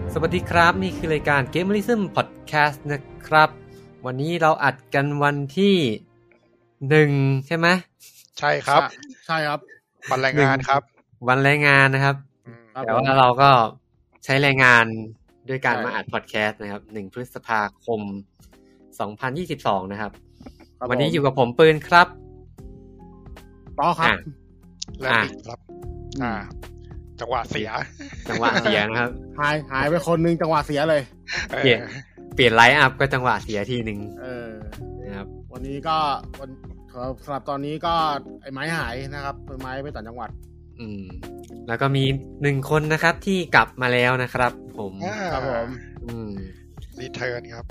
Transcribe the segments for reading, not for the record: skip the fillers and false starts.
สวัสดีครับนี่คือรายการ Gamerism Podcast นะครับวันนี้เราอัดกันวันที่1ใช่ไหมใช่ครับใช่ครับวันแรงงานครับวันแรงงานนะครับแต่ว่าเราก็ใช้แรงงานด้วยการมาอัดพอดแคสต์นะครับ1พฤษภาคม2022นะครับวันนี้อยู่กับผมปืนครับต่อครับและอีกครับจังหวะเสียนะครับหายไปคนนึงจังหวะเสียเลยเปลี่ยนไลน์อัพก็จังหวะเสียทีนึงนะครับวันนี้ก็สำหรับตอนนี้ก็ไอ้ไม้หายนะครับไม้ไปต่างจังหวัดแล้วก็มี1คนนะครับที่กลับมาแล้วนะครับผมครับผมรีเทิร์นครับ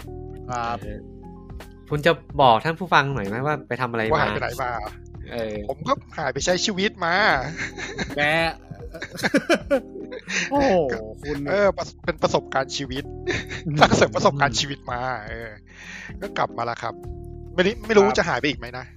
คุณจะบอกท่านผู้ฟังหน่อยไหมว่าไปทำอะไรมาไปไหนมาผมก็หายไปใช้ชีวิตมาแกโอ้คุณเป็นประสบการณ์ชีวิตสร้างเสริมประสบการณ์ชีวิตมาก็กลับมาแล้วครับไม่รู้จะหายไปอีกไหมนะ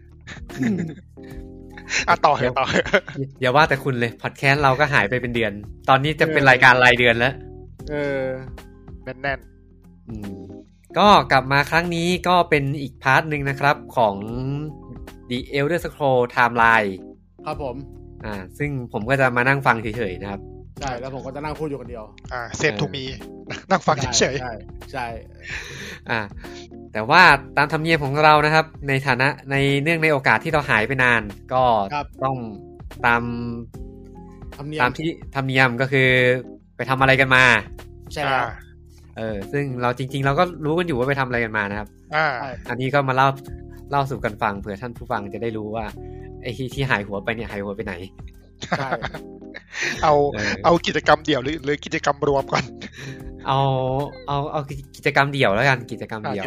ต่ออย่าว่าแต่คุณเลยพอดแคสต์เราก็หายไปเป็นเดือนตอนนี้จะเป็นรายการรายเดือนแล้วแน่นก็กลับมาครั้งนี้ก็เป็นอีกพาร์ทนึงนะครับของ The Elder Scrolls Timeline ครับผมซึ่งผมก็จะมานั่งฟังเฉยๆนะครับใช่แล้วผมก็จะนั่งพูดอยู่คนเดียวเซฟทูมีนั่งฟังเฉยๆใช่แต่ว่าตามธรรมเนียมของเรานะครับในฐานะในเนื่องในโอกาสที่เราหายไปนานก็ต้องตามที่ธรรมเนียมก็คือไปทำอะไรกันมาใช่แล้วซึ่งเราจริงๆเราก็รู้กันอยู่ว่าไปทำอะไรกันมานะครับอันนี้ก็มาเล่าสู่กันฟังเผื่อท่านผู้ฟังจะได้รู้ว่าไอ้ที่หายหัวไปเนี่ยหายหัวไปไหนใช่เอากิจกรรมเดี่ยวหรือกิจกรรมรวมก่อนเอากิจกรรมเดี่ยวแล้วกันกิจกรรมเดี่ยว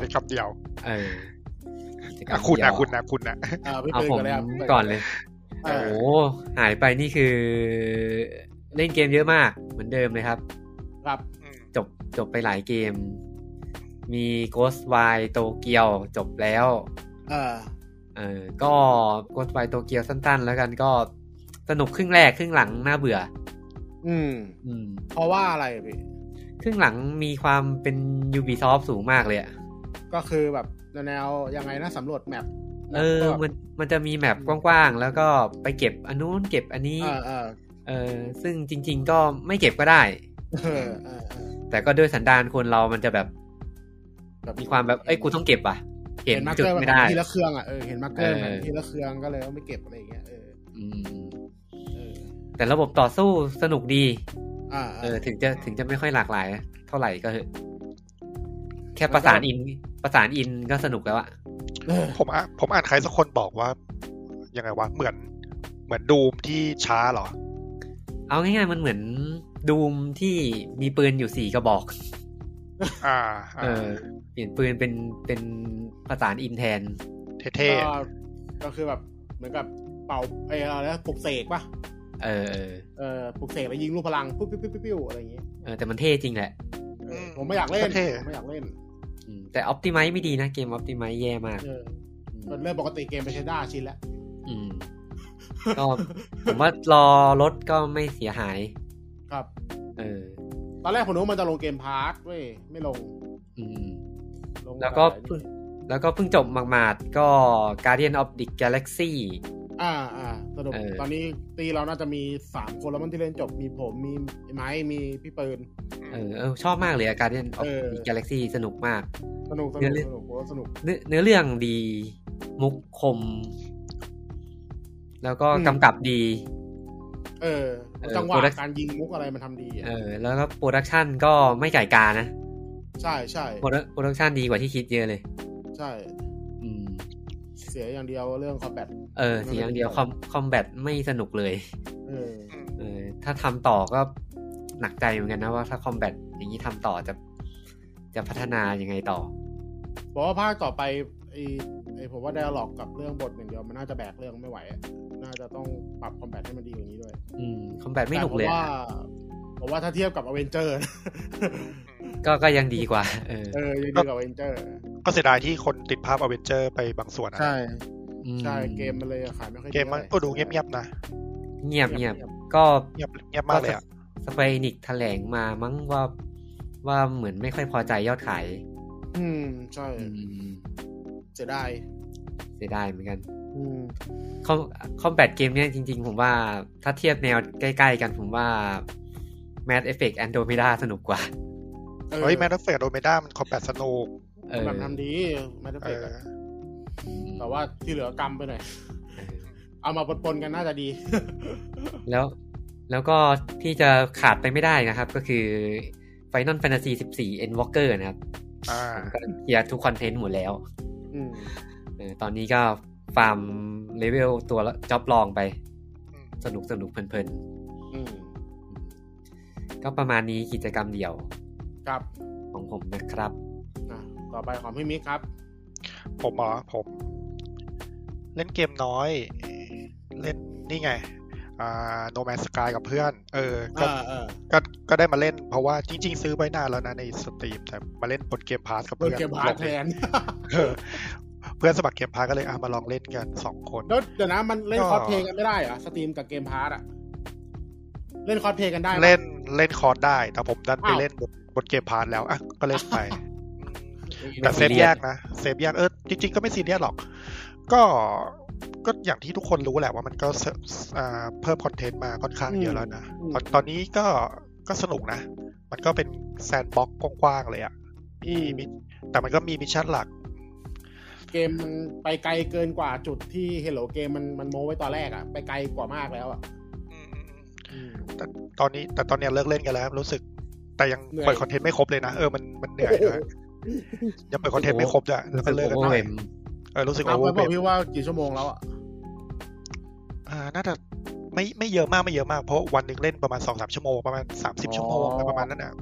คุณนะเอาผมก่อนเลยโอ้หายไปนี่คือเล่นเกมเยอะมากเหมือนเดิมเลยครับจบไปหลายเกมมี Ghostwire Tokyo จบแล้วก็ Ghostwire Tokyo สั้นๆแล้วกันก็สนุกครึ่งแรกครึ่งหลังน่าเบื่อเพราะว่าอะไรพี่ครึ่งหลังมีความเป็น Ubisoft สูงมากเลยอ่ะก็คือแบบแนวยังไงนะสำรวจแมปมันจะมีแมปกว้างๆแล้วก็ไปเก็บอันนู้นเก็บอันนี้ซึ่งจริงๆก็ไม่เก็บก็ได้แต่ก็ด้วยสันดานคนเรามันจะแบบมีความแบบกูต้องเก็บอ่ะเห็นจุดไม่ได้ทีละเครื่องอ่ะเห็นมาร์คเกอร์ทีละเครื่องก็เลยไม่เก็บอะไรอย่างเงี้ยแต่ระบบต่อสู้สนุกดีถึงจะไม่ค่อยหลากหลายเท่าไหร่ก็แค่ประสานอินก็สนุกแล้วอ่ะผมอ่านใครสักคนบอกว่ายังไงวะเหมือนดูมที่ช้าเหรอเอาง่ายๆมันเหมือนดูมที่มีปืนอยู่4กระบอกเปลี่ยนปืนเป็นประสานอินแทนเท่ๆก็คือแบบเหมือนกับเป่าอะไรปลุกเสกป่ะปลุกเสกแล้วยิงลูกพลังปุ๊บปิ๊วอะไรอย่างงี้แต่มันเท่จริงแหละผมไม่อยากเล่นแต่ออปติไมซ์ไม่ดีนะเกมออปติไมซ์แย่มากมันเริ่มปกติเกมไปใช้ได้ชินแล้วก็ผมว่ารอรถก็ไม่เสียหายครับตอนแรกผมนึกว่ามันจะลงเกมพาร์ทเว้ยไม่ลงแล้วก็เพิ่งจบหมาดๆก็ Guardian of the Galaxy สรุปตอนนี้ตีเราน่าจะมี3คนแล้วมันที่เล่นจบมีผมมีไม้มีพี่ปืนชอบมากเลย Guardian of the Galaxy สนุกมากสนุกเนื้อเรื่องดีมุกคมแล้วก็กำกับดีจังหวะการยิงมุกอะไรมันทำดีแล้วก็โปรดักชั่นก็ไม่ไก่กานะใช่โปรดักชั่นดีกว่าที่คิดเยอะเลยใช่เสียอย่างเดียวเรื่องคอมแบทเสียอย่างเดียวคอมแบทไม่สนุกเลยถ้าทำต่อก็หนักใจเหมือนกันนะว่าถ้าคอมแบทอย่างนี้ทำต่อจะพัฒนายังไงต่อบอกว่าภาคต่อไปผมว่าไดอะล็อกกับเรื่องบทอย่างเดียวมันน่าจะแบกเรื่องไม่ไหวน่าจะต้องปรับคอมแบทให้มันดีกว่านี้ด้วยคอมแบทไม่หนุกเลยผมว่าถ้าเทียบกับอเวนเจอร์ก็ยังดีกว่ายังดีกว่าอเวนเจอร์ก็เสียดายที่คนติดภาพอเวนเจอร์ไปบางส่วนนะใช่เกมมันเลยขายไม่ค่อยดีเกมมันก็ดูเงียบๆนะเงียบก็เงียบมากเลยสแควร์เอ็นิกแถลงมามั้งว่าเหมือนไม่ค่อยพอใจยอดขายใช่เสียดายเหมือนกันคอมแบทเกมเนี้ยจริงๆผมว่าถ้าเทียบแนวใกล้ๆกันผมว่า Mass Effect Andromeda สนุกกว่า Mass Effect Andromeda มันคอมแบทสนุกแบบทำดี Mass Effect แต่ว่าที่เหลือกำไปหน่อยเอามาปนๆกันน่าจะดีแล้วก็ที่จะขาดไปไม่ได้นะครับก็คือ Final Fantasy 14 Endwalker นะครับก็เคลียร์ทุกคอนเทนต์หมดแล้วตอนนี้ก็ฟาร์มเลเวลตัวจ็อบลองไปสนุกเพลินๆก็ประมาณนี้กิจกรรมเดี่ยวครับของผมนะครับต่อไปของพี่มิกครับผมเล่นเกมน้อยเล่นนี่ไงNo Man's Sky กับเพื่อนก็ได้มาเล่นเพราะว่าจริงๆซื้อไว้นานแล้วนะในสตรีมแต่มาเล่นบนเกมพาสกับเพื่อนเกมพาสแทนเพื่อนสมัครเกมพาสก็เลยมาลองเล่นกัน2คนแล้วเดี๋ยวนะมันเล่นคอสเพลย์กันไม่ได้เหรอสตรีมกับเกมพาสอ่ะเล่นคอสเพลย์กันได้เล่นคอร์สได้แต่ผมดันไปเล่นบนเกมพาสแล้วก็เล่นไปแต่เซฟแยกนะเซฟแยกจริงๆก็ไม่ซีเรียสหรอกก็อย่างที่ทุกคนรู้แหละว่ามันก็เพิ่มคอนเทนต์มาค่อนข้างเยอะแล้วนะตอนนี้ก็สนุกนะมันก็เป็นแซนด์บ็อกซ์กว้างๆเลยอ่ะแต่มันก็มีมิชชั่นหลักเกมมันไปไกลเกินกว่าจุดที่ Hello Game มันโม้ไว้ตอนแรกอ่ะไปไกลกว่ามากแล้วอ่ะแต่ตอนนี้เลิกเล่นกันแล้วรู้สึกแต่ยังเปิดคอนเทนต์ไม่ครบเลยนะมันเหนื่อยด้วยยังเปิดคอนเทนต์ไม่ครบจ้ะแล้วก็เลิกกันไปรู้สึกว่าบอกพี่ว่ากี่ชั่วโมงแล้วอ่ะน่าจะไม่เยอะมากเพราะวันนึงเล่นประมาณ 2-3 ชั่วโมงประมาณ30ชั่วโมงประมาณนั้นน่ะ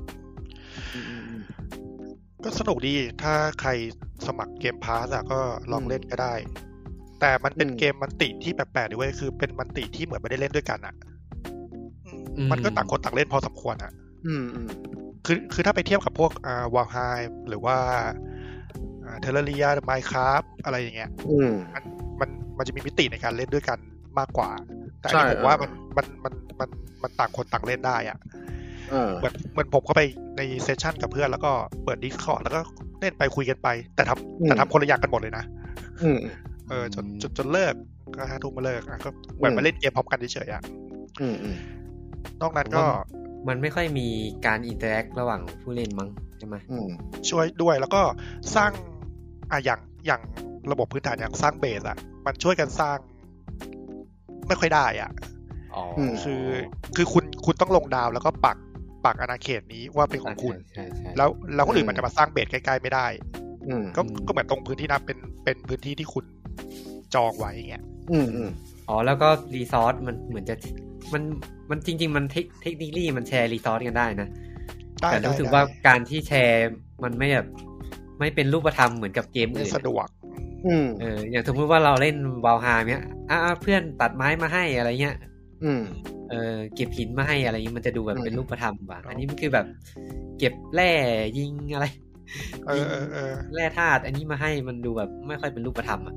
ก็สนุกดีถ้าใครสมัครเกมพาสก็ลองเล่นก็ได้แต่มันเป็นเกมมัลติที่แปลกๆด้วยคือเป็นมัลติที่เหมือนไม่ได้เล่นด้วยกันอ่ะมันก็ต่างคนต่างเล่นพอสมควรอ่ะคือถ้าไปเทียบกับพวกวาลไฮม์หรือว่าเทเลเรียไมน์คราฟอะไรอย่างเงี้ยมันจะมีมิติในการเล่นด้วยกันมากกว่าแต่อันนี้ผมว่ามันต่างคนต่างเล่นได้อ่ะเหมือนผมเข้าไปในเซสชั่นกับเพื่อนแล้วก็เปิด Discord แล้วก็เล่นไปคุยกันไปแต่ทำคนละอย่างกันหมดเลยนะจนเลิกก็5 ทุ่มมาเลิกก็เหมือนมาเล่นเกมพร้อมกันเฉยๆอ่ะนอกนั้นก็มันไม่ค่อยมีการอินเตอร์แอคระหว่างผู้เล่นมั้งใช่ไหมช่วยด้วยแล้วก็สร้างอย่างระบบพื้นฐานอย่างสร้างเบสอ่ะมันช่วยกันสร้างไม่ค่อยได้อ่ะคือคุณต้องลงดาวแล้วก็ปักอาณาเขตนี้ว่าเป็นของคุณแล้วคนอื่นมันจะมาสร้างเบสใกล้ๆไม่ได้ก็เหมือนตรงพื้นที่นั้นเป็นพื้นที่ที่คุณจองไว้อย่างเงี้ยแล้วก็รีซอสมันเหมือนจะมันจริงๆมันเทคนิคลี่มันแชร์รีซอสกันได้นะแต่รู้สึกว่าการที่แชร์มันไม่แบบไม่เป็นรูปธรรมเหมือนกับเกมอื่นสะดวกอย่างสมมติว่าเราเล่นวาลฮาเนี้ยเพื่อนตัดไม้มาให้อะไรเงี้ยเก็บหินมาให้อะไรเงี้ยมันจะดูแบบเป็นรูปธรรมว่ะอันนี้มันคือแบบเก็บแร่ยิงอะไรแร่ธาตุอันนี้มาให้มันดูแบบไม่ค่อยเป็นรูปธรรมอ่ะ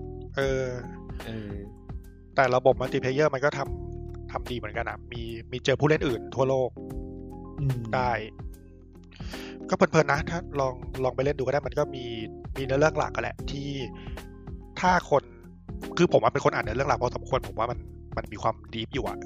แต่ระบบมัลติเพลเยอร์มันก็ทำดีเหมือนกันนะมีเจอผู้เล่นอื่นทั่วโลกได้ก็เพลินๆนะถ้าลองไปเล่นดูก็ได้มันก็มีเนื้อเรื่องหลักกันแหละที่ถ้าคนคือผมเป็นคนอ่านเนื้อเรื่องหลักพอสมควรผมว่ามันมีความดีฟอยู่อ่ะ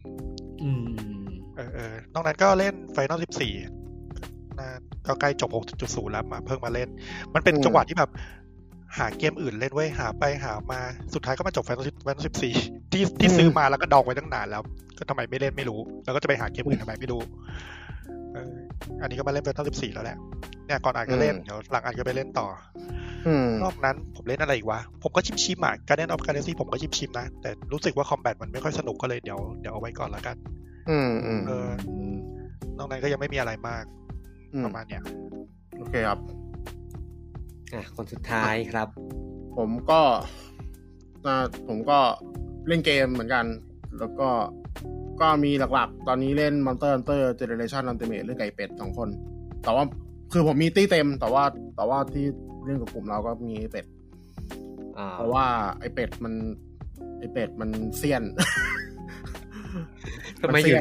นอกนั้นก็เล่น Final 14นะก็ใกล้จบ 6.0 แล้วมาเพิ่งมาเล่นมันเป็นจังหวะที่แบบหาเกมอื่นเล่นไว้หาไปหามาสุดท้ายก็มาจบ Final 14ที่ซื้อมาแล้วก็ดองไว้ตั้งนานแล้วก็ทำไมไม่เล่นไม่รู้แล้วก็จะไปหาเกมอื่นทำไมไม่รู้อันนี้ก็มาเล่น Final 14แล้วแหละเนี่ยก่อนอ่านก็เล่นเดี๋ยวหลังอ่านก็ไปเล่นต่อนอกนั้นผมเล่นอะไรอีกวะผมก็ชิมๆอ่ะ Guardian of Galaxy ผมก็ชิมนะแต่รู้สึกว่าคอมแบทมันไม่ค่อยสนุกก็เลยเดี๋ยวเอาไว้ก่อนแล้วกันนอกนั้นก็ยังไม่มีอะไรมากประมาณเนี้ยโอเคครับคนสุดท้ายครับผมก็เล่นเกมเหมือนกันแล้วก็มีหลักๆตอนนี้เล่น Monster Hunter Generation Ultimate เล่นไก่เป็ด2คนแต่ว่าคือผมมีตี้เต็มแต่ว่าที่เล่นกับกลุ่มเราก็มีไอเป็ดเพราะว่าไอเป็ดมันเซียนทำไมอยู่ดี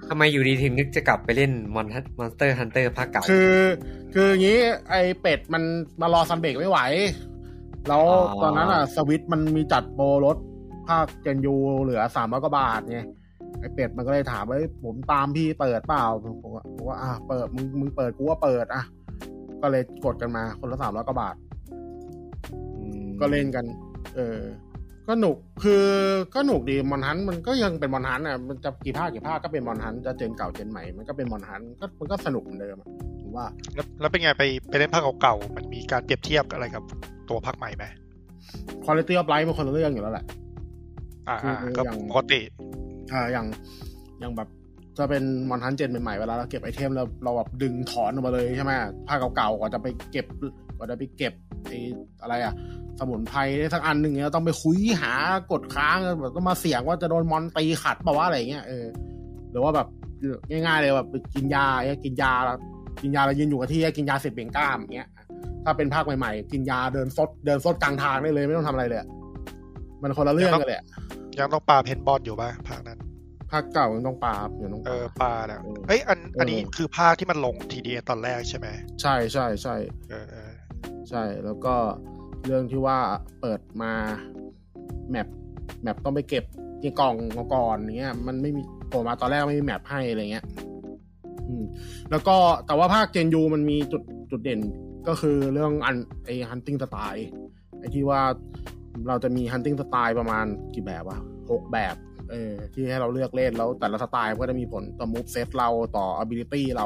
ทำไมอยู่ดีถึงนึกจะกลับไปเล่น Monster Hunter ภาคเก่าคืออย่างนี้ไอเป็ดมันมารอซันเบรกไม่ไหวแล้วตอนนั้นอ่ะสวิตมันมีจัดโปรลดภาคเจนยูเหลือ300 กว่าบาทไงไอเป็ดมันก็เลยถามว่าผมตามพี่เปิดเปล่าผมว่าเปิดมึงเปิดกูว่าเปิดก็เลยกดกันมาคนละ300 กว่าบาทก็เล่นกันก็หนุกคือก็หนุกดีมอนฮันมันก็ยังเป็นมอนฮันอ่ะมันจะกี่ภาคก็เป็นมอนฮันจะเจนเก่าเจนใหม่มันก็เป็นมอนฮันมันก็สนุกเหมือนเดิมผมว่าแล้วเป็นไงไปเล่นภาคเก่าๆมันมีการเปรียบเทียบอะไรกับตัวภาคใหม่ไหม Quality of Life มันคนละเรื่องอยู่แล้วแหละก็ปกติอย่างแบบจะเป็นมอนฮันเจนใหม่ๆเวลาเราเก็บไอเทมเราแบบดึงถอนออกมาเลยใช่ไหมภาคเก่าๆก่อนจะไปเก็บไอ้อะไรสมุนไพรได้สักอันหนึ่งเนี้ยต้องไปคุยหากดค้างแบบต้องมาเสี่ยงว่าจะโดนมอนตีขัดบอกว่าอะไรเงี้ยหรือว่าแบบง่ายๆเลยแบบกินยาแล้วยืนอยู่กับที่กินยาเสร็จเบ่งกล้ามเงี้ยถ้าเป็นภาคใหม่ๆกินยาเดินซดกลางทางได้เลยไม่ต้องทำอะไรเลยมันคนละเรื่องกันเลยยังต้องปาเพนบอลอยู่ป่ะภาคนั้นภาคเก่ายังต้องปาอยู่ต้องปาแล้วอันนี้คือภาคที่มันลง TDA ตอนแรกใช่ไหมใช่ใช่แล้วก็เรื่องที่ว่าเปิดมาแมปต้องไปเก็บในกล่องก่อนเงี้ยมันไม่มีโผล่มาตอนแรกไม่มีแมปให้อะไรเงี้ยแล้วก็แต่ว่าภาคเจนยูมันมีจุดเด่นก็คือเรื่องไอ้ hunting style ไอ้ที่ว่าเราจะมี hunting style ประมาณกี่แบบวะ6แบบที่ให้เราเลือกเล่นแล้วแต่ละสไตล์ก็จะมีผลต่อ move set เราต่อ ability เรา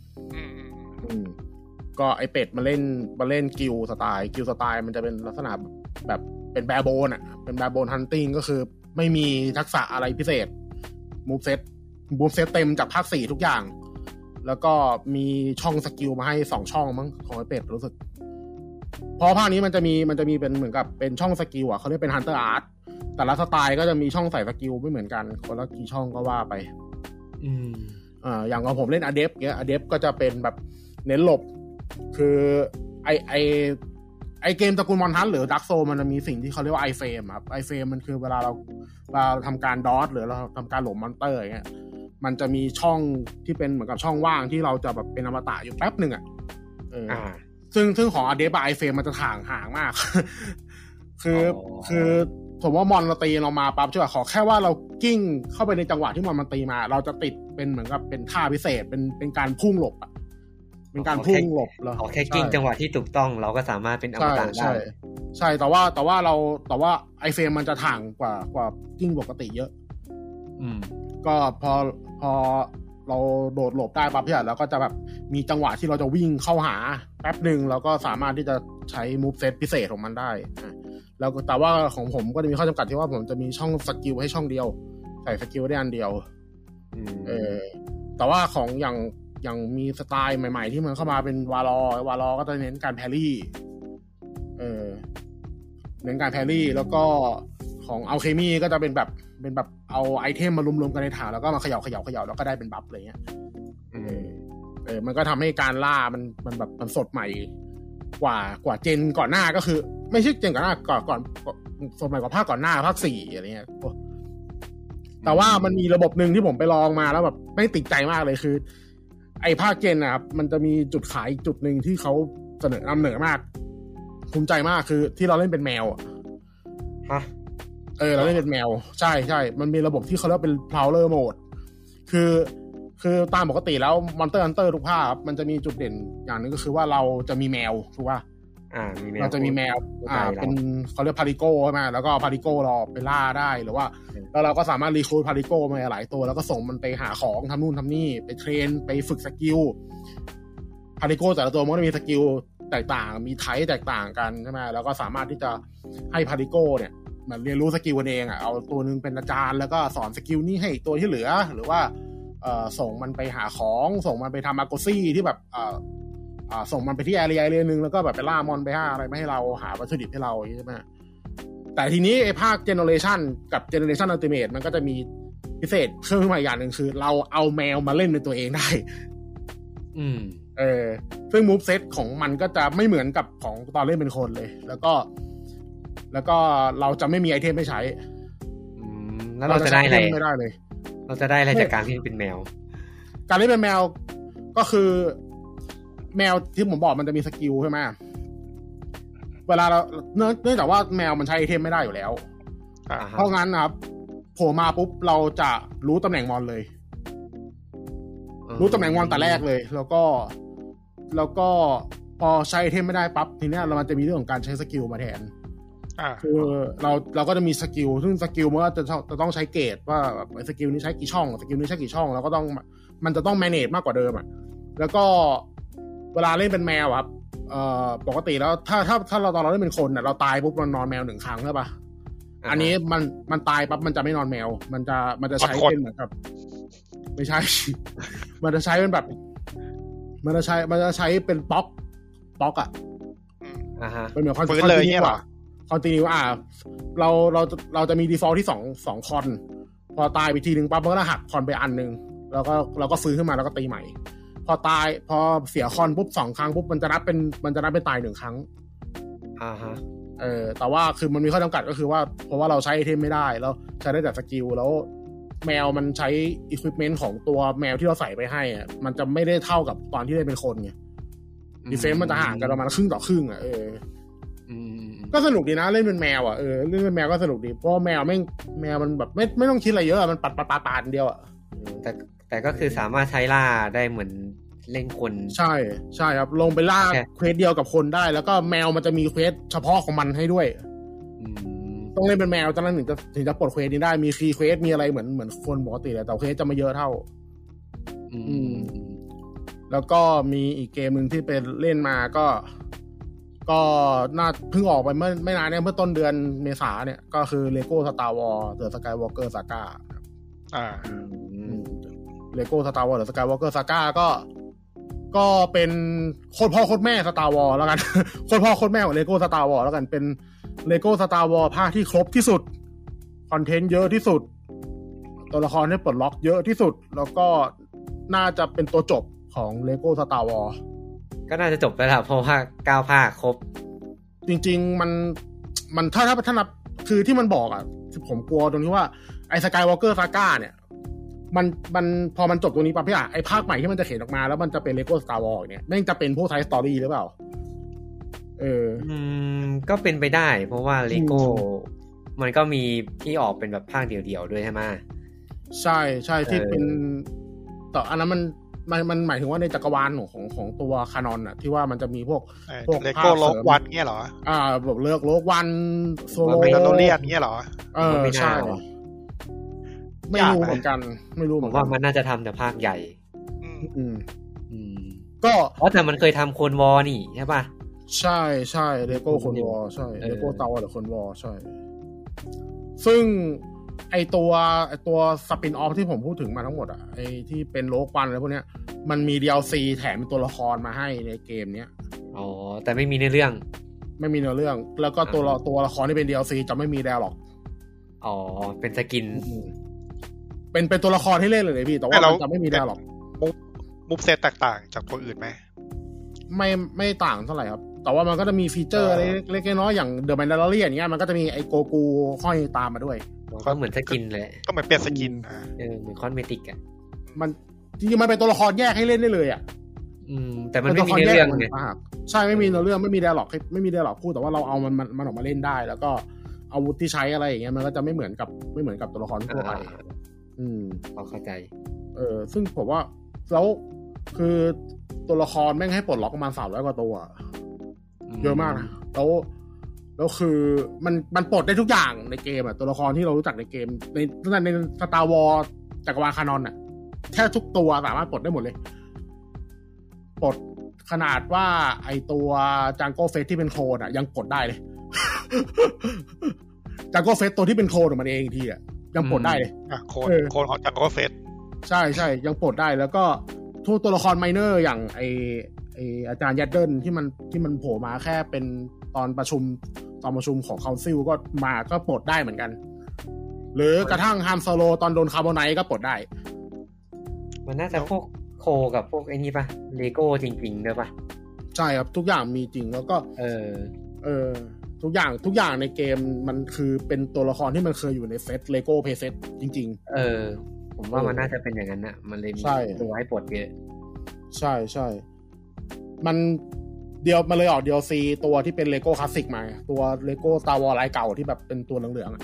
ก็ไอเป็ดมาเล่นกิลสไตล์มันจะเป็นลักษณะแบบเป็นแบร์โบนเป็นแบร์โบนฮันติ้งก็คือไม่มีทักษะอะไรพิเศษ move set เต็มจากภาค4ทุกอย่างแล้วก็มีช่องสกิลมาให้2ช่องมั้งของไอเป็ดรู้สึกเพราะภาคนี้มันจะมีเป็นเหมือนกับเป็นช่องสกิลเขาเรียกเป็น Hunter Art แต่ละสไตล์ก็จะมีช่องใส่สกิลไม่เหมือนกันคนละกี่ช่องก็ว่าไปอย่างของผมเล่นอเดฟเงี้ยอเดฟก็จะเป็นแบบเน้นหลบคือไอเกมตระกูลมอนฮันหรือดักโซมันจะมีสิ่งที่เขาเรียกว่าไอเฟรมครับไอเฟรมมันคือเวลาเราทำการดอทหรือเราทำการหลบมอนเตอร์อย่างเงี้ยมันจะมีช่องที่เป็นเหมือนกับช่องว่างที่เราจะแบบเป็นอมตะอยู่แป๊บนึงซึ่งของอเดฟไอเฟรมมันจะห่างมากคือสมมติว่ามอนเราตีเรามาปั๊บใช่ป่ะขอแค่ว่าเรากิ้งเข้าไปในจังหวะที่มันตีมาเราจะติดเป็นเหมือนกับเป็นท่าพิเศษเป็นการพุ่งหลบเป็นการพุ่งหลบแล้วแค่กิ้งจังหวะที่ถูกต้องเราก็สามารถเป็นอมตะได้ใช่แต่ว่าไอเฟรมมันจะห่างกว่ากิ้งปกติเยอะก็พอเราโดดหลบได้ปั๊บแล้วก็จะแบบมีจังหวะที่เราจะวิ่งเข้าหาแป๊บนึงแล้วก็สามารถที่จะใช้ move set พิเศษของมันได้แล้วแต่ว่าของผมก็จะมีข้อจำกัดที่ว่าผมจะมีช่องสกิลให้ช่องเดียวใส่สกิลได้อันเดียวแต่ว่าของอย่างมีสไตล์ใหม่ๆที่มันเข้ามาเป็นวาลอก็จะเน้นการแพรี่เน้นการแพรี่แล้วก็ของอัลเคมีก็จะเป็นแบบเอาไอเทมมารวมๆกันในถังแล้วก็มาเขย่าแล้วก็ได้เป็นบัฟอะไรเงี้ยมันก็ทำให้การล่ามันแบบมันสดใหม่กว่าเจนก่อนหน้าก็คือไม่ใช่เจนก่อนหน้าก่อนสดใหม่กว่าภาคก่อนหน้าภาค4อะไรเงี้ยแต่ว่ามันมีระบบนึงที่ผมไปลองมาแล้วแบบไม่ติดใจมากเลยคือไอ้ภาคเจนนะครับมันจะมีจุดขายจุดนึงที่เขานำเหนือมากภูมิใจมากคือที่เราเล่นเป็นแมวเราเล่นเป็นแมวใช่มันมีระบบที่เขาเรียกเป็น Prowler Mode คือตามปกติแล้ว Monster Hunter ทุกภาคมันจะมีจุดเด่นอย่างนึงก็คือว่าเราจะมีแมวถูกป่ะเราจะมีแมวเป็นเขาเรียกพาริโก้ใช่ไหมแล้วก็พาริโก้เราไปล่าได้หรือว่าแล้วเราก็สามารถรีครูทพาริโก้มาหลายตัวแล้วก็ส่งมันไปหาของทำนู่นทำนี่ไปเทรนไปฝึกสกิลพาริโก้แต่ละตัวมันก็มีสกิลแตกต่างมีไทป์แตกต่างกันใช่ไหมแล้วก็สามารถที่จะให้พาริโก้เนี่ยมันเรียนรู้สกิลกันเองเอาตัวนึงเป็นอาจารย์แล้วก็สอนสกิลนี้ให้ตัวที่เหลือหรือว่าส่งมันไปหาของส่งมันไปทำอาโกซี่ที่แบบส่งมันไปที่แอเรียนึงแล้วก็แบบไปล่ามอนไปอะไรไม่ให้เราหาวัตถุดิบให้เราใช่ไหมแต่ทีนี้ไอ้ภาคเจเนอเรชันกับเจเนอเรชันอัลติเมทมันก็จะมีพิเศษเพิ่มขึ้นมาอย่างหนึ่งคือเราเอาแมวมาเล่นเป็นตัวเองได้ซึ่งมูฟเซตของมันก็จะไม่เหมือนกับของตอนเล่นเป็นคนเลยแล้วก็เราจะไม่มีไอเทมให้ใช้แล้วเราจะได้อะไรไม่ได้เลยเราจะได้อะไรจากการที่เป็นแมวการเล่นเป็นแมวก็คือแมวที่ผมบอกมันจะมีสกิลใช่ไหมเวลาเราเนื่องจากว่าแมวมันใช้ไอเทมไม่ได้อยู่แล้วเพราะงั้นนะครับโผล่มาปุ๊บเราจะรู้ตำแหน่งมอนเลยรู้ตำแหน่งมอนแต่แรกเลยแล้วก็พอใช้ไอเทมไม่ได้ปั๊บทีเนี้ยมันจะมีเรื่องของการใช้สกิลมาแทนคือเราก็จะมีสกิลซึ่งสกิลมันก็จะต้องใช้เกรดว่าสกิลนี้ใช้กี่ช่องสกิลนี้ใช้กี่ช่องแล้วก็ต้องมันจะต้องแมเนจมากกว่าเดิมอ่ะแล้วก็เวลาเล่นเป็นแมวครับปกติแล้วถ้าเราตอนเราเล่นเป็นคนน่ะเราตายปุ๊บเรานอนแมว1ครั้งใช่ป่ะอันนี้มันตายปั๊บมันจะไม่นอนแมวมันจะใช้เป็นเหมือนกับไม่ใช่ มันจะใช้เป็นแบบมันจะใช้เป็นป๊อกอ่ะเป็นเหมือนคอนติเนียว่ะคอนติเนียเราจะมี default ที่2คอนพอตายไปทีนึงปั๊บมันก็หักคอนไปอันนึงแล้วก็เราก็ฟื้นขึ้นมาแล้วก็ตีใหม่พอเสียคอนปุ๊บ2ครั้งปุ๊บมันจะนับเป็นตาย1ครั้งแต่ว่าคือมันมีข้อจำกัดก็คือว่าเพราะว่าเราใช้ไอเทมไม่ได้แล้วใช้ได้แต่สกิลแล้วแมวมันใช้อุปกรณ์ของตัวแมวที่เราใส่ไปให้อ่ะมันจะไม่ได้เท่ากับตอนที่ได้เป็นคนไงดีเฟนส์มันจะห่างกันประมาณครึ่งต่อครึ่งอ่ะก็สนุกดีนะเล่นเป็นแมวอ่ะเล่นเป็นแมวก็สนุกดีเพราะแมวมันแบบไม่ต้องคิดอะไรเยอะมันปัดเดียวอ่ะแต่ก็คือสามารถใช้ล่าได้เหมือนเล่นคนใช่ครับลงไปล่าเควสเดียวกับคนได้แล้วก็แมวมันจะมีเควสเฉพาะของมันให้ด้วยต้องเล่นเป็นแมวตอนนั้นถึงจะปลดเควสนี้ได้มีฟรีเควสมีอะไรเหมือนคนปกติเลยแต่เควสจะไม่เยอะเท่าแล้วก็มีอีกเกมนึงที่เป็นเล่นมาก็น่าเพิ่งออกไปไม่นานเนี่ยเมื่อต้นเดือนเมษาเนี่ยก็คือ Lego Star Wars The Skywalker Saga Lego Star Wars The Skywalker Saga ก็เป็นโคตรพ่อโคตรแม่ Star Wars แล้วกัน โคตรพ่อโคตรแม่ของ Lego Star Wars แล้วกันเป็น Lego Star Wars ภาคที่ครบที่สุดคอนเทนต์เยอะที่สุดตัวละครให้ปลดล็อกเยอะที่สุดแล้วก็น่าจะเป็นตัวจบของ Lego Star Wars ก็น่าจะจบแล้วล่ะเพราะว่า9ภาคครบจริงๆมันถ้านับคือที่มันบอกอ่ะผมกลัวตรงที่ว่าไอ้ Skywalker Saga เนี่ยมันพอมันจบตรงนี้ปั๊บพี่ไอ้ภาคใหม่ที่มันจะเขียนออกมาแล้วมันจะเป็น Lego Star Wars เนี่ยแม่งจะเป็นพวก Side Story หรือเปล่าก็เป็นไปได้เพราะว่า Lego มันก็มีที่ออกเป็นแบบภาคเดี่ยวๆด้วยใช่ไหมใช่ที่เป็นแต่อันนั้นมันหมายถึงว่าในจักรวาลของตัวคานอนน่ะที่ว่ามันจะมีพวก Lego Rogue One เงี้ยเหรอแบบเลือก Rogue One โซโลเรียนเงี้ยเหรอใช่ไม่รู้เหมือนกันผมว่ามันน่าจะทำแต่ภาคใหญ่ก็แต่มันเคยทำโคนวอนี่ใช่ป่ะใช่เลโก้โคนวอใช่เลโก้เตาหรือโคนวอใช่ซึ่งไอตัวสปินออฟที่ผมพูดถึงมาทั้งหมดอ่ะไอที่เป็นโลกวันอะไรพวกเนี้ยมันมี DLC แถมเป็นตัวละครมาให้ในเกมเนี้ยแต่ไม่มีในเรื่องไม่มีในเรื่องแล้วก็ตัวละครที่เป็น DLC จะไม่มีไดอะล็อกเป็นสกินเป็นตัวละครให้เล่นเลยพี่แต่ว่ามันจะไม่มีไดอะล็อกมูฟเซตแตกต่างจากตัวอื่นไหมไม่ต่างเท่าไหร่ครับแต่ว่ามันก็จะมีฟีเจอร์เล็กๆน้อยๆอย่างเดอะแมนดาร์เรียนอย่างเงี้ยมันก็จะมีไอโกกูห้อยตามมาด้วยก็เหมือนสกินเลยก็เหมือนเปลี่ยนสกินเหมือนคอสเมติกอ่ะมันจริงๆมันเป็นตัวละครแยกให้เล่นได้เลยอ่ะแต่มันไม่มีเรื่องไงใช่ไม่มีเรื่องไม่มีไดอะล็อกพูดแต่ว่าเราเอามันออกมาเล่นได้แล้วก็อาวุธที่ใช้อะไรอย่างเงี้ยมันก็จะไม่เหมือนกับตัวละครทั่วไปเข้าใจซึ่งผมว่าแล้วคือตัวละครแม่งให้ปลดล็อกประมาณ300กว่าตัวเยอะมากนะแล้วคือมันปลดได้ทุกอย่างในเกมอ่ะตัวละครที่เรารู้จักในเกมใน Star Wars จักรวาลคานอนอ่ะแทบทุกตัวสามารถปลดได้หมดเลยปลดขนาดว่าไอตัวจังโก้เฟสที่เป็นโคลนอ่ะยังปลดได้เลยจังโก้เฟสตัวที่เป็นโคลนของมันเองทีอ่ะยังปลดได้เลยโคลนของจังโก้เฟสใช่ยังปลดได้แล้วก็ทุกตัวละครไมเนอร์อย่างไออาจารย์ยัดเดิลที่มันโผล่มาแค่เป็นตอนประชุมของคาวซิลก็มาก็ปลดได้เหมือนกันหรือกระทั่งฮันโซโลตอนโดนคาร์บอนไนท์ก็ปลดได้มันน่าจะพวกโคกับพวกไอ้นี่ป่ะเลโก้จริงๆด้วยป่ะใช่ครับทุกอย่างมีจริงแล้วก็ทุกอย่างในเกมมันคือเป็นตัวละครที่มันเคยอยู่ในเซตเลโก้เพย์เซตจริงๆผมผมว่ามันน่าจะเป็นอย่างนั้นนะมันเลยมีตัวให้ปลดเยอะใช่มันมันเลยออก DLC ตัวที่เป็นเลโก้คลาสสิกมาตัวเลโก้ Star Wars ลายเก่าที่แบบเป็นตัวเหลืองๆ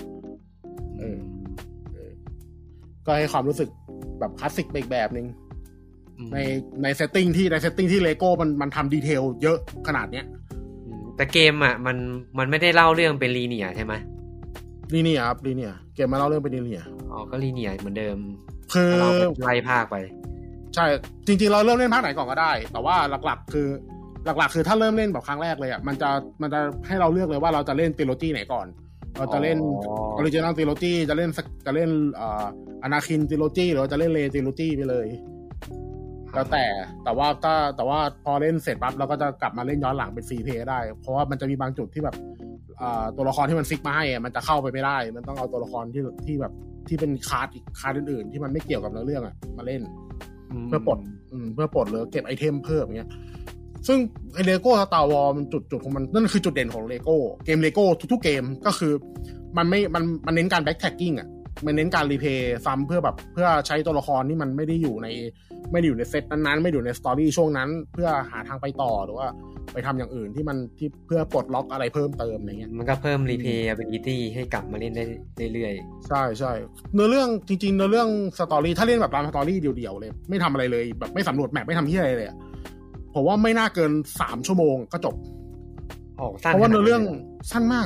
ก็ให้ความรู้สึกแบบคลาสสิกอีกแบบนึงในเซตติ้งที่เลโก้มันทำดีเทลเยอะขนาดเนี้ยแต่เกมอ่ะมันไม่ได้เล่าเรื่องเป็นลีเนียร์ใช่ไหมลีเนียร์ครับลีเนียร์เกมมาเล่าเรื่องเป็นลีเนียร์ก็ลีเนียร์เหมือนเดิมคือเราไล่ภาคไปใช่จริงๆเราเริ่มเล่นภาคไหนก่อนก็ได้แต่ว่าหลักๆคือถ้าเริ่มเล่นแบบครั้งแรกเลยอ่ะมันจะให้เราเลือกเลยว่าเราจะเล่นทริโลจีไหนก่อนเราจะเล่นออริจินอลทริโลจีจะเล่นอนาคินทริโลจีหรือจะเล่นเลทริโลจีไปเลยแล้วแต่ว่าพอเล่นเสร็จปั๊บเราก็จะกลับมาเล่นย้อนหลังเป็นฟรีเพลย์ได้เพราะว่ามันจะมีบางจุดที่แบบตัวละครที่มันฟิกมาให้มันจะเข้าไปไม่ได้มันต้องเอาตัวละครที่แบบที่เป็นคาร์ดอื่นๆที่มันไม่เกี่ยวกับเนื้อเรื่องอ่ะมาเล่นเพื่อปลดหรือเก็บไอเทมเพิ่มอย่างเงี้ยซึ่งไอเลโก้สตาร์วอร์มันจุดของมันนั่นคือจุดเด่นของเลโก้เกมเลโก้ทุกๆเกมก็คือมันเน้นการแบ็คแท็กกิ้งอ่ะมันเน้นการรีเพย์ซ้ำเพื่อใช้ตัวละครที่มันไม่ได้อยู่ในเซตนั้นๆไม่อยู่ในสตอรี่ช่วงนั้นเพื่อหาทางไปต่อหรือว่าไปทำอย่างอื่นที่เพื่อปลดล็อกอะไรเพิ่มเติมอะไรเงี้ยมันก็เพิ่มรีเพย์ ability ให้กลับมาเล่นได้เรื่อยๆใช่เนื้อเรื่องจริงๆเนื้อเรื่องสตอรี่ถ้าเล่นแบบตามสตอรี่เดี่ยวๆเลยไม่ทำอะไรเลยแบบไม่สำรวจแมปไม่ทำที่อะไรเลยผมว่าไม่น่าเกิน3ชั่วโมงก็จบเพราะว่าเนื้อเรื่องสั้นมาก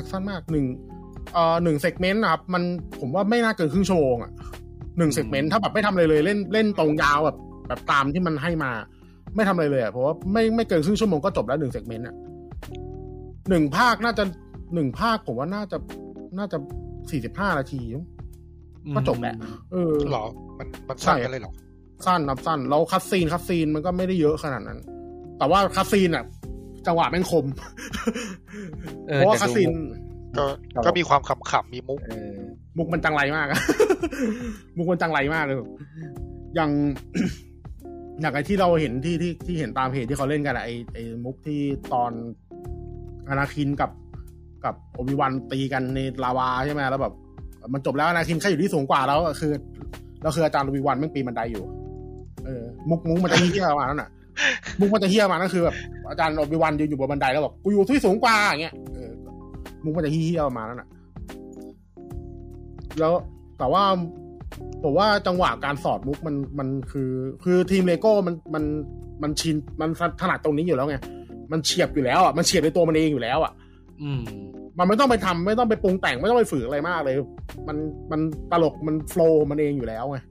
1เซกเมนต์นะครับมันผมว่าไม่น่าเกินครึ่งชั่วโมง1เซกเมนต์ถ้าแบบไม่ทำอะไรเลยเล่นตรงยาวแบบตามที่มันให้มาไม่ทำอะไรเลยเพราะว่าไม่เกินครึ่งชั่วโมงก็จบแล้ว1เซกเมนต์1ภาคน่าจะ1ภาคผมว่าน่าจะ45นาทีก็จบแหละหรอมันสั้นกันเลยหรอสั้นแล้วคัสซีนมันก็ไม่ได้เยอะขนาดนั้นแต่ว่าคัสซีนจังหวะแม่งคมเพราะว่าคัสซีนก็มีความขำมีมุกมันจังไรมากมุกมันจังไรมากเลยอย่างไอ้ที่เราเห็นที่เห็นตามเพจที่เขาเล่นกันไอ้มุกที่ตอนอนาคินกับโอบิวันตีกันในลาวาใช่ไหมแล้วแบบมันจบแล้วอนาคินแค่อยู่ที่สูงกว่าแล้วคืออาจารย์โอบิวันแม่งปีนบันไดอยู่มุกมันจะเหี้ยมานั่นน่ะมุกมันจะเหี้ยมานั่นคือแบบอาจารย์โอบิวันยืนอยู่บนบันไดแล้วแบบกูอยู่ที่สูงกว่าอย่างเงี้ยมุกมันจะเหี้ยมานั่นน่ะแล้วแต่ว่าผมว่าจังหวะการสอดมุกมันคือทีมเลโก้มันชินมันถนัดตรงนี้อยู่แล้วไงมันเฉียบอยู่แล้วมันเฉียบในตัวมันเองอยู่แล้วมันไม่ต้องไปทำไม่ต้องไปปรุงแต่งไม่ต้องไปฝืนอะไรมากเลยมันตลกมันโฟลว์มันเองอยู่แล้วไง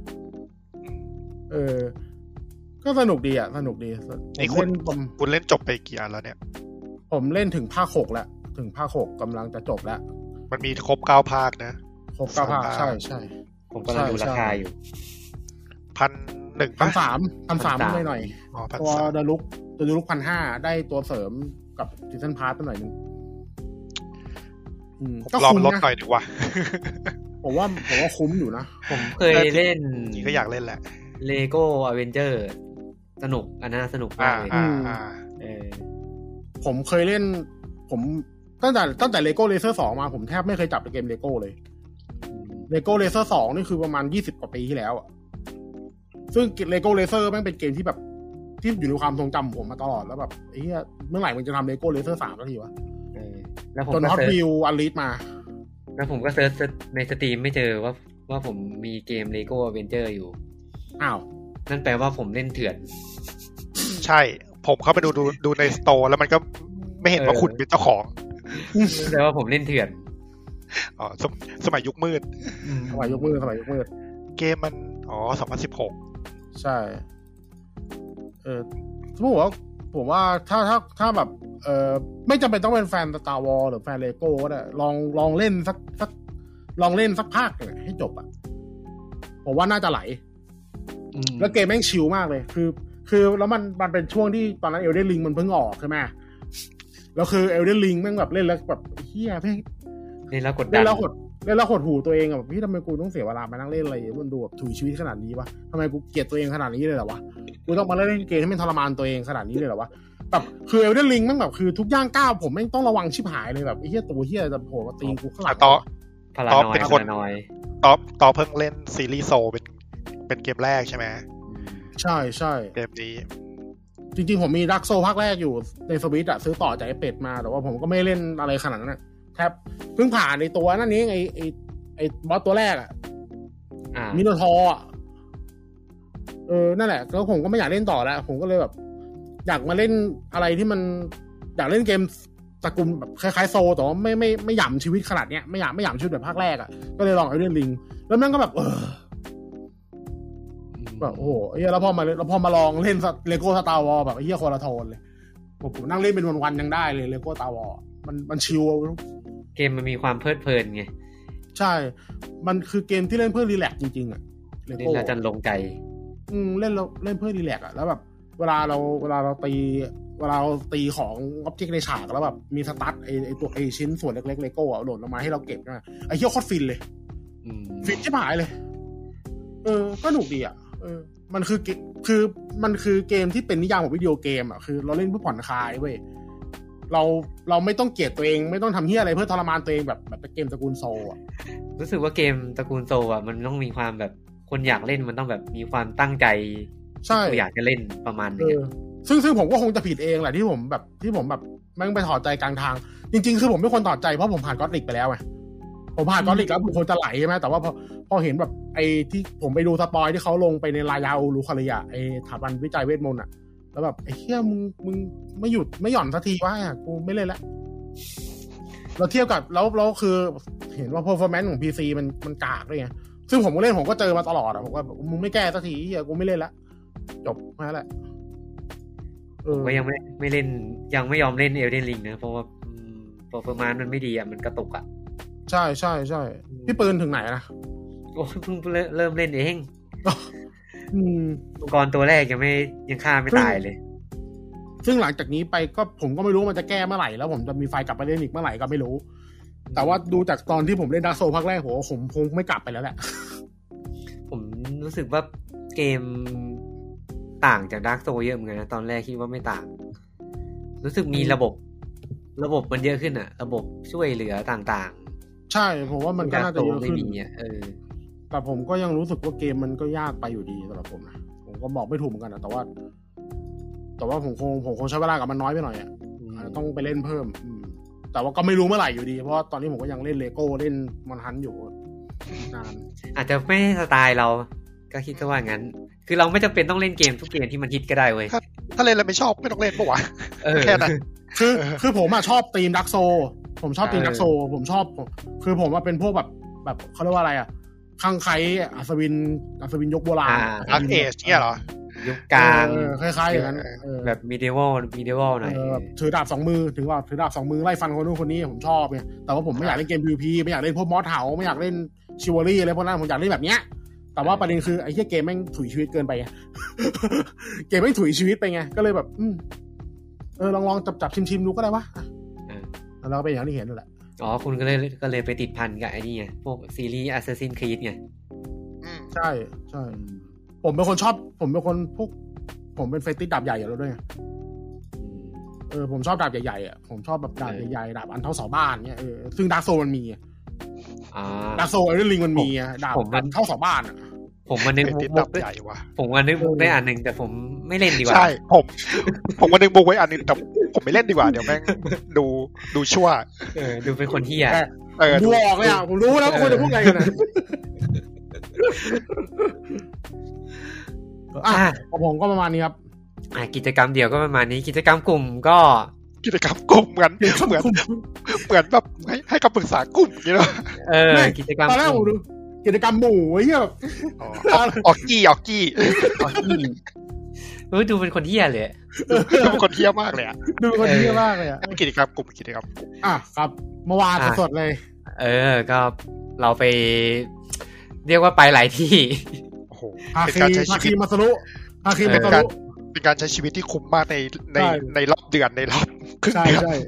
ก็สนุกดีสนุกดีนี่คุณเล่นจบไปกี่อันแล้วเนี่ยผมเล่นถึงภาค6แล้วถึงภาค6กำลังจะจบแล้วมันมีครบ9ภาคนะครบ9ภาคใช่ผมกำลังดูราคาอยู่ 1,100 ป่ะ 1,300 หน่อยตัวเดลุก1,500ได้ตัวเสริมกับซีซั่นพาสหน่อยนึงก็รอลดหน่อยดีกว่าผมว่าคุ้มอยู่นะผมเคยเล่นนี่ก็อยากเล่นแหละ Lego Avenger สนุกอันนั้นสนุกมากเลยผมเคยเล่นผมตั้งแต่ Lego Racer 2มาผมแทบไม่เคยจับเกม Lego เลย Lego Racer 2นี่คือประมาณ20กว่าปีที่แล้วซึ่ง Lego Racer แม่งเป็นเกมที่แบบที่อยู่ในความทรงจำผมมาตลอดแล้วแบบเฮ้ยเมื่อไหร่มันจะทำ Lego Racer 3สักทีวะจน Hot Wheels Unleashed มาแล้วผมก็เซิร์ชในสตรีมไม่เจอว่าผมมีเกม Lego Avenger อยู่อ้าวนั่นแปลว่าผมเล่นเถื่อนใช่ผมเข้าไปดูในสโตร์แล้วมันก็ไม่เห็นว่าคุณเป็นเจ้าของแปลว่าผมเล่นเถื่อนสมัยยุคมืดสมัยยุคมืดเกมมัน2016 ใช่ผมว่าถ้าแบบไม่จำเป็นต้องเป็นแฟน Star Wars หรือแฟน Lego ก็ได้ลองเล่นสักภาคเลยให้จบผมว่าน่าจะไหลแล้วเกมแม่งชิลมากเลยคือแล้วมันเป็นช่วงที่ตอนนั้น Elden Ring มันเพิ่งออกใช่ไหมแล้วคือ Elden Ring แม่งแบบเล่นแล้วแบบเหี้ยแม่งเล่นแล้วกดดันเล่นแล้วหดหูตัวเองแบบพี่ทำไมกูต้องเสียเวลามานั่งเล่นอะไรมันดูแบบถุยชีวิตขนาดนี้วะทำไมกูเกลียดตัวเองขนาดนี้เลยเหรอวะกูต้องมาเล่นเกมให้มันทรมานตัวเองขนาดนี้เลยเหรอวะแบบคือ Elden Ring แม่งแบบคือทุกย่างก้าวผมแม่งต้องระวังชิบหายเลยแบบไอ้เหี้ยตัวเหี้ยจะโผล่มาตีกูข้างหลังต่อเป็นคนต่อเพิ่งเล่นซีรีส์โซเป็นเกมแรกใช่ไหมใช่ใช่เกมนี้จริงๆผมมีดักโซภาคแรกอยู่ในสวิตช์ซื้อต่อจากไอ้เป็ดมาแต่ว่าผมก็ไม่เล่นอะไรขนาดนั้นนะแทบเพิ่งผ่านในตัวนั่นนี้ไอ้บอสตัวแรกมิโนทอร์นั่นแหละแล้วผมก็ไม่อยากเล่นต่อแล้วผมก็เลยแบบอยากมาเล่นอะไรที่มันอยากเล่นเกมตระกูลแบบคล้ายๆโซแต่ว่าไม่หย่ำชีวิตขนาดเนี้ยไม่หย่ำชีวิตแบบภาคแรกก็เลยลองElden Ringแล้วมันก็แบบแบบโอ้โหแล้วพอมาลองเล่นเลโก้สตาร์วอร์แบบคนละโทนเลยผมนั่งเล่นเป็นวันๆยังได้เลยเลโก้สตาร์วอร์มันชิลเกมมันมีความเพลิดเพลินไงใช่มันคือเกมที่เล่นเพื่อรีแลกซ์จริงๆเลโก้เล่นแล้วจะลงใจเล่นเพื่อรีแลกซ์แล้วแบบเวลาเราตีของอ็อบเจกต์ในฉากแล้วแบบมีสตั๊ดไอตัวชิ้นส่วนเล็กๆเลโก้หล่นลงมาให้เราเก็บนะไอ้เหี้ยโคตรฟินเลยฟินชิบหายเลยก็หนุกดีมันคือเกมที่เป็นนิยามของวิดีโอเกมคือเราเล่นเพื่อผ่อนคลายเว้ยเราไม่ต้องเกลียดตัวเองไม่ต้องทำเหี้ยอะไรเพื่อทรมานตัวเองแบบเกมตระกูลโซรู้สึกว่าเกมตระกูลโซมันต้องมีความแบบคนอยากเล่นมันต้องแบบมีความตั้งใจใช่อยากจะเล่นประมาณนี้ซึ่งผมก็คงจะผิดเองแหละที่ผมแบบแม่งไปถอดใจกลางทางจริงๆคือผมไม่ควรถอดใจเพราะผมผ่านก็อดลิกไปแล้วไงผมผ่านก็อดลิกแล้วผมควรจะไหลใช่ไหมแต่ว่าพอเห็นแบบไอ้ที่ผมไปดูสปอยที่เขาลงไปในรายาอูรุคาริยะไอ้สถาบันวิจัยเวทมนต์แล้วแบบไอ้เหี้ยมึงไม่หยุดไม่หย่อนสักทีวะกูไม่เล่นละเราเทียบกับแล้วคือเห็นว่า performance ของ PC มันกากด้วยไงซึ่งผมก็เล่นผมก็เจอมาตลอดผมก็มึงไม่แก้สักทีกูไม่เล่นละจบแค่นั้นแหละก็ยังไม่เล่นยังไม่ยอมเล่น Elden Ring นะเพราะว่าperformance มันไม่ดีมันกระตุกใช่พี่ปืนถึงไหนนะโอ้เพิ่งเริ่มเล่นเองมังกรตัวแรกยังฆ่าไม่ตายเลยซึ่งหลังจากนี้ไปก็ผมก็ไม่รู้มันจะแก้เมื่อไหร่แล้วผมจะมีไฟกลับไปเล่นอีกเมื่อไหร่ก็ไม่รู้แต่ว่าดูจากตอนที่ผมเล่นดาร์กโซลภาคแรกผมคงไม่กลับไปแล้วแหละผมรู้สึกว่าเกมต่างจากดาร์กโซลเยอะเหมือนกันนะตอนแรกคิดว่าไม่ต่างรู้สึกมีระบบมันเยอะขึ้นระบบช่วยเหลือต่างๆใช่ผมว่ามันก็น่าจะเยอะขึ้นแต่ผมก็ยังรู้สึกว่าเกมมันก็ยากไปอยู่ดีสำหรับผมนะผมก็บอกไม่ถูกเหมือนกันนะแต่ว่าผมคงใช้เวลากับมันน้อยไปหน่อยต้องไปเล่นเพิ่มแต่ว่าก็ไม่รู้เมื่อไหร่อยู่ดีเพราะตอนนี้ผมก็ยังเล่นเลโก้เล่นมอนฮันอยู่นานอาจจะไม่สไตล์เราก็คิดว่างั้นคือเราไม่จำเป็นต้องเล่นเกมทุกเกมที่มันฮิตก็ได้เว้ยถ้าเล่นแล้วไม่ชอบไม่ต้องเล่นปะวะแค่นั้นคือผมชอบธีมดักโซผมชอบธีมดักโซผมชอบคือผมว่าเป็นพวกแบบเขาเรียกว่าอะไรข้างไคอัศวินยกโบราณดักเอจเนี่ยเหรอยุคกลางคล้ายๆอย่างนั้นแบบมีเดวอลหน่อยถือดาบ2มือถึงว่าถือดาบ2มือไล่ฟันคนนู้นคนนี้ผมชอบไงแต่ว่าผมไม่อยากเล่นเกม PVP ไม่อยากเล่นพวกมอสเถาไม่อยากเล่นชิวอรี่อะไรพวกนั้นผมอยากเล่นแบบเนี้ยแต่ว่าประเด็นคือไอ้เหี้ยเกมแม่งถุยชีวิตเกินไปไงเกมแม่งถุยชีวิตไปไงก็เลยแบบลองจับชิมดูก็ได้วะแล้วเป็นอย่างที่เห็นนั่นแหละอ๋อคุณก็เลยไปติดพันกับไอ้นี่ไงพวกซีรีส์ Assassin's Creed ไงใช่ผมเป็นคนผมเป็นเฟติชดาบใหญ่อยู่แล้วด้วยผมชอบดาบใหญ่ๆผมชอบแบบดาบใหญ่ๆดาบอันเท่าเสาบ้านเงี้ยซึ่งดาร์กโซลมันมีดาร์กโซลไอเดนลิงมันมีดาบเท่าเสาบ้านผมมานึกดาบใหญ่ว่ะผมมานึกได้อันนึงแต่ผมไม่เล่นดีกว่าใช่ผมมานึกบุกไว้อันนึงแต่ผมไม่เล่นดีกว่าเดี๋ยวแม่งดูชั่วดูเป็นคนเหี้ยดูออกเลยผมรู้แล้วว่าคุณจะพูดอะไรกันนะผมก็ประมาณนี้ครับกิจกรรมเดี่ยวก็ประมาณนี้กิจกรรมกลุ่มก็กิจกรรมกลุ่มกันเหมือนแบบให้คำปรึกษากลุ่มนี่เนาะกิจกรรมตอนแรกผมดูกิจกรรมหมู่ไอ้เหี้ยแบบออกกี้ดูเป็นคนเหี้ยเลยดูเป็นคนเหี้ยมากเลยดูเป็นคนเหี้ยมากเลยกิจกรรมกลุ่มครับเมื่อวานสดเลยก็เราไปเรียกว่าไปหลายที่โอ้โหเป็นการใช้ชีวิตมาสรุเป็นการใช้ชีวิตที่คุ้มมากในรอบเดือนในรอบใช่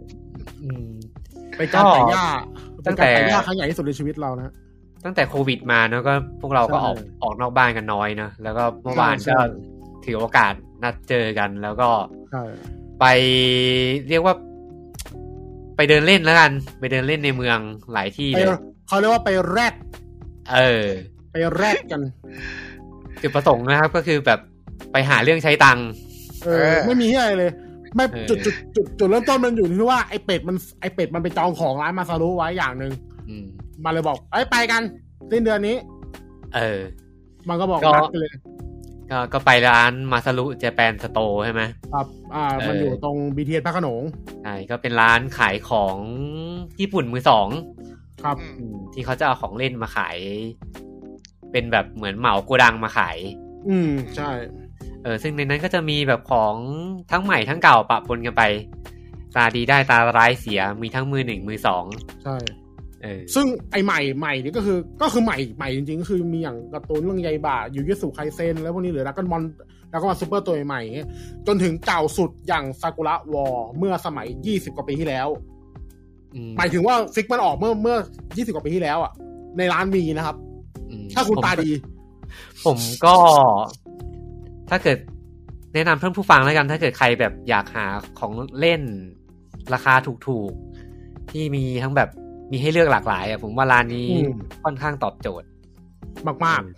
ไปการแต่งหญ้าตั้งแต่หญ้าครั้งใหญ่ที่สุดในชีวิตเรานะตั้งแต่โควิดมาเนาะก็พวกเราก็ออกนอกบ้านกันน้อยนะแล้วก็เมื่อวานก็ถือโอกาสนัดเจอกันแล้วก็ไปเรียกว่าไปเดินเล่นแล้วกันไปเดินเล่นในเมืองหลายที่เลยเขาเรียกว่าไปแรดไปแรดกันจุดประสงค์นะครับก็คือแบบไปหาเรื่องใช้ตังค์ไม่มีอะไรเลยไม่จุดเริ่มต้นมันอยู่ที่ว่าไอเป็ดมันไปจองของร้านมาซารุไว้อย่างนึงมันเลยบอกไปกันสิ้นเดือนนี้มันก็บอกนัดกันเลยก็ไปร้านมาซารุเจแปนสโตร์ใช่ไหมครับมันอยู่ตรง BTS พระโขนงใช่ก็เป็นร้านขายของญี่ปุ่นมือสองครับที่เขาจะเอาของเล่นมาขายเป็นแบบเหมือนเหมาโกดังมาขายใช่ซึ่งในนั้นก็จะมีแบบของทั้งใหม่ทั้งเก่าปะปนกันไปตาดีได้ตาร้ายเสียมีทั้งมือหนึ่งมือสองใช่ซึ่งไอใหม่นี่ก็คือใหม่จริงๆก็คือมีอย่างการ์ตูนเรื่องยายบ่ายูเยสุไคเซนแล้วพวกนี้หรือดราก้อนบอลแล้วก็มาซูเปอร์ตัวใหม่จนถึงเก่าสุดอย่างซากุระวอร์เมื่อสมัย20กว่าปีที่แล้วหมายถึงว่าฟิกมันออกเมื่อ20กว่าปีที่แล้วอ่ะในร้านมีนะครับถ้าคุณตาดีผมก็ถ้าเกิดแนะนำเพื่อนผู้ฟังแล้วกันถ้าเกิดใครแบบอยากหาของเล่นราคาถูกๆที่มีทั้งแบบมีให้เลือกหลากหลายผมว่าร้านนี้ค่อนข้างตอบโจทย์มาก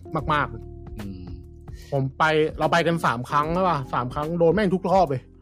เราไปกัน3ครั้งแล้วป่ะ3ครั้งโดนแม่งทุกรอบเลย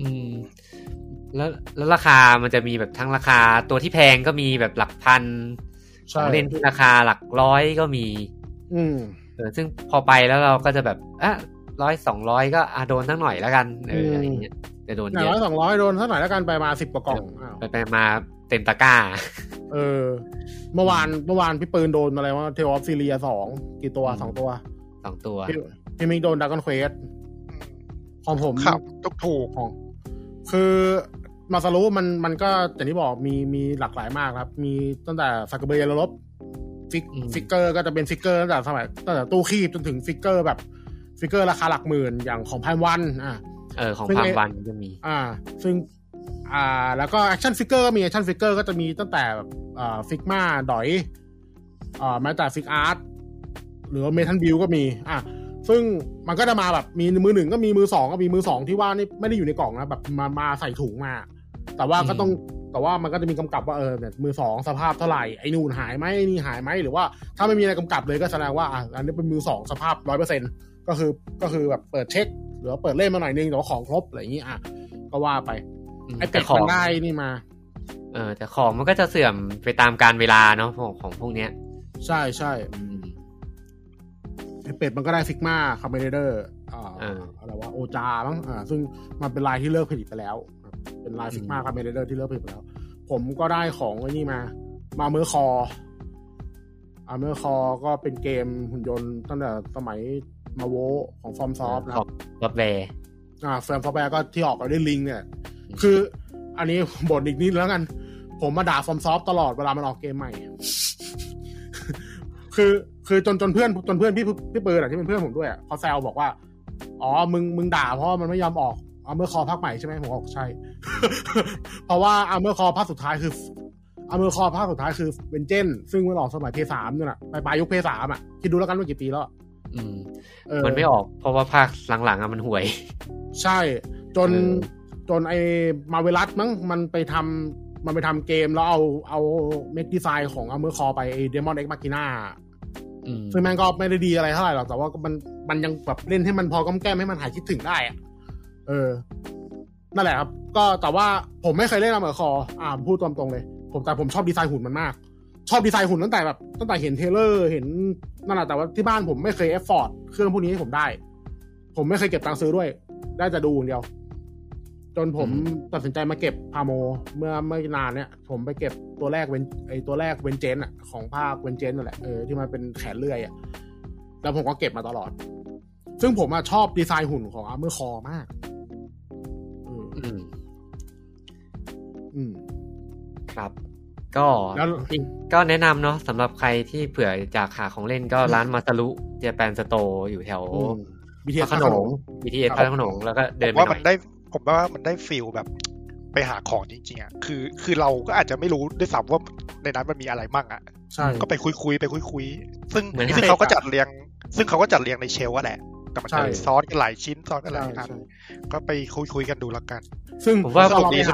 แล้วราคามันจะมีแบบทั้งราคาตัวที่แพงก็มีแบบหลักพันของเล่นที่ราคาหลักร้อยก็มีซึ่งพอไปแล้วเราก็จะแบบ100-200ก็โดนทั้งหน่อยแล้วกันอะไรอย่างเงี้ยจะโดนเยอะ 100-200โดนทั้งหน่อยแล้วกันไปมา10กว่ากล่องไปมาเต็มตะกร้าเมื่อวานพี่ปืนโดนอะไรวะ Tale of Syria 2กี่ตัว2ตัวพี่มิกโดน Dragon Quest ของผมครับถูกของคือมาซารุมันก็อย่างที่บอกมีหลากหลายมากครับมีตั้งแต่ซากาเบะยาลบฟิกเกอร์ก็จะเป็นฟิกเกอร์ตั้งแต่ตู้คีบจนถึงฟิกเกอร์แบบฟิกเกอร์ราคาหลักหมื่นอย่างของพันวันของพันวันก็มีซึ่งแล้วก็แอคชั่นฟิกเกอร์ก็มีแอคชั่นฟิกเกอร์ก็จะมีตั้งแต่ฟิกมาดอยแม้แต่ฟิกอาร์ตหรือเมทัลบิวก็มีซึ่งมันก็จะมาแบบมีมือหนึ่งก็มีมือสองก็มีมือสองที่ว่านี่ไม่ได้อยู่ในกล่องนะแบบมาใส่ถุงมาแต่ว่ามันก็จะมีกำกับว่าเนี่ยมือสองสภาพเท่าไหร่ไอ้นู่นหายไหมนี่หายไหมหรือว่าถ้าไม่มีอะไรกำกับเลยก็แสดงว่าอันนี้เป็นมือสองสภาพ 100% ก็คือแบบเปิดเช็คหรือว่าเปิดเล่มมาหน่อยนึงแต่ว่าของครบอะไรอย่างนี้ก็ว่าไปไอ้เป็ดมันได้นี่มาแต่ของมันก็จะเสื่อมไปตามกาลเวลาเนาะของพวกเนี้ยใช่ไอ้เป็ดมันก็ได้ฟิกมาคาเมเดอร์อะไรวะโอจามั้งซึ่งมันเป็นลายที่เลิกผลิตไปแล้วเป็นลายฟิกมาคาเมเดอร์ที่เลิกผลิตไปแล้วผมก็ได้ของไอ้นี่มาเมอร์คอก็เป็นเกมหุ่นยนต์ตั้งแต่สมัยมาโวของฟอร์มซอฟต์นะครับซอฟต์แวร์เฟิร์มซอฟต์แวร์ก็ที่ออกมาด้วยลิงเนี่ยคืออันนี้บ่นอีกนิดแล้วกันผมมาด่าฟอร์มซอฟต์ตลอดเวลามันออกเกมใหม่ คือจนเพื่อนพี่ปืนที่เป็นเพื่อนผมด้วยเขาแซวบอกว่ามึงด่าเพราะมันไม่ยอมออกเมื่อคอภาคใหม่ใช่ไหมผมบอกใช่ เพราะว่าเมื่อคอภาคสุดท้ายคือเมื่อคอภาคสุดท้ายคือเวนเจนซึ่งมันออกสมัย PS3 นี่แหละปลายยุค PS3 คิดดูแล้วกันว่ากี่ปีแล้วมันไม่ออกเพราะว่าภาคหลังๆมันห่วยใช่จนไอ้มาเวลัสมั้งมันไปทำเกมแล้วเอาเมคดีไซน์ของเมอร์คอไปเดมอนเอ็กซ์มาคิน่าซึ่งมันก็ไม่ได้ดีอะไรเท่าไหร่หรอกแต่ว่ามันยังแบบเล่นให้มันพอก้มแก้มให้มันหายคิดถึงได้นั่นแหละครับก็แต่ว่าผมไม่เคยเล่นเมอร์คอพูดตรงๆเลยแต่ผมชอบดีไซน์หุ่นมันมากชอบดีไซน์หุ่นตั้งแต่เห็นเทเลอร์เห็นนั่นแหละแต่ว่าที่บ้านผมไม่เคยเอฟฟอร์ดเครื่องพวกนี้ให้ผมได้ผมไม่เคยเก็บตังค์ซื้อด้วยได้จะดูอย่างเดียวจนผมตัดสินใจมาเก็บพาโมเมื่อนานเนี่ยผมไปเก็บตัวแรกเวนเจนของภาคเวนเจนนั่นแหละที่มันเป็นแขนเลื่อยแล้วผมก็เก็บมาตลอดซึ่งผมชอบดีไซน์หุ่นของเมอร์คอมากครับก็แนะนำเนาะสำหรับใครที่เผื่ออยากหาของเล่นก็ร้านมาซารุเจแปนสโตร์อยู่แถวพระโขนง BTS พระโขนงแล้วก็เดินไปหน่อยผมว่ามันได้ฟีลแบบไปหาของจริงๆคือเราก็อาจจะไม่รู้ด้วยซ้ำว่าในนั้นมันมีอะไรมั่งก็ไปคุยซึ่งเขาก็จัดเรียงในเชลฟ์แหละแต่มันจะซ้อนกันหลายชิ้นซ้อนกันหลายอันก็ไปคุยกันดูละกันซึ่งผมว่าสนุกดี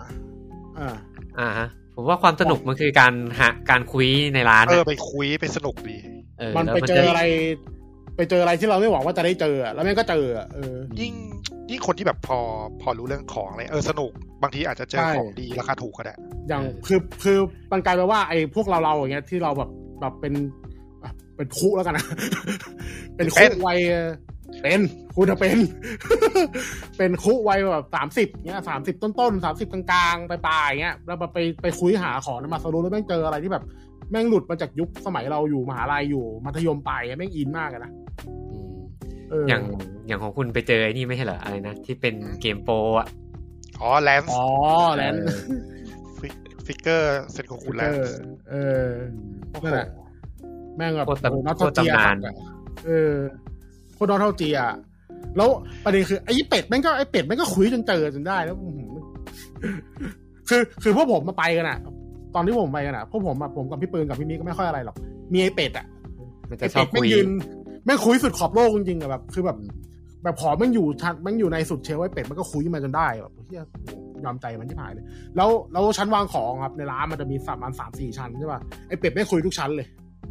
ผมว่าความสนุกมันคือการคุยในร้านไปคุยไปสนุกดีมันไปเจออะไรไปเจออะไรที่เราไม่หวังว่าจะได้เจอแล้วแม่งก็เจอยิ่งคนที่แบบพอรู้เรื่องของอะไรสนุกบางทีอาจจะเจอของดีราคาถูกก็ได้อย่างคือมันกลายเป็นว่าไอ้พวกเราอย่างเงี้ยที่เราแบบเป็นคุแล้วกันนะเป็นคุวัยเป็นคุณจะเป็นคุวัยแบบ30เงี้ย30ต้นๆ30กลางๆปลายๆเงี้ยแล้วไปคุยหาของมาสรุปแล้วแม่งเจออะไรที่แบบแม่งหลุดมาจากยุคสมัยเราอยู่มหาลัยอยู่มัธยมปลายแม่งอินมากนะอย่างของคุณไปเจอไอ้นี่ไม่ใช่เหรออะไรนะที่เป็นเกมโปรอ่ะแลนส์ฟิกเกอร์เซนโกคุแลนส์นั่นแหละแม่งแบบนัทเท่าเจียโคตรนัทเท่าเจียแล้วประเด็นคือไอ้เป็ดแม่งก็คุยจนเจอจนได้แล้วคือพวกผมมาไปกันอ่ะตอนที่ผมไปกันอ่ะพวกผมกับพี่ปืนกับพี่มิกก็ไม่ค่อยอะไรหรอกมีไอ้เป็ดอ่ะไอ้เป็ดแม่งยืนแม่งคุยสุดขอบโลกจริงๆอ่ะแบบคือแบบขอแม่งอยู่ในสุดเชลไอ้เป็ดมันก็คุยมาจนได้แบบเหี้ยยอมใจมันที่ผ่านเลยแล้วชั้นวางของครับในร้านมันจะมี3-4 ชั้นใช่ป่ะไอ้เป็ดไม่คุยทุกชั้นเลย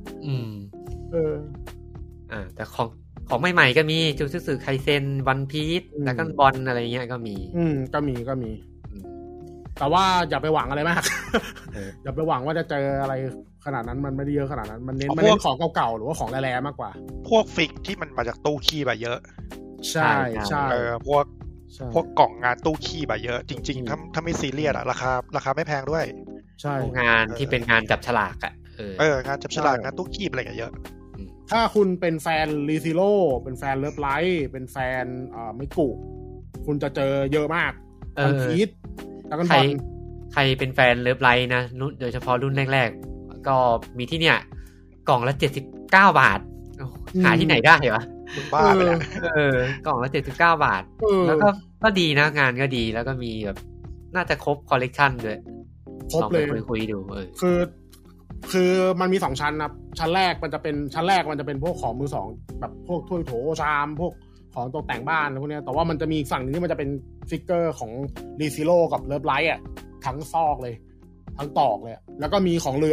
แต่ของใหม่ๆก็มีจูซึสึไคเซ็นวันพีซแล้วก็บอลอะไรเงี้ยก็มีก็มีแต่ว่าอย่าไปหวังอะไรมากอย่าไปหวังว่าจะเจออะไรขนาดนั้นมันไม่ได้เยอะขนาดนั้นมันเน้นของเก่าๆหรือว่าของแร่ๆมากกว่าพวกฟิกที่มันมาจากตู้ขี้แบบเยอะใช่พวกกล่องงานตู้ขี้แบบเยอะจริงๆถ้าไม่ซีเรียสอะราคาไม่แพงด้วยใช่งานที่เป็นงานจับฉลากอะงานจับฉลากงานตู้ขี้อะไรเยอะถ้าคุณเป็นแฟนรีซิโร่เป็นแฟนเลิฟไลท์เป็นแฟนไม่กุคุณจะเจอเยอะมากวันพีซแล้วก็ใครเป็นแฟนเลิฟไลท์นะโดยเฉพาะรุ่นแรกๆก็มีที่เนี่ยกล่องละ79 บาทหาที่ไหนได้วะบ้าไปแล้วกล่องละ79 บาทแล้วก็ดีนะงานก็ดีแล้วก็มีแบบน่าจะครบคอลเลกชันด้วยครบเลยคุยดูคือมันมี2ชั้นนะชั้นแรกมันจะเป็นพวกของมือ2แบบพวกถ้วยโถชามพวกของตกแต่งบ้านอะไรพวกนี้แต่ว่ามันจะมีฝั่งนึงที่มันจะเป็นฟิกเกอร์ของรีซิโร่กับเลิฟไลท์อ่ะทั้งซอกเลยทั้งตอกเลยแล้วก็มีของเรือ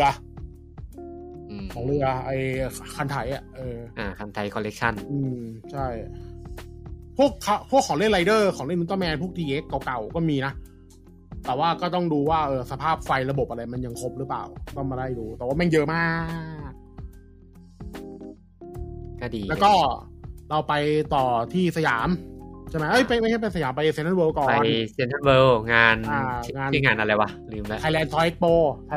ไอ้คันไถอ่ะคันไถคอลเลกชันใช่พวกของเล่นไรเดอร์ของเล่นอุลตร้าแมนพวก DX เก่าๆก็มีนะแต่ว่าก็ต้องดูว่าสภาพไฟระบบอะไรมันยังครบหรือเปล่าต้องมาได้ดูแต่ว่าแม่งเยอะมากก็ดีแล้วก็เราไปต่อที่สยามใช่ไหมไม่ใช่ไปสยามไปเซ็นทรัลเวิลด์ก่อนไปเซ็นทรัลเวิลด์งานที่งานอะไรวะลืมแล้ว Thailand Toy Expo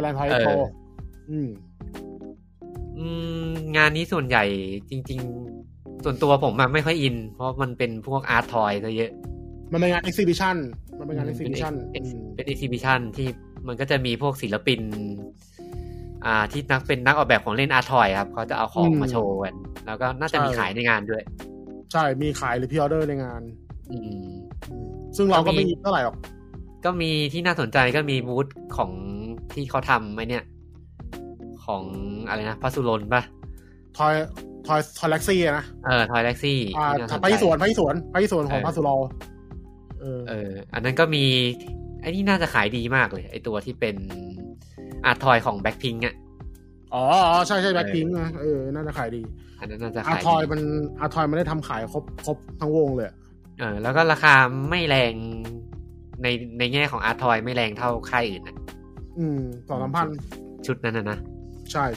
งานนี้ส่วนใหญ่จริงๆส่วนตัวผมไม่ค่อยอินเพราะมันเป็นพวกอาร์ตทอยซะเยอะมันเป็นงาน exhibition เป็น exhibition ที่มันก็จะมีพวกศิลปินที่เป็นนักออกแบบของเล่นอาร์ตทอยครับเขาจะเอาของมาโชว์กันแล้วก็น่าจะมีขายในงานด้วยใช่มีขายหรือพรีออเดอร์ในงานซึ่งเราก็ไม่มีเท่าไหร่หรอกก็มีที่น่าสนใจก็มีบูธของที่เขาทำไอ้เนี่ยของอะไรนะพาสุรนป่ะทอยแล็กซี่นะทอยแล็กซี่ไปสวนของพาสุรอันนั้นก็มีไอ้นี่น่าจะขายดีมากเลยไอ้ตัวที่เป็นอาร์ทอยของแบ็คพิงค์อ่ะอ๋อใช่แบ็คพิงค์นะน่าจะขายดีอันนั้นน่าจะขายอาร์ทอยมันได้ทำขายครบทั้งวงเลยแล้วก็ราคาไม่แรงในแง่ของอาร์ทอยไม่แรงเท่าค่ายอื่นอ่ะ 2-3,000 ชุดนั้นนะใช่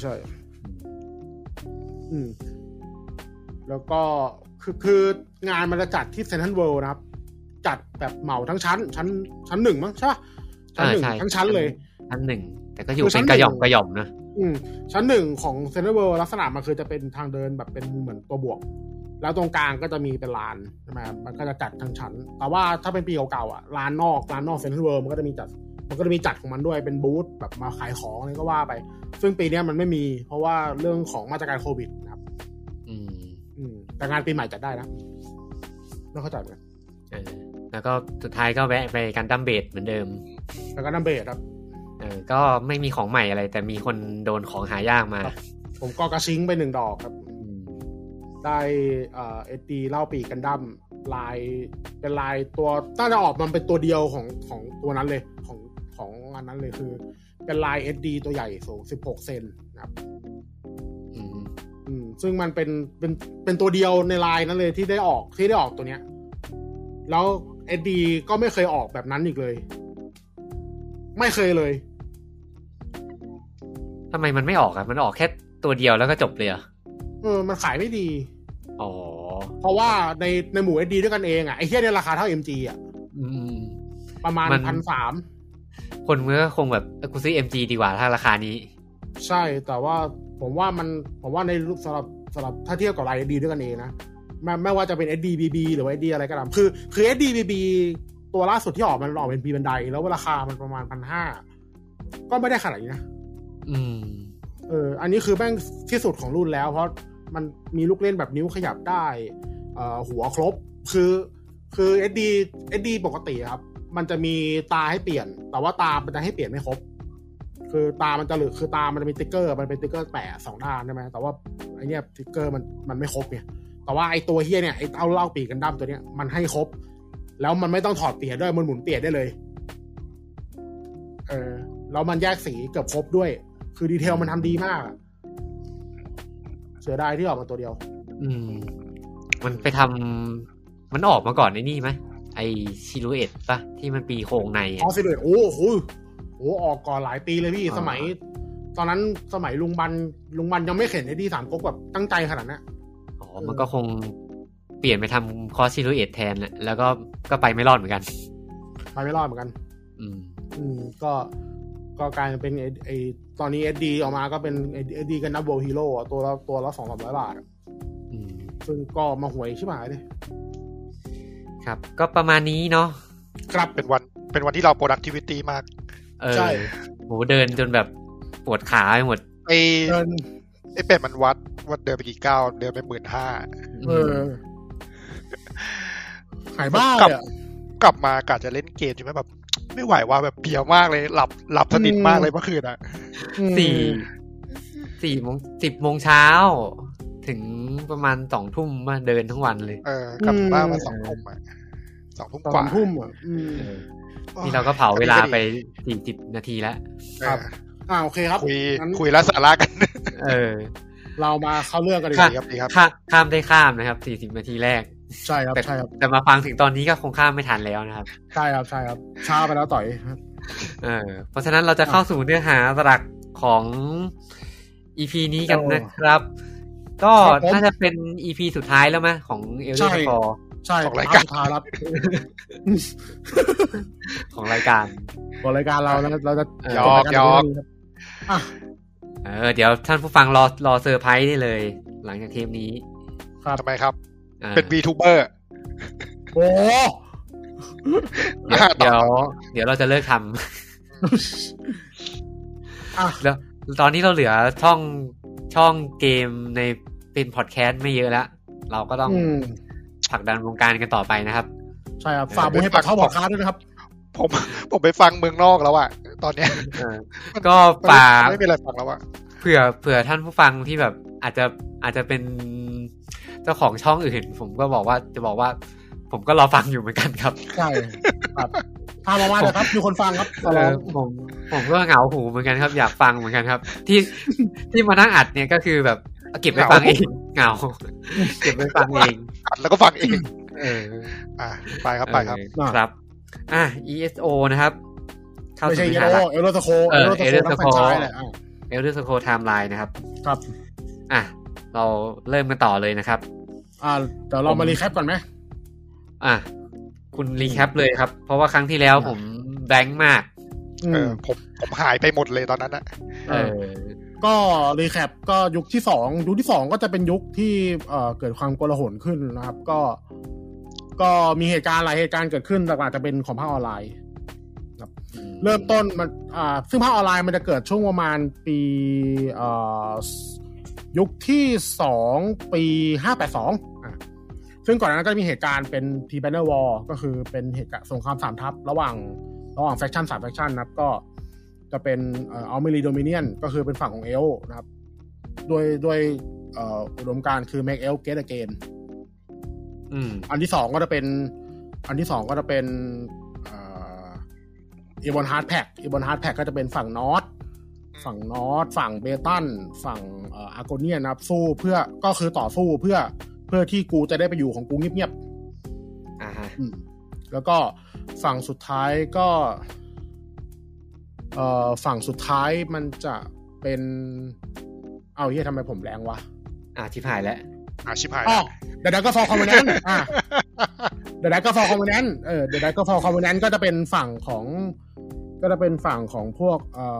แล้วก็คืองานมันจะจัดที่เซ็นทรัลเวิลด์นะครับจัดแบบเหมาทั้งชั้น1มั้งใช่ป่ะชั้น1ทั้งชั้นเลยชั้น1แต่ก็อยู่เป็นกระหย่อมนะชั้น1ของเซ็นทรัลเวิลด์ลักษณะมันคือจะเป็นทางเดินแบบเป็นเหมือนตัวบวกแล้วตรงกลางก็จะมีเป็นลานใช่ไหมมันก็จะจัดทั้งชั้นแต่ว่าถ้าเป็นปีเก่าๆอ่ะลานนอกเซ็นทรัลเวิลด์มันก็จะมีจัดของมันด้วยเป็นบูธแบบมาขายของอะไรก็ว่าไปซึ่งปีนี้มันไม่มีเพราะว่าเรื่องของมาตรการโควิดนะครับแต่งานปีใหม่จัดได้นะไม่เข้าใจเลยแล้วก็สุดท้ายก็แวะไปกันดั้มเบสเหมือนเดิมแล้วก็ดั้มเบสครับก็ไม่มีของใหม่อะไรแต่มีคนโดนของหายากมาผมก็กระชิงไป1 ดอกครับได้SD เล่าปีกันดั้มลายเป็นลายตัวน่าจะออกมันเป็นตัวเดียวของตัวนั้นเลยของอันนั้นเลยคือเป็นลาย SD ตัวใหญ่สูง16 เซนนะครับซึ่งมันเป็นตัวเดียวในไลน์นั้นเลยที่ได้ออกตัวเนี้ยแล้ว SD ก็ไม่เคยออกแบบนั้นอีกเลยไม่เคยเลยทำไมมันไม่ออกมันออกแค่ตัวเดียวแล้วก็จบเลยมันขายไม่ดีอ๋อเพราะว่าในหมู่ SD ด้วยกันเองไอ้เหี้ยเนี่ยราคาเท่า MG ประมาณ 1,300 คนมันก็คงแบบกูซื้อ MG ดีกว่าถ้าราคานี้ใช่แต่ว่าผมว่าในสำหรับถ้าเทียบกับราย SD ด้วยกันเองนะไม่ว่าจะเป็น SDBB หรือว่า SD อะไรก็ตามคือ SDBB ตัวล่าสุดที่ออกมันออกเป็นปีบันไดแล้วราคามันประมาณ 1,500 ก็ไม่ได้ขนาดนี้นะอันนี้คือแม่งที่สุดของรุ่นแล้วเพราะมันมีลูกเล่นแบบนิ้วขยับได้หัวครบคือ SD ปกติครับมันจะมีตาให้เปลี่ยนแต่ว่าตามันจะให้เปลี่ยนไม่ครบคือตามันจะคือตามันจะมีติ๊กเกอร์มันเป็นติ๊กเกอร์แปะ2ด้านใช่ไหมแต่ว่าไอเนี้ยติ๊กเกอร์มันไม่ครบเนี่ยแต่ว่าไอตัวเฮียเนี่ยไอเอาเล่าปีกกันดั้มตัวเนี้ยมันให้ครบแล้วมันไม่ต้องถอดเปลี่ยนด้วยมันหมุนเปลี่ยนได้เลยแล้วมันแยกสีเกือบครบด้วยคือดีเทลมันทำดีมากเสียดายที่ออกมาตัวเดียวมันไปทำมันออกมาก่อนไอ้นี่ไหมไอซิลูเอตป่ะที่มันปีโครงในซิลูเอตโอ้โหออกก่อนหลายปีเลยพี่สมัยตอนนั้นสมัยลุงบันยังไม่เข็นไอ้ดี3ก๊กแบบตั้งใจขนาดนั้นมันก็คงเปลี่ยนไปทำคอสซิลูเอตแทนแล้วก็ไปไม่รอดเหมือนกันก็กลายเป็นไอตอนนี้ SD ออกมาก็เป็น SD กันนับโวฮีโร่ตัวละ 200-300 บาทซึ่งก็มาหวยชิบหายเลยครับก็ประมาณนี้เนาะครับเป็นวันที่เรา productivity มากใช่โหเดินจนแบบปวดขาไปหมดไอ้เป็ดมันวัดเดินไปกี่ก้าวเดินไป 15,000 หายบ้ากลับมากะจะเล่นเกมใช่ไหมแบบไม่ไหวว่าแบบเพียวมากเลยหลับสนิทมากเลยเมื่อคืน 10 โมงเช้าถึงประมาณ 20:00 นมาเดินทั้งวันเลยกลับบ้านมา 20:00 นอ่ะ 20:00 นกว่านี่เราก็เผาเวลาไป40 นาทีแล้วครับโอเคครับคุยแล้วสาระกันเรามาเข้าเรื่องกันดีครับข้ามได้ข้ามนะครับ40 นาทีแรกใช่ครับแต่มาฟังถึงตอนนี้ก็คงข้ามไม่ทันแล้วนะครับใช่ครับช้าไปแล้วต่อยเพราะฉะนั้นเราจะเข้าสู่เนื้อหาหลักของ EP นี้กันนะครับก็น่าจะเป็น EP สุดท้ายแล้วมั้ยของ Elder Scrolls ใช่ของรายการครับของรายการเรานะเราจะยอกเดี๋ยวท่านผู้ฟังรอเซอร์ไพรส์ได้เลยหลังจากเทปนี้ทำไมครับเป็น VTuber โอ้เดี๋ยวเราจะเลิกทำแล้วตอนนี้เราเหลือช่องเกมในเป็นพอดแคสต์ไม่เยอะแล้วเราก็ต้องผลักดันวงการกันต่อไปนะครับใช่ครับฝากบุญให้ปักเข้าพอดคาสต์ด้วยนะครับผมไปฟังเมืองนอกแล้วอ่ะตอนเนี้ยก็ฝากไม่มีอะไรฟังแล้วอ่ะเผื่อท่านผู้ฟังที่แบบอาจจะเป็นเจ้าของช่องอื่นผมก็บอกว่าผมก็รอฟังอยู่เหมือนกันครับใช่ครับพามาเลยครับมีคนฟังครับผมก็เหงาหูเหมือนกันครับอยากฟังเหมือนกันครับที่มานั่งอัดเนี่ยก็คือแบบเก็บไว้ฟังเองเหงาเก็บไว้ฟังเองอัดแล้วก็ฟังเองไปครับครับESO นะครับเข้าสู่เนื้อหาหลักElder Scrolls Timeline นะครับครับเราเริ่มกันต่อเลยนะครับเดี๋ยวเรามารีแคปก่อนไหมคุณรีแคปเลยครับเพราะว่าครั้งที่แล้วผมแบงค์มากผมหายไปหมดเลยตอนนั้นนะก็รีแคปก็ยุคที่2ก็จะเป็นยุคที่เกิดความโกลาหลขึ้นนะครับก็มีเหตุการณ์หลายเหตุการณ์เกิดขึ้นหลักๆจะเป็นของภาคออนไลน์ครับเริ่มต้นมันซึ่งภาคออนไลน์มันจะเกิดช่วงประมาณปียุคที่2ปี582ซึ่งก่อนหน้านั้นก็จะมีเหตุการณ์เป็น T-Banner War ก็คือเป็นเหตุการณ์สงคราม3ทัพระหว่างแฟคชั่น3แฟคชั่นนะครับก็จะเป็นAlmeri Dominion ก็คือเป็นฝั่งของเอลนะครับด้วยอุดมการณ์คือ Make Elf Great Again อันที่2ก็จะเป็นEbon Hard Pack ก็จะเป็นฝั่งนอร์ทฝั่งนอร์ทฝั่งเบตันฝั่งอาร์โกเนียนะครับสู้เพื่อก็คือต่อสู้เพื่อที่กูจะได้ไปอยู่ของกูเงียบๆแล้วก็ฝั่งสุดท้ายก็ฝั่งสุดท้ายมันจะเป็นเอาเหี้ยทำไมผมแรงวะชิบหายแล้วชิบหายเดี๋ยวก็ฟอร์คอมมูนแนนเดี๋ยวก็ฟอร์คอมมูนแนนเดี๋ยวก็ฟอร์คอมมูนแนนก็จะเป็นฝั่งของพวก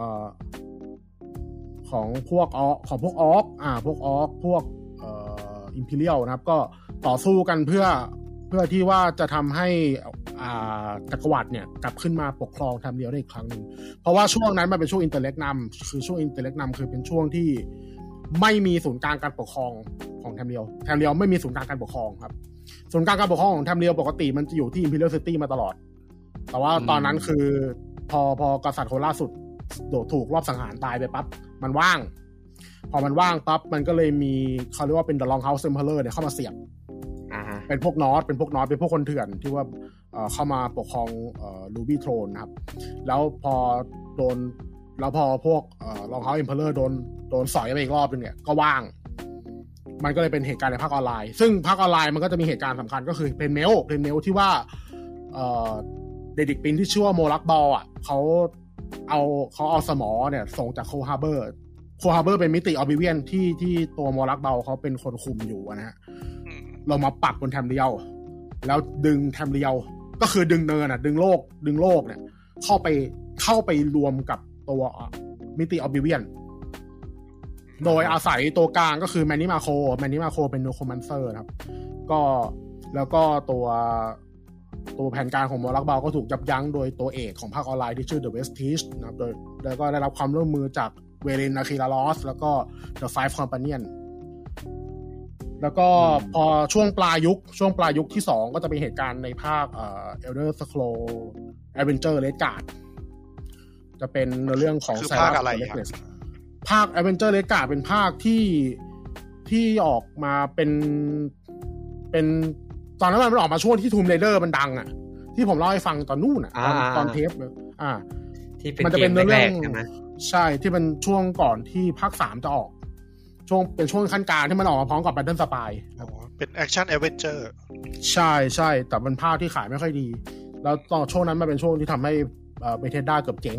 ของพวกออกพวกอิมพีเรียลนะครับก็ต่อสู้กันเพื่อที่ว่าจะทำให้จักรวรรดิเนี่ยกลับขึ้นมาปกครองแทมเรียลได้อีกครั้งนึงเพราะว่าช่วงนั้นมันเป็นช่วงอินเตอร์เล็กนัมคือเป็นช่วงที่ไม่มีศูนย์กลางการปกครองของแทมเรียลไม่มีศูนย์กลางการปกครองครับศูนย์กลางการปกครองของแทมเรียลปกติมันจะอยู่ที่อิมพีเรียลซิตี้มาตลอดแต่ว่าตอนนั้นคือพอกษัตริย์คนล่าสุดถูกรอบสังหารตายไปปั๊บมันว่างพอมันว่างปั๊บมันก็เลยมีเขาเรียกว่าเป็น The Longhouse Emperor เนี่ยเข้ามาเสียบเป็นพวกนอร์ทเป็นพวกคนเถื่อนที่ว่าเข้ามาปกครองรูบี้โทรนนะครับแล้วพอพวกLonghouse Emperor โดนสอยไปอีกรอบนึงเนี่ยก็ว่างมันก็เลยเป็นเหตุการณ์ในภาคออนไลน์ซึ่งภาคออนไลน์มันก็จะมีเหตุการณ์สำคัญก็คือเพนเมลที่ว่าเดดิกปินที่ชื่อว่าโมลักบอลเขาเอาสมอเนี่ยส่งจากโคฮาร์เบอร์เป็นมิติออบิเวียนที่ตัวโมลักบอลเขาเป็นคนคุมอยู่นะฮะเรามาปักบนแทมเรียลแล้วดึงแทมเรียลก็คือดึงเนินดึงโลกเนี่ยเข้าไปรวมกับตัวมิติออบิเวียนโดยอาศัยตัวกลางก็คือแมนนิมาโคเป็นโนโคมันเซอร์ครับก็แล้วก็ตัวแผนการของโมลักบาลก็ถูกยับยั้งโดยตัวเอกของภาคออนไลน์ที่ชื่อ The Vestige นะครับโดยแล้วก็ได้รับความร่วมมือจากเวเรน อาคิลาลอสแล้วก็ The Five Companion แล้วก็พอช่วงปลายยุคที่2ก็จะเป็นเหตุการณ์ในภาคElder Scrolls Adventure Redguard จะเป็นในเรื่องของ Cyrus the Reckless ภาค Adventure Redguard เป็นภาคที่ออกมาเป็นตอนนั้นมันออกมาช่วงที่ Tomb Raider มันดังที่ผมเล่าให้ฟังตอนนู่นตอนเทปที่เป็นเกมแรกๆใช่ไหมใช่ที่เป็นช่วงก่อนที่ภาค3จะออกเป็นช่วงขั้นกลางที่มันออกมาพร้อมกับ Battle Spy เป็น Action Adventure ใช่แต่เป็นภาคที่ขายไม่ค่อยดีแล้วตอนช่วงนั้นมันเป็นช่วงที่ทำให้Bethesda เกือบเจ๊ง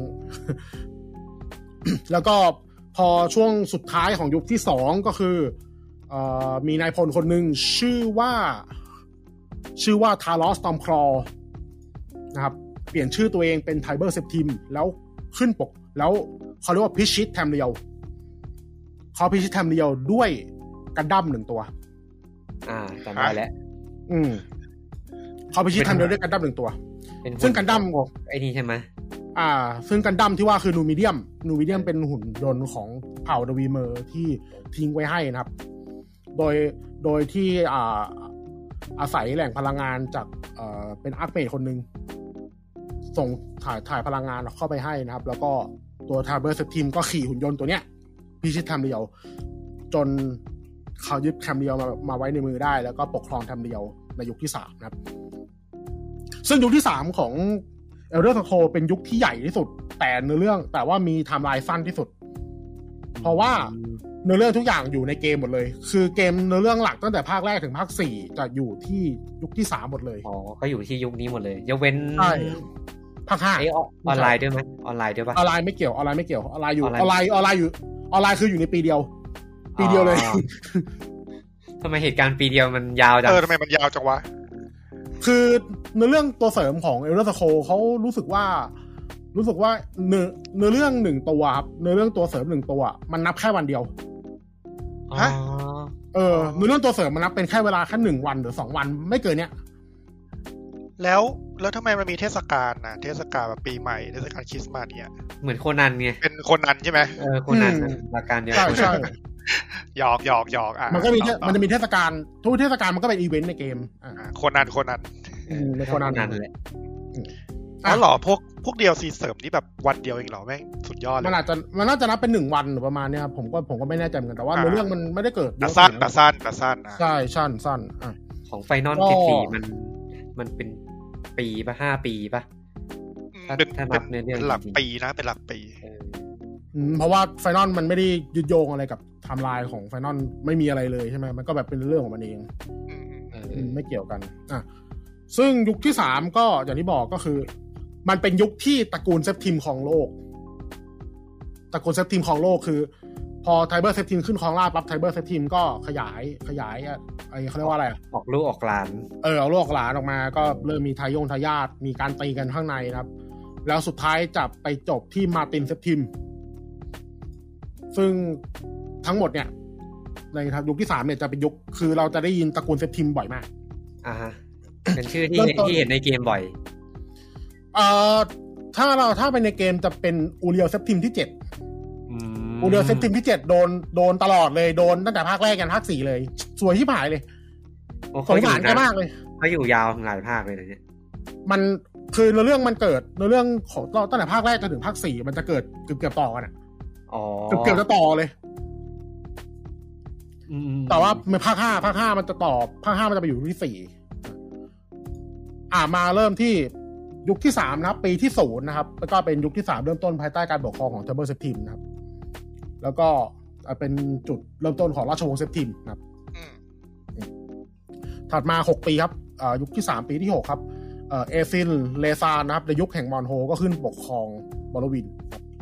แล้วก็พอช่วงสุดท้ายของยุคที่2ก็คือมีนายพลคนหนึ่งชื่อว่าทารอสตอมคลอนะครับเปลี่ยนชื่อตัวเองเป็นไทเบอร์เซปทิมแล้วขึ้นปกแล้วเขาเรียกว่าพิชิตแทมเรียลเขาพิชิตแทมเรียลด้วยกันดั้ม1ตัวจำได้แล้วเขาพิชิตแทมเรียลด้วยกันดั้ม1ตัวซึ่งกันดั้มไอ้นี่ใช่ไหมซึ่งกันดั้มที่ว่าคือนูมิเดียมเป็นหุ่นยนต์ของเผ่าเดวีเมอร์ที่ทิ้งไว้ให้นะครับโดยที่อาศัยแหล่งพลังงานจากเป็นอาร์คเมจคนหนึ่งส่งถ่ายพลังงานเข้าไปให้นะครับแล้วก็ตัวทาร์เบอร์สทีมก็ขี่หุ่นยนต์ตัวเนี้ยพิชิตแทมเรียลจนเขายึดแทมเรียลมาไว้ในมือได้แล้วก็ปกครองแทมเรียลในยุคที่3นะครับซึ่งยุคที่3ของ Elder Scrolls เป็นยุคที่ใหญ่ที่สุดแต่ว่ามีไทม์ไลน์สั้นที่สุดเพราะว่าเนื้อเรื่องทุกอย่างอยู่ในเกมหมดเลยคือเกมเนื้อเรื่องหลักตั้งแต่ภาคแรกถึงภาค4จะอยู่ที่ยุคที่3หมดเลยก็อยู่ที่ยุคนี้หมดเลยยกเว้นภาค5 ออนไลน์ด้วยมั้ยออนไลน์ด้วยป่ะออนไลน์ไม่เกี่ยวออนไลน์อยู่ออนไลน์คืออยู่ในปีเดียวเลยทำไมเหตุการณ์ปีเดียวมันยาวจังทำไมมันยาวจังวะคือในเรื่องตัวเสริมของ Elder Scrolls เขารู้สึกว่าเนื้อเรื่อง1ตัวครับเนื้อเรื่องตัวเสริม1ตัวมันนับแค่วันเดียวฮะเนื้อเรื่องตัวเสริมมันนับเป็นแค่เวลาแค่1วันหรือ2วันไม่เกินเนี้ยแล้วทำไมมันมีเทศกาลนะเทศกาลแบบปีใหม่เทศกาลคริสต์มาสเนี่ยเหมือนโคนันไงเป็นโคนันใช่ไหมโคนันหลักการเดียวใช่หยอกมันก็มันจะมีเทศกาลทุกเทศกาลมันก็เป็นอีเวนต์ในเกมโคนันในโคนันนั่นแหละหรอพวกเดียวซีเสริมนี่แบบวันเดียวเองเหรอแม่งสุดยอดเลยมันน่าจะนับเป็น1วันหรือประมาณเนี้ยผมก็ไม่แน่ใจเหมือนกันแต่ว่าเรื่องมันไม่ได้เกิดสั้นใช่สั้นของไฟนอล14มันเป็นปีป่ะ5ปีป่ะถ้านับเรื่องหลักปีนะเป็นหลักปีเพราะว่าไฟนอลมันไม่ได้ยึดโยงอะไรกับไทม์ไลน์ของไฟนอลไม่มีอะไรเลยใช่ไหมมันก็แบบเป็นเรื่องของมันเองไม่เกี่ยวกันซึ่งยุคที่3ก็อย่างที่บอกก็คือมันเป็นยุคที่ตระกูลเซฟทีมของโลกตระกูลเซฟทีมของโลกคือพอไทเบอร์เซฟทีมขึ้นครองราชย์ปั๊บไทเบอร์เซฟทีมก็ขยายไอ้เขาเรียกว่าอะไรออกลูกออกหลานเอาลูกออกหลานออกมาก็เริ่มมีทายาทมีการตีกันข้างในครับแล้วสุดท้ายจะไปจบที่มาร์ตินเซฟทีมซึ่งทั้งหมดเนี่ยในยุคที่3เนี่ยจะเป็นยุคคือเราจะได้ยินตระกูลเซฟทีมบ่อยมากเป็นชื่อที่เห็นในเกมบ่อยถ้าเป็นในเกมจะเป็นอูเรียลเซฟทีมที่7อูเรียลเซฟทีมที่7โดนตลอดเลยโดนตั้งแต่ภาคแรกยันภาค4เลยสวยที่หายเลยสงสารแกมากเลยเขาอยู่ยาวหลายภาคเลยเนี่ยมันคือเรื่องมันเกิดในเรื่องของตั้งแต่ภาคแรกจนถึงภาค4มันจะเกิดเกือบต่อกันเกือบจะต่อเลยแต่ว่าในภาค5มันจะต่อภาค5มันจะไปอยู่ที่4มาเริ่มที่ยุคที่3นะครับปีที่0นะครับแล้วก็เป็นยุคที่3เริ่มต้นภายใต้การปกครองของ Tabor Septim นะครับแล้วก็เป็นจุดเริ่มต้นของราชวงศ์เซปทิมนะครับถัดมา6ปีครับยุคที่3ปีที่6ครับเอซินเลซานนะครับในยุคแห่งมอนโฮก็ขึ้นปกครองบอลวิน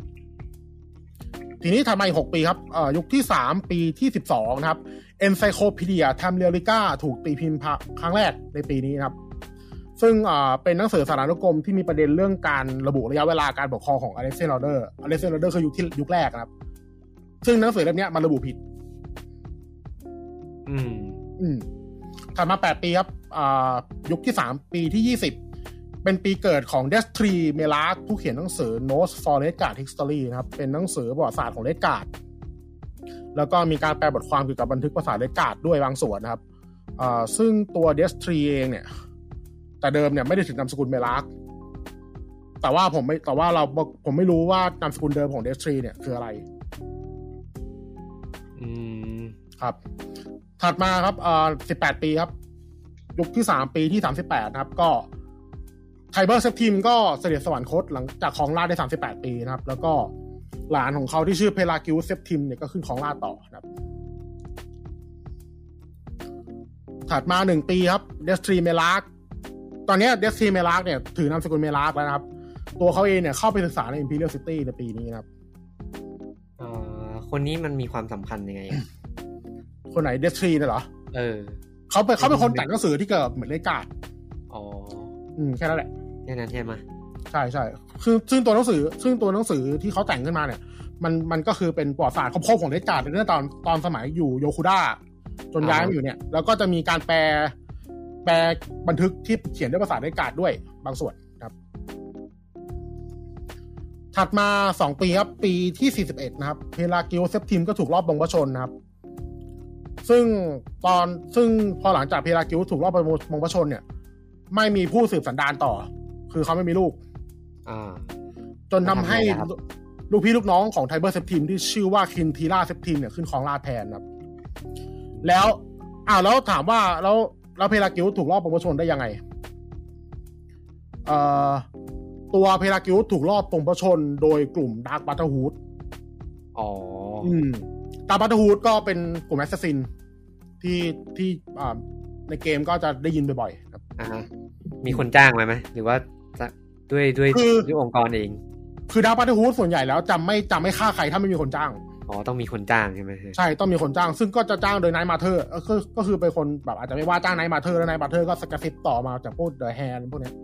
ทีนี้ถัดมาอีก6ปีครับยุคที่3ปีที่12นะครับ Encyclopedia Tamilica ถูกตีพิมพ์ครั้งแรกในปีนี้นะครับซึ่งเป็นหนังสือสารานุกรมที่มีประเด็นเรื่องการระบุระยะเวลาการปกครองของอเล็กซานเดอร์คือยุคแรกนะครับซึ่งหนังสือเล่มนี้มันระบุผิดถัดมา8ปีครับยุคที่3ปีที่20เป็นปีเกิดของเดสทรีเมลาร์ผู้เขียนหนังสือ Notes for Redguard History นะครับเป็นหนังสือประวัติศาสตร์ของ Redguard แล้วก็มีการแปลบทความเกี่ยวกับบันทึกภาษา Redguard ด้วยบางส่วนนะครับซึ่งตัวเดสทรีเองเนี่ยแต่เดิมเนี่ยไม่ได้ถึงนามสกุลเมลาร์แต่ว่าผมไม่รู้ว่านามสกุลเดิมของเดสทรีเนี่ยคืออะไรครับถัดมาครับ18ปีครับยุคที่3ปีที่38นะครับก็ไทเบอร์เซปทิมก็เสด็จสวรรคตหลังจากครองราชย์ได้38ปีนะครับแล้วก็หลานของเขาที่ชื่อเพลากิวเซปทิมเนี่ยก็ขึ้นครองราชย์ต่อนะครับถัดมา1ปีครับเดสทรีเมลาร์ตอนนี้เดสทรีเมลาร์เนี่ยถือนามสกุลเมลาร์แล้วนะครับตัวเขาเองเนี่ยเข้าไปศึกษาใน Imperial City ในปีนี้นะครับคนนี้มันมีความสำคัญยังไงคนไหนเดสทรีเนี่ยเหรอเขาเป็นคนแต่งหนังสือที่เกิดเหมือนเลกาดแค่นั้นแหละแค่นั้นใช่ไหมใช่คือซึ่งตัวหนังสือที่เขาแต่งขึ้นมาเนี่ยมันก็คือเป็นประวัติศาสตร์ครบของเลกาดในเรื่องตอนสมัยอยู่โยคุด้าจนย้ายมาอยู่เนี่ยแล้วก็จะมีการแปลบันทึกที่เขียนด้วยภาษาเลกาดด้วยบางส่วนครับถัดมา2ปีครับปีที่41นะครับเพลากิโอเซปทิมก็ถูกลอบบังคับชนนะครับซึ่งพอหลังจากเพลากิวถูกรอบบังคับชนเนี่ยไม่มีผู้สืบสันดานต่อคือเขาไม่มีลูกจนทำให้ลูกพี่ลูกน้องของไทเบอร์เซปทิมที่ชื่อว่าคินทีล่าเซปทิมเนี่ยขึ้นครองราชย์แทนครับแล้วถามว่าแล้วเพลากิวถูกรอบบังคับชนได้ยังไงตัวเพลากิวถูกรอบบังคับชนโดยกลุ่มดาร์กบัตเตอร์ฮูดดาร์กบัตเตอร์ฮูดก็เป็นกลุ่มแอสซัสซินที่ในเกมก็จะได้ยินบ่อยๆครับมีคนจ้างไหมหรือว่าด้วยองค์กรเองคือดาร์กบัตเตอร์ฮูดส่วนใหญ่แล้วจะไม่ฆ่าใครถ้าไม่มีคนจ้างต้องมีคนจ้างใช่ไหมใช่ต้องมีคนจ้างซึ่งก็จะจ้างโดยไนท์มาเธอร์ก็คือเป็นคนแบบอาจจะไม่ว่าจ้างไนท์มาเธอร์แล้วไนท์มาเธอร์ก็สกัดซิปต่อมาจากพวกเดอะแฮนด์พวกนี้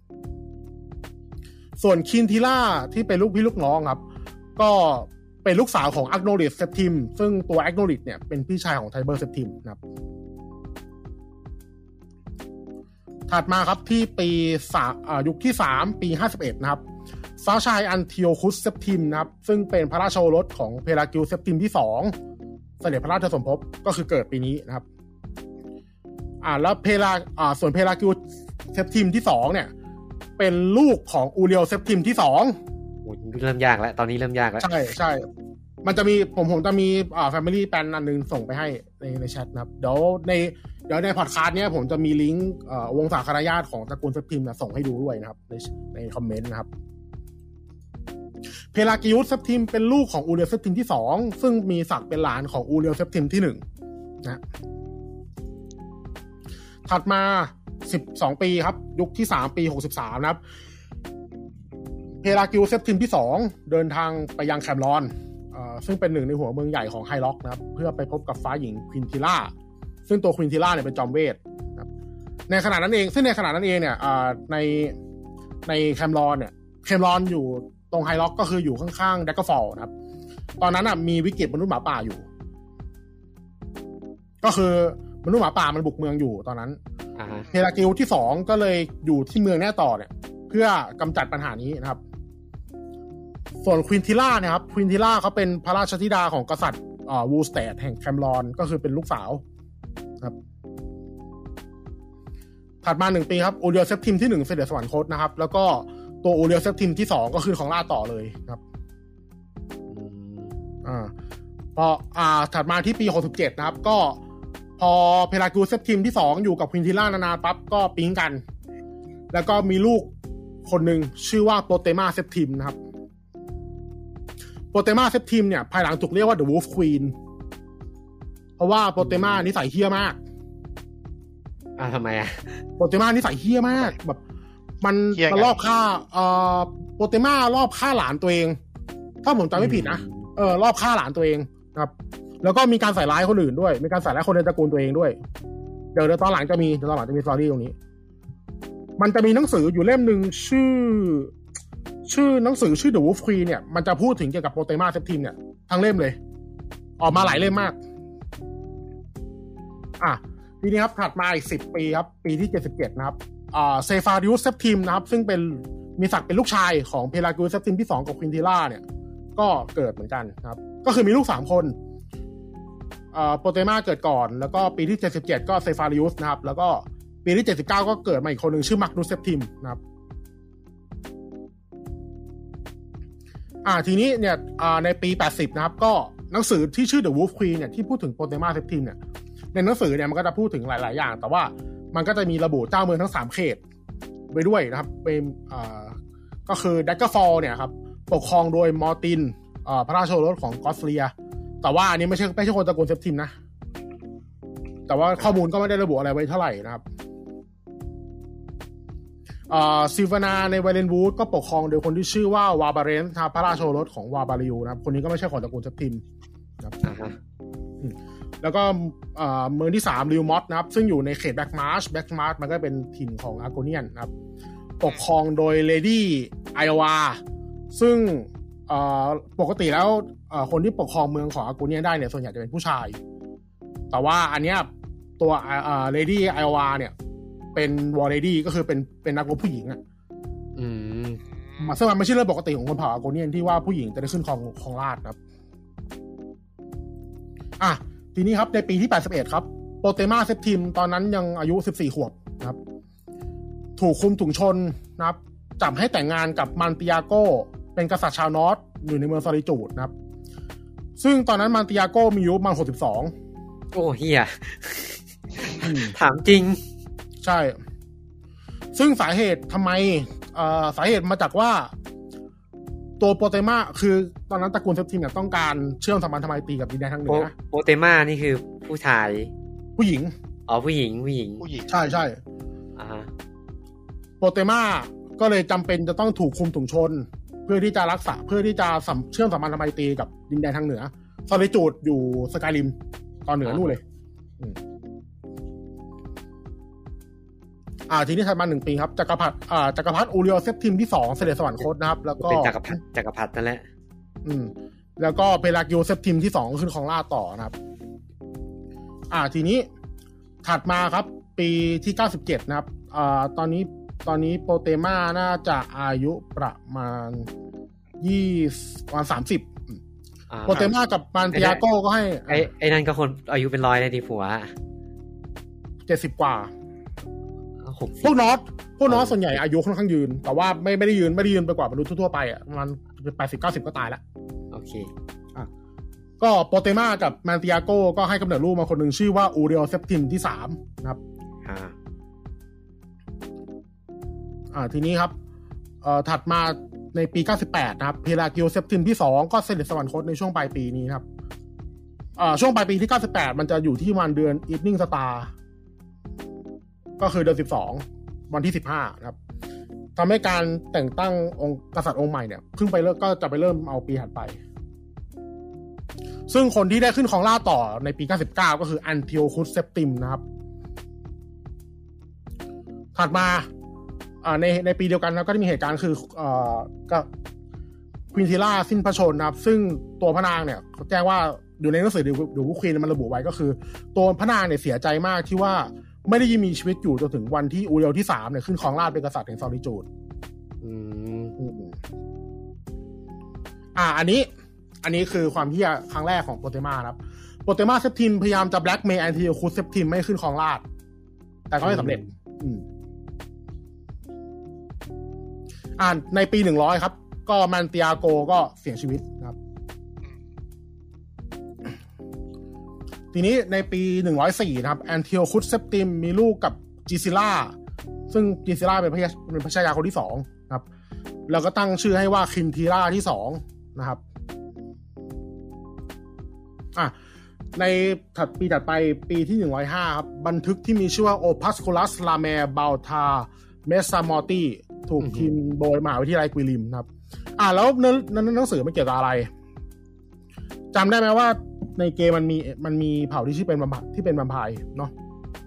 ส่วนคินทีล่าที่เป็นลูกพี่ลูกน้องครับก็เป็นลูกสาวของอักโนลิสเซปทิมซึ่งตัวอักโนลิสเนี่ยเป็นพี่ชายของไทเบอร์เซปทิมนะครับถัดมาครับที่ปียุคที่3ปี51นะครับฟ้าชายอันทิโอคุสเซปทิมนะครับซึ่งเป็นพระราชโอรสของเพลากิวเซปทิมที่2เสด็จพระราชสมภพก็คือเกิดปีนี้นะครับแล้วส่วนเพลากิวเซปทิมที่2เนี่ยเป็นลูกของอูเรียลเซปทิมที่2 เริ่มยากแล้วตอนนี้เริ่มยากแล้วใช่มันจะมีผมจะมีfamily plan อันนึงส่งไปให้ในแชทนะครับเดี๋ยวในพอดคาสต์เนี้ยผมจะมีลิงก์วงศาคณาญาติของตระกูลเซปทิมส่งให้ดูด้วยนะครับในคอมเมนต์นะครับเพลากิอุสเซปทิมเป็นลูกของอูเรียลเซปทิมที่2ซึ่งมีศักดิ์เป็นหลานของอูเรียลเซปทิมที่1นะถัดมา12ปีครับยุคที่3ปี63นะครับเพลากิอุสเซปทิมที่2เดินทางไปยังแคมรอนซึ่งเป็นหนึ่งในหัวเมืองใหญ่ของไฮล็อกนะครับเพื่อไปพบกับฟ้าหญิงควินทิล่าซึ่งตัวควินทิล่าเนี่ยเป็นจอมเวทนะครับในขณะนั้นเองเนี่ยในแคมรอนเนี่ยแคมรอนอยู่ตรงไฮล็อกก็คืออยู่ข้างๆแดกเกอร์ฟอลนะครับตอนนั้นมีวิกฤตมนุษย์หมาป่าอยู่ก็คือมนุษย์หมาป่ามันบุกเมืองอยู่ตอนนั้นเฮราคิวที่2ก็เลยอยู่ที่เมืองแน่ต่อเนี่ยเพื่อกำจัดปัญหานี้นะครับส่วนควินทิล่าเนี่ยครับควินทิล่าเขาเป็นพระราชธิดาของกษัตริย์วูสเตดแห่งแคมรอนก็คือเป็นลูกสาวครับถัดมา1ปีครับอูเรียลเซปทิมที่1เสด็จสวรรคตนะครับแล้วก็ตัวอูเรียลเซปทิมที่2ก็คือของล่าต่อเลยครับพอถัดมาที่ปี67นะครับก็พอเพลากิอุสเซปทิมที่2อยู่กับควินทิล่านานๆปั๊บก็ปิ๊งกันแล้วก็มีลูกคนหนึ่งชื่อว่าโปเตมาเซปทิมนะครับโปเตมาเซปทิมเนี่ยภายหลังถูกเรียกว่า The Wolf Queen เพราะว่าโปเตมานิสัยเหี้ยมากทำไมโปเตมานิสัยเหี้ยมากแบบมันรอบฆ่าโปเตมารอบฆ่าหลานตัวเองถ้าผมจำไม่ผิดนะรอบฆ่าหลานตัวเองครับแล้วก็มีการใส่ร้ายคนอื่นด้วยมีการใส่ร้ายคนในตระกูลตัวเองด้วยเดี๋ยวตอนหลังจะมีสตอรี่ตรงนี้มันจะมีหนังสืออยู่เล่มนึงชื่อหนังสือชื่อ The Wolf Queen เนี่ยมันจะพูดถึงเกี่ยวกับโปเตมาเซปทิมเนี่ยทั้งเล่มเลยออกมาหลายเล่มมากทีนี้ครับถัดมาอีก10ปีครับปีที่77นะครับเซฟาริอุสเซปทิมนะครับซึ่งเป็นมีศักดิ์เป็นลูกชายของเพลากิอุสเซปทิมที่2กับควินทิล่าเนี่ยก็เกิดเหมือนกันครับก็คือมีลูก3คนโปเตมาเกิดก่อนแล้วก็ปีที่77ก็เซฟาริอุสนะครับแล้วก็ปีที่79ก็เกิดมาอีกคนนึงชื่อมาร์กนุสเซปทิมนะครับทีนี้เนี่ยในปี80นะครับก็หนังสือที่ชื่อ The Wolf Queen เนี่ยที่พูดถึงโปเตมาเซปทิมเนี่ยในหนังสือเนี่ยมันก็จะพูดถึงหลายๆอย่างแต่ว่ามันก็จะมีระบุเจ้าเมืองทั้ง3เขตไว้ด้วยนะครับเป็นก็คือแดกเกอร์ฟอลเนี่ยครับปกครองโดยมอร์ตินพระราชโอรสของกอสเลียแต่ว่าอันนี้ไม่ใช่คนตระกูลเซปทิมนะแต่ว่าข้อมูลก็ไม่ได้ระบุอะไรไว้เท่าไหร่นะครับซิลวานาในไวเลนวูดก็ปกครองโดยคนที่ชื่อว่าวาบาเรนส์พระราชโอรสของวาบาริยูนะครับคนนี้ก็ไม่ใช่คนตระกูลเซปทิมนะครับแล้วก็เมืองที่3ริวมอสนะครับซึ่งอยู่ในเขตแบ็กมาร์ชมันก็เป็นถิ่นของอาร์โกเนียนนะครับปกครองโดยเลดี้ไอวาซึ่งปกติแล้วคนที่ปกครองเมืองของอาร์โกเนียนได้เนี่ยส่วนใหญ่จะเป็นผู้ชายแต่ว่าอันเนี้ยตัวเลดี้ไอวาเนี่ยเป็นวอร์เลดี้ก็คือเป็นนักรบผู้หญิงซึ่งมันไม่ใช่เรื่องปกติของคนเผ่าอาร์โกเนียนที่ว่าผู้หญิงจะได้ขึ้นครองราชย์ครับทีนี้ครับในปีที่81ครับโปเตมาเซปทิมตอนนั้นยังอายุ14ขวบนะครับถูกคุมถุงชนนะครับจับให้แต่งงานกับมันติอาโกเป็นกษัตริย์ชาวนอร์ทอยู่ในเมืองซาริจูดนะครับซึ่งตอนนั้นมันติอาโกมีอายุประมาณ62โอ้เหี้ยถามจริงใช่ซึ่งสาเหตุทำไมสาเหตุมาจากว่าตัวโปเตมาคือตอนนั้นตระกูลเซปทิมเนี่ยต้องการเชื่อมสัมพันธไมตรีกับดินแดนทางเหนือโปเตมานี่คือผู้ชายผู้หญิงผู้หญิงใช่โปเตมาก็เลยจำเป็นจะต้องถูกคุมถุงชนเพื่อที่จะรักษาเพื่อที่จะเชื่อมสัมพันธไมตรีกับดินแดนทางเหนือซาริจูดอยู่สกายริมตอนเหนือนู่นเลยทีนี้ถัดมา1ปีครับจักรพรรดิอูเรียลเซปทิมที่2เสด็จสวรรคตนะครับแล้วก็เป็นจักรพรรดินั่นแหละแล้วก็เพลากิอุสเซปทิมที่2ขึ้นของล่าต่อนะครับทีนี้ถัดมาครับปีที่97นะครับตอนนี้โปเตมาน่าจะอายุประมาณ30โปเตมากับมันติอาโกก็ให้ไอ้นั่นก็คนอายุเป็น100เลยดิผัว 70กว่าพวกนอตส่วนใหญ่อายุค่อนข้างยืนแต่ว่าไม่ได้ยืนไปกว่ามนุษย์ทั่วไปมัน80-90ก็ตายแล้วโอเคก็โปเตมากับมันติอาโกก็ให้กำเนิดลูกมาคนหนึ่งชื่อว่าอูเรียลเซปทิมที่3นะครับทีนี้ครับถัดมาในปี98นะครับเพลากิโอเซปติมที่2ก็เสด็จสวรรคตในช่วงปลายปีนี้ครับช่วงปลายปีที่98มันจะอยู่ที่วันเดือน Evening Star ก็คือเดือน12วันที่15นะครับทำให้การแต่งตั้งองค์กษัตริย์องค์ใหม่เนี่ยเพิ่งไปเริ่มก็จะไปเริ่มเอาปีถัดไปซึ่งคนที่ได้ขึ้นครองราชย์ต่อในปี99ก็คืออันทิโอคุสเซปติมนะครับถัดมาในปีเดียวกันนะก็จะมีเหตุการณ์คือก็ควีนทิล่าสิ้นพระชนม์นะครับซึ่งตัวพระนางเนี่ยเขาแจ้งว่าอยู่ในหนังสือดูควีนมันระบุไว้ก็คือตัวพระนางเนี่ยเสียใจมากที่ว่าไม่ได้ยังมีชีวิตอยู่จนถึงวันที่อูเรลที่3เนี่ยขึ้นครองราชย์เป็นกษัตริย์แห่งซอลิจูดอันนี้คือความเหี้ยครั้งแรกของโปเตมาครับโปเตมาเซปติมพยายามจะแบล็กเมย์แอนติโอคุสเซปติมไม่ขึ้นครองราชย์แต่ก็ไม่สำเร็จในปี100ครับก็มันติอาโกก็เสียชีวิตนะครับทีนี้ในปี104นะครับแอนติโอคุสเซปติมมีลูกกับจิซิล่าซึ่งจิซิล่าเป็นพระชายาคนที่2นะครับแล้วก็ตั้งชื่อให้ว่าคินทีล่าที่2นะครับในปีถัดไปปีที่105ครับบันทึกที่มีชื่อว่า Opusculus Lamer Balta Mesamorti ถูกพิมพ์โดยมหาวิทยาลัยกวิลิมนะครับแล้วหนังสือมันเกี่ยวกับอะไรจำได้ไหมว่าในเกมมันมีเผ่าที่เป็นแวมไพร์เนาะ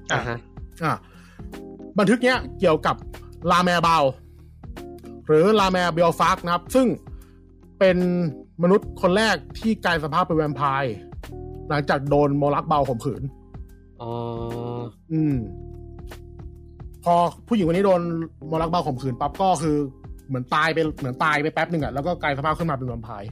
บันทึกเนี้ยเกี่ยวกับลาแมร์บาลหรือลาแมร์เบลฟาร์กนะครับซึ่งเป็นมนุษย์คนแรกที่กลายสภาพเป็นแวมไพร์หลังจากโดนโมลักเบาข่มขืนพอผู้หญิงคนนี้โดนโมลักเบาข่มขืนปั๊บก็คือเหมือนตายไปแป๊บนึงแล้วก็กลายสภาพขึ้นมาเป็นแวมไพร์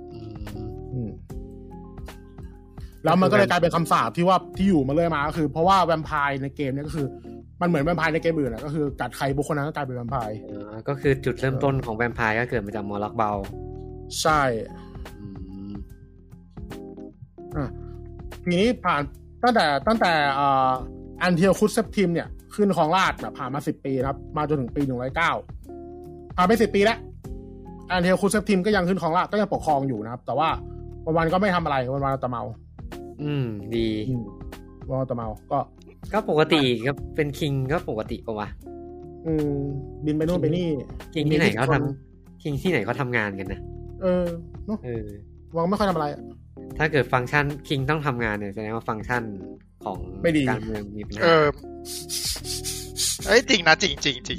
แล้วมันก็เลยกลายเป็นคำสาปที่อยู่มาเรื่อยมาก็คือเพราะว่าแวมไพร์ในเกมนี้ก็คือมันเหมือนแวมไพร์ในเกมอื่นก็คือกัดใครบุคคลนั้นก็กลายเป็นแวมไพร์ก็คือจุดเริ่มต้นของแวมไพร์ก็เกิดมาจากโมลักเบาใช่ทีนี้ผ่านตั้งแต่อันเทียคุสเซปติมเนี่ยขึ้นครองราชย์ผ่านมา10ปีครับมาจนถึงปี109ผ่านไป10ปีแล้วอันเทียคุสเซปติมก็ยังขึ้นครองราชย์ก็ยังปกครองอยู่นะครับแต่ว่าวันก็ไม่ทำอะไรวันตะเมาดีวันตะเมาก็ปกติก็เป็นคิงก็ปกติป่ะวะบินไปโน่นไปนี่คิงที่ไหนเขาทำงานกันนะเนาะวังไม่ค่อยทำอะไรถ้าเกิดฟังก์ชันคิงต้องทำงานเนี่ยแสดงว่าฟังก์ชันของการเมืองมีปัญหาจริงนะจริง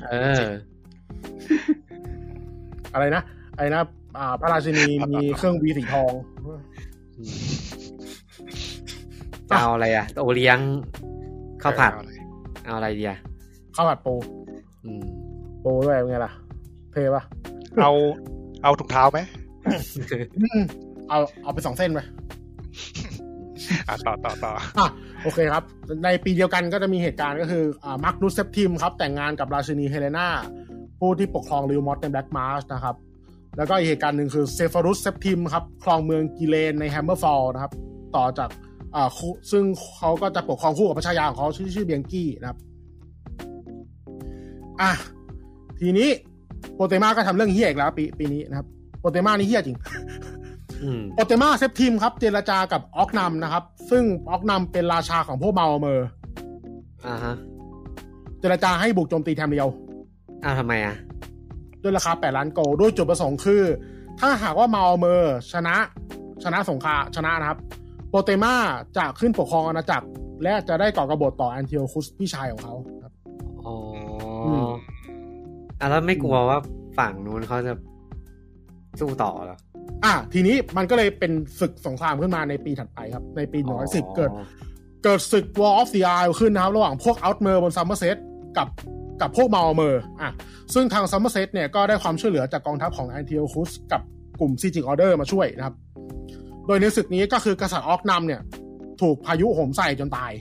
อะไรนะพระราชินีมีเครื่องวีสีทองเอาอะไรโอเลี้ยงข้าวผัดเอาอะไรดีข้าวผัดปูด้วยเป็นไงล่ะเท่ป่ะเอาถุงเท้าไหมเอาไป2เส้นไปต่อโอเคครับในปีเดียวกันก็จะมีเหตุการณ์ก็คือมาร์คนุสเซปติมครับแต่งงานกับราชินีเฮเลนาผู้ที่ปกครองริวมอสในแบล็กมาร์ชนะครับแล้วก็อีกเหตุการณ์หนึ่งคือเซฟารุสเซปติมครับครองเมืองกิเลนในแฮมเมอร์ฟอลล์นะครับต่อจากซึ่งเขาก็จะปกครองคู่กับพระชายาของเขาชื่อเบียงกี้นะครับทีนี้โปเตมาก็ทำเรื่องเหี้ยอีกแล้วปีนี้นะครับโปเตมานี่เหี้ยจริงโปเตมาเซปติมครับเจรจากับออกนัมนะครับซึ่งออกนัมเป็นราชาของพวกเมาเมอร์เจรจาให้บุกโจมตีแทมเรียวทำไมด้วยราคา8ล้านโกลด้วยจุดประสงค์คือถ้าหากว่าเมาเมอร์ชนะสงครามชนะนะครับโปเตมาจะขึ้นปกครองอาณาจักรและจะได้ก่อกบฏต่อแอนติโอคุสพี่ชายของเขาครับแล้วไม่กลัวว่าฝั่งนู้นเขาจะสู้ต่อเหรอทีนี้มันก็เลยเป็นศึกสงครามขึ้นมาในปีถัดไปครับในปี110เกิดศึก War of the Isle ขึ้นนะครับระหว่างพวกอัลเมอร์บนซัมเมอร์เซตกับพวกเมาเมอร์ซึ่งทางซัมเมอร์เซตเนี่ยก็ได้ความช่วยเหลือจากกองทัพของแอนติโอคุสกับกลุ่มซิจิกออเดอร์มาช่วยนะครับโดยในศึกนี้ก็คือกษัตริย์ออกนัมเนี่ยถูกพายุโหมใส่จนตาย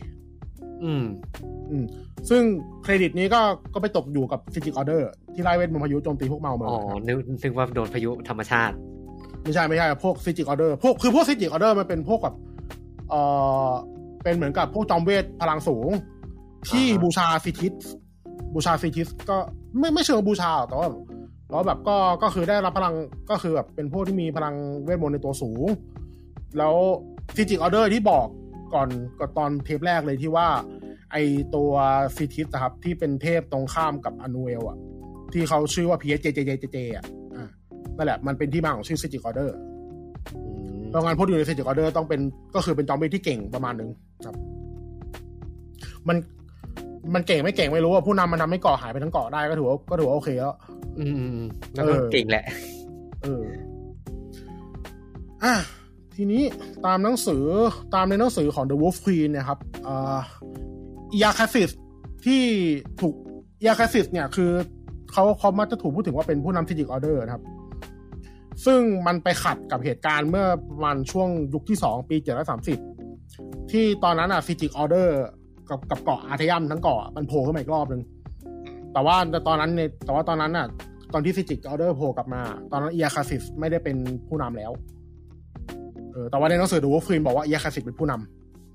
ซึ่งเครดิตนี้ก็ไปตกอยู่กับซิจิกออเดอร์ที่ไล่เวทมนต์พายุโจมตีพวกเมาเมอร์นึกว่าโดนพายุธรรมชาติไม่ใช่พวกซิจิกออเดอร์พวกซิจิกออเดอร์มันเป็นพวกแบบเป็นเหมือนกับพวกจอมเวทพลังสูงที่บูชาซิทิสก็ไม่เชิงบูชาแต่ว่าแล้วแบบก็คือได้รับพลังก็คือแบบเป็นพวกที่มีพลังเวทมนต์ในตัวสูงแล้วฟิจิกออเดอร์ที่บอกก่อนตอนเทปแรกเลยที่ว่าไอตัวฟิทิสครับที่เป็นเทพตรงข้ามกับอนูเอลอ่ะที่เขาชื่อว่า PSJJJJ อ่ะนั่นแหละมันเป็นที่มาของชื่อฟิจิกออเดอร์เพราะงั้นพวกอยู่ในฟิจิกออเดอร์ต้องเป็นก็คือเป็นจอมเวทที่เก่งประมาณนึงครับมันเก่งไม่เก่งไม่รู้ว่าผู้นำมันทำให้เกาะหายไปทั้งเกาะได้ก็ถือว่าโอเคแล้วแล้วก็เก่งแหละทีนี้ตามในหนังสือของ The Wolf Queen เนี่ยครับอิอาคาซิสที่ถูกอิอาคาซิสเนี่ยคือเขามักจะถูกพูดถึงว่าเป็นผู้นำฟิจิกออเดอร์นะครับซึ่งมันไปขัดกับเหตุการณ์เมื่อประมาณช่วงยุคที่2ปี730ที่ตอนนั้นฟิจิกออเดอร์กับเกาะอาร์เทยัมทั้งเกาะมันโผล่ขึ้นมาอีกรอบนึงแต่ว่าตอนนั้นตอนที่ฟิจิกออเดอร์โผล่กลับมาตอนนั้นอิอาคาซิสไม่ได้เป็นผู้นำแล้วแต่ว่าในหนังสือ The Wolf Queen บอกว่าอิอาคาซิสเป็นผู้นำ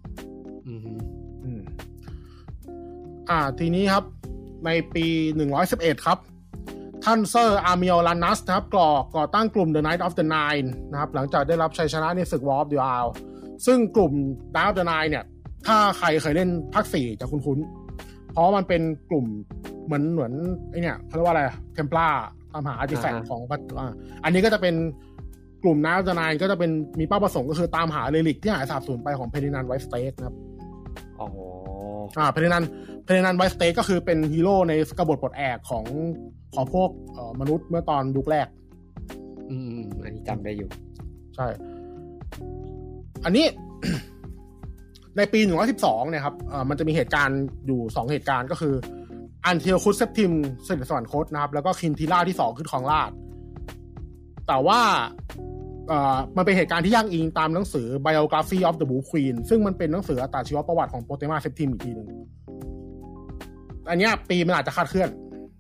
ทีนี้ครับในปี111ครับท่านเซอร์อาร์มิโอลานัสนะครับก่อตั้งกลุ่ม The Knight of the Nine นะครับหลังจากได้รับชัยชนะในศึก War of the Isles ซึ่งกลุ่ม Knight of the Nine เนี่ยถ้าใครเคยเล่นภาค4จะคุ้นๆเพราะมันเป็นกลุ่มเหมือนไอเนี่ยเขาเรียกว่าอะไรเทมพลาตามหาอาร์ติแฟกต์ของอันนี้ก็จะเป็นกลุ่ม Knight of the Nine ก็จะเป็นมีเป้าประสงค์ก็คือตามหาเรลิกที่หายสาบสูญไปของเพลินันไวท์สเตกนะครับเพลินันไวท์สเตกก็คือเป็นฮีโร่ในกบฏปลดแอกของพวกมนุษย์เมื่อตอนยุคแรกอันนี้จำได้อยู่ใช่อันนี้ ในปี112เนี่ยครับมันจะมีเหตุการณ์อยู่2เหตุการณ์ก็คืออันเทียคุสเซปติมเสด็จสวรรคตนะครับแล้วก็คินทิล่าที่2ขึ้นครองราชย์แต่ว่ามันเป็นเหตุการณ์ที่ย่างอิงตามหนังสือ Biography of the Wolf Queen ซึ่งมันเป็นหนังสืออัตชีวประวัติของโปเตมาเซปติมอีกทีนึงอันนี้ปีมันอาจจะคาดเคลื่อน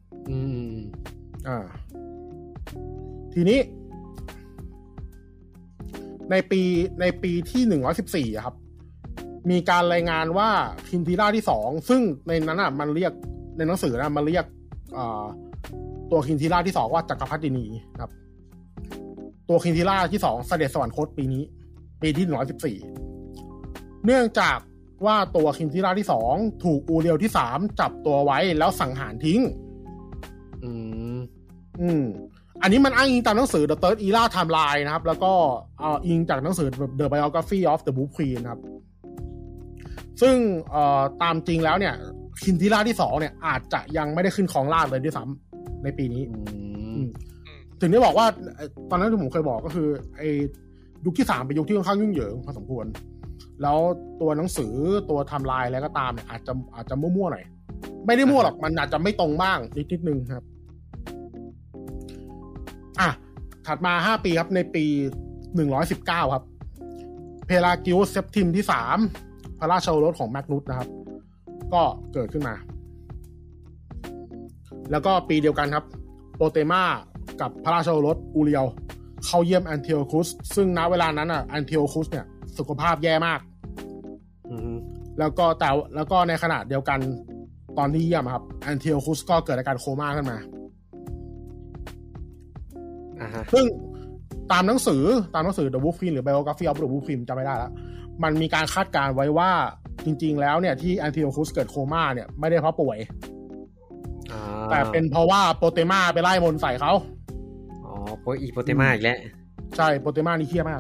ทีนี้ในปีที่114ครับมีการรายงานว่าคินทิล่าที่2ซึ่งในนั้นมันเรียกในหนังสือมันเรียกตัวคินทิล่าที่2ว่าจักรพรรดินีครับตัวคินทิล่าที่2เสด็จสวรรคตปีที่114เนื่องจากว่าตัวคินทิล่าที่2ถูกอูเรียวที่3จับตัวไว้แล้วสังหารทิ้งอันนี้มันอ้างอิงตามหนังสือ The Third Era Timeline นะครับแล้วก็อิงจากหนังสือ The Biography of the Wolf Queen ครับซึ่งตามจริงแล้วเนี่ยคินทิล่าที่2เนี่ยอาจจะยังไม่ได้ขึ้นครองราชย์เลยด้วยซ้ำในปีนี้ถึงได้บอกว่าตอนนั้นที่ผมเคยบอกก็คือไอ้ยุคที่3เป็นยุคที่ค่อนข้างยุ่งเหยิงพอสมควรแล้วตัวหนังสือตัวไทม์ไลน์อะไรก็ตามเนี่ยอาจจะมั่วๆหน่อยไม่ได้มั่วหรอกมันอาจจะไม่ตรงบ้างนิดนึงครับถัดมา5ปีครับในปี119ครับเพลากิอุสเซปติมที่3พระราชโอรสของแมกนุสนะครับก็เกิดขึ้นมาแล้วก็ปีเดียวกันครับโปเตมากับพระราชโอรสอูเรียวเข้าเยี่ยมแอนเทีโอคุสซึ่งณเวลานั้นแอนเทีโอคุสเนี่ยสุขภาพแย่มากแล้วก็ในขณะเดียวกันตอนที่เยี่ยมครับแอนเทีโอคุสก็เกิดอาการโคม่าขึ้นมาซึ่งตามหนังสือ The Wolf Queen หรือ Biography of the Wolf Queen จำไม่ได้แล้วมันมีการคาดการณ์ไว้ว่าจริงๆแล้วเนี่ยที่แอนเทีโอคุสเกิดโคม่าเนี่ยไม่ได้เพราะป่วยแต่เป็นเพราะว่าโปเตมาไปไล่มนต์ใส่เขาโปเตมาอีกแล้วใช่โปเตมานี่เหี้ยมาก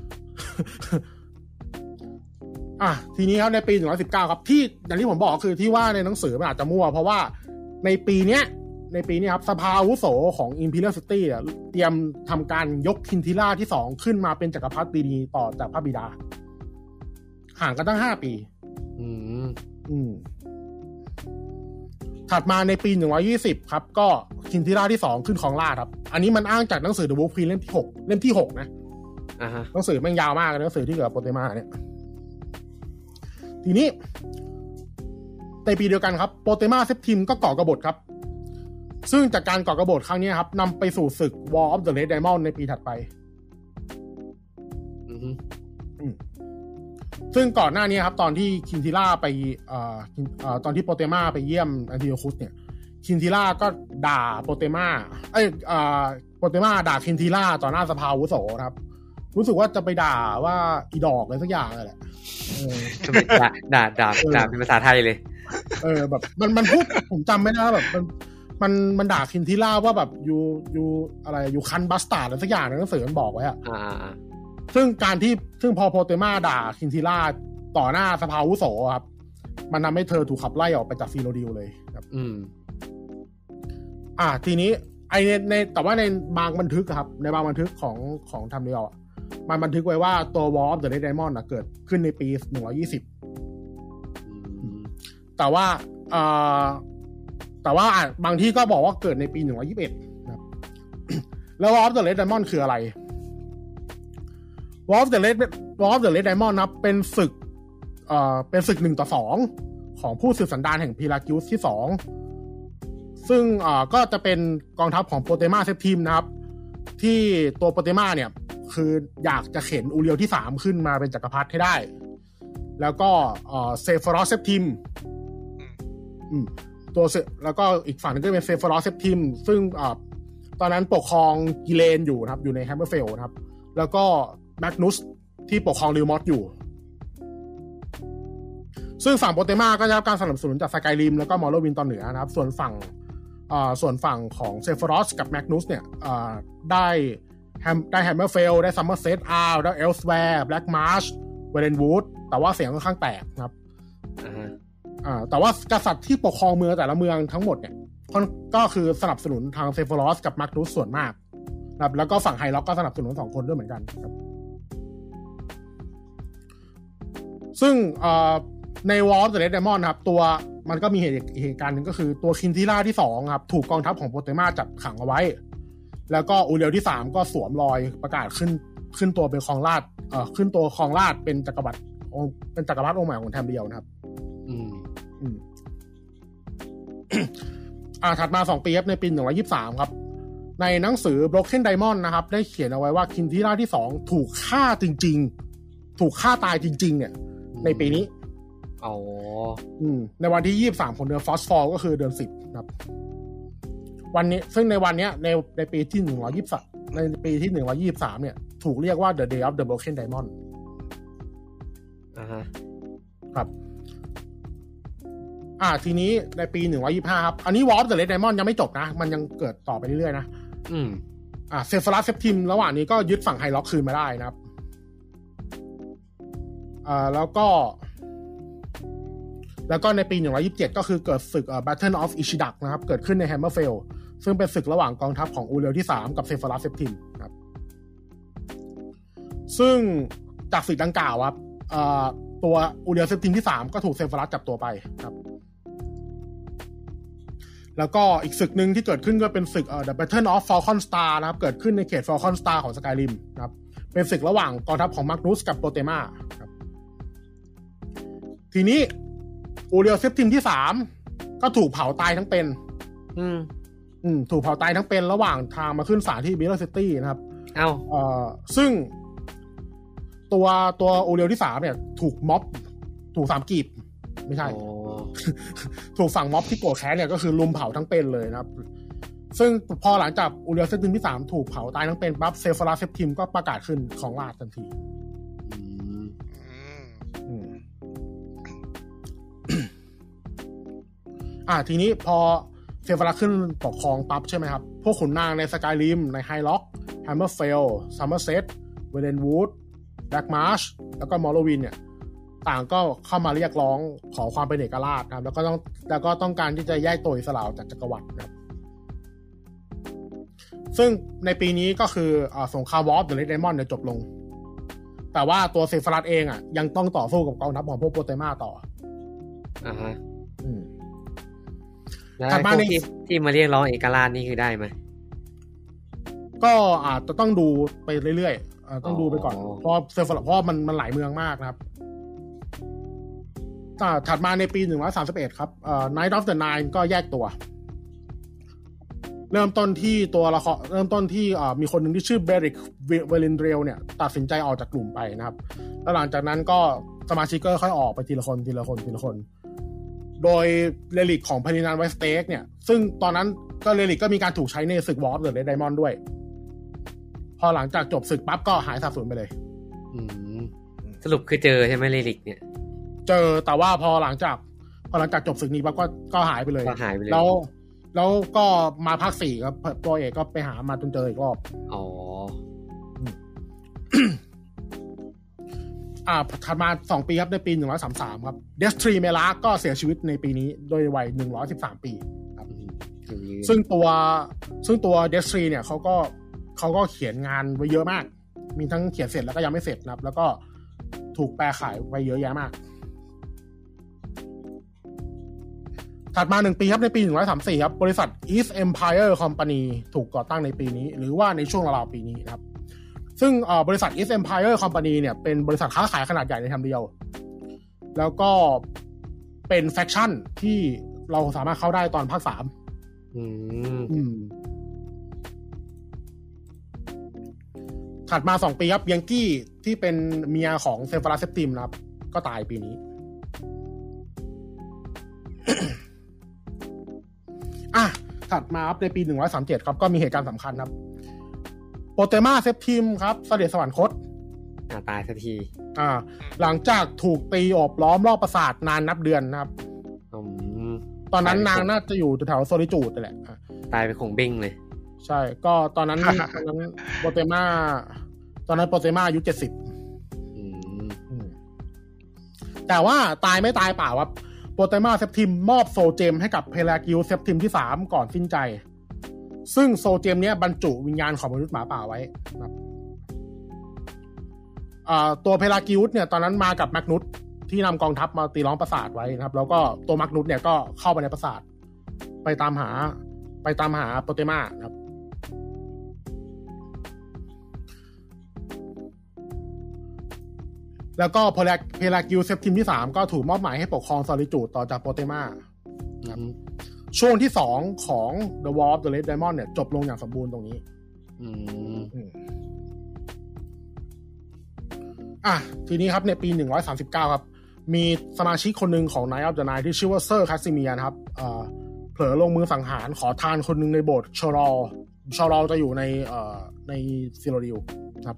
ทีนี้ครับในปี119ครับที่อย่างที่ผมบอกคือที่ว่าในหนังสือมันอาจจะมั่วเพราะว่าในปีนี้ครับสภาอาวุโสของ Imperial City เตรียมทำการยกคินทิล่าที่2ขึ้นมาเป็นจักรพรรดินีต่อจากพระบิดาห่างกันตั้ง5ปีถัดมาในปี120ครับก็คินทิล่าที่2ขึ้นครองราชย์ครับอันนี้มันอ้างจากหนังสือ The Wolf Queen เล่มที่6นะหนังสือแม่งยาวมากหนังสือที่เกี่ยวกับโปเตมาเนี่ยทีนี้ในปีเดียวกันครับโปเตมาเซปติมก็ก่อกบฏครับซึ่งจากการก่อกบฏครั้งนี้ครับนำไปสู่ศึก War of the Red Diamond ในปีถัดไปซึ่งก่อนหน้านี้ครับตอนที่คินทิล่าไปตอนที่โปเตมาไปเยี่ยมแอนติโอคุสเนี่ยคินทิล่าก็ด่าโปเตม่าโปเตม่าด่าคินทิล่าต่อหน้าสภาอาวุโสครับรู้สึกว่าจะไปด่าว่าอีดอกอะไรสักอย่างแหละด่าเป็นภาษาไทยเลยแบบมันพูดผมจำไม่ได้แบบมันด่าคินทิล่าว่าแบบอยู่อะไรอยู่คันบัสตาร์ดอะไรสักอย่างในหนังสือมันบอกไว้อะซึ่งพอโปเตม่าด่าคินทิล่าต่อหน้าสภาอาวุโสครับมันทำให้เธอถูกขับไล่ออกไปจากซีโรดิลเลยครับทีนี้ในแต่ว่าในบางบันทึกครับในบางบันทึกของทำเดียวมันบันทึกไว้ว่าตัว War of the Red Diamond เกิดขึ้นในปี120แต่ว่าบางที่ก็บอกว่าเกิดในปี121นะครับแล้ว War of the Red Diamond คืออะไร War of the Red Diamond นะเป็นศึก1-2ของผู้สืบสันดานแห่งพีลากิอุสที่2ซึ่งก็จะเป็นกองทัพของโปเตม่าเซปทิมนะครับที่ตัวโปเตม่าเนี่ยคืออยากจะเข็นอูเรียวที่3ขึ้นมาเป็นจักรพรรดิให้ได้แล้วก็เซฟรอสเซปทิมแล้วก็อีกฝั่งนึงก็เป็นเซฟรอสเซปทิมซึ่งตอนนั้นปกครองกิเลนอยู่นะครับอยู่ในแฮมเมอร์เฟลนะครับแล้วก็แมกนุสที่ปกครองริวมอสอยู่ซึ่งฝั่งโปเตม่าก็ได้รับการสนับสนุนจากสกายริมแล้วก็มอร์โลวินตอนเหนือนะครับส่วนฝั่งของเซฟรอสกับแมกนุสเนี่ยได้แฮมเมอร์เฟลได้ซัมเมอร์เซตได้เอลสแวร์แบล็กมาร์ชเวเลนวูดแต่ว่าเสียงค่อนข้างแตกนะครับแต่ว่ากษัตริย์ที่ปกครองเมืองแต่ละเมืองทั้งหมดเนี่ยก็คือสนับสนุนทางเซฟรอสกับแมกนุสส่วนมากนะครับแล้วก็ฝั่งไฮล็อกก็สนับสนุน2คนด้วยเหมือนกันครับซึ่งใน War of the Red Diamond ครับตัวมันก็มีเหตุการณ์หนึ่งก็คือตัวคินทิล่าที่2ครับถูกกองทัพของโปเตม่าจับขังเอาไว้แล้วก็อูเรียวที่3ก็สวมรอยประกาศขึ้นตัวเป็นครองราชขึ้นตัวครองราชเป็นจักรพรรดิองค์ใหม่ของแทมเดียวนะครับถัดมา2ปีครับในปี123ครับในหนังสือ Broken Diamond นะครับได้เขียนเอาไว้ว่าคินทิล่าที่2ถูกฆ่าจริงๆถูกฆ่าตายจริงๆเนี่ยในปีนี้ในวันที่23ของเดือนฟอสฟอลก็คือเดือน10ครับวันนี้ซึ่งในวันนี้ในปีที่123ในปีที่123เนี่ยถูกเรียกว่า The Day of the Broken Diamond ครับทีนี้ในปี125ครับอันนี้ War of the Red Diamond ยังไม่จบนะมันยังเกิดต่อไปเรื่อยๆนะเซฟรัสเซปทิมระหว่างนี้ก็ยึดฝั่งไฮล็อกคืนมาได้นะครับแล้วก็ในปี127ก็คือเกิดศึกBattle of Ishidak นะครับเกิดขึ้นใน Hammerfell ซึ่งเป็นศึกระหว่างกองทัพของอูเรียวที่3กับเซฟรัสเซปทิมครับซึ่งจากศึกดังกล่าวครับตัวอูเรียวเซปทิมที่3ก็ถูกเซฟรัสจับตัวไปครับแล้วก็อีกศึกนึงที่เกิดขึ้นก็เป็นศึกThe Battle of Falcon Star นะครับเกิดขึ้นในเขต Falcon Star ของ Skyrim นะครับเป็นศึกระหว่างกองทัพของมาร์กนุสกับโปเตม่าครับทีนี้อูเรียวเซปทิมที่3ก็ถูกเผาตายทั้งเป็นถูกเผาตายทั้งเป็นระหว่างทางมาขึ้นศาลที่มิลเลอร์ซิตี้นะครับซึ่งตัวอูเรียวที่3เนี่ยถูกม็อบถูก3กีบไม่ใช่ ถูกฝั่งม็อบที่โกรธแค้นเนี่ยก็คือลุมเผาทั้งเป็นเลยนะครับซึ่งพอหลังจากอูเรียวเซปทิมที่3ถูกเผาตายทั้งเป็นปั๊บเซฟรัสเซปทิมก็ประกาศขึ้นของราชทันทีทีนี้พอเซฟรัสขึ้นปกครองปั๊บใช่ไหมครับพวกขุนนางในสกายริมในไฮล็อกแฮมเมอร์เฟลซัมเมอร์เซตเวเลนวูดแบล็กมาร์ชแล้วก็มอร์โลวินเนี่ยต่างก็เข้ามาเรียกร้องขอความเป็นเอกราชนะครับแล้วก็ต้องการที่จะแยกตัวอิสราเอลจากจักรวรรดินะครับซึ่งในปีนี้ก็คือสงคราม War of the Red Diamond เนี่ยจบลงแต่ว่าตัวเซฟรัสเองยังต้องต่อสู้กับกองทัพของพวกโปเตม่าต่อแล้วพวกที่มาเรียกร้องเอกราชนี่คือได้ไหมก็อาจจะต้องดูไปเรื่อยๆต้องดูไปก่อนเพราะเซฟรัสเพราะมันหลายเมืองมากนะครับถัดมาในปี131ครับNight of the Nine ก็แยกตัวเริ่มต้นที่มีคนหนึ่งที่ชื่อเบริกเวลินเดรลเนี่ยตัดสินใจออกจากกลุ่มไปนะครับแล้วหลังจากนั้นก็สมาชิกก็ค่อยออกไปทีละคนโดยเรลิกของพารินันไวสเต็กเนี่ยซึ่งตอนนั้นก็เรลิกก็มีการถูกใช้ในศึกวอร์เดอะเรดไดมอนด์ด้วยพอหลังจากจบศึกปั๊บก็หายสาบสูญไปเลยสรุปคือเจอใช่ไหมเรลิกเนี่ยเจอแต่ว่าพอหลังจากจบศึกนี้ปั๊บก็หายไปเลยแล้วก็มาภาค4ครับตัวเอกก็ไปหามาจนเจออีกรอบอ๋อถัดมา2ปีครับในปี133ครับเดสทรีเมลาก็เสียชีวิตในปีนี้โดยวัย113ปีครับซึ่งตัวเดสทรีเนี่ยเขาก็เขียนงานไว้เยอะมากมีทั้งเขียนเสร็จแล้วก็ยังไม่เสร็จนะครับแล้วก็ถูกแปลขายไว้เยอะแยะมากถัดมา1ปีครับในปี134ครับบริษัท East Empire Company ถูกก่อตั้งในปีนี้หรือว่าในช่วงราวๆปีนี้นะครับซึ่งบริษัท East Empire Company เนี่ยเป็นบริษัทค้าขายขนาดใหญ่ในทำเดียวแล้วก็เป็นแฟคชั่นที่เราสามารถเข้าได้ตอนภาค3ถัดมา2ปีครับยังกี้ที่เป็นเมียของเซฟาราเซปติมนะครับก็ตายปีนี้ถัดมาครับในปี137ครับก็มีเหตุการณ์สำคัญครับโปเตมาเซปติมครับเสด็จสวรรคตตายสักทีหลังจากถูกตีโอบล้อมรอบปราสาทนานนับเดือนนะครับตอนนั้นนางน่าจะอยู่แถวโซลิจูดนั่นแหละตายไปคงเบ้งเลยใช่ก็ตอนนั้นโปเตมาอายุ70แต่ว่าตายไม่ตายเปล่าครับโปเตมาเซปติมมอบโซเจมให้กับเพลากิวเซปติมที่3ก่อนสิ้นใจซึ่งโซเจมเนี้ยบรรจุวิญญาณของมนุษย์หมาป่าไว้นะครับตัวเพลากิวเนี่ยตอนนั้นมากับแมกนุสที่นำกองทัพมาตีล้อมปราสาทไว้นะครับแล้วก็ตัวแมกนุสเนี่ยก็เข้าไปในปราสาทไปตามหาโปเตมานะครับแล้วก็เพลากิวเซปติมที่3ก็ถูกมอบหมายให้ปกครองซอลิจูดต่อจากโปเตมาช่วงที่2ของ The War of the Red Diamond เนี่ยจบลงอย่างสมบูรณ์ตรงนี้ทีนี้ครับในปี139ครับมีสมาชิกคนหนึ่งของ Knights of the Nile ที่ชื่อว่าเซอร์คาซิเมียนะครับเผลอลงมือสังหารขอทานคนหนึ่งในโบสถ์ชอรอลจะอยู่ในซิโลริลครับ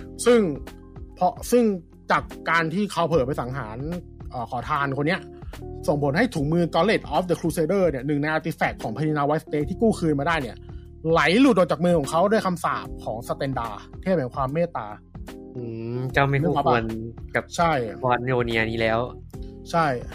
ซึ่งจากการที่เขาเผลอไปสังหารขอทานคนเนี้ยส่งผลให้ถุงมือ Gauntlet of the Crusader เนี่ยหนึ่งในอาร์ติแฟกต์ของ Peninsula White State ที่กู้คืนมาได้เนี่ยไหลหลุดออกจากมือของเขาด้วยคำสาปของสเตนดาเทพแห่งความเมตตาเจ้าไม่คู่ควรกับใช่วอนโยเนียนี้แล้วใช่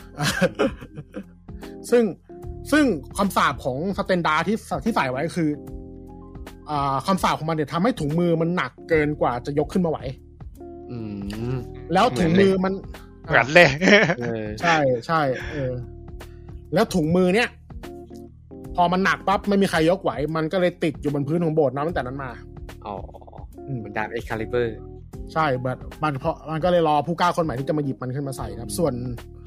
ซึ่งคำสาปของสเตนดาที่ใส่ไว้คือคำสาปของมันเนี่ยทำให้ถุงมือมันหนักเกินกว่าจะยกขึ้นมาไหวแล้วถุงมือมันเหมือนเลยใช่ใช่แล้วถุงมือเนี้ยพอมันหนักปั๊บไม่มีใครยกไหวมันก็เลยติดอยู่บนพื้นของโบสถ์ตั้งแต่นั้นมาเหมือนดาบเอ็กคาลิเบอร์ใช่มันก็เลยรอผู้กล้าคนใหม่ที่จะมาหยิบมันขึ้นมาใส่ครับส่วน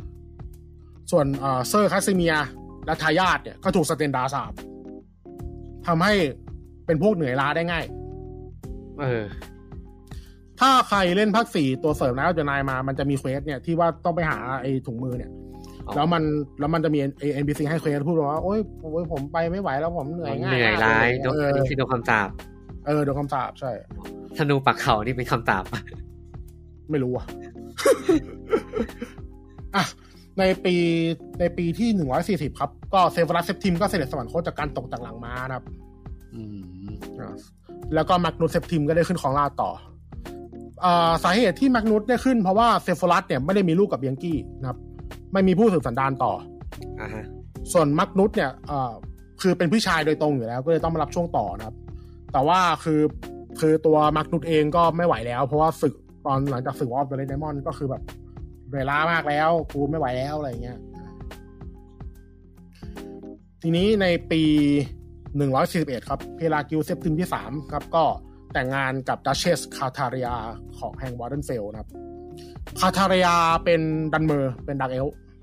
เซอร์คาซิเมียและทายาทเนี่ยก็ถูกสเตนดาสาปทำให้เป็นพวกเหนื่อยล้าได้ง่ายถ้าใครเล่นภาค4ตัวเสริมนะจะนายมามันจะมีเควสเนี่ยที่ว่าต้องไปหาไอ้ถุงมือเนี่ยแล้วมันจะมี NPC ให้เควสพูดว่าโอ๊ยผมไปไม่ไหวแล้วผมเหนื่อยง่ายเหนื่อยล้านี่คือโดนคำสาปโดนคำสาปใช่ธนูปักเขานี่เป็นคำสาปไม่รู้ในปีที่140ครับก็เซฟารัสเซปติมก็เสด็จสวรรคตจากการตกจากหลังม้านะครับแล้วก็แมกนุสเซปติมก็ได้ขึ้นครองราชย์ต่อสาเหตุที่แมกนุสได้ขึ้นเพราะว่าเซฟารัสเนี่ยไม่ได้มีลูกกับยังกี้นะครับไม่มีผู้สืบสันดานต่อส่วนแมกนุสเนี่ยคือเป็นพี่ชายโดยตรงอยู่แล้วก็เลยต้องมารับช่วงต่อนะครับแต่ว่าคือตัวแมกนุสเองก็ไม่ไหวแล้วเพราะว่าศึกตอนหลังจากศึกวอร์ of the Red Diamond ก็คือแบบเวลามากแล้วกูไม่ไหวแล้วอะไรเงี้ยทีนี้ในปี141ครับเพลากิวเซปติมที่3ครับก็แต่งงานกับดัชเชสคาทาเรียของแห่งวอร์เดนเฟลนะครับคาทาเรียเป็นดันเมอร์เป็นดักเอล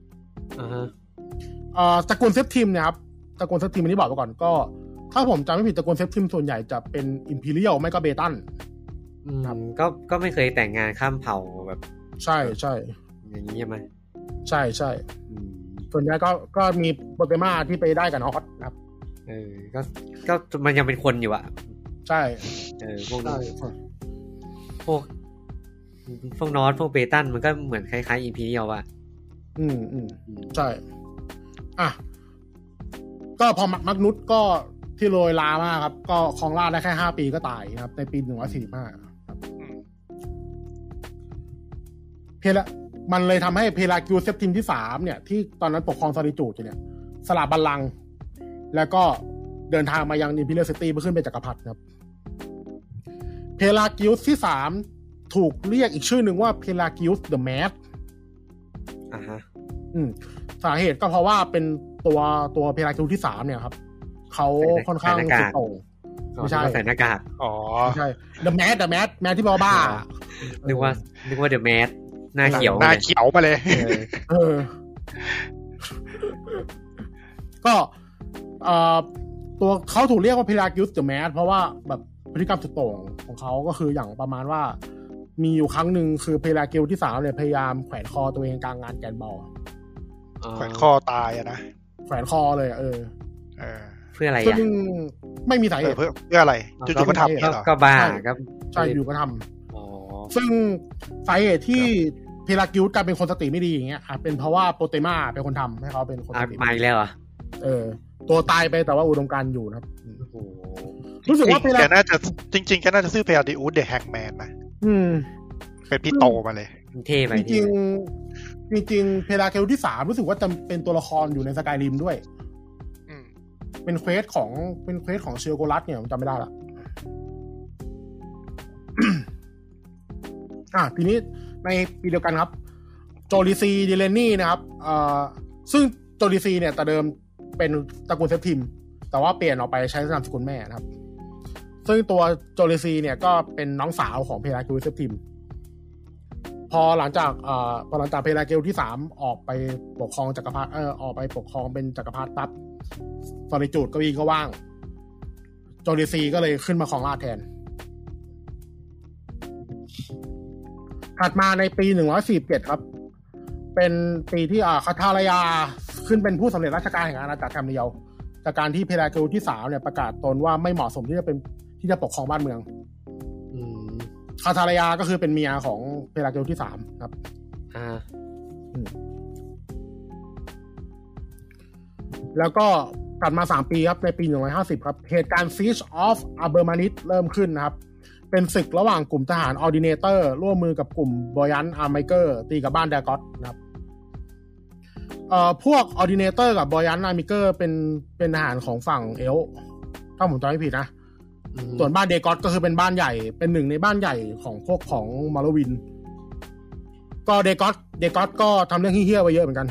ตระกูลเซปติมเนี่ยครับตระกูลเซปติมอันนี้บอกไปก่อนก็ถ้าผมจำไม่ผิดตระกูลเซปติมส่วนใหญ่จะเป็นอิมพีเรียลไม่ก็เบตันก็ไม่เคยแต่งงานข้ามเผ่าแบบใช่ใช่อย่างนี้ใช่ไหมใช่ใช่ส่วนใหญ่ก็มีโปเกมอนที่ไปได้กับนอตนะครับก็มันยังเป็นคนอยู่อะใช่พวกนี้พวกนอตพวกเบตันมันก็เหมือนคล้ายๆ Imperial อ่ะใช่อ่ะก็พอมักนุษก็ที่โรยลามากครับก็ครองราชย์ได้แค่5ปีก็ตายครับในปี145ครับมันเลยทำให้เพลากิวเซปติมที่3เนี่ยที่ตอนนั้นปกครองซาริจูดเนี่ยสละบัลลังก์แล้วก็เดินทางมายังอิมพีเรียลซิตี้เพื่อขึ้นเป็นจักรพรรดิครับเพลากิวที่3ถูกเรียกอีกชื่อหนึ่งว่าเพลากิวเดอะแมดสาเหตุก็เพราะว่าเป็นตัวเพลากิวที่3เนี่ยครับเขาค่อนข้างสุดโต่งไม่ใช่ใส่หน้ากากไม่ใช่เดอะแมดที่บ้านึกว่าเดอะแมดหน้าเขียวมาเลยก็ตัวเขาถูกเรียกว่าเพลากิวส์เดอะแมดเพราะว่าแบบพฤติกรรมสุดโต่งของเขาก็คืออย่างประมาณว่ามีอยู่ครั้งหนึ่งคือเพลากิวที่3เนี่ยพยายามแขวนคอตัวเองกลางงานแกนบอลแขวนคอตายอะนะแขวนคอเลยเพื่ออะไรอ่ะไม่มีสาเหตุเพื่ออะไรจู่ๆก็ทำก็บ้าครับใช่อยู่ก็ทำซึ่งสาเหตุที่เพลากิวกลายเป็นคนสติไม่ดีอย่างเงี้ยเป็นเพราะว่าโปเตม่าเป็นคนทำให้เขาเป็นคนสติไม่แล้วอ่ะตัวตายไปแต่ว่าอุดมการณ์อยู่นะครับรู้สึกว่าแกน่าจะจริงๆแกน่าจะชื่อเพลาดิอูสเดอะแฮงแมนนะเป็นพี่โตมาเลยเท่ไปจริงเพลากิวที่3รู้สึกว่าจะเป็นตัวละครอยู่ในสกายริมด้วยเป็นเควสของเชลโกลัสเนี่ยผมจำไม่ได้ละทีนี้ในปีเดียวกันครับโจลิซีดิเลนนี่นะครับซึ่งโจลิซีเนี่ยแต่เดิมเป็นตระกูลเซปทิมแต่ว่าเปลี่ยนออกไปใช้นามสกุลแม่นะครับซึ่งตัวโจลิซีเนี่ยก็เป็นน้องสาวของเพลากิวเซปทิมพอหลังจากเพลากิวที่3ออกไปปกครองจักรพรรดิออกไปปกครองเป็นจักรพรรดิปั๊บซอลิจูดก็ว่างโจลิซีก็เลยขึ้นมาครองราชย์แทนถัดมาในปี147ครับเป็นปีที่คาทาลายาขึ้นเป็นผู้สำเร็จราชการแห่งอาณาจักรแคมเรียลจากการที่เพลากิวที่3เนี่ยประกาศตนว่าไม่เหมาะสมที่จะปกครองบ้านเมืองคาทาลายาก็คือเป็นเมียของเพลากิวที่3ครับแล้วก็ถัดมา3ปีครับในปี150ครับเหตุการณ์ Siege of Abermanit เริ่มขึ้นนะครับเป็นศึกระหว่างกลุ่มทหารออร์ดิเนเตอร์ร่วมมือกับกลุ่มบอยันอาร์ไมเกอร์ตีกับบ้านแดกอตนะครับพวกออร์ดิเนเตอร์กับบอยันอาร์ไมเกอร์เป็นทหารของฝั่งเอลถ้าผมจำไม่ผิดนะส่วนบ้านเดกอตก็คือเป็นบ้านใหญ่เป็นหนึ่งในบ้านใหญ่ของพวกของมอร์วินก็เดกอตก็ทำเรื่องเหี้ยๆไว้เยอะเหมือนกัน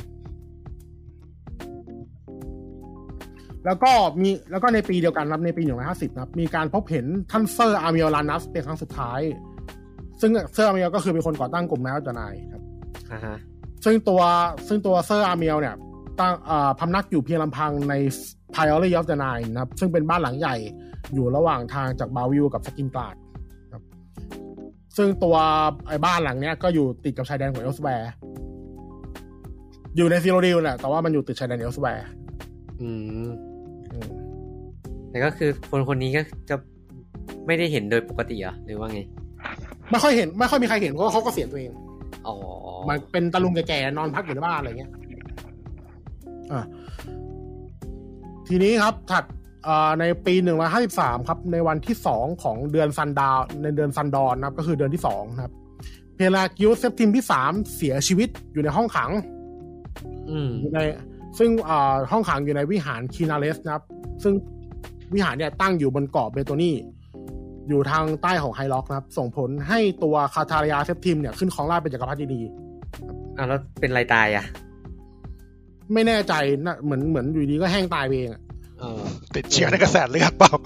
แล้วก็ในปีเดียวกันครับในปี150ครับมีการพบเห็นท่านเซอร์อาร์เมียลลานัสเป็นครั้งสุดท้ายซึ่งเซอร์อาร์เมียลก็คือเป็นคนก่อตั้งกลุ่มแมวจานายครับซึ่งตัวเซอร์อาร์เมียลเนี่ยตั้งพำนักอยู่เพียงลำพังใน Priory of the Nine นะครับซึ่งเป็นบ้านหลังใหญ่อยู่ระหว่างทางจากบาวิลกับสกินกลาดครับซึ่งตัวไอ้บ้านหลังเนี้ยก็อยู่ติดกับชายแดนของเอลสแวร์อยู่ในซิโรดิลแหละแต่ว่ามันอยู่ติดชายแดนเอลสแวร์แต่ก็คือคนนี้ก็จะไม่ได้เห็นโดยปกติอ่ะหรือว่าไงไม่ค่อยมีใครเห็นเพราะเขาก็เสียตัวเองมันเป็นตะลุงแก่ๆนอนพักอยู่ในบ้านอะไรเงี้ยทีนี้ครับถัดในปี153ครับในวันที่2ของเดือนซันดอนนะครับก็คือเดือนที่2นะครับเพลากิวเซปติมที่3เสียชีวิตอยู่ในห้องขังอยู่ในซึ่งห้องขังอยู่ในวิหารคีนาเลสนะครับซึ่งวิหารเนี่ยตั้งอยู่บนเกาะเบโตนีอยู่ทางใต้ของไฮล็อกนะครับส่งผลให้ตัวคาทาลายาเซปติมเนี่ยขึ้นครองราชย์เป็นจักรพรรดิดีแล้วเป็นไรตายอ่ะไม่แน่ใจนะเหมือนอยู่ดีก็แห้งตายไปเองติดเชื้อในกระแสเลือดเปล่า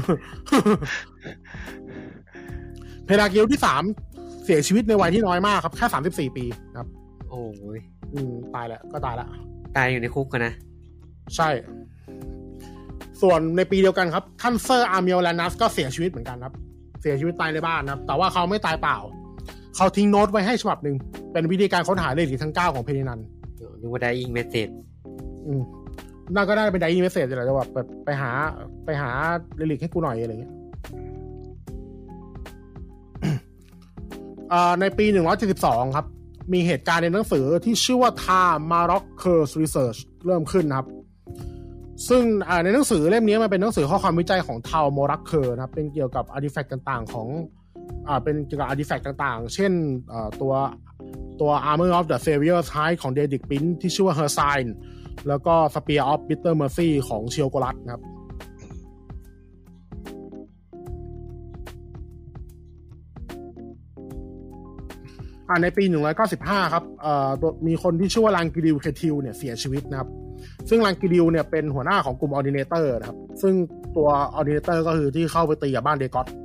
เพลากิวที่3เสียชีวิตในวัยที่น้อยมากครับแค่34ปีครับโอ้ยตายแล้วก็ตายแล้วตายอยู่ในคุกกันนะใช่ส่วนในปีเดียวกันครับท่านเซอร์อาร์เมียลลานัสก็เสียชีวิตเหมือนกันครับเสียชีวิตตายในบ้านนะครับแต่ว่าเขาไม่ตายเปล่าเขาทิ้งโน้ตไว้ให้ฉบับนึงเป็นวิธีการค้นหาเลขที่ทั้ง9ของเพนินันนึกว่าได้อิงเมสเสจน่าก็ได้เป็นไดรี่เมสเสจแหละจะแบบไปหาลิลิกให้กูหน่อยอะไรเงี้ยในปี172ครับมีเหตุการณ์ในหนังสือที่ชื่อว่า Marocco's Research เริ่มขึ้นนะครับซึ่งในหนังสือเล่มนี้มันเป็นหนังสือข้อความวิจัยของทาวโมรักเคอร์นะครับเป็นเกี่ยวกับอาร์ติแฟกต์ต่างๆของเป็นเกี่ยวกับอาร์ติแฟกต์ต่างๆเช่นตัว Armor of the Savior's Hide ของเดดิกปินที่ชื่อว่า Her Sign แล้วก็ Spear of Bitter Mercy ของเชียวโกลัสนะครับในปี195ครับมีคนที่ชื่อว่าลังกิดิลเคทิลเนี่ยเสียชีวิตนะครับซึ่งลังกิดิลเนี่ยเป็นหัวหน้าของกลุ่มออร์ดิเนเตอร์นะครับซึ่งตัวออร์ดิเนเตอร์ก็คือที่เข้าไปตีกับบ้านเดกอส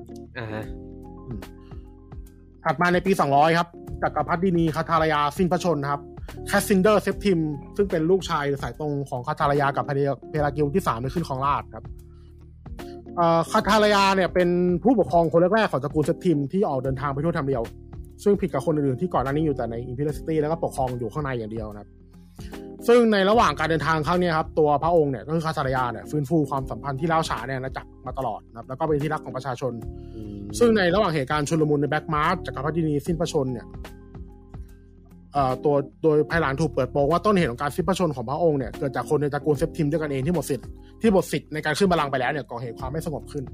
ถัดมาในปี200ครับจักรพรรดินีคาทารยาสิ้นพระชนครับแคสซินเดอร์เซปทิมซึ่งเป็นลูกชายสายตรงของคาทารยากับเพลากิลที่3ได้ขึ้นครองราชย์ครับคาทารยาเนี่ยเป็นผู้ปกครองคนแรกๆของตระกูลเซปทิมที่ออกเดินทางไปทั่วทำเดียวซึ่งผิดกับคนอื่นๆที่ก่อนหน้านี้อยู่แต่ใน Imperial City แล้วก็ปกครองอยู่ข้างในอย่างเดียวนะครับซึ่งในระหว่างการเดินทางครั้งนี้ครับตัวพระองค์เนี่ยก็คือคาทารยาเนี่ยฟื้นฟูความสัมพันธ์ที่ร้าวฉานในอาณาจักรมาตลอดนะครับแล้วก็เป็นที่รักของประชาชนซึ่งในระหว่างเหตุการณ์ชุลมุนในแบ็กมาร์ชจักรพรรดินีสิ้นพระชนเนี่ยโดยภายหลังถูกเปิดโปงว่าต้นเหตุของการสิ้นพระชนของพระองค์เนี่ยเกิดจากคนในตระกูลเซปทิมด้วยกันเองที่หมดสิทธิ์ในการขึ้นบัลลังก์ไปแล้วเนี่ยก่อเหตุความไม่สงบขึ้น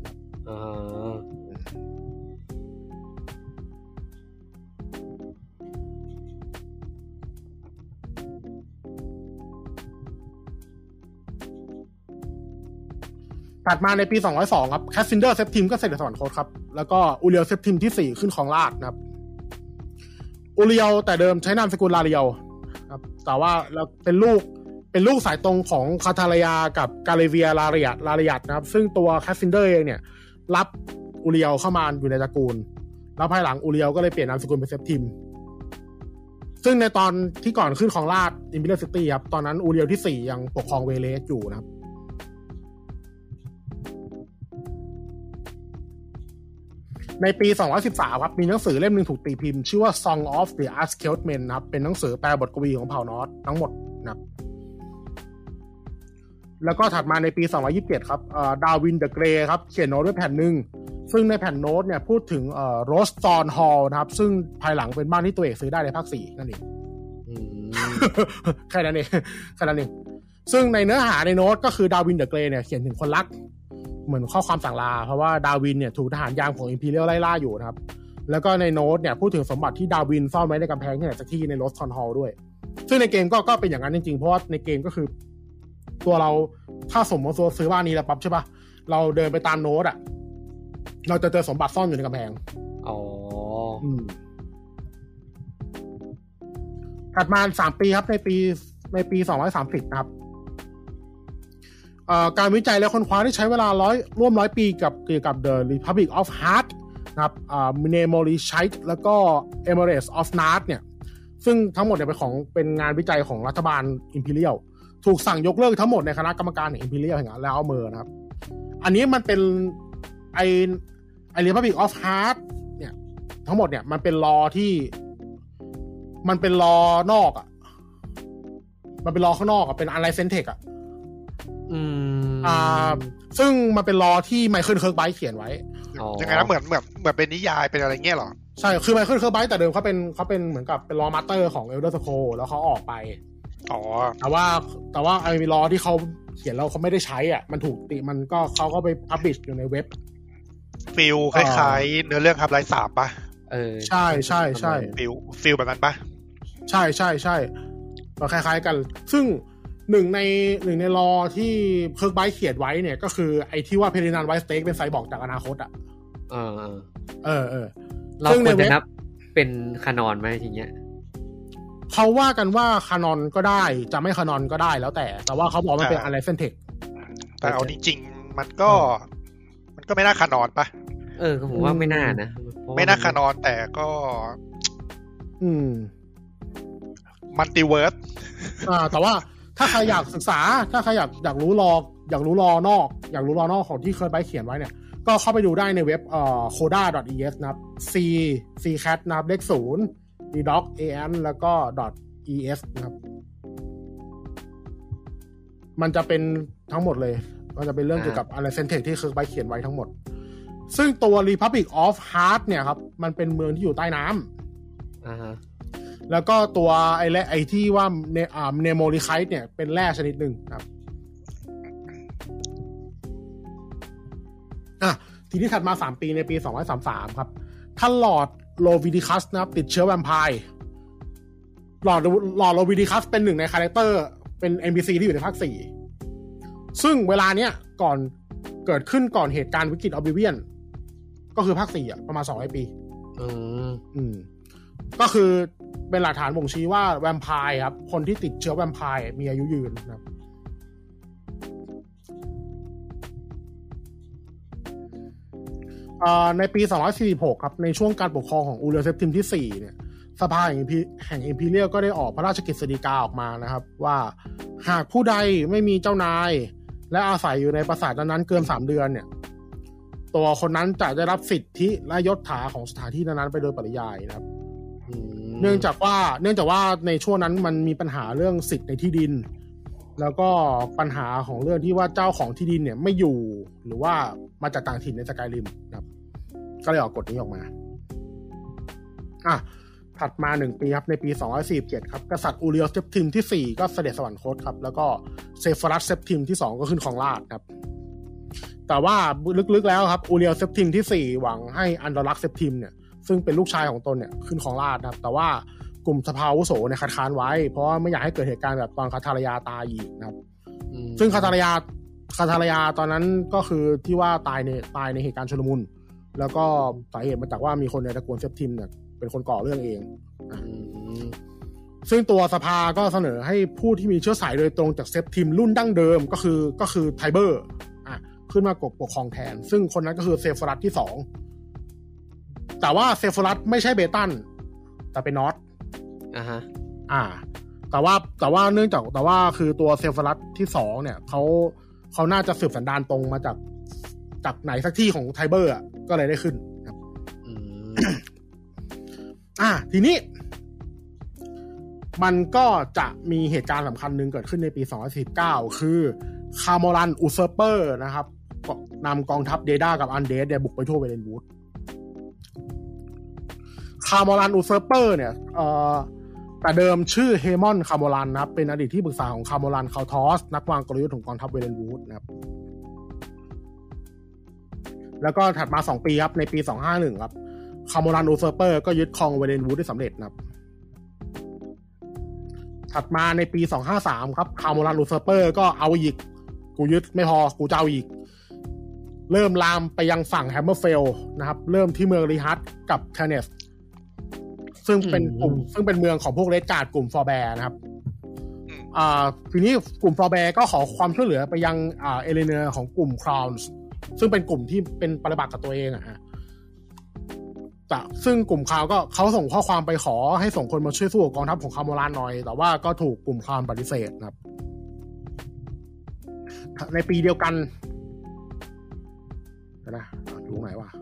ถัดมาในปี202ครับแคสซินเดอร์เซปทิมก็เสด็จสวรรคตครับแล้วก็อูเรียลเซปทิมที่4ขึ้นครองราชย์นะครับอูเรียลแต่เดิมใช้นามสกุลลาเรียลครับแต่ว่าเราเป็นลูกสายตรงของคาทารยากับกาเลเวียลาเรียตนะครับซึ่งตัวแคสซินเดอร์เองเนี่ยรับอูเรียลเข้ามาอยู่ในตระกูลแล้วภายหลังอูเรียลก็เลยเปลี่ยนนามสกุลเป็นเซปทิมซึ่งในตอนที่ก่อนขึ้นครองราชย์อิมพีเรียลซิตี้ครับตอนนั้นอูเรียลที่4ยังปกครองเวเลสอยู่นะครับในปี213ครับมีหนังสือเล่มนึงถูกตีพิมพ์ชื่อว่า Song of the Askelet Men นะครับเป็นหนังสือแปลบทกวีของเผ่านอร์สทั้งหมดนะครับแล้วก็ถัดมาในปี227ครับดาวินเดอะเกรย์ครับเขียนโน้ตไว้แผ่นนึงซึ่งในแผ่นโน้ตเนี่ยพูดถึงโรสตอนฮอลล์นะครับซึ่งภายหลังเป็นบ้านที่ตัวเอกซื้อได้ในภาค4นั่นเองแค่นั้นเองซึ่งในเนื้อหาในโน้ตก็คือดาวินเดอะเกรย์เนี่ยเขียนถึงคนรักเหมือนข้อความสั่งลาเพราะว่าดาวินเนี่ยถูกทหารยามของ Imperial ไล่ล่าอยู่นะครับแล้วก็ในโน้ตเนี่ยพูดถึงสมบัติที่ดาวินซ่อนไว้ในกำแพงที่ไหนสักที่ในโรสตอนฮอลล์ด้วยซึ่งในเกมก็เป็นอย่างนั้นจริงๆเพราะว่าในเกมก็คือตัวเราถ้าสมมติซื้อบ้านนี้แล้วปั๊บใช่ป่ะเราเดินไปตามโน้ตอ่ะเราจะเจอสมบัติซ่อนอยู่ในกำแพงถัดมา3ปีครับในปี230นะครับการวิจัยและค้นคว้าที่ใช้เวลาร่วม100ปีเกี่ยวกับ The Republic of Heart นะครับMnemonic แล้วก็ Emirates of Nard เนี่ยซึ่งทั้งหมดเนี่ยเป็นงานวิจัยของรัฐบาล Imperial ถูกสั่งยกเลิกทั้งหมดในคณะกรรมการแห่ง Imperial แห่งแล้วเอาเมอร์นะครับอันนี้มันเป็นไอ Republic of Heart เนี่ยทั้งหมดเนี่ยมันเป็นลอที่มันเป็นลอนอกอ่ะมันเป็นลอข้างนอกอ่ะเป็น Unlicensed Text อ่ะซึ่งมันเป็นลอที่ไมเคิลเคิร์กไบท์เขียนไว้ยังไงนะเหมือนเป็นนิยายเป็นอะไรเงี้ยหรอใช่คือไมเคิลเคิร์กไบท์แต่เดิมเขาเป็นเหมือนกับเป็นลอมาสเตอร์ของ Elder Scrolls แล้วเขาออกไปแต่ว่าไอ้ลอที่เขาเขียนแล้วเขาไม่ได้ใช้อ่ะมันถูกมันก็เขาก็ไปพับลิชอยู่ในเว็บฟิลคล้ายๆเนื้อเรื่องครับไร้สาบป่ะใช่ฟิลแบบนั้นป่ะใช่ก็คล้ายๆกันซึ่งหนึ่งในลอที่เคิร์กไบท์เขียนไว้เนี่ยก็คือไอ้ที่ว่าเพลินันไวสเต็กเป็นไซบอร์กจากอนาคตอ่ะเราควรจะนับเป็นคานอนไหมทีเงี้ยเขาว่ากันว่าคานอนก็ได้จะไม่คานอนก็ได้แล้วแต่ว่าเขาบอกมันเป็นอะไรเซนเทคแต่เอาจริงๆมันก็ไม่น่าคานอนป่ะก็ผมว่าไม่น่านะไม่น่าคานอนแต่ก็มัลติเวิร์สแต่ว่าถ้าใครอยากศึกษาถ้าใครอยากรู้รอนอกของที่เคยไปเขียนไว้เนี่ยก็เข้าไปดูได้ในเว็บcoda.es นะครับ c-cat นะครับเลข0 doc an แล้วก็ .es นะครับมันจะเป็นทั้งหมดเลยมันจะเป็นเรื่องเกี่ยวกับอะไรเซนเทคที่คือไปเขียนไว้ทั้งหมดซึ่งตัว Republic of Heart เนี่ยครับมันเป็นเมืองที่อยู่ใต้น้ำแล้วก็ตัวไอ้ที่ว่าเนโมลิไคต์เนี่ยเป็นแร่ชนิดหนึ่งครับทีนี้ถัดมา3ปีในปี233ครับท่านลอร์ดโลวิดิคัสนะครับติดเชื้อแวมไพร์ลอร์ดโลวิดิคัสเป็นหนึ่งในคาแรคเตอร์เป็น NPC ที่อยู่ในภาค4ซึ่งเวลาเนี้ยก่อนเกิดขึ้นก่อนเหตุการณ์วิกฤตออบลิเวียนก็คือภาค4ประมาณ200 ปีก็คือเป็นหลักฐานบ่งชี้ว่าแวมไพร์ครับคนที่ติดเชื้อแวมไพร์มีอายุยืนนะครับในปี246ครับในช่วงการปกครองของอูเรียลเซปติมที่4เนี่ยสภาแห่งอิมพีเรียลก็ได้ออกพระราชกฤษฎีกาออกมานะครับว่าหากผู้ใดไม่มีเจ้านายและอาศัยอยู่ในปราสาทนั้นเกิน3 เดือนเนี่ยตัวคนนั้นจะได้รับสิทธิและยศถาของสถานที่นั้นไปโดยปริยายนะครับเนื่องจากว่าในช่วงนั้นมันมีปัญหาเรื่องสิทธิ์ในที่ดินแล้วก็ปัญหาของเรื่องที่ว่าเจ้าของที่ดินเนี่ยไม่อยู่หรือว่ามาจากต่างถิ่นในสกายริมนะครับก็เลยออกกฎนี้ออกมาถัดมา1ปีครับในปี247ครับกษัตริย์อูเรียลเซปติมที่4ก็เสด็จสวรรคตครับแล้วก็เซฟรัสเซปติมที่2ก็ขึ้นครองราชย์ครับแต่ว่าลึกๆแล้วครับอูเรียลเซปติมที่4หวังให้อันดอรักเซปติมเนี่ยซึ่งเป็นลูกชายของตนเนี่ยขึ้นครองราชย์นะครับแต่ว่ากลุ่มสภาอาวุโสเนี่ยคัดค้านไว้เพราะว่าไม่อยากให้เกิดเหตุการณ์แบบตอนคาทาลายาตายอีกนะครับซึ่งคาทาลายาตอนนั้นก็คือที่ว่าตายในเหตุการณ์ชุลมุนแล้วก็สาเหตุมาจากว่ามีคนในตระกูลเซปติมเนี่ยเป็นคนก่อเรื่องเองซึ่งตัวสภาก็เสนอให้ผู้ที่มีเชื้อสายโดยตรงจากเซปติมรุ่นดั้งเดิมก็คือไทเบอร์ขึ้นมากบปกครองแทนซึ่งคนนั้นก็คือเซฟรัสที่2แต่ว่าเซฟรัสไม่ใช่เบตันแต่เป็นนอตแต่ว่าเนื่องจากแต่ว่าคือตัวเซฟรัสที่2เนี่ยเขาน่าจะสืบสันดานตรงมาจากไหนสักที่ของไทเบอร์ก็เลยได้ขึ้นครับทีนี้มันก็จะมีเหตุการณ์สำคัญหนึ่งเกิดขึ้นในปี249คือคาร์โมลันอูเซอร์เปอร์นะครับนำกองทัพเดด้ากับอันเดสเนี่ยบุกไปทั่วเวเลนวูดคาร์โมลันอูเซอร์เปอร์เนี่ยแต่เดิมชื่อเฮมอนคาร์โมลันนะครับเป็นอดีตที่ปรึกษาของคาร์โมลันคาลทอสนักวางกลยุทธ์ของกองทัพเวเลนวูดนะครับแล้วก็ถัดมา2ปีครับในปี251ครับคาร์โมลันอูเซอร์เปอร์ก็ยึดครองเวเลนวูดได้สำเร็จนะครับถัดมาในปี253ครับคาร์โมลันอูเซอร์เปอร์ก็เอาอีกกูยึดไม่พอกูจะเอาอีกเริ่มลามไปยังฝั่งแฮมเมอร์เฟลนะครับเริ่มที่เมืองรีฮัตกับเทเนสซึ่งเป็นเมืองของพวกเรดการ์ดกลุ่มฟอร์แบร์นะครับทีนี้กลุ่มฟอร์แบร์ก็ขอความช่วยเหลือไปยังเอเลเนอร์ของกลุ่มคราวน์ซึ่งเป็นกลุ่มที่เป็นปฏิบัติกับตัวเองแต่ซึ่งกลุ่มคราวก็เขาส่งข้อความไปขอให้ส่งคนมาช่วยสู้กับกองทัพของคาร์โมลันหน่อยแต่ว่าก็ถูกกลุ่มคราวน์ปฏิเสธนะครับในปีเดียวกันนะอยู่ไหนวะ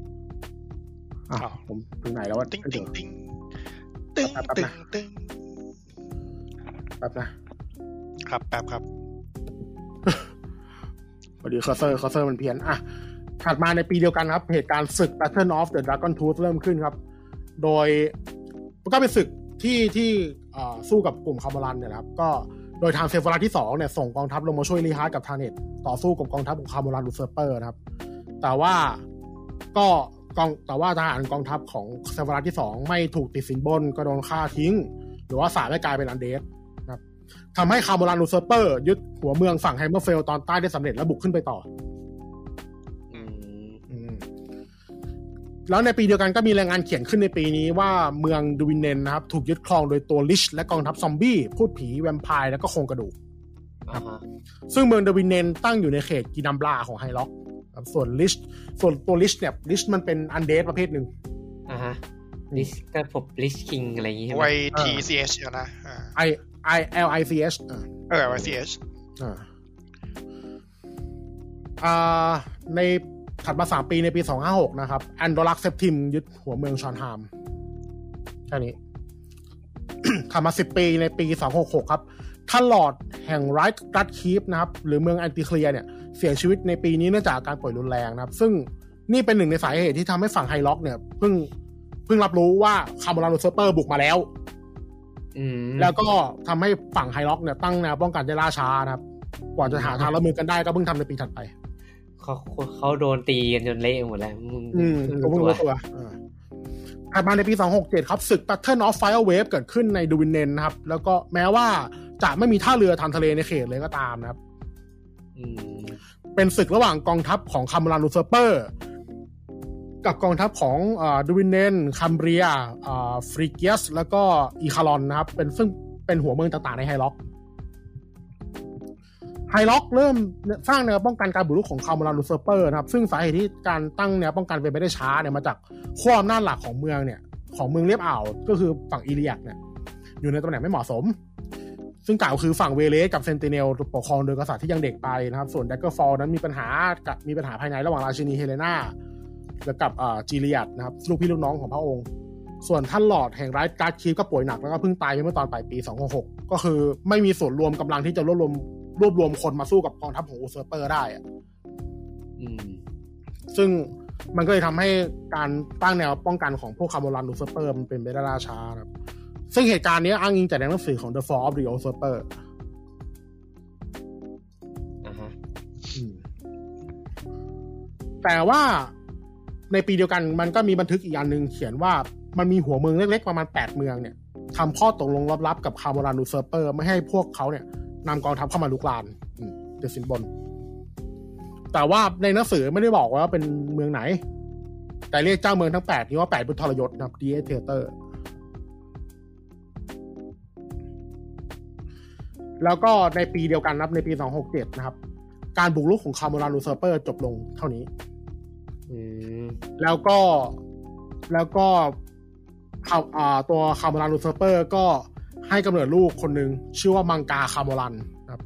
ผมถึงไหนแล้ววะติ๊งแป๊บนะครับแป๊บครับพอดีเคอร์เซอร์มันเพี้ยนถัดมาในปีเดียวกันครับเหตุการณ์ศึก Battle of the Dragon Tooth เริ่มขึ้นครับโดยก็เป็นศึกที่สู้กับกลุ่มคาร์โมลันเนี่ยครับก็โดยทางเซฟรัสที่2เนี่ยส่งกองทัพลงมาช่วยรีฮาร์ดกับทาเนตต่อสู้กับกองทัพของคาร์โมลันอูเซอร์เปอร์นะครับแต่ว่าทหารกองทัพของเซฟรัสที่2ไม่ถูกติดสินบนก็โดนฆ่าทิ้งหรือว่าสาปให้กลายเป็นอันเดสนะครับทำให้คาร์โมลันอูเซอร์เปอร์ยึดหัวเมืองฝั่งแฮมเมอร์เฟลตอนใต้ได้สำเร็จและบุกขึ้นไปต่อแล้วในปีเดียวกันก็มีรายงานเขียนขึ้นในปีนี้ว่าเมืองดูวินเนนนะครับถูกยึดครองโดยตัวลิชและกองทัพซอมบี้พูดผีแวมไพร์แล้วก็โครงกระดูกซึ่งเมืองดูวินเนนตั้งอยู่ในเขตกินัมบลาของไฮล็อกส่วนตัวลิชเนี่ยลิชมันเป็นอันเดสประเภทหนึ่งลิชก็พบลิชคิงอะไรอย่างงี้ใช่ไหม YTCH นะ ILICH YCH ในถัดมา3ปีในปี256นะครับแอนโดรักเซปติมยึดหัวเมืองชอนฮามแค่นี้ ถัดมา10ปีในปี266ครับท่านลอร์ดแห่งไรท์กัตคีฟนะครับหรือเมืองแอนติเคลียเนี่ยเสียชีวิตในปีนี้เนื่องจากการป่วยรุนแรงนะครับซึ่งนี่เป็นหนึ่งในสาเหตุที่ทำให้ฝั่งไฮล็อกเนี่ยเพิ่งรับรู้ว่าคาร์โมลานลูเซอร์เปอร์บุกมาแล้วแล้วก็ทำให้ฝั่งไฮล็อกเนี่ยตั้งแนวป้องกันได้ล่าช้านะครับกว่าจะหาทางรับมือกันได้ก็เพิ่งทำในปีถัดไปเขาโดนตีกันจนเละหมดแล้วก็เพิ่งรู้ตัวถัดมาในปี267ครับศึก Battle of Fire Wave เกิดขึ้นในดูวินเนนนะครับแล้วก็แม้ว่าจะไม่มีท่าเรือทางทะเลในเขตเลยก็ตามนะครับเป็นศึกระหว่างกองทัพของคาร์โมลานลูเซอร์เปอร์กับกองทัพของดูวินเนนคัมเบรียฟริเกียสแล้วก็อีคารอนนะครับซึ่งเป็นหัวเมืองต่างๆในไฮล็อกเริ่มสร้างแนวป้องกันการบุกรุกของคาร์โมลานลูเซอร์เปอร์นะครับซึ่งสาเหตุที่การตั้งแนวป้องกันเป็นไปได้ช้าเนี่ยมาจากขั้วอำนาจหลักของเมืองเนี่ยของเมืองเลียบอ่าวก็คือฝั่งอิเลียกเนี่ยอยู่ในตำแหน่งไม่เหมาะสมซึ่งกล่าวคือฝั่งเวเลสกับเซนติเนลปกครองโดยกษัตริย์ที่ยังเด็กไปนะครับส่วนแดกเกอร์ฟอลนั้นมีปัญหาภายในระหว่างราชินีเฮเลนาและกับจีเลียดนะครับลูกพี่ลูกน้องของพระองค์ส่วนท่านลอร์ดแห่งไรท์การ์ดคีฟก็ป่วยหนักแล้วก็เพิ่งตายเมื่อตอนปลายปี266ก็คือไม่มีส่วนรวมกำลังที่จะรวบรวมคนมาสู้กับกองทัพของอูเซอร์เปอร์ได้ซึ่งมันก็เลยทำให้การตั้งแนวป้องกันของพวกคาร์โมลานอูเซอร์เปอร์มันเป็นไปได้ล่าช้าครับซึ่งเหตุการณ์นี้อ้างอิงจากหนังสือของ The Fall of the Usurper แต่ว่าในปีเดียวกันมันก็มีบันทึกอีกอันนึงเขียนว่ามันมีหัวเมืองเล็กๆประมาณ8เมืองเนี่ยทำข้อตกลงลับๆกับคาร์โมลานอูเซอร์เปอร์ไม่ให้พวกเขาเนี่ยนำกองทัพเข้ามาลุกลานเดือดสินบนแต่ว่าในหนังสือไม่ได้บอกว่าเป็นเมืองไหนแต่เรียกเจ้าเมืองทั้ง8นี้ว่า8บุญทรยศนะครับ Dictator แล้วก็ในปีเดียวกันในปี267นะครับการบุกรุกของคาร์โมลานลูเซอร์เปอร์จบลงเท่านี้แล้วก็ตัวคาร์โมลานลูเซอร์เปอร์ก็ให้กำเนิดลูกคนหนึ่งชื่อว่ามังกาคาร์โมลันครับ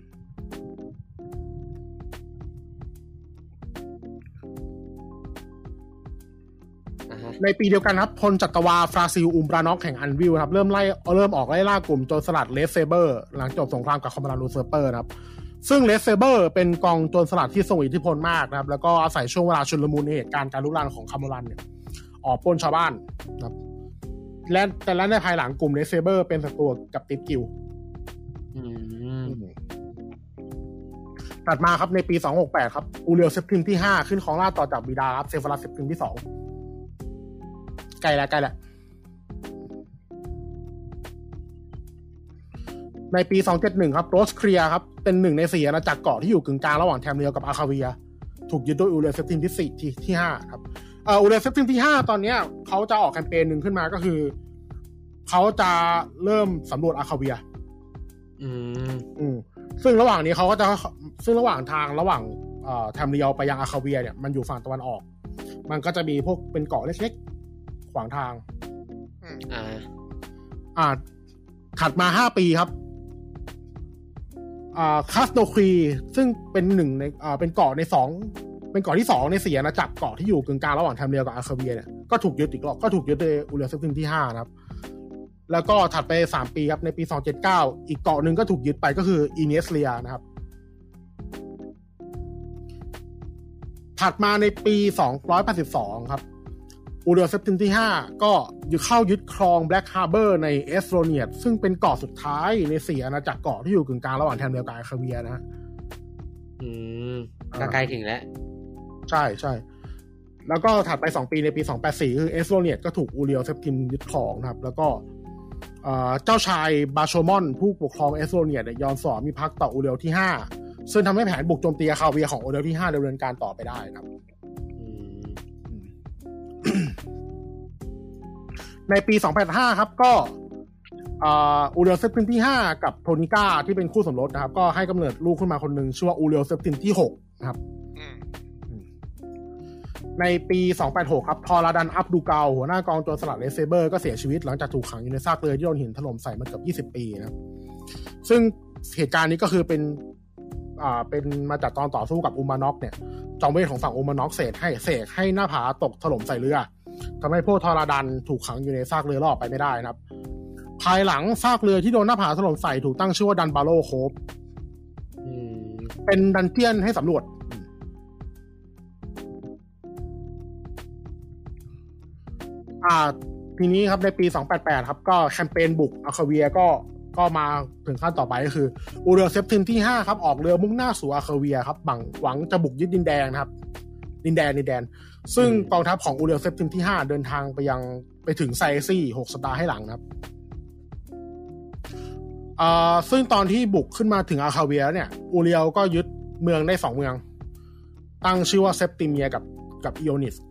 ในปีเดียวกันครับพลจักรวาลฟราซิลอุมบรานอกแห่งอันวิลครับเริ่มออกไล่ล่ากลุ่มโจรสลัดเลสเซเบอร์หลังจบสงครามกับคาร์โมลานลูเซอร์เปอร์นะครับซึ่งเลสเซเบอร์เป็นกองโจรสลัดที่ทรงอิทธิพลมากนะครับแล้วก็อาศัยช่วงเวลาชุลมุนในเหตุการณ์การลุกลามของคาร์โมลันเนี่ยออกปล้นชาวบ้านนะครับและในภายหลังกลุ่มเลสเซเบอร์เป็นศัตรูกับติดกิลถัดมาครับในปี268ครับอูเรียลเซปติมที่5ขึ้นครองราชย์ต่อจากบิดาครับเซฟารัสเซปติมที่2ใกล้แล้วในปี271ครับโรสเคลียครับเป็น1ใน4อาณาจักรเกาะที่อยู่กึ่งกลางระหว่างแทมเรียลกับอาคาเวียถูกยึดโดยอูเรียลเซปติมที่5ครับอูเรียลเซปติมที่5ตอนนี้เขาจะออกแคมเปญนึงขึ้นมาก็คือเขาจะเริ่มสำรวจอาคาเวียซึ่งระหว่างนี้เขาก็จะระหว่างแทมเรียลไปยังอาคาเวียเนี่ยมันอยู่ฝั่งตะวันออกมันก็จะมีพวกเป็นเกาะเล็กๆขวางทางถัดมา5ปีครับคาสโตครีซึ่งเป็นหนึ่งในเป็นเกาะใน2เป็นเกาะที่2ใน4อาณาจักรเกาะที่อยู่กึ่งกลางระหว่างแทมเรียลกับอาคาเวียเนี่ยก็ถูกยึดอีกรอบก็ถูกยึดโดยอูเรียลเซปติมที่5นะครับแล้วก็ถัดไป3ปีครับในปี279อีกเกาะนึงก็ถูกยึดไปก็คืออิเนสเลียนะครับถัดมาในปี282ครับอูเรียลเซปติมที่5ก็เข้ายึดครองแบล็กฮาร์เบอร์ในเอสโรเนียตซึ่งเป็นเกาะสุดท้ายใน4อาณาจักรเกาะที่อยู่กึ่งกลางระหว่างแทมเรียลกับอาคาเวียนะใกล้ถึงแล้วใช่แล้วก็ถัดไป2ปีในปี284คือเอสโรเนียตก็ถูกอูเรียลเซปติมยึดครองนะครับแล้วก็เจ้าชายบาโชมอนผู้ปกครองเอสโรเนียตยอมสอบมีภักดิ์ต่ออูเรียลที่5ซึ่งทำให้แผนบุกโจมตีอาคาเวียของอูเรียลที่5ดำเนินการต่อไปได้ครับในปี2085ครับก็อูเรียลเซปติมที่5กับโทนิก้าที่เป็นคู่สมรสนะครับก็ให้กำเนิดลูกขึ้นมาคนหนึ่งชื่อว่าอูเรียลเซปติมที่6นะครับในปี286ครับทอราดันอับดูเกาหัวหน้ากองโจรสลัดเลสเซเบอร์ก็เสียชีวิตหลังจากถูกขังอยู่ในซากเรือที่โดนหินถล่มใส่มาเกือบ20ปีนะครับซึ่งเหตุการณ์นี้ก็คือเป็นมาจากตอนต่อสู้กับอูมาน็อกเนี่ยจอมเวทของฝั่งอูมาน็อกเสกให้หน้าผาตกถล่มใส่เรือทำให้พวกทอราดันถูกขังอยู่ในซากเรือรอดไปไม่ได้นะครับพภายหลังซากเรือที่โดนหน้าผาถล่มใส่ถูกตั้งชื่อว่าดันบาโลโคฟเป็นดันเจียนให้สำรวจทีนี้ครับในปี288ครับก็แคมเปญบุกอาคาเวียก็มาถึงขั้นต่อไปก็คืออูเรือเซปทิมที่5ครับออกเรือมุ่งหน้าสู่อาคาเวียครับหวังจะบุกยึดดินแดนนะครับดินแดนซึ่งกองทัพของอูเรือเซปทิมที่5เดินทางไปถึงไซซี่6สัปดาห์ให้หลังนะครับซึ่งตอนที่บุกขึ้นมาถึงอาคาเวียเนี่ยอูเรียวก็ยึดเมืองได้2เมืองตั้งชื่อว่าเซปติเมียกับอิโอนิส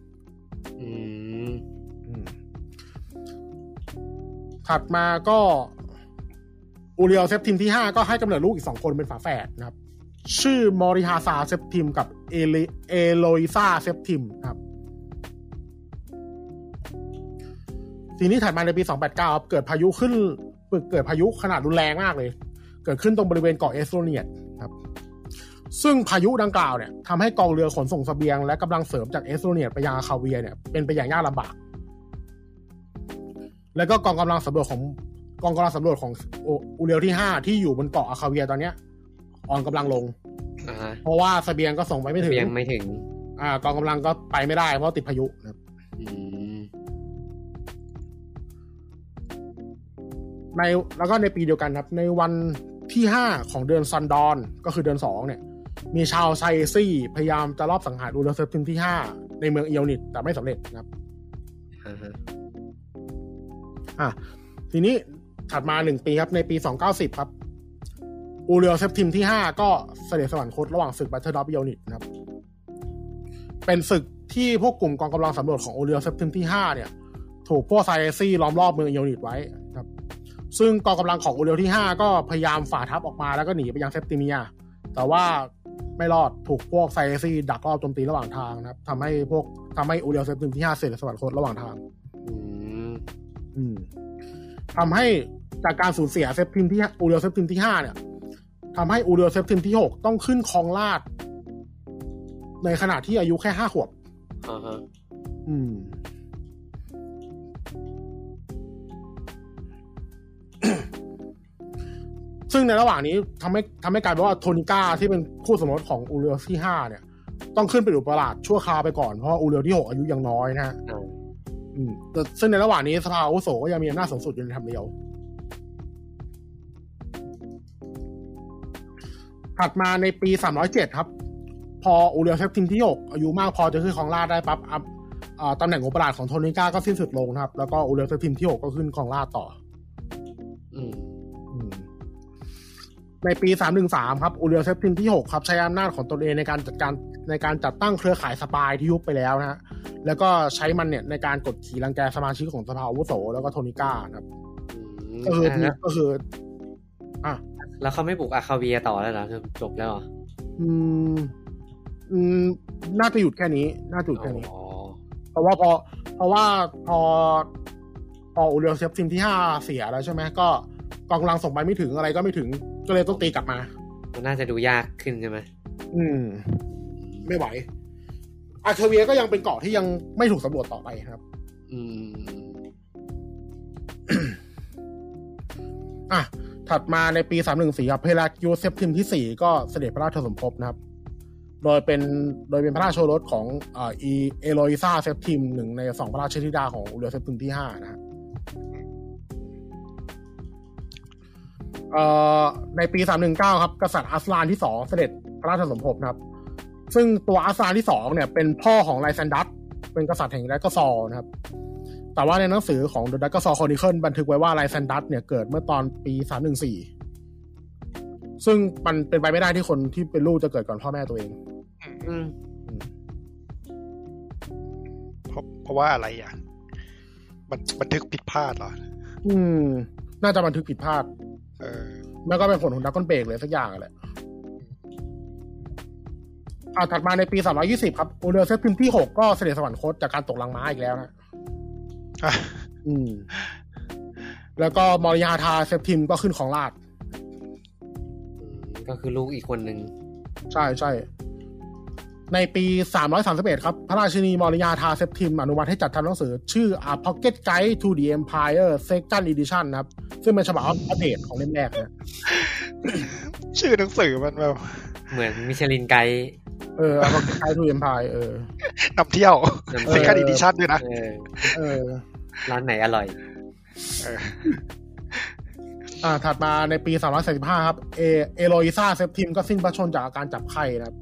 ถัดมาก็อูเรียวเซปติมที่5ก็ให้กำเนิดลูกอีก2คนเป็นฝาแฝดนะครับชื่อมอริฮาซาเซปติมกับเอโลอิซาเซปติมครับทีนี้ถัดมาในปี289ครับเกิดพายุขนาดรุนแรงมากเลยเกิดขึ้นตรงบริเวณเกาะเอสโตเนียครับซึ่งพายุดังกล่าวเนี่ยทำให้กองเรือขนส่งเสบียงและกำลังเสริมจากเอสโตเนียไปยังอาคาเวียเนี่ยเป็นไปอย่างยากลำบากแล้วก็กองกำลังสำรวจของอูเรียวที่5ที่อยู่บนเกาะอาคาเวียตอนเนี้ยอ่อนกำลังลงเพราะว่าเสบียงก็ส่งไปไม่ถึงกองกำลังก็ไปไม่ได้เพราะติดพายุนะครับแล้วก็ในปีเดียวกันครับในวันที่5ของเดือนซันดอนก็คือเดือน2เนี่ยมีชาวไซซี่พยายามจะลอบสังหารอูเรือเซปติมที่5ในเมืองอิโอนิสแต่ไม่สำเร็จนะครับทีนี้ถัดมา1ปีครับในปี290ครับอูเรือเซปติมที่5ก็เสด็จสวรรคตระหว่างศึกแบทเทิลออฟอิโอนิสนะครับเป็นศึกที่พวกกลุ่มกองกำลังสำรวจของอูเรือเซปติมที่5เนี่ยถูกพวกไซซี่ล้อมรอบเมืองอิโอนิสไว้ครับซึ่งกองกำลังของอูเรียวที่5ก็พยายามฝ่าทัพออกมาแล้วก็หนีไปยังเซปติเมียแต่ว่าไม่รอดถูกพวกไซซี่ดักรอบโจมตีระหว่างทางนะครับทำให้อูเรียวเซปติมที่5เสด็จสวรรคตระหว่างทางทำให้จากการสูญเสียอูเรียวเซปติมที่5เนี่ยทำให้อูเรียวเซปติมที่6ต้องขึ้นครองราชย์ในขณะที่อายุแค่5 ขวบซึ่งในระหว่างนี้ทำให้กลายเป็นว่าโทนิก้าที่เป็นคู่สมรสของอูเรียวที่5เนี่ยต้องขึ้นไปอยู่ประหลาดชั่วคราวไปก่อนเพราะอูเรียวที่6อายุยังน้อยนะฮะซึ่งในระหว่างนี้สภาอาวุโสก็ยังมีอำนาจสูงสุดอยู่ในธรรมเนียมถัดมาในปี307ครับพออูเรียวเซปติมที่6อายุมากพอจะขึ้นครองราชย์ได้ปั๊บตำแหน่งองค์ประหลาดของโทนิก้าก็สิ้นสุดลงนะครับแล้วก็อูเรียวเซปติมที่6ก็ขึ้นครองราชย์ต่อในปี313ครับอูเรียวเซปติมที่6ครับใช้อำนาจของตนเองในการจัดตั้งเครือข่ายสปายที่ยุบไปแล้วนะฮะแล้วก็ใช้มันเนี่ยในการกดขี่รังแกสมาชิกของสภาอาวุโสแล้วก็โทนิก้านะครับก็คือแล้วเขาไม่บุกอาคาเวียต่อแล้วเหรอจบแล้วเหรอน่าจะหยุดแค่นี้เพราะว่าพออูเรียวเซปติมที่5เสียแล้วใช่ไหมก็กองกำลังส่งไปไม่ถึงอะไรก็ไม่ถึงก็เลยต้องตีกลับมามันน่าจะดูยากขึ้นใช่ไหมไม่ไหวอาคาเวียก็ยังเป็นเกาะที่ยังไม่ถูกสำรวจต่อไปครับถัดมาในปี314ครับเพลากิโอเซปติมที่4ก็เสด็จพระราชสมภพนะครับโดยเป็นพระราชโอรสของเอโลอิซาเซปติมหนึ่งใน2พระราชธิดาของอูเรียวเซปติมที่5นะฮะในปี319ครับกษัตริย์อัสลานที่2เสด็จพระราชสมภพนะครับซึ่งตัวอัสลานที่2เนี่ยเป็นพ่อของไลแซนดัสเป็นกษัตริย์แห่งไดกอซอร์นะครับแต่ว่าในหนังสือของ The Daggersaw Chronicle บันทึกไว้ว่าไลแซนดัสเนี่ยเกิดเมื่อตอนปี314ซึ่งมันเป็นไปไม่ได้ที่คนที่เป็นลูกจะเกิดก่อนพ่อแม่ตัวเองเพราะว่าอะไรมันบันทึกผิดพลาดเหรอน่าจะบันทึกผิดพลาดแล้วก็เป็นผลของดักกอนเบรกเลยสักอย่างแหละถัดมาในปี320ครับอูเรียวเซปติมที่6ก็เสด็จสวรรคตจากการตกลังม้าอีกแล้วนะแล้วก็มอริฮาทาเซปติมก็ขึ้นของราชย์ก็คือลูกอีกคนนึงใช่ในปี331ครับพระราชินีมอริยาธาเซปทิมอนุมัติให้จัดทำหนังสือชื่อ A Pocket Guide to the Empire Second Edition นะครับซึ่งเป็นฉบับอัปเดตของเล่มแรกนะชื่อหนังสือมันแบบเหมือนมิชลินไกด์ A Pocket Guide to the Empire นำเที่ยว Second Edition ด้วยนะร้านไหนอร่อยถัดมาในปี345ครับเอโลอิซาเซปทิมก็สิ้นพระชนม์จากอาการจับไข้นะครับ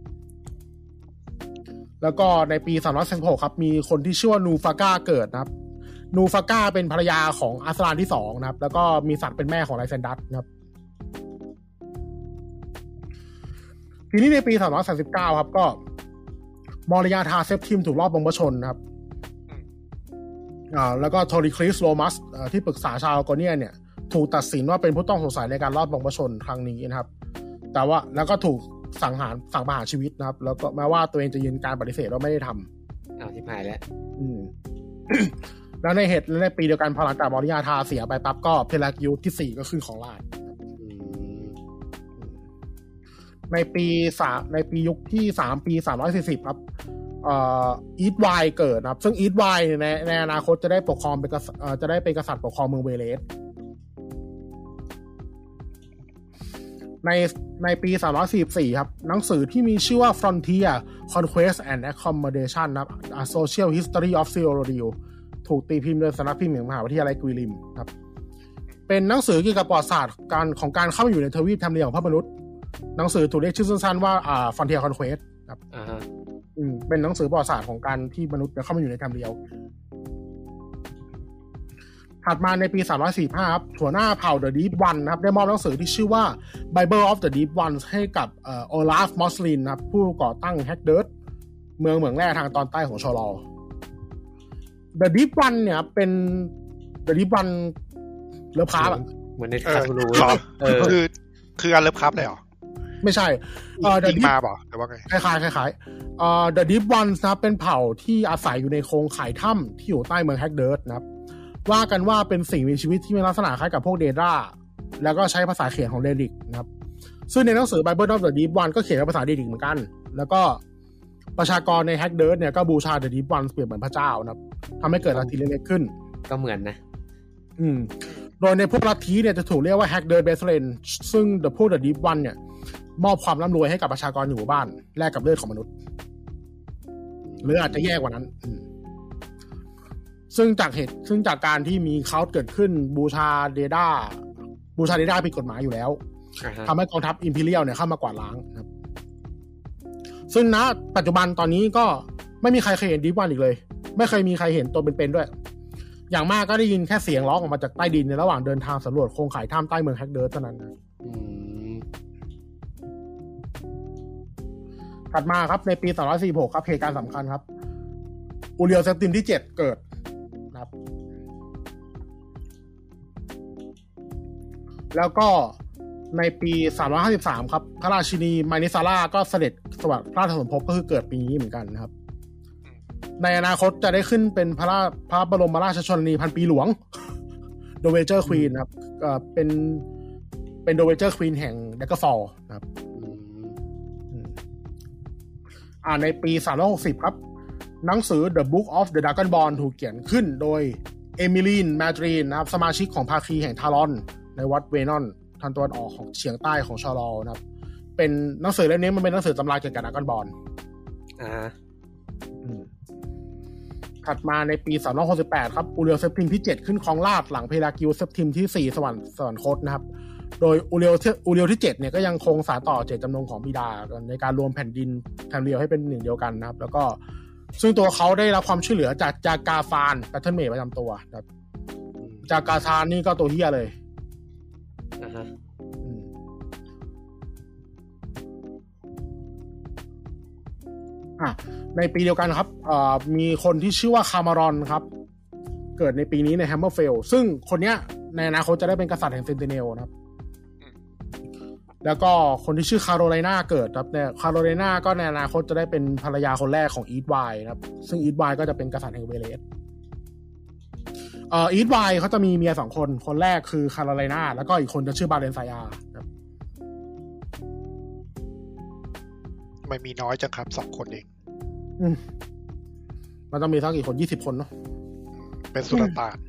แล้วก็ในปี316ครับมีคนที่ชื่อว่านูฟาก้าเกิดนะครับนูฟาก้าเป็นภรรยาของอัสลานที่2นะครับแล้วก็มีศักดิ์เป็นแม่ของไลเซนดัสนะครับทีนี้ในปี339ครับก็มอริยาธาเซปทิมถูกลอบบงพชนนะครับแล้วก็โทริคริสโรมัสที่ปรึกษาชาวโกเนียเนี่ยถูกตัดสินว่าเป็นผู้ต้องสงสัยในการลอบบงพชนครั้งนี้นะครับแต่ว่าแล้วก็ถูกสั่งประหารชีวิตนะครับแล้วก็แม้ว่าตัวเองจะยืนการปฏิเสธว่าไม่ได้ทำที่หายแล้วแล้วในปีเดียวกันพอหลังจากมอริยาธาเสียไปปั๊บก็เพลากิอุสที่4ก็ขึ้นของราชในปียุคที่3ปี340ครับอีทไวเกิดนะครับซึ่งอีทไวในอนาคตจะได้ปกครองเป็นจะได้เป็นกษัตริย์ปกครองเมืองเวเลสในปี344ครับหนังสือที่มีชื่อว่า Frontier Conquest and Accommodation นะครับ A Social History of Silmaril ถูกตีพิมพ์โดยสำนักพิมพ์แห่งมหาวิทยาลัยกวิลิมครับเป็นหนังสือเกี่ยวกับประวัติศาสตร์ของการเข้ามาอยู่ในทวีปแถบเหนือของพระมนุษย์หนังสือถูกเรียกชื่อสั้นๆว่าFrontier Conquest ครับเป็นหนังสือประวัติศาสตร์ของการที่มนุษย์เข้ามาอยู่ในแถบเหนือถัดมาในปี345ครับหัวหน้าเผ่า The Deep One นะครับได้มอบหนังสือที่ชื่อว่า Bible of the Deep Ones ให้กับโอลาฟมอสลินนะครับผู้ก่อตั้งแฮกเดิร์ตเมืองแร่ทางตอนใต้ของชอลอ The Deep One เนี่ยเป็น The Deep One เลิฟคราฟเหมือนในคาทูลูคือการเลิฟคราฟเลยเหรอไม่ใช่ The Deep มาบ่แต่ว่าไงคล้ายๆThe Deep Ones นะเป็นเผ่าที่อาศัยอยู่ในโครงข่ายถ้ำที่อยู่ใต้เมืองแฮกเดิร์ตนะครับว่ากันว่าเป็นสิ่งมีชีวิตที่มีลักษณะคล้ายกับพวกเดดราแล้วก็ใช้ภาษาเขียนของเดริกนะครับซึ่งในหนังสือ Bible of the Deep One ก็เขียนเป็นภาษาเดริกเหมือนกันแล้วก็ประชากรในแฮกเดิร์ตเนี่ยก็บูชา The Deep One เปรียบเหมือนพระเจ้านะครับทำให้เกิดลัทธิเล็กๆขึ้นก็เหมือนนะโดยในพวกลัทธิเนี่ยจะถูกเรียกว่าแฮกเดิร์ตเบสเลนซึ่ง The Deep One เนี่ยมอบความร่ำรวยให้กับประชากรอยู่หมู่บ้านแลกกับเลือดของมนุษย์หรืออาจจะแย่กว่านั้นซึ่งจากการที่มีเคาท์เกิดขึ้นบูชาเดด้าผิดกฎหมายอยู่แล้วทำให้กองทัพอิมพีเรียลเนี่ยเข้ามากวาดล้างนะครับซึ่งณปัจจุบันตอนนี้ก็ไม่มีใครเคยเห็นดีฟวันอีกเลยไม่เคยมีใครเห็นตัวเป็นๆด้วยอย่างมากก็ได้ยินแค่เสียงร้องออกมาจากใต้ดินในระหว่างเดินทางสำรวจโครงข่ายถ้ำใต้เมืองแฮกเดิร์ตเท่านั้นนะถัดมาครับในปี246ครับเหตุการณ์สำคัญครับอูเรียลเซปติมที่7เกิดนะครับแล้วก็ในปี353ครับพระราชินีมานิซาร่าก็เสด็จสวรรคพระราชสมภพก็คือเกิดปีนี้เหมือนกันนะครับในอนาคตจะได้ขึ้นเป็นพระบรมราชชนนีพันปีหลวงโดเวเจอร์ควีนครับเป็นโดเวเจอร์ควีนแห่งแดกเกอร์ฟอลนะครับในปี360ครับหนังสือ The Book of the Dragonborn ถูกเขียนขึ้นโดยเอมิลีนมาดรีนนะครับสมาชิกของภาคีแห่งทารอนในวัดเวนอนทางตะวันออกของเฉียงใต้ของชอลอนะครับเป็นหนังสือเล่มนี้มันเป็นหนังสือตำราเกี่ยวกับดราก้อนบอลถัดมาในปี368ครับอูเรียลเซปติมที่7ขึ้นครองราชย์หลังเพลากิอุสเซปติมที่4สวรรคตนะครับโดยอูเรียลที่7เนี่ยก็ยังคงสานต่อเจตจำนงของบิดาในการรวมแผ่นดินแถบเดียวให้เป็นหนึ่งเดียวกันนะครับแล้วก็ซึ่งตัวเขาได้รับความช่วยเหลือจากจากาฟานแพทเทิร์นเมดประจำตัวนะครับจากาซานนี่ก็ตัวเหี้ยเลยในปีเดียวกันครับมีคนที่ชื่อว่าคามารอนครับเกิดในปีนี้ในแฮมเมอร์เฟลซึ่งคนเนี้ยในอนาคตจะได้เป็นกษัตริย์แห่งเซนติเนลนะครับแล้วก็คนที่ชื่อคาโรไลนาเกิดครับเนี่ยคาโรไลนาก็ในอนาคตจะได้เป็นภรรยาคนแรกของอีทไวนะครับซึ่งอีทไวก็จะเป็นกษัตริย์แห่งเวเลสอีทไวเขาจะมีเมีย2คนแรกคือคาโรไลนาแล้วก็อีกคนจะชื่อบาเลนไซอาครับไมมีน้อยจังครับ2 คนเองมันต้องมีสักกี่คน20 คนเนาะเป็นสุลต่าน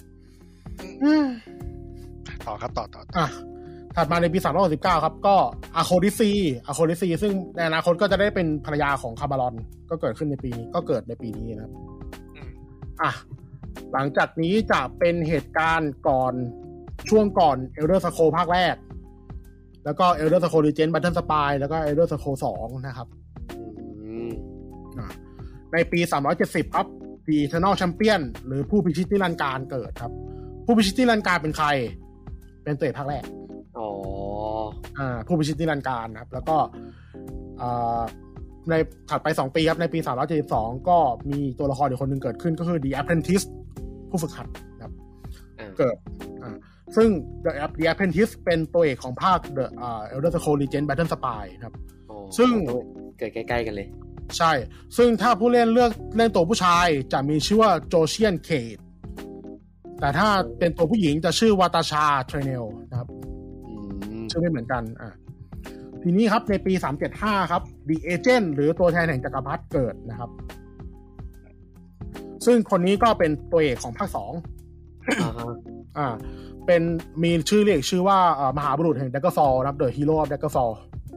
ต่อครับต่อถัดมาในปี369ครับก็อาโคดิซีซึ่งในอนาคตก็จะได้เป็นภรรยาของคาบารอนก็เกิดขึ้นในปีนี้ก็เกิดในปีนี้นะครับหลังจากนี้จะเป็นเหตุการณ์ช่วงก่อน Elder Scrolls ภาคแรกแล้วก็ Elder Scrolls Legends Battle Spy แล้วก็ Elder Scrolls 2นะครับในปี370ครับ The Eternal Champion หรือผู้พิชิตนิรันดร์การเกิดครับผู้พิชิตนิรันดร์การเป็นใครเป็นตัวเอกภาคแรกผู้พิชิตนิรันดร์การนะครับแล้วก็ในถัดไป2 ปีครับในปี372ก็มีตัวละครอีกคนนึงเกิดขึ้นก็คือ The Apprentice ผู้ฝึกหัดนะครับเกิดซึ่ง The Apprentice เป็นตัวเอกของภาค The Elder Scrolls Legends Battle Spy ครับซึ่งเกิดใกล้ๆกันเลยใช่ซึ่งถ้าผู้เล่นเลือกเล่นตัวผู้ชายจะมีชื่อว่าโจเชียนเคทแต่ถ้าเป็นตัวผู้หญิงจะชื่อวาตาชาเทรเนลนะครับชื่อไม่เหมือนกันทีนี้ครับในปี375ครับ The Agent หรือตัวแทนแห่งจักรพรรดิเกิดนะครับซึ่งคนนี้ก็เป็นตัวเอกของภาค2เป็นมีชื่อเรียกชื่อว่ามหาบุรุษแห่ง Daggerfall นะครับ The Hero of Daggerfall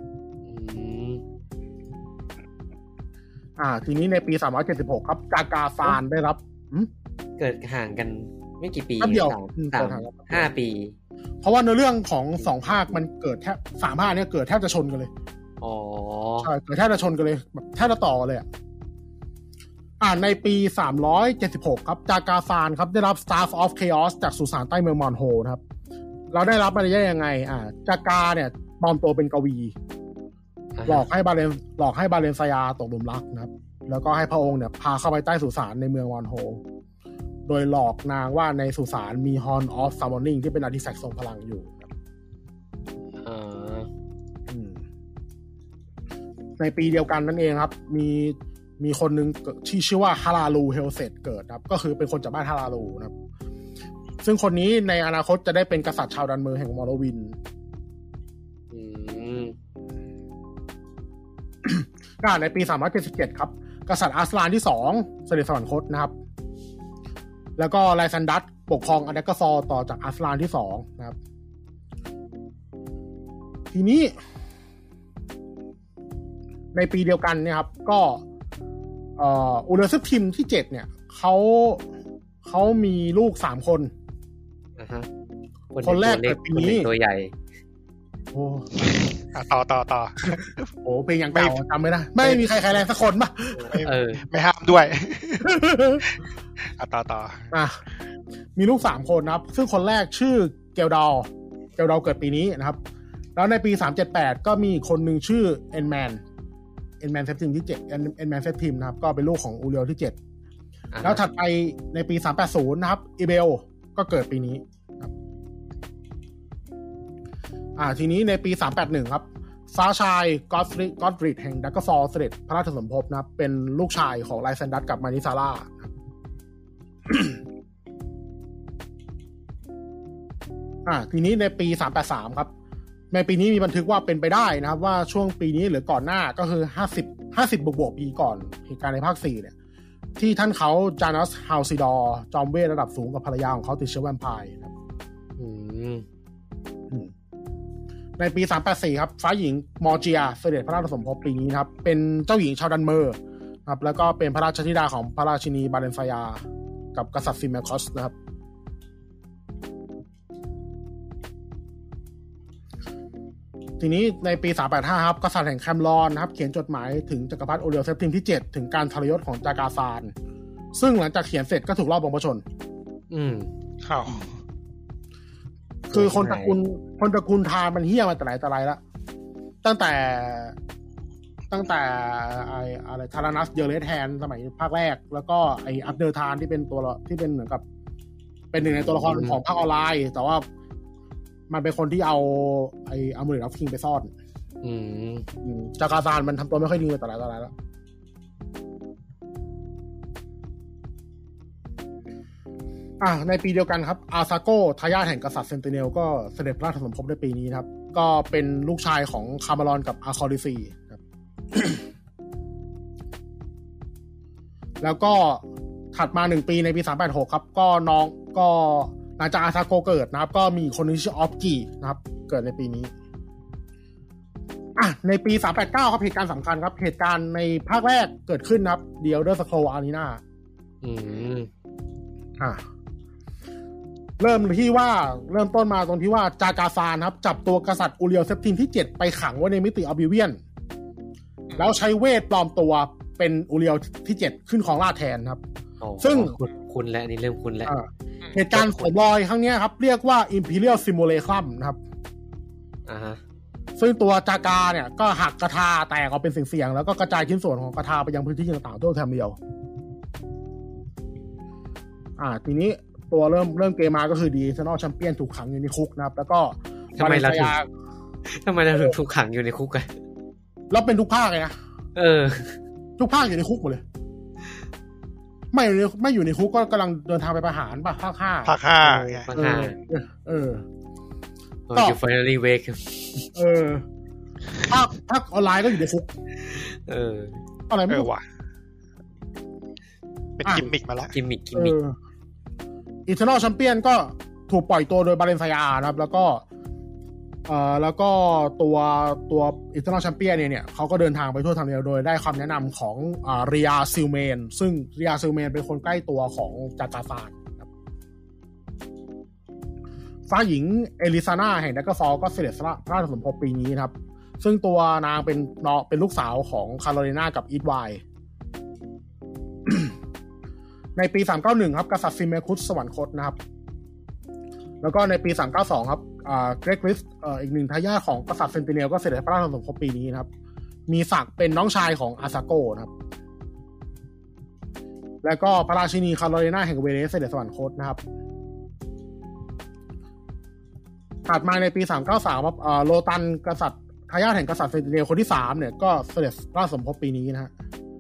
ทีนี้ในปี376ครับจากาฟานได้รับเกิดห่างกันไม่กี่ปีเดียว 5 ปีเพราะว่าในเรื่องของ2 ภาคมันเกิดแทบ3 ภาคเนี่ยเกิดแทบจะชนกันเลยใช่เกิดแทบจะชนกันเลยแบบแทบจะต่อเลยในปี376ครับจากาฟานครับได้รับ Staff of Chaos จากสุสานใต้เมืองมอนโฮนะครับเราได้รับมาได้ยังไงจากาเนี่ยปลอมตัวเป็นกวีหลอกให้บาเลนซายาตกหลุมรักนะครับแล้วก็ให้พระองค์เนี่ยพาเข้าไปใต้สุสานในเมืองมอนโฮโดยหลอกนางว่าในสุสานมี Horn of Summoning ที่เป็นอาร์ติแฟกต์ทรงพลังอยู่ในปีเดียวกันนั่นเองครับมีคนหนึ่งที่ชื่อว่าฮาราลูเฮลเซตเกิดครับก็คือเป็นคนจากบ้านฮาราลูนะครับซึ่งคนนี้ในอนาคตจะได้เป็นกษัตริย์ชาวดันเมอร์แห่งมอร์โลวินในปี377ครับกษัตริย์อัสลานที่2เสด็จสวรรคตนะครับแล้วก็ไลซันดัสปกครองอาแดกกาซอต่อจากอัสลานที่2นะครับทีนี้ในปีเดียวกันเนี่ยครับก็อูเรซึทีมที่7เนี่ยเขามีลูก3 คนคนแรกเกิดปีนี้ตัวใหญ่โอ้ต่อโอ้เพลงอย่างเก่าจำไม่ได้ไม่มีใครแรงสักคนป่ะไม่ห้ามด้วยต่อมีลูก3 คนนะครับซึ่งคนแรกชื่อเกลดอลเกิดปีนี้นะครับแล้วในปี378ก็มีคนหนึ่งชื่อเอ็นแมนเซฟทีมที่7เอ็นแมนเซฟทีมนะครับก็เป็นลูกของอูเรียลที่7แล้วถัดไปในปี380นะครับอีเบลก็เกิดปีนี้ครับทีนี้ในปี381ครับฟ้าชายก็อดริดแห่งดักเกอร์ฟอลเสด็จพระราชสมภพนะครับเป็นลูกชายของไลซันดัสกับมานิซาร่าทีนี้ในปี383ครับในปีนี้มีบันทึกว่าเป็นไปได้นะครับว่าช่วงปีนี้หรือก่อนหน้าก็คือ50บวกปีก่อนเหตุการณ์ในภาค4เนี่ยที่ท่านเขาจานัสฮาวซิดอร์จอมเวทระดับสูงกับภรรยาของเขาติดเชื้อแวมไพร์ครับในปี384ครับฟ้าหญิงมอร์เจียเสด็จพระราชสมภพปีนี้ครับเป็นเจ้าหญิงชาวดันเมอร์ครับแล้วก็เป็นพระราชธิดาของพระราชินีบาเลนซายากับกษัตริย์ซิมเมคอสนะครับทีนี้ในปี385ครับกษัตริย์แห่งแคมรอนนะครับเขียนจดหมายถึงจักรพรรดิโอเรียลเซฟทีมที่7ถึงการทรยศของจากาซานซึ่งหลังจากเขียนเสร็จก็ถูกลอบลงพระชนคือคนตระกูลทานมันเหี้ยมาแต่ไหนแต่ไรแล้วตั้งแต่อะไรทารานัสเยอร์เลสแฮนสมัยภาคแรกแล้วก็ไออับเดอร์ทานที่เป็นตัวที่เป็นเหมือนกับเป็นหนึ่งในตัวละครของภาคออนไลน์แต่ว่ามันเป็นคนที่เอาไอ้อามูเลตออฟคิงไปซ่อนจากาซานมันทำตัวไม่ค่อยดีมาแต่ไหนแต่ไรแล้วในปีเดียวกันครับอาซาโกทายาทแห่งกษัตริย์เซนติเนลก็เสด็จพระราชสมภพในปีนี้ครับก็เป็นลูกชายของคาร์มาลอนกับอาคอริซีครับแล้วก็ถัดมา1ปีในปี386ครับก็น้องก็หลังจากอาซาโกเกิดนะครับก็มีคนนึงชื่อออฟกินะครับเกิดในปีนี้ในปี389ครับเหตุการณ์สำคัญครับเหตุการณ์ในภาคแรกเกิดขึ้นนะครับ The Elder Scrolls Arena เริ่มต้นมาตรงที่ว่าจากาซานครับจับตัวกษัตริย์อูเรียลเซปติมที่7ไปขังไว้ในมิติออบิเวียนแล้วใช้เวทปลอมตัวเป็นอูเรียลที่7ขึ้นของราชแทนครับซึ่งคุณและนี่เริ่มคุณแล้วเหตุการณ์สวมรอยครั้งนี้ครับเรียกว่า Imperial Simulacrum นะครับซึ่งตัวจากาเนี่ยก็หักกระทาแตกออกเป็นเสียงๆแล้วก็กระจายชิ้นส่วนของกระทาไปยังพื้นที่ต่างๆด้วยแถมเดียวทีนี้ตัวเริ่มเกมมาก็คือดีเซนอลแชมเปี้ยนถูกขังอยู่ในคุกนะครับแล้วก็ทำไมเราถึงถูกขังอยู่ในคุกกันแล้วเป็นทุกภาคเลยนะทุกภาคอยู่ในคุกหมดเลยไม่อยู่ในคุกก็กำลังเดินทางไปประหารป่ะภาค5 ก็อยู่ finally wake ภาคออนไลน์ก็อยู่ในคุกอะไรไม่รู้เป็นกิมมิกมาแล้วกิมมิก Eternal Champion ก็ถูกปล่อยตัวโดยบาเลนซายานะครับแล้วก็ตัว Eternal Champion เนี่ยเขาก็เดินทางไปทั่วทางเดียวโดยได้คำแนะนำของเรียซิลเมนซึ่งเรียซิลเมนเป็นคนใกล้ตัวของจากาซานครับฟ้าหญิงเอลิซาน่าแห่งดักเกอร์ฟอลก็เสด็จพระราชสมภพปีนี้ครับซึ่งตัวนางเป็นลูกสาวของคาโรไลนากับอีทไวในปี391ครับกษัตริย์ซิเมคุสสวรรคตนะครับแล้วก็ในปี392ครับเกรกริสอีกหนึ่งทายาทของกษัตริย์เซนติเนลก็เสด็จพระราชสมภพปีนี้นะครับมีศักดิ์เป็นน้องชายของอาซาโกนะครับแล้วก็พระราชินีคาโรไลนาแห่งเวเลสเสด็จสวรรคตนะครับถัดมาในปี393ครับโลตันกษัตริย์ทายาทแห่งกษัตริย์เซนติเนลคนที่3เนี่ยก็เสด็จพระราชสมภพปีนี้นะฮะ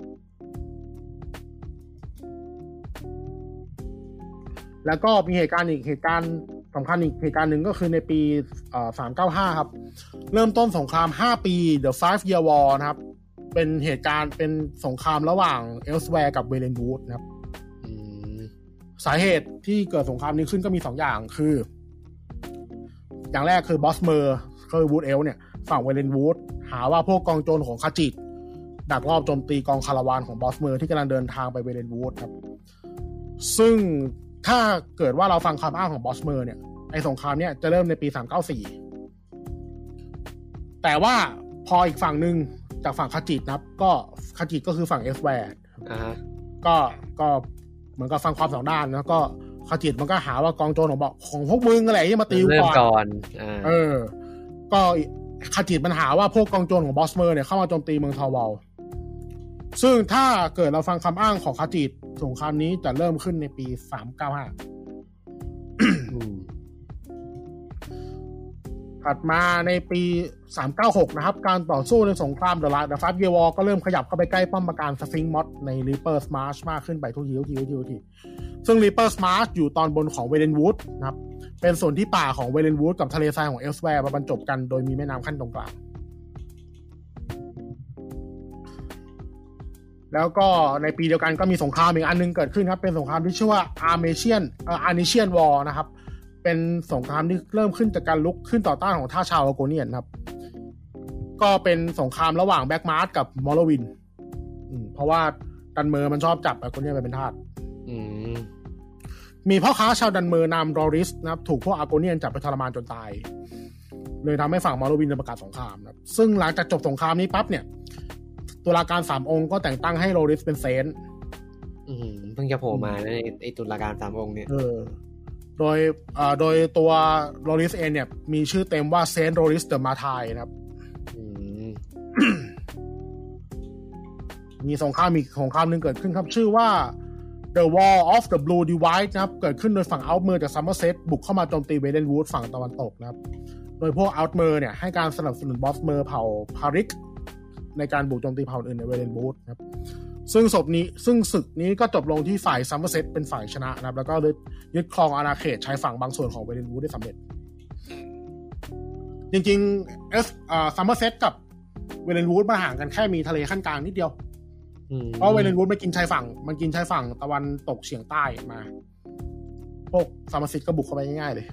แล้วก็มีเหตุการณ์สำคัญอีกเหตุการณ์หนึ่งก็คือในปี395ครับเริ่มต้นสงคราม5ปี The Five Year War นะครับเป็นเหตุการณ์เป็นสงครามระหว่างเอลสแวร์กับเวเลนวูดนะครับสาเหตุที่เกิดสงครามนี้ขึ้นก็มี2อย่างคืออย่างแรกคือบอสเมอร์คือวูดเอลเนี่ยฝั่งเวเลนวูดหาว่าพวกกองโจรของคาจิตดักรอบโจมตีกองคาราวานของบอสเมอร์ที่กำลังเดินทางไปเวเลนวูดครับซึ่งถ้าเกิดว่าเราฟังคำอ้างของบอสเมอร์เนี่ยไอ้สงครามเนี่ยจะเริ่มในปี394แต่ว่าพออีกฝั่งนึงจากฝั่งคาจิตนะครับก็คาจิตก็คือฝั่งเอสแวร์ก็เหมือนกับฟังความสองด้านแล้วก็คาจิตมันก็หาว่ากองโจรของพวกมึงอะไรที่มาตีก่อนก็คาจิตมันหาว่าพวกกองโจรของบอสเมอร์เนี่ยเข้ามาโจมตีเมืองทาวเวลซึ่งถ้าเกิดเราฟังคำอ้างของคาจิตสงครามนี้จะเริ่มขึ้นในปี395ถัดมาในปี396นะครับการต่อสู้ในสงครามThe Five Year War ก็เริ่มขยับเข้าไปใกล้ป้อมปราการ Sphinx Moth ใน Reaper's March มากขึ้นไปทุกทีซึ่ง Reaper's March อยู่ตอนบนของ Welenwood นะครับเป็นส่วนที่ป่าของ Welenwood กับทะเลทรายของ Elsewhere มาบรรจบกันโดยมีแม่น้ำขั้นตรงกลางแล้วก็ในปีเดียวกันก็มีสงครามอีกอันนึงเกิดขึ้นครับเป็นสงครามที่ชื่อว่าArnesian War นะครับเป็นสงครามที่เริ่มขึ้นจากการลุกขึ้นต่อต้านของท่าชาวอาโกเนียนครับก็เป็นสงครามระหว่างแบ็กมาร์สกับมอลวินเพราะว่าดันเมอร์มันชอบจับอาโกเนียนไปเป็นทาสมีพ่อค้าชาวดันเมอร์นามรอริสนะครับถูกพวกอาโกเนียนจับไปทรมานจนตายเลยทำให้ฝั่งมอลวินประกาศสงครามครับซึ่งหลังจากจบสงครามนี้ปั๊บเนี่ยตุลาการ3องค์ก็แต่งตั้งให้โรริสเป็นเซนต์เพิ่งจะโผล่มาในไอ้ตุลาการ3องค์เนี่ยโดยตัวโรริสเองเนี่ยมีชื่อเต็มว่าเซนต์โรริสเดอะมาไทนะครับมีสงครามอีกสงครามนึงเกิดขึ้นครับชื่อว่า The War of the Blue Divide นะครับเกิดขึ้นโดยฝั่งอัลเมอร์จากซัมเมอร์เซตบุกเข้ามาโจมตีเวเลนวูดฝั่งตะวันตกนะครับโดยพวกอัลเมอร์เนี่ยให้การสนับสนุนบอสเมอร์เผ่าพาริกในการบุกโจมตีเผ่าอื่นในเวเลนวูดนะครับซึ่งศึกนี้ก็จบลงที่ฝ่ายซัมเมอร์เซตเป็นฝ่ายชนะนะครับแล้วก็ยึดครองอาณาเขตชายฝั่งบางส่วนของเวเลนวูดได้สำเร็จจริงๆซัมเมอร์เซตกับเวเลนวูดมาห่างกันแค่มีทะเลขั้นกลางนิดเดียวเพราะเวเลนวูดมันกินชายฝั่งตะวันตกเฉียงใต้มาพวกซามาซิตก็บุกเข้าไปง่ายๆเลย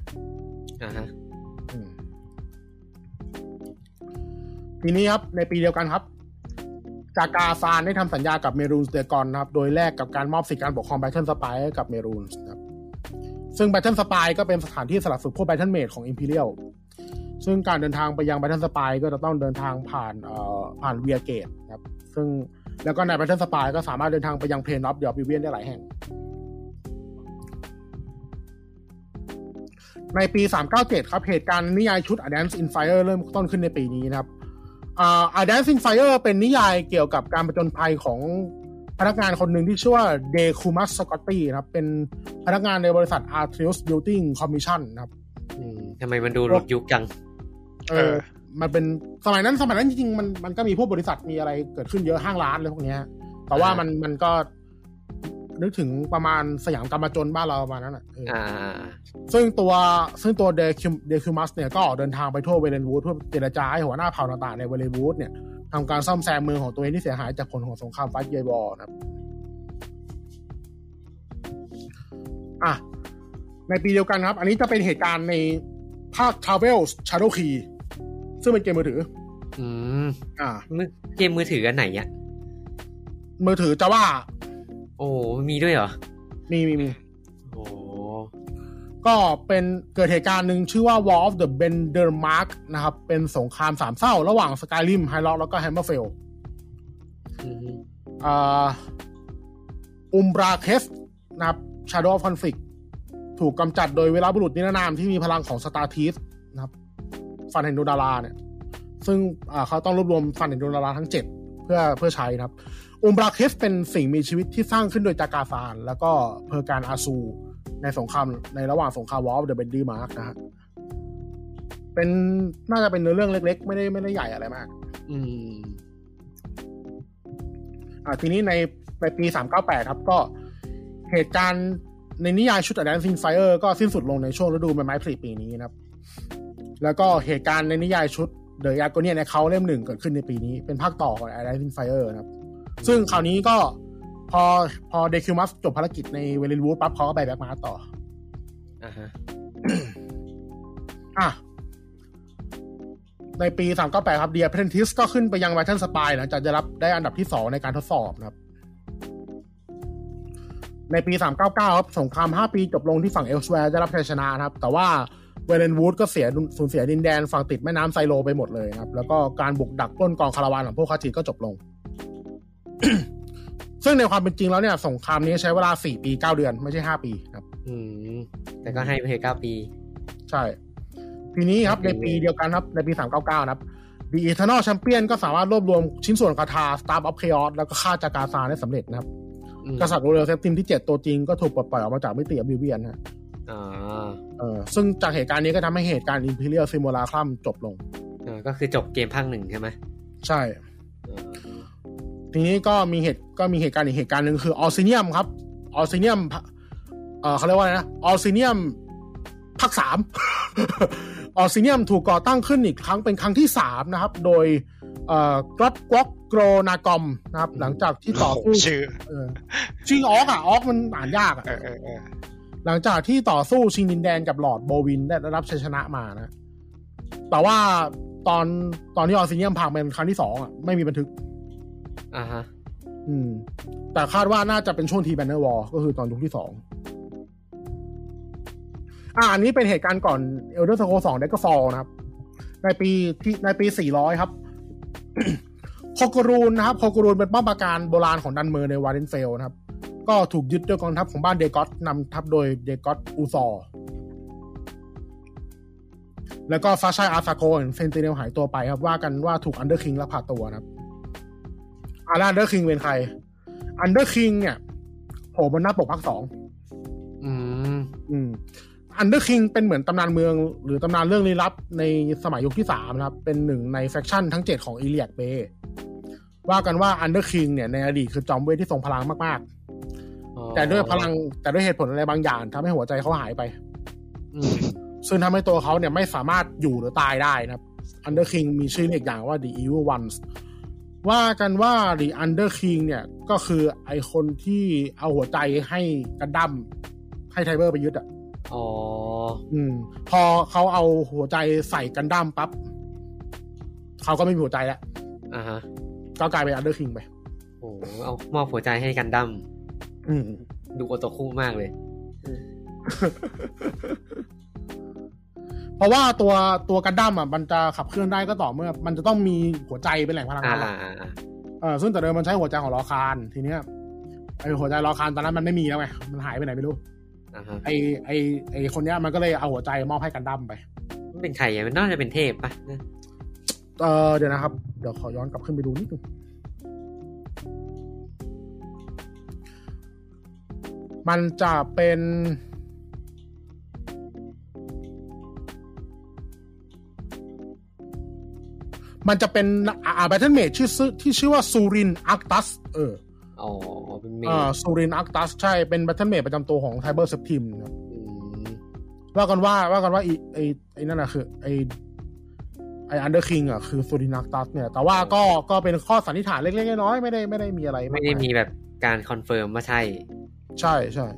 ทีนี้ครับในปีเดียวกันครับจากาซานได้ทำสัญญากับเมรูนสเตกอนนะครับโดยแลกกับการมอบสิทธิการปกครองแบทเทิลสปายให้กับเมรูนครับซึ่งแบทเทิลสปายก็เป็นสถานที่สลับฝึกพวกแบทเทิลเมดของอิมพีเรียลซึ่งการเดินทางไปยังแบทเทิลสปายก็จะต้องเดินทางผ่านเวียเกตครับซึ่งแล้วก็ในแบทเทิลสปายก็สามารถเดินทางไปยังเพลนออฟเดอะบิวเวียนได้หลายแห่งในปี397ครับเหตุการณ์นิยายชุด A Dance in Fire เริ่มต้นขึ้นในปีนี้นะครับA Dance in Fire เป็นนิยายเกี่ยวกับการผจญภัยของพนักงานคนหนึ่งที่ชื่อว่าเดคูมัสสกอตตี้นะครับเป็นพนักงานในบริษัท Artius Building Commission นะครับทำไมมันดูหลุดยุคจังมันเป็นสมัยนั้นจริงๆมันก็มีพวกบริษัทมีอะไรเกิดขึ้นเยอะห้างร้านอะไรพวกนี้แต่ว่ามันก็นึกถึงประมาณสยามกรรมจนบ้านเราประมาณนั้นซึ่งตัวเดคิวมัสเนี่ยก็ออกเดินทางไปทั่วเวเลนวูดเพื่อเจรจาให้หัวหน้าเผ่าต่างๆในเวเลนวูดเนี่ยทำการซ่อมแซมเมืองของตัวเองที่เสียหายจากผลของสงครามฟัสเยบอร์นะครับในปีเดียวกันครับอันนี้จะเป็นเหตุการณ์ในภาค Travel's Shadow Key ซึ่งเป็นเกมมือถือเกมมือถืออันไหนอ่ะมือถือจะว่าโอ้มีด้วยเหรอมีโอ้ก็เป็นเกิดเหตุการณ์หนึ่งชื่อว่า War of the Bendermark นะครับเป็นสงครามสามเศร้าระหว่าง Skyrim High Rock แล้วก็ Hammerfell Umbra-Keth นะครับ Shadow of Conflict ถูกกำจัดโดยเวลาบุรุษนิรนามที่มีพลังของ Starteeth นะครับฟันแห่งดวงดาราเนี่ยซึ่งเขาต้องรวบรวมฟันแห่งดวงดาราทั้ง7เพื่อใช้นะครับUmbra-Keth เป็นสิ่งมีชีวิตที่สร้างขึ้นโดยจากาซานแล้วก็เพอร์การอาซูในสงครามในระหว่างสงคราม War of the Bendermark นะฮะเป็นน่าจะเป็นเนื้อเรื่องเล็กๆไม่ได้ใหญ่อะไรมากทีนี้ในปี398ครับก็เหตุการณ์ในนิยายชุด A Dance in Fire ก็สิ้นสุดลงในช่วงฤดูใบไม้ผลิปีนี้นะครับแล้วก็เหตุการณ์ในนิยายชุด The Argonian Account เล่ม1เกิดขึ้นในปีนี้เป็นภาคต่อของ A Dance in Fire นะครับซึ่งคราวนี้ก็พอเดคิวมัสจบภารกิจในเวเลนวูดปั๊บเขาก็ไปแบ็คมาร์ต่อในปี398ครับเดียเพนทิสก็ขึ้นไปยังแบทเทิลสปายหลังจากได้อันดับที่2ในการทดสอบนะครับในปี399ครับสงคราม5ปีจบลงที่ฝั่งเอลสแวร์ได้รับชัยชนะครับแต่ว่าเวเลนวูดก็สูญเสียดินแดนฝั่งติดแม่น้ำไซโลไปหมดเลยครับแล้วก็การบุกดักปล้นกองคาราวานของพวกคาทิก็จบลง ซึ่งในความเป็นจริงแล้วเนี่ยสงครามนี้ใช้เวลา4ปี9เดือนไม่ใช่5ปีครับแต่ก็ให้ไป9ปีใช่ทีนี้ครับในปีเดียวกันครับในปี399นะครับ The Eternal Champion ก็สามารถรวบรวมชิ้นส่วนคาถา Staff of Chaos แล้วก็ฆ่าจากาซานได้สำเร็จนะครับกษัตริย์โรเรลเซปติมที่7ตัวจริงก็ถูกปลดปล่อยออกมาจากมิติอบิวเวียนฮะซึ่งจากเหตุการณ์นี้ก็ทำให้เหตุการณ์ Imperial Simulacrum จบลงก็คือจบเกมภาค1ใช่ไหมใช่ทีนี้ก็มีเหตุการณ์อีกเหตุการณ์หนึ่งคือออซิเนียมครับออซิเนียมเขาเรียกว่าอะไรนะออซิเนียมภาค3ออซิเนียมถูกก่อตั้งขึ้นอีกครั้งเป็นครั้งที่3นะครับโดยกรอตกวอกโกรนากอมนะครับหลังจากที่ต่อสู้ชื่อออกมันอ่านยากหลังจากที่ต่อสู้ชิงดินแดนกับลอร์ดโบวินได้รับชัยชนะมานะแต่ว่าตอนที่ออซิเนียมพังเป็นครั้งที่2ไม่มีบันทึกฮะแต่คาดว่าน่าจะเป็นช่วงทีแบนเนอร์วอร์ก็คือตอนยุคที่2อันนี้เป็นเหตุการณ์ก่อน Elder Scrolls 2 Daggerfall นะครับในปี400ครับโคกรูนนะครับโคกรูนเป็นป้อมปราการโบราณของดันเมอร์ในวาเรนเฟลนะครับก็ถูกยึดโดยกองทัพของบ้านเดกอสนำทัพโดยเดกอสอูซอร์แล้วก็ฟาชัยอาร์ซาโกเซนติเนลหายตัวไปครับว่ากันว่าถูกอันเดอร์คิงลักพาตัวนะครับอันเดอร์คิงเป็นใครอันเดอร์คิงเนี่ยโผล่บนหน้าปกภาค2อันเดอร์คิงเป็นเหมือนตำนานเมืองหรือตำนานเรื่องลี้ลับในสมัยยุคที่3นะครับเป็นหนึ่งในแฟคชั่นทั้ง7ของอีเลียดเบย์ว่ากันว่าอันเดอร์คิงเนี่ยในอดีตคือจอมเวทที่ทรงพลังมากๆแต่ด้วยเหตุผลอะไรบางอย่างทำให้หัวใจเขาหายไปซึ่งทำให้ตัวเขาเนี่ยไม่สามารถอยู่หรือตายได้นะครับอันเดอร์คิงมีชื่อเรียกอย่างว่า The Evil Ones ว่ากันว่า The Under King เนี่ยก็คือไอคนที่เอาหัวใจให้กันดั้มให้ไทเบอร์ไปยึดอ่ะอ๋อพอเขาเอาหัวใจใส่กันดั้มปั๊บเขาก็ไม่มีหัวใจแล้วฮะก็กลายเป็น Under King ไปโอ้เอามอบหัวใจให้กันดั้มดูโอโตคุมากเลยเพราะว่าตัวกันดั้มอ่ะมันจะขับเคลื่อนได้ก็ต่อเมื่อมันจะต้องมีหัวใจเป็นแหล่งพลังงานหลักซึ่งแต่เดิมมันใช้หัวใจของลอคานทีเนี้ยไอหัวใจลอคานตอนนั้นมันไม่มีแล้วไงมันหายไปไหนไม่รู้ไอคนเนี้ยมันก็เลยเอาหัวใจมอบให้กันดั้มไปมันเป็นใครอ่ะมันน่าจะเป็นเทพป่ะเดี๋ยวนะครับเดี๋ยวขอย้อนกลับขึ้นไปดูนิดนึงมันจะเป็นแบทเทิลเมจที่ชื่อว่าซูรินอาร์คตัสอ๋อเป็นเมจซูรินอาร์คตัสใช่เป็นแบทเทิลเมจประจำตัวของไทเบอร์เซปทิมครับว่ากันว่าไอ้นั่นน่ะคือไอ้อันเดอร์คิงอ่ะคือซูรินอาร์คตัสเนี่ยแต่ว่าก็เป็นข้อสันนิษฐานเล็กๆน้อยๆไม่ได้มีอะไรไม่ได้มีแบบการคอนเฟิร์มว่าใช่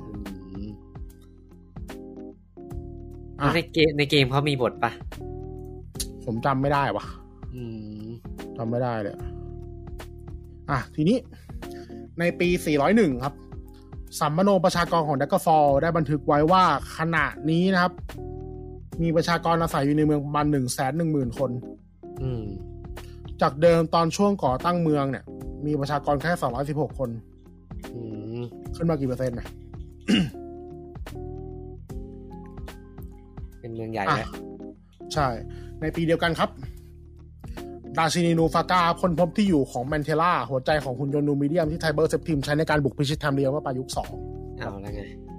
ในเกมเขามีบทปะผมจำไม่ได้ว่ะจำไม่ได้เลยทีนี้ในปี401ครับสัมมโนประชากรของดักเกอร์ฟอลได้บันทึกไว้ว่าขณะนี้นะครับมีประชากรอาศัยอยู่ในเมืองประมาณ 110,000 คนจากเดิมตอนช่วงก่อตั้งเมืองเนี่ยมีประชากรแค่216 คนขึ้นมากี่เปอร์เซ็นต์นะเป็นเมืองใหญ่แล้วใช่ในปีเดียวกันครับราชินีนูฟาก้าค้นพบที่อยู่ของแมนเทล่าหัวใจของหุ่นยนต์นูมิเดียมที่ไทเบอร์เซปทิมใช้ในการบุกพิชิตแทมเรียเมื่อปลายยุค2 เอาแล้วไง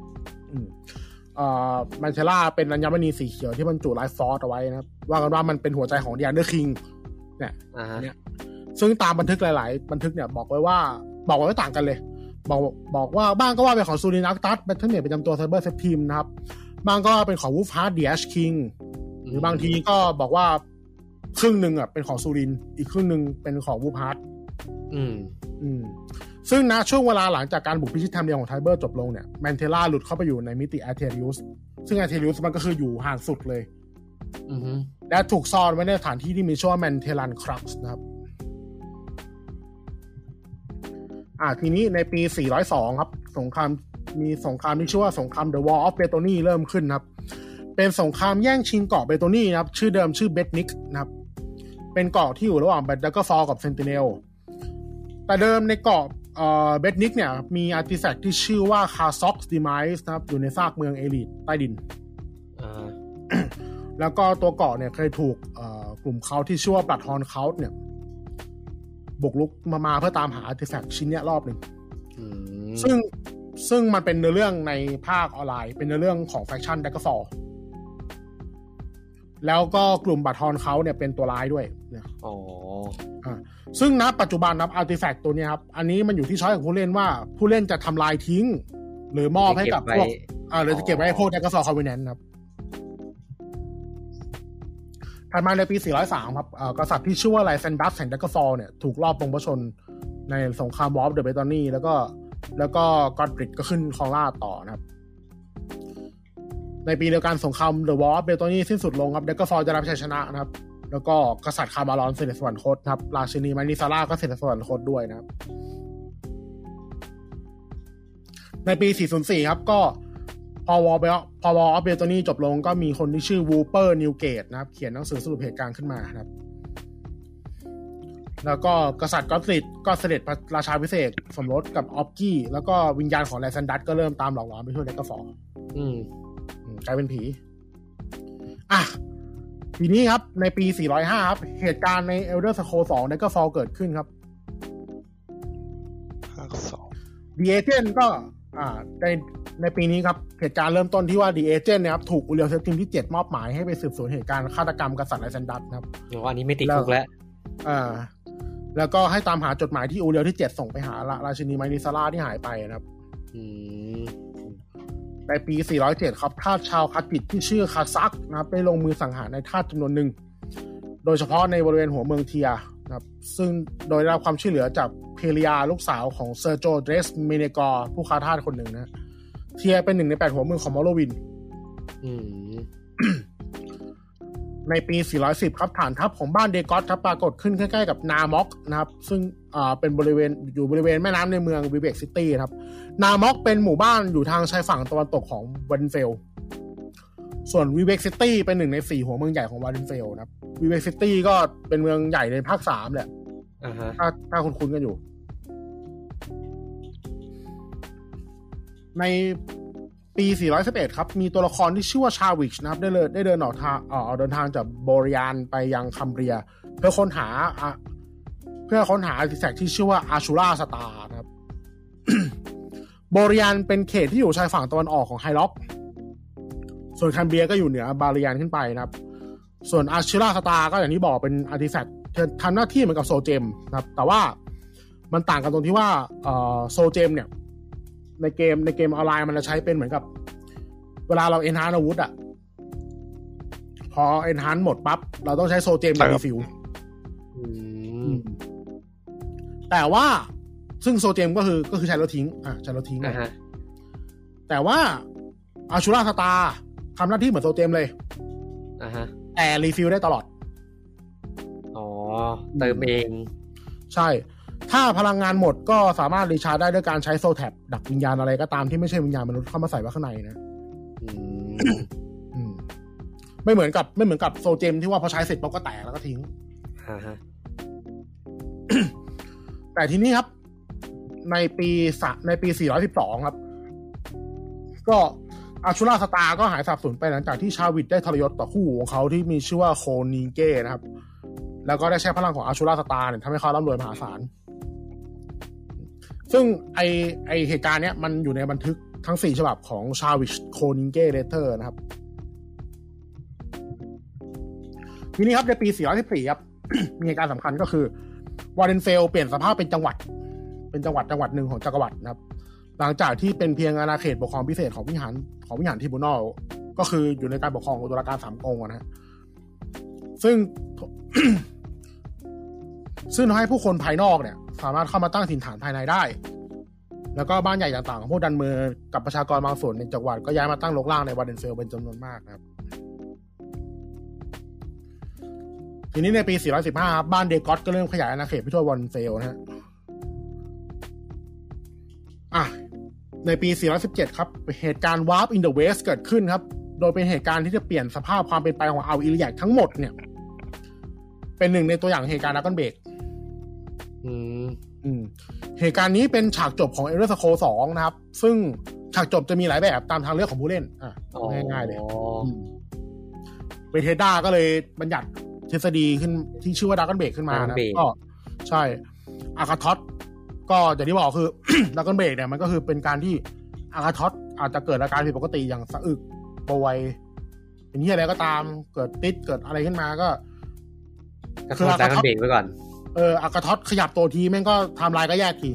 แมนเทล่าเป็นอัญมณีสีเขียวที่บรรจุไลฟ์ฟอร์สเอาไว้นะครับว่ากันว่ามันเป็นหัวใจของเดียนเดอร์คิงเนี่ยซึ่งตามบันทึกหลายๆบันทึกเนี่ยบอกไว้ต่างกันเลยบอกว่าบ้างก็ว่าเป็นของซูรินอาร์คตัสแบทเทิลเมจประจำตัวไทเบอร์เซปทิมนะครับบางก็เป็นของวูฟฮาร์ดเดียชคิงหรือบางทีก็บอกว่าครึ่งนึงเป็นของซูรินอีกครึ่งนึงเป็นของวูฟฮาร์ดซึ่งณช่วงเวลาหลังจากการบุกพิชิตแทมเรียของไทเบอร์จบลงเนี่ยแมนเทล่าหลุดเข้าไปอยู่ในมิติแอเทริอุสซึ่งแอเทริอุสมันก็คืออยู่ห่างสุดเลยและถูกซ่อนไว้ในสถานที่ที่มีชื่อว่าแมนเทลันครักส์นะครับทีนี้ในปี402ครับสงครามที่ชื่อว่าสงคราม The War of Bretonny เริ่มขึ้นครับเป็นสงครามแย่งชิงเกาะเบโตนี่นะครับชื่อเดิมชื่อเบตนิกนะครับเป็นเกาะที่อยู่ระหว่างดักเกอร์ฟอลกับเซนติเนลแต่เดิมในเกาะเบตนิกเนี่ยมีอาร์ติแฟกต์ที่ชื่อว่าคาซ็อกซ์ดีไมส์นะครับอยู่ในซากเมืองเอลิทใต้ดินแล้วก็ตัวเกาะเนี่ยเคยถูกกลุ่มเขาที่ชื่อว่าบลัดฮอร์นเคาท์เนี่ยบุกรุกมาเพื่อตามหาอาร์ติแฟกต์ชิ้นนี้รอบหนึ่งซึ่งมันเป็นเนื้อเรื่องในภาคออนไลน์เป็นเนื้อเรื่องของแฟคชั่นดักเกอร์ฟอลแล้วก็กลุ่มบัตรฮอนเขาเนี่ยเป็นตัวร้ายด้วยเนี่ยซึ่งณปัจจุบันครับอาร์ติแฟกต์ตัวนี้ครับอันนี้มันอยู่ที่ช้อยของผู้เล่นว่าผู้เล่นจะทำลายทิ้งหรือมอบให้กับพวกหรือจะเก็บไว้ให้พวกดักเกอร์ฟอลคอมมิวแนนต์ครับถัดมาในปี403ครับกษัตริย์ที่ชื่อว่าไลเซนดัสแห่งดักเกอร์ฟอลเนี่ยถูกลอบลงพระชนในสงครามวอร์ฟเดอะเบตอนี่แล้วก็กอดบริดก็ขึ้นครองราชย์ต่อนะครับในปีเดียวกันสงครามเดอะวอร์เบลตอนี่สิ้นสุดลงครับดักเกอร์ฟอลจะรับชัยชนะนะครับแล้วก็กษัตริย์คาบารอนเสด็จสวรรคตครับราชินีมานิซาร่าก็เสด็จสวรรคตด้วยนะครับในปี404ครับก็พอวอร์เบลตอนี่จบลงก็มีคนที่ชื่อวูเปอร์นิวเกตนะครับเขียนหนังสือสรุปเหตุการณ์ขึ้นมาครับแล้วก็กษัตริย์ก็เสด็จพระราชาภิเษกสมรสกับออฟกี้แล้วก็วิญญาณของไลซันดัสก็เริ่มตามหลอกหลอนไปช่วยดักเกอร์ฟอลกลายเป็นผีทีนี้ครับในปี405ครับเหตุการณ์ใน Elder Scrolls 2 Daggerfall เกิดขึ้นครับภาค2 The Agent ก็ในปีนี้ครับเหตุการณ์เริ่มต้นที่ว่า The Agent เนี่ยครับถูกอูเรียลเซปติมที่7มอบหมายให้ไปสืบสวนเหตุการณ์ฆาตกรรมกษัตริย์ไลซันดัสครับว่าอันนี้ไม่ติดคุกแล้วแล้วก็ให้ตามหาจดหมายที่อูเรียลที่7ส่งไปหาราชินีมานิซาร่าที่หายไปนะครับในปี407ครับทาสชาวคากิดที่ชื่อคาซักนะครับได้ลงมือสังหารในทาสจำนวนหนึ่งโดยเฉพาะในบริเวณหัวเมืองเทียนะครับซึ่งโดยได้รับความช่วยเหลือจากเพเลียลูกสาวของเซอร์โจเดรสเมเนกอร์ผู้ค้าทาสคนหนึ่งนะเทียเป็น1ใน8หัวเมืองของมอร์โลวินในปี 410 ครับฐานทัพของบ้านเดกอสครับปรากฏขึ้นใกล้ๆกับนามอกนะครับซึ่งเป็นบริเวณแม่น้ำในเมืองวิเวกซิตี้ครับนามอกเป็นหมู่บ้านอยู่ทางชายฝั่งตะวันตกของวารินเฟลส่วนวิเวกซิตี้เป็น1ใน4หัวเมืองใหญ่ของวารินเฟลนะครับวิเวกซิตี้ก็เป็นเมืองใหญ่ในภาค3แหละถ้าคุ้นๆกันอยู่ในปี 411 ครับมีตัวละครที่ชื่อว่าชาวิชนะครับได้เดินออกเดินทางจากโบริยานไปยังคัมเบรียเพื่อค้นหาอาร์ติแฟกต์ที่ชื่อว่าอาชูราสตาร์นะครับ โบริยานเป็นเขตที่อยู่ชายฝั่งตะวันออกของไฮล็อกส่วนคัมเบรียก็อยู่เหนือบาริยานขึ้นไปนะครับส่วนอาชูราสตาร์ก็อย่างที่บอกเป็นอาร์ติแฟกต์ทำหน้าที่เหมือนกับโซเจมนะครับแต่ว่ามันต่างกันตรงที่ว่าโซเจมเนี่ยในเกมออนไลน์มันจะใช้เป็นเหมือนกับเวลาเราเอนฮานอาวุธอ่ะพอเอนฮานหมดปั๊บเราต้องใช้โซเจมรีฟิลแต่ว่าซึ่งโซเจมก็คือใช้แล้วทิ้งใช้แล้วทิ้งแต่ว่าอาชูราสตาร์ทำหน้าที่เหมือนโซเจมเลยแต่รีฟิลได้ตลอดเติมเองใช่ถ้าพลังงานหมดก็สามารถรีชาร์จได้ด้วยการใช้โซแท็บดักวิญญาณอะไรก็ตามที่ไม่ใช่วิญญาณมนุษย์เข้ามาใส่ไว้ข้างในนะไม่เหมือนกับโซเจมที่ว่าพอใช้เสร็จปุ๊บก็แตกแล้วก็ทิ้งแต่ทีนี้ครับในปี 412 ครับก็อาชูราสตาร์ก็หายสาบสูญไปหลังจากที่ชาวิดได้ทรยศต่อคู่ของเขาที่มีชื่อว่าโคนิงเก้นะครับแล้วก็ได้ใช้พลังของอาชูราสตาร์เนี่ยทำให้เขาร่ำรวยมหาศาลซึ่งไอเหตุการณ์เนี้ยมันอยู่ในบันทึกทั้ง4ฉบับของชาวิชโคนิงเก้เลเตอร์นะครับทีนี้ครับในปี 414 ครับ มีเหตุการณ์สำคัญก็คือวาเรนเฟลเปลี่ยนสภาพเป็นจังหวัดหนึ่งของจักรวรรดินะครับหลังจากที่เป็นเพียงอาณาเขตปกครองพิเศษของวิหารทิบูนอลก็คืออยู่ในการปกครองของตุลาการ3องค์นะฮะซึ่ง ทำให้ผู้คนภายนอกเนี่ยสามารถเข้ามาตั้งถิ่นฐานภายในได้แล้วก็บ้านใหญ่ต่างๆของพวกดันเมอร์กับประชากรบางส่วนในจังหวัดก็ย้ายมาตั้งรกรากในวาเรนเฟลเป็นจำนวนมากนะครับทีนี้ในปี 415 บ้านเดกอสก็เริ่มขยายอาณาเขตไปทั่ววาเรนเฟลนะฮะในปี 417 ครับเหตุการณ์ Warp in the West เกิดขึ้นครับโดยเป็นเหตุการณ์ที่จะเปลี่ยนสภาพความเป็นไปของอัลอิลิยักทั้งหมดเนี่ยเป็นหนึ่งในตัวอย่างเหตุการณ์ดราก้อนเบรกเหตุการณ์นี้เป็นฉากจบของ Elder Scrolls 2 นะครับซึ่งฉากจบจะมีหลายแบบตามทางเลือกของผู้เล่นง่ายๆเลยเบเธสดาก็เลยบัญญัติทฤษฎีขึ้นที่ชื่อว่าดราก้อนเบรกขึ้นมานะก็ใช่อาคาทอสก็อย่างที่บอกคือ ดราก้อนเบรกเนี่ยมันก็คือเป็นการที่อาคาทอสอาจจะเกิดอาการผิดปกติอย่างสะอึกป่วยเป็นที่อะไรก็ตามเกิดติดเกิดอะไรขึ้นมาก็คืออาคาทอสเบรกไว้ก่อนอาคาทอสขยับตัวทีแม่งก็ไทม์ไลน์ก็แยกที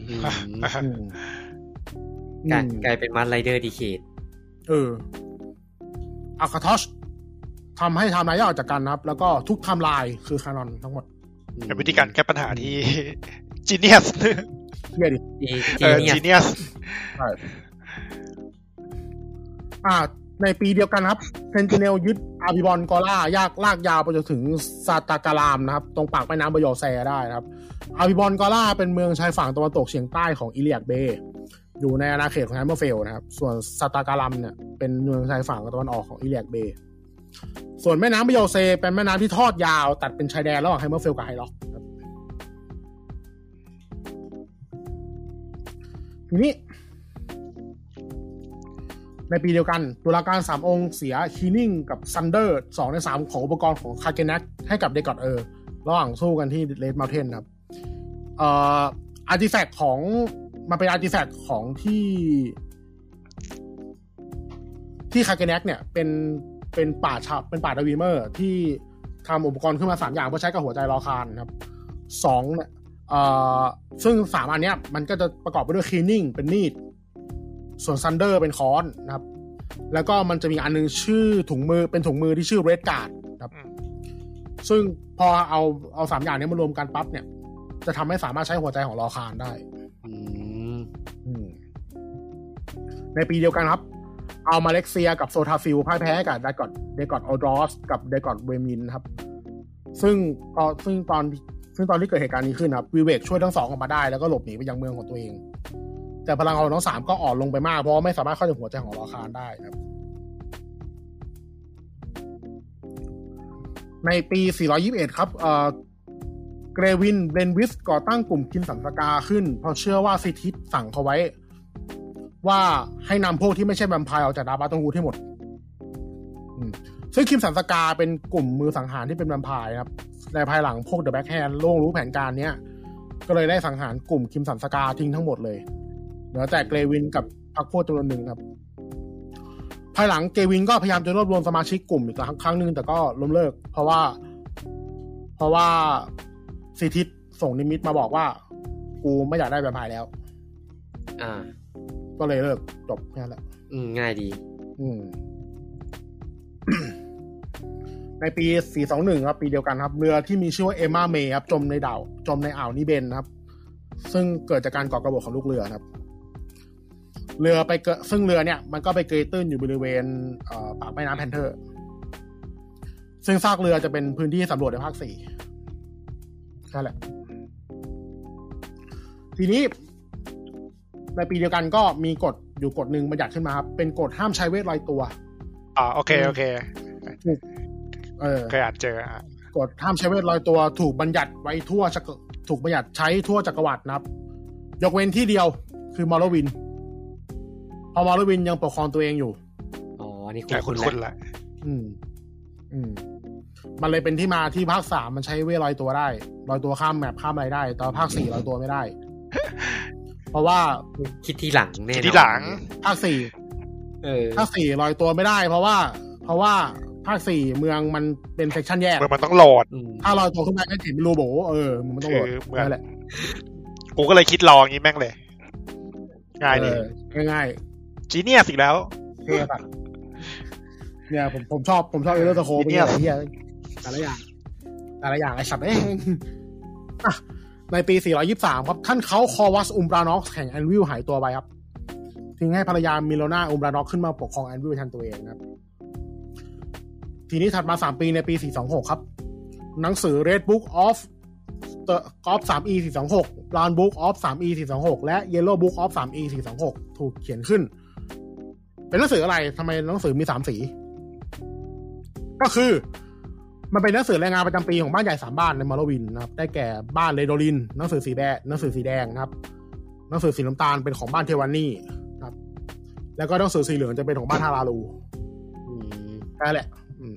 กลายเป็นมันไรเดอร์ดีเคทอาคาทอสทำให้ไทม์ไลน์แยกออกจากกันนะครับแล้วก็ทุกไทม์ไลน์คือคานอนทั้งหมดเป็นวิธีการแก้ปัญหาที่จีเนียสจีเนียสใช่ในปีเดียวกันครับเซนติเนลยึดอาบิบอนกอล่าลากยาวไปจนถึงซาตาการามนะครับตรงปากแม่น้ำบยอแซได้นะครับอาบิบอนกอล่าเป็นเมืองชายฝั่งตะวันตกเฉียงใต้ของอิเลียกเบย์อยู่ในอาณาเขตของแฮมเมอร์เฟลนะครับส่วนซาตาการามเนี่ยเป็นเมืองชายฝั่งตะวันออกของอิเลียกเบย์ส่วนแม่น้ำบยอแซเป็นแม่น้ำที่ทอดยาวตัดเป็นชายแดนระหว่างแฮมเมอร์เฟลกับไฮล็อกทีนี้ในปีเดียวกันตุลาการ3องค์เสียคีนิ่งกับซันเดอร์2ใน3ของอุปกรณ์ของคาเกนักให้กับเดกอดระหว่างสู้กันที่เรดเมลเทนครับอาร์ติแฟกต์ของมันเป็นอาร์ติแฟกต์ของที่คาเกนักเนี่ยเป็นป่าดาวีเมอร์ที่ทำอุปกรณ์ขึ้นมา3อย่างเพื่อใช้กับหัวใจรอคานครับ2เนี่ยซึ่ง3อันเนี้ยมันก็จะประกอบไปด้วยคีนิ่งเป็นมีดส่วนซันเดอร์เป็นค้อนนะครับแล้วก็มันจะมีอันนึงชื่อถุงมือเป็นถุงมือที่ชื่อเรดการ์ดครับซึ่งพอเอา3อย่างนี้มารวมกันปั๊บเนี่ยจะทำให้สามารถใช้หัวใจของลอคานได้ในปีเดียวกันครับเอามาเลเซียกับโซทาฟิลพ่ายแพ้กับเดกอดออดรอสกับเดกอดเวมินครับซึ่งตอนที่เกิดเหตุการณ์นี้ขึ้นครับวีเวกช่วยทั้ง2ออกมาได้แล้วก็หลบหนีไปยังเมืองของตัวเองแต่พลังของทั้ง3ก็อ่อนลงไปมากเพราะไม่สามารถเข้าถึงหัวใจของลอคานได้ครับในปี421ครับเกรวินเบรนวิสก่อตั้งกลุ่มคิมสันสกาขึ้นเพราะเชื่อว่าซิทิสสั่งเขาไว้ว่าให้นำพวกที่ไม่ใช่แวมไพร์ออกจากดาบาตงฮูให้หมดซึ่งคิมสันสกาเป็นกลุ่มมือสังหารที่เป็นแวมไพร์ครับในภายหลังพวกเดอะแบ็คแฮนด์ล่วงรู้แผนการนี้ก็เลยได้สังหารกลุ่มคิมสันสกาทิ้งทั้งหมดเลยเหลือแต่เกรวินกับพรรคพวกจำนวนหนึ่งครับภายหลังเกรวินก็พยายามจะรวบรวมสมาชิกกลุ่มอีกครั้งนึงแต่ก็ล้มเลิกเพราะว่าซิทิสส่งนิมิตมาบอกว่ากูไม่อยากได้แวมไพร์แล้วก็เลยเลิกจบแค่นั้นแหละง่ายดีในปี421ครับปีเดียวกันครับเรือที่มีชื่อว่าเอมม่าเมย์ครับจมในอ่าวนิเบนครับซึ่งเกิดจากการก่อกระบฏของลูกเรือครับซึ่งเรือเนี่ยมันก็ไปเกยตื้นอยู่บริเวณปากแม่น้ำแพนเทอร์ซึ่งซากเรือจะเป็นพื้นที่สำรวจในภาค4นั่นแหละทีนี้ในปีเดียวกันก็มีกฎอยู่กฎหนึ่งบัญญัติขึ้นมาครับเป็นกฎห้ามใช้เวทลอยตัวโอเคเคยอ่านเจอกฎห้ามใช้เวทลอยตัวถูกบัญญัติไว้ถูกบัญญัติใช้ทั่วจักรวรรดินะครับยกเว้นที่เดียวคือมอร์โลวินพอมอร์โลวินยังปกครองตัวเองอยู่นี่คุณละมันเลยเป็นที่มาที่ภาค3มันใช้เวทลอยตัวได้ลอยตัวข้ามแมปข้ามอะไรได้แต่ภาค4ลอยตัวไม่ได้เพราะว่าคิดทีหลังแน่ทีหลังภาค4ภาค4ลอยตัวไม่ได้เพราะว่าภาค4เมืองมันเป็นเซกชันแยกมันต้องโหลดถ้าลอยตัวขึ้นไปก็เห็นเป็นรูโบมันต้องโหลดนั่นแหละกูก็เลยคิดลองอย่างนี้แม่งเลยง่ายดีง่ายจีเนียสอีกแล้วเนี่ยผมชอบเอเลอร์โคเป็นอะไรเหี้ยแต่ละอย่างไอ้สัตว์ในปี423ครับท่านเขาคอวัสอุมบราน็อกแห่งแอนวิลหายตัวไปครับทิ้งให้ภรรยามิโลนาอุมบราน็อกขึ้นมาปกครองแอนวิลแทนตัวเองครับทีนี้ถัดมา3ปีในปี426ครับหนังสือ Red Book of of 3E 426 Brown Book of 3E 426และ Yellow Book of 3E 426ถูกเขียนขึ้นเป็นหนังสืออะไรทำไมหนังสือมี3สีก็คือมันเป็นหนังสือรายงานประจำปีของบ้านใหญ่3บ้านในมอร์โลวินนะครับได้แก่บ้านเรโดลินหนังสือสีแดงนะครับหนังสือสีน้ำตาลเป็นของบ้านเทวานี่ครับแล้วก็หนังสือสีเหลืองจะเป็นของบ้านฮาราลูนั่นแหละ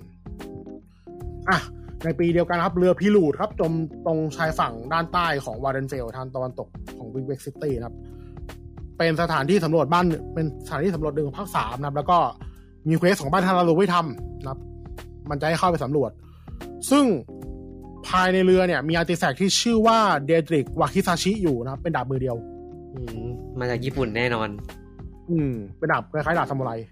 ในปีเดียวกันครับเรือพิลูดครับจมตรงชายฝั่งด้านใต้ของวาเรนเฟลทางตะวันตกของวิกเวกซิตี้นะครับเป็นสถานที่สำรวจบ้านเป็นสถานที่สำรวจหนึ่งของภาค3นะครับแล้วก็มีเควสของบ้านฮาราลูให้ทำนะครับมันจะให้เข้าไปสำรวจซึ่งภายในเรือเนี่ยมีอาร์ติแฟกต์ที่ชื่อว่าเดดริกวาคิซาชิอยู่นะครับเป็นดาบมือเดียวมาจากญี่ปุ่นแน่นอนเป็นดาบคล้ายๆดาบซามูไร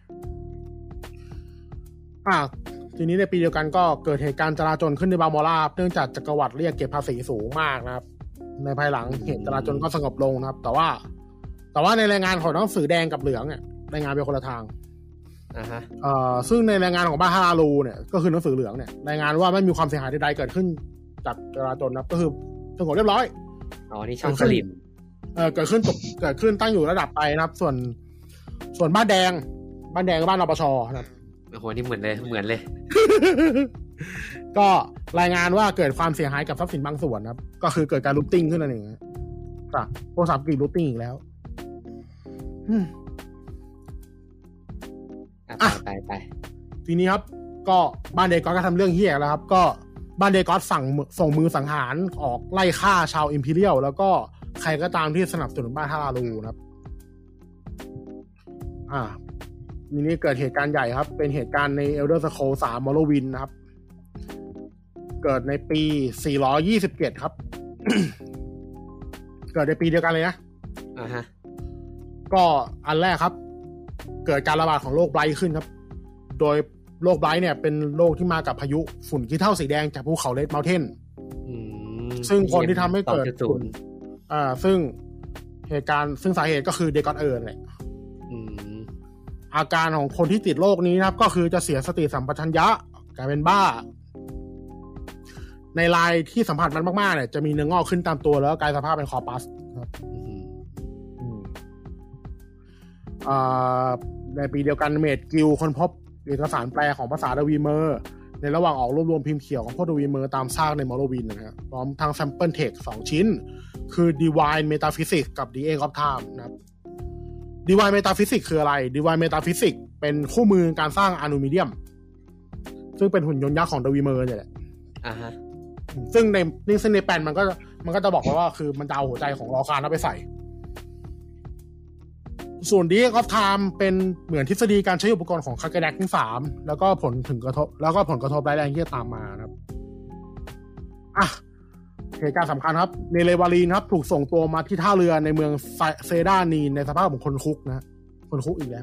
ทีนี้ในปีเดียวกันก็เกิดเหตุการณ์จลาจลขึ้นในบาโมราเนื่องจากจักรวรรดิเรียกเก็บภาษีสูงมากนะครับในภายหลังเหตุจลาจลก็สงบลงนะครับแต่ว่าในรายงานของหนังสือแดงกับเหลืองเนี่ยรายงานเป็นคนละทางซึ่งในรายงานของบ้านฮาราลูเนี่ยก็คือหนังสือเหลืองเนี่ยรายงานว่าไม่มีความเสียหายใดๆเกิดขึ้นจากจลาจลนะก็คือสงบเรียบร้อยนี่ช่างสลิมเกิดขึ้นตั้งอยู่ระดับไปนะครับส่วนบ้านแดงกับบ้านรปชนะครับโอ้โหนี่เหมือนเลยก็รายงานว่าเกิดความเสียหายกับทรัพย์สินบางส่วนครับก็คือเกิดการลูตติ้งขึ้นนั่นเองพวก3 กรีลูตติ้งอีกแล้วไปทีนี้ครับก็บ้านเดกอสก็ทำเรื่องเหี้ยแล้วครับก็บ้านเดกอสส่งมือสังหารออกไล่ฆ่าชาวอิมพีเรียลแล้วก็ใครก็ตามที่สนับสนุนบ้านฮาราลูนะครับทีนี้เกิดเหตุการณ์ใหญ่ครับเป็นเหตุการณ์ใน Elder Scrolls 3 Morrowind นะครับเกิดในปี427ครับ เกิดในปีเดียวกันเลยนะก็อันแรกครับเกิดการระบาดของโรคไบรท์ขึ้นครับโดยโรคไบรท์เนี่ยเป็นโรคที่มากับพายุฝุ่นขี้เถ้าสีแดงจากภูเขาเลดเมาน์เทนซึ่งคนที่ทำให้เกิดฝุ่นซึ่งเหตุการณ์ซึ่งสาเหตุก็คือเดกอตเอิร์นแหละอาการของคนที่ติดโรคนี้นะครับก็คือจะเสียสติสัมปชัญญะกลายเป็นบ้าในรายที่สัมผัสมันมากๆเนี่ยจะมีเนื้องอกขึ้นตามตัวแล้วกลายสภาพเป็นคอปัสครับในปีเดียวกันเมดกิลคนพบเอกสารแปลของภาษาดาวีเมอร์ในระหว่างออกรวบรวมพิมพ์เขียวของพวกดาวีเมอร์ตามซากในมอร์โลวินนะครับพร้อมทางแซมเปิลเทค2ชิ้นคือ Divine Metaphysics กับ The Age of Time นะครับ Divine Metaphysics คืออะไร Divine Metaphysics เป็นคู่มือการสร้างอนูมิเดียมซึ่งเป็นหุ่นยนต์ยักษ์ของดาวีเมอร์เนี่ยแหละซึ่งในแปลนมันก็จะบอกว่าคือมันจะเอาหัวใจของลอคานเอาไปใส่ส่วน The Age of Time เป็นเหมือนทฤษฎีการใช้อุปกรณ์ของคาเกแดกทั้ง3แล้วก็ผลกระทบร้ายแรงที่จะตามมานะครับเหตุการณ์สำคัญครับเนเลวาลีนครับถูกส่งตัวมาที่ท่าเรือในเมืองเซดานีนในสภาพของคนคุกนะคนคุกอีกแล้ว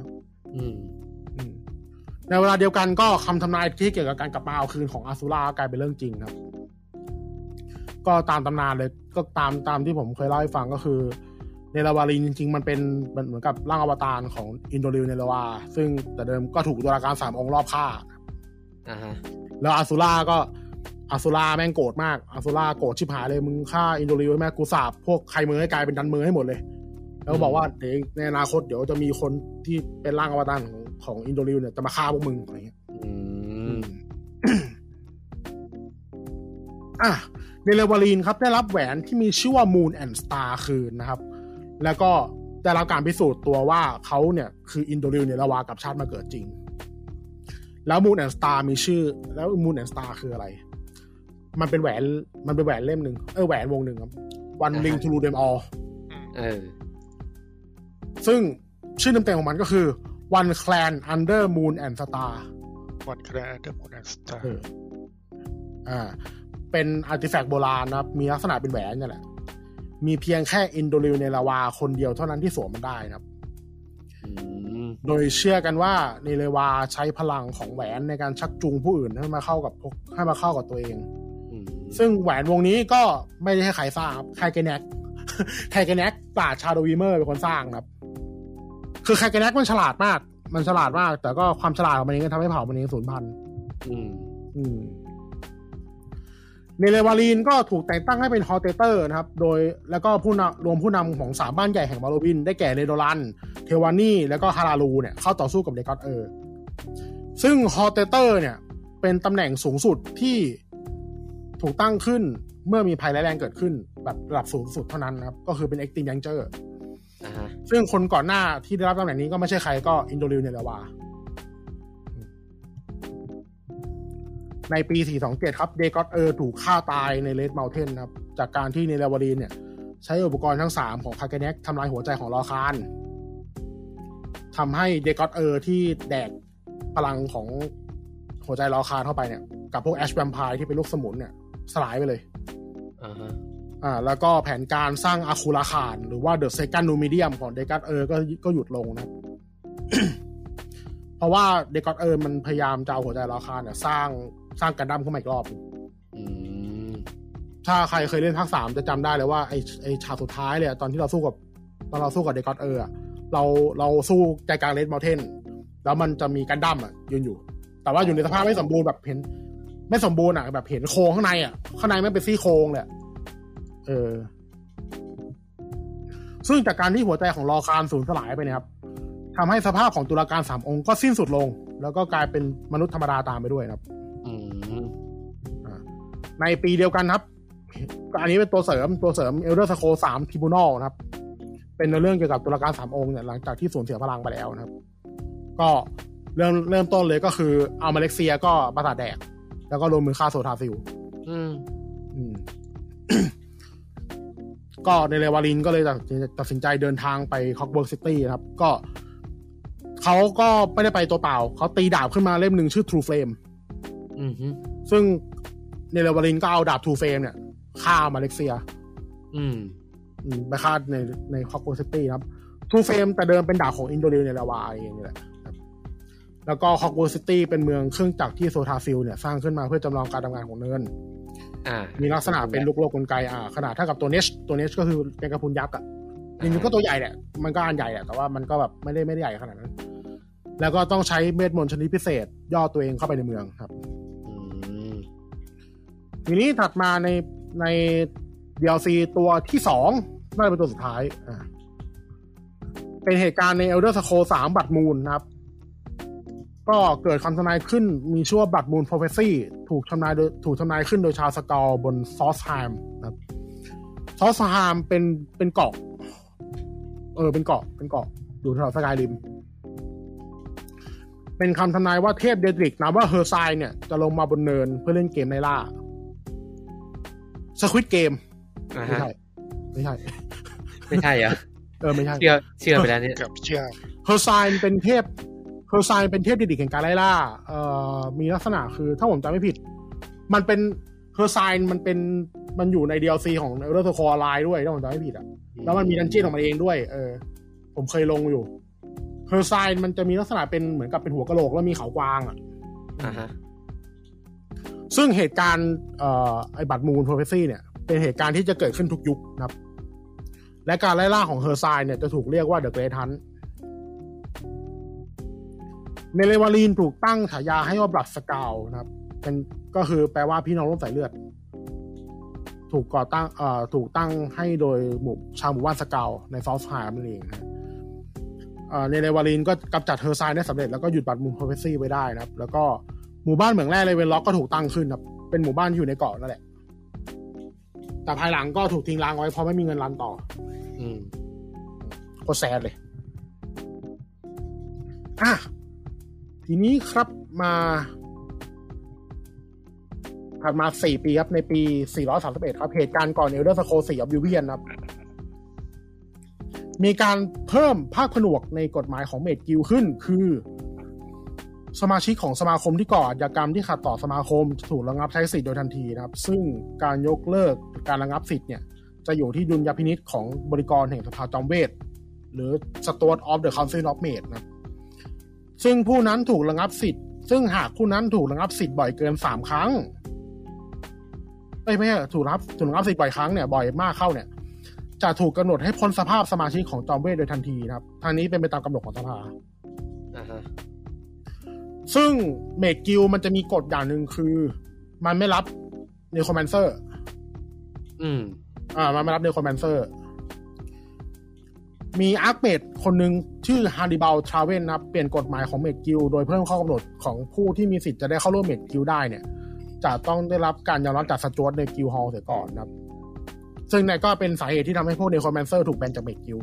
ในเวลาเดียวกันก็คำทำนายที่เกี่ยวกับการกลับมาเอาคืนของอาซูรากลายเป็นเรื่องจริงครับก็ตามตำนานเลยก็ตามที่ผมเคยเล่าให้ฟังก็คือเนเลวาลีนจริงๆมันเป็นเหมือนกับร่างอวตารของอินโดริลเนเลวาซึ่งแต่เดิมก็ถูกตุลาการ3องค์รอบฆ่าแล้วอาซูราแม่งโกรธมากอาซูราโกรธชิบหายเลยมึงฆ่าอินโดริลแม่กูสาบพวกใครมือให้กลายเป็นดันมือให้หมดเลยแล้วบอกว่าเดี๋ยวในอนาคตเดี๋ยวจะมีคนที่เป็นร่างอวตารของอินโดริลเนี่ยจะมาฆ่าพวกมึงอะไรเงี้ยเนเลวาลีนครับได้รับแหวนที่มีชื่อว่า Moon and Star คืนนะครับแล้วก็ได้รับการพิสูจน์ตัวว่าเขาเนี่ยคืออินโดริลเนลาวากับชาติมาเกิดจริงแล้ว Moon and Star มีชื่อแล้ว Moon and Star คืออะไรมันเป็นแหวนเล่มนึงแหวนวงนึงครับ One Ring to Rule Them All ซึ่งชื่อเต็มๆของมันก็คือ One Clan Under Moon and Star One Clan Under Moon and Star เป็นอาร์ติแฟกต์โบราณนะครับมีลักษณะเป็นแหวนนี่แหละมีเพียงแค่อินโดริลเนลาวาคนเดียวเท่านั้นที่สวมมันได้นะครับโดยเชื่อกันว่าเนเลวาใช้พลังของแหวนในการชักจูงผู้อื่นให้มาเข้ากับตัวเองซึ่งแหวนวงนี้ก็ไม่ได้ให้ใครสร้างครับไคเกแน็กปราชญ์ชาโดวีเมอร์เป็นคนสร้างครับคือไคเกแน็กมันฉลาดมากแต่ก็ความฉลาดของมันเองก็ทำให้เผ่ามันเองสูญพันธุ์เนเลวาลีนก็ถูกแต่งตั้งให้เป็นฮอลเตเตอร์นะครับโดยแล้วก็รวมผู้นำของ3บ้านใหญ่แห่งมาโรวินได้แก่เรโดรันเทวานีแล้วก็ฮาราลูเนี่ยเข้าต่อสู้กับเดกอตซึ่งฮอลเตเตอร์เนี่ยเป็นตำแหน่งสูงสุดที่ถูกตั้งขึ้นเมื่อมีภัยร้ายแรงเกิดขึ้นแบบระดับสูงสุดเท่านั้นนะครับก็คือเป็น Extreme Danger ซึ่งคนก่อนหน้าที่ได้รับตำแหน่งนี้ก็ไม่ใช่ใครก็อินโดริลเนลาวาในปี 427 ครับเดกอตถูกฆ่าตายในเลดเมาน์เทนครับจากการที่เนเลวาลีนเนี่ยใช้อุปกรณ์ทั้ง3ของคาเกเน็กทำลายหัวใจของลอคานทำให้เดกอตที่แดกพลังของหัวใจลอคานเข้าไปเนี่ยกับพวกแอชแวมไพร์ที่เป็นลูกสมุนเนี่ยสลายไปเลยแล้วก็แผนการสร้างอาคูราคานหรือว่าเดอะเซคันด์นูมิเดียมของเดกอตก็หยุดลงนะ เพราะว่าเดกอตมันพยายามจะเอาหัวใจลอคานเนี่ยสร้างกันดั้มขึ้นมาอีกรอบถ้าใครเคยเล่นภาค3จะจำได้เลยว่าไอฉากสุดท้ายเลยตอนเราสู้กับเดกอตเราสู้ใจกลางเลดเมาน์เทนแล้วมันจะมีกันดั้มยืนอยู่แต่ว่าอยู่ในสภาพไม่สมบูรณ์แบบเห็นไม่สมบูรณ์แบบเห็นโครงข้างในไม่เป็นซี่โครงเลยซึ่งจากการที่หัวใจของลอคานสูญสลายไปเนี่ยครับทำให้สภาพของตุลาการ3องค์ก็สิ้นสุดลงแล้วก็กลายเป็นมนุษย์ธรรมดาตามไปด้วยครับในปีเดียวกันครับอันนี้เป็นตัวเสริมElder Scrolls 3 Tribunal นะครับเป็นเรื่องเกี่ยวกับตุลาการ3องค์เนี่ยหลังจากที่สูญเสียพลังไปแล้วนะครับก็เริ่มต้นเลยก็คือเอามาเล็กเซียก็ประสาทแดกแล้วก็ลงมือฆ่าโซทาซิลก็ในเรวาลินก็เลยตัดสินใจเดินทางไปคอกเวิร์กซิตี้ครับก็เขาก็ไม่ได้ไปตัวเปล่าเขาตีดาบขึ้นมาเล่มหนึ่งชื่อ True Flame ซึ่งในเรวาลินก็เอาดาบ True Flame เนี่ยฆ่ามาเล็กเซียไปฆ่าในคอกเวิร์กซิตี้ครับ True Flame แต่เดิมเป็นดาบของอินโดริลในลาวาเองนี่แหละแล้วก็ฮอกวอตส์ซิตี้เป็นเมืองเครื่องจักรที่โซทาฟิลเนี่ยสร้างขึ้นมาเพื่อจำลองการทำงานของเนินมีลักษณะเป็นลูกโลกกลไกขนาดเท่ากับตัวเนชก็คือเป็นกระพุนยักษ์อ่ะจริงๆก็ตัวใหญ่แหละมันก็อันใหญ่แหละแต่ว่ามันก็แบบไม่ได้ใหญ่ขนาดนั้นแล้วก็ต้องใช้เวทมนต์ชนิดพิเศษย่อตัวเองเข้าไปในเมืองครับทีนี้ถัดมาใน DLC ตัวที่2น่าจะเป็นตัวสุดท้ายเป็นเหตุการณ์ใน Elder Scrolls 3 Blood Moon นะครับก็เกิดคำทำนายขึ้นมีชื่อว่า Blood Moon Prophecy ถูกทำนายขึ้นโดยชาวสกอลบนซอสไฮม์นะครับซอสไฮม์เป็นเกาะเป็นเกาะอยู่แถวสกายริมเป็นคำทำนายว่าเทพเดดริกนะว่าเฮอร์ไซน์เนี่ยจะลงมาบนเนินเพื่อเล่นเกมไล่ล่าสควิดเกมไม่ใช่ไม่ใช่เหรอไม่ใช่เชื่อไปแล้วเนี่ยเชื่อเฮอร์ไซน์เป็นเทพเดดริกแห่งการไล่ล่ามีลักษณะคือถ้าผมจำไม่ผิดมันเป็นเฮอร์ไซน์มันอยู่ใน DLC ของ Elder Scrolls Online ด้วยถ้าผมจำไม่ผิดแล้วมันมีดันเจี้ยนของมันเองด้วยผมเคยลงอยู่เฮอร์ไซน์มันจะมีลักษณะเป็นเหมือนกับเป็นหัวกะโหลกแล้วมีเขากวางซึ่งเหตุการณ์ไอ้บัตรมูนโพรเฟซี่เนี่ยเป็นเหตุการณ์ที่จะเกิดขึ้นทุกยุคนะครับและการไล่ล่าของเฮอร์ไซน์เนี่ยจะถูกเรียกว่าเดอะเกรทฮันต์เนเลวาลีนถูกตั้งฉายาให้ว่าบลัดสกาวนะครับก็คือแปลว่าพี่น้องร่วมสายเลือดถูกตั้งให้โดยชาวหมู่บ้านสกาวในซอฟต์ไฮม์นั่นเองนะเนเลวาลีนก็กำจัดเฮอร์ไซน์ได้สำเร็จแล้วก็หยุดบัตรมูนโพรเฟซี่ไว้ได้นะครับแล้วก็หมู่บ้านเหมืองแร่เลเวนล็อกก็ถูกตั้งขึ้นครับเป็นหมู่บ้านที่อยู่ในเกาะนั่นแหละแต่ภายหลังก็ถูกทิ้งร้างไว้เพราะไม่มีเงินรันต่อโคตรแซดเลยทีนี้ครับผ่านมา4ปีครับในปี431ครับเหตุการณ์ก่อน Elder Scrolls 4 Oblivion ครับมีการเพิ่มภาคผนวกในกฎหมายของเมจกิลขึ้นคือสมาชิกของสมาคมที่ก่ออาชญากรรมที่ขัดต่อสมาคมจะถูกระงับใช้สิทธิ์โดยทันทีนะครับซึ่งการยกเลิกการระงับสิทธิ์เนี่ยจะอยู่ที่ดุลยพินิจของบริกรแห่งสภาจอมเวทหรือ Steward of the Council of Mage นะซึ่งผู้นั้นถูกระงับสิทธิ์ซึ่งหากผู้นั้นถูกระงับสิทธิ์บ่อยเกิน3ครั้งไม่ใช่ถูกระงับสิทธิ์บ่อยครั้งเนี่ยบ่อยมากเข้าเนี่ยจะถูกกำหนดให้พ้นสภาพสมาชิกของจอมเวทโดยทันทีนะครับทางนี้เป็นไปตามกำหนดของสภาซึ่งเมจกิลมันจะมีกฎอย่างหนึ่งคือมันไม่รับเนโครแมนเซอร์มันไม่รับเนโครแมนเซอร์มีอาร์คเมจคนหนึ่งชื่อฮาริบัลทราเวนนะครับเปลี่ยนกฎหมายของเมจกิลโดยเพิ่มข้อกำหนดของผู้ที่มีสิทธิ์จะได้เข้าร่วมเมจกิลได้เนี่ยจะต้องได้รับการยอมรับจากสจ๊วตในกิลฮอลเสียก่อนนะครับซึ่งเนี่ยก็เป็นสาเหตุที่ทำให้พวกเนโครแมนเซอร์ถูกแบนจากเมจกิล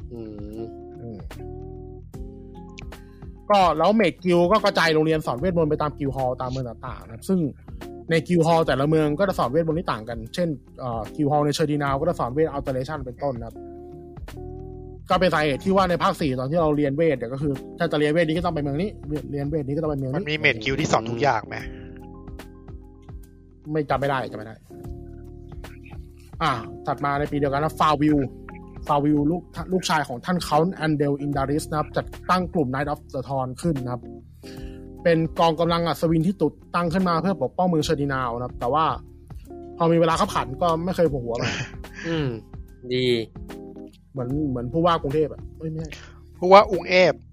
ก็แล้วเมจกิลก็กระจายโรงเรียนสอนเวทมนต์ไปตามกิลฮอลตามเมืองต่างๆนะครับซึ่งในกิลฮอลแต่ละเมืองก็จะสอนเวทมนต์ที่ต่างกันเช่นกิลฮอลในเชอร์ดีนาวก็จะสอนเวทอัลเทอร์เนชั่นเป็นต้นนะครับก็เป็นสาเหตุที่ว่าในภาค4ตอนที่เราเรียนเวทเนี่ยก็คือถ้าจะเรียนเวทนี้ก็ต้องไปเมืองนี้เรียนเวทนี้ก็ต้องไปเมืองนี้มันมีเมจกิลที่สอนทุกอย่างไหมไม่จำไม่ได้ถัดมาในปีเดียวกันนะฟาวิลลูกชายของท่านเค้าท์อันเดลอินดาริสนะครับจัดตั้งกลุ่ม Knight of the Thorn ขึ้นนะครับเป็นกองกำลังอัศวินที่ตุดตั้งขึ้นมาเพื่อปกป้องเมืองเชอร์ดีนาวนะครับแต่ว่าพอมีเวลาขับขันก็ไม่เคยโผล่หัวมาดีเหมือนผู้ว่ากรุงเทพไม่ใช่ผู้ว่าองค์เอฟ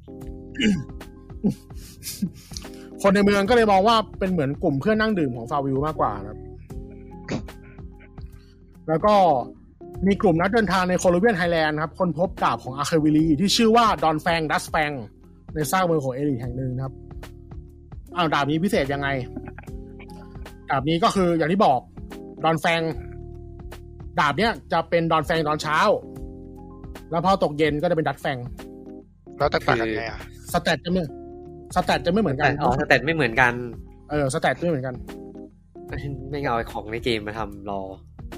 คนในเมืองก็เลยมองว่าเป็นเหมือนกลุ่มเพื่อนนั่งดื่มของฟาวิลมากกว่านะครับแล้วก็มีกลุ่มนักเดินทางในโคโลเวียนไฮแลนด์ครับคนพบดาบของอาร์เควิลีที่ชื่อว่าดอนแฟงดัสแฟงในซากเมืองของเอลิทแห่งหนึ่งครับดาบนี้พิเศษยังไงดาบนี้ก็คืออย่างที่บอกดอนแฟงดาบเนี้ยจะเป็นดอนแฟงตอนเช้าแล้วพอตกเย็นก็จะเป็นดัสแฟงแล้วแตกต่างกันไงสแตทจะไม่เหมือนกันสแตทไม่เหมือนกันสแตทไม่เหมือนกันไม่เอาของในเกมมาทำรอ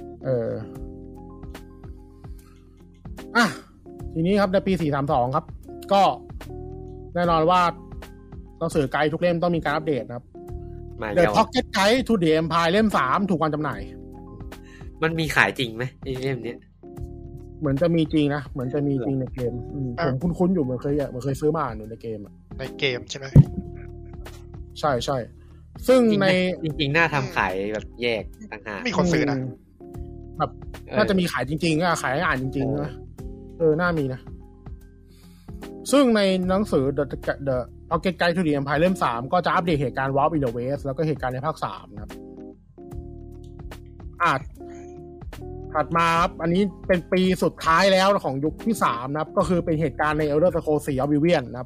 ทีนี้ครับในปี432ครับก็แน่นอนว่าหนังสือไกด์ทุกเล่มต้องมีการอัปเดตนะครับ The Pocket Guide to the Empire เล่ม3ถูกวางจำหน่ายมันมีขายจริงไหมไอ้เล่มนี้เหมือนจะมีจริงนะเหมือนจะมีจริงในเกมผมคุ้นๆอยู่เหมือนเคยซื้อมาอ่านอยู่ในเกมในเกมใช่ไหมใช่ใช่ซึ่งในจริงๆน่าทำขายแบบแยกต่างหากมีคนซื้อนะแบบน่าจะมีขายจริงๆขายให้อ่านจริงๆนะน่ามีนะซึ่งในหนังสือ The Pocket Guide to the Empire เล่ม 3ก็จะอัปเดตเหตุการณ์ War in the West แล้วก็เหตุการณ์ในภาค 3 นะครับถัดมาครับอันนี้เป็นปีสุดท้ายแล้วของยุคที่3นะครับก็คือเป็นเหตุการณ์ใน Elder Scrolls 4 Oblivion นะครับ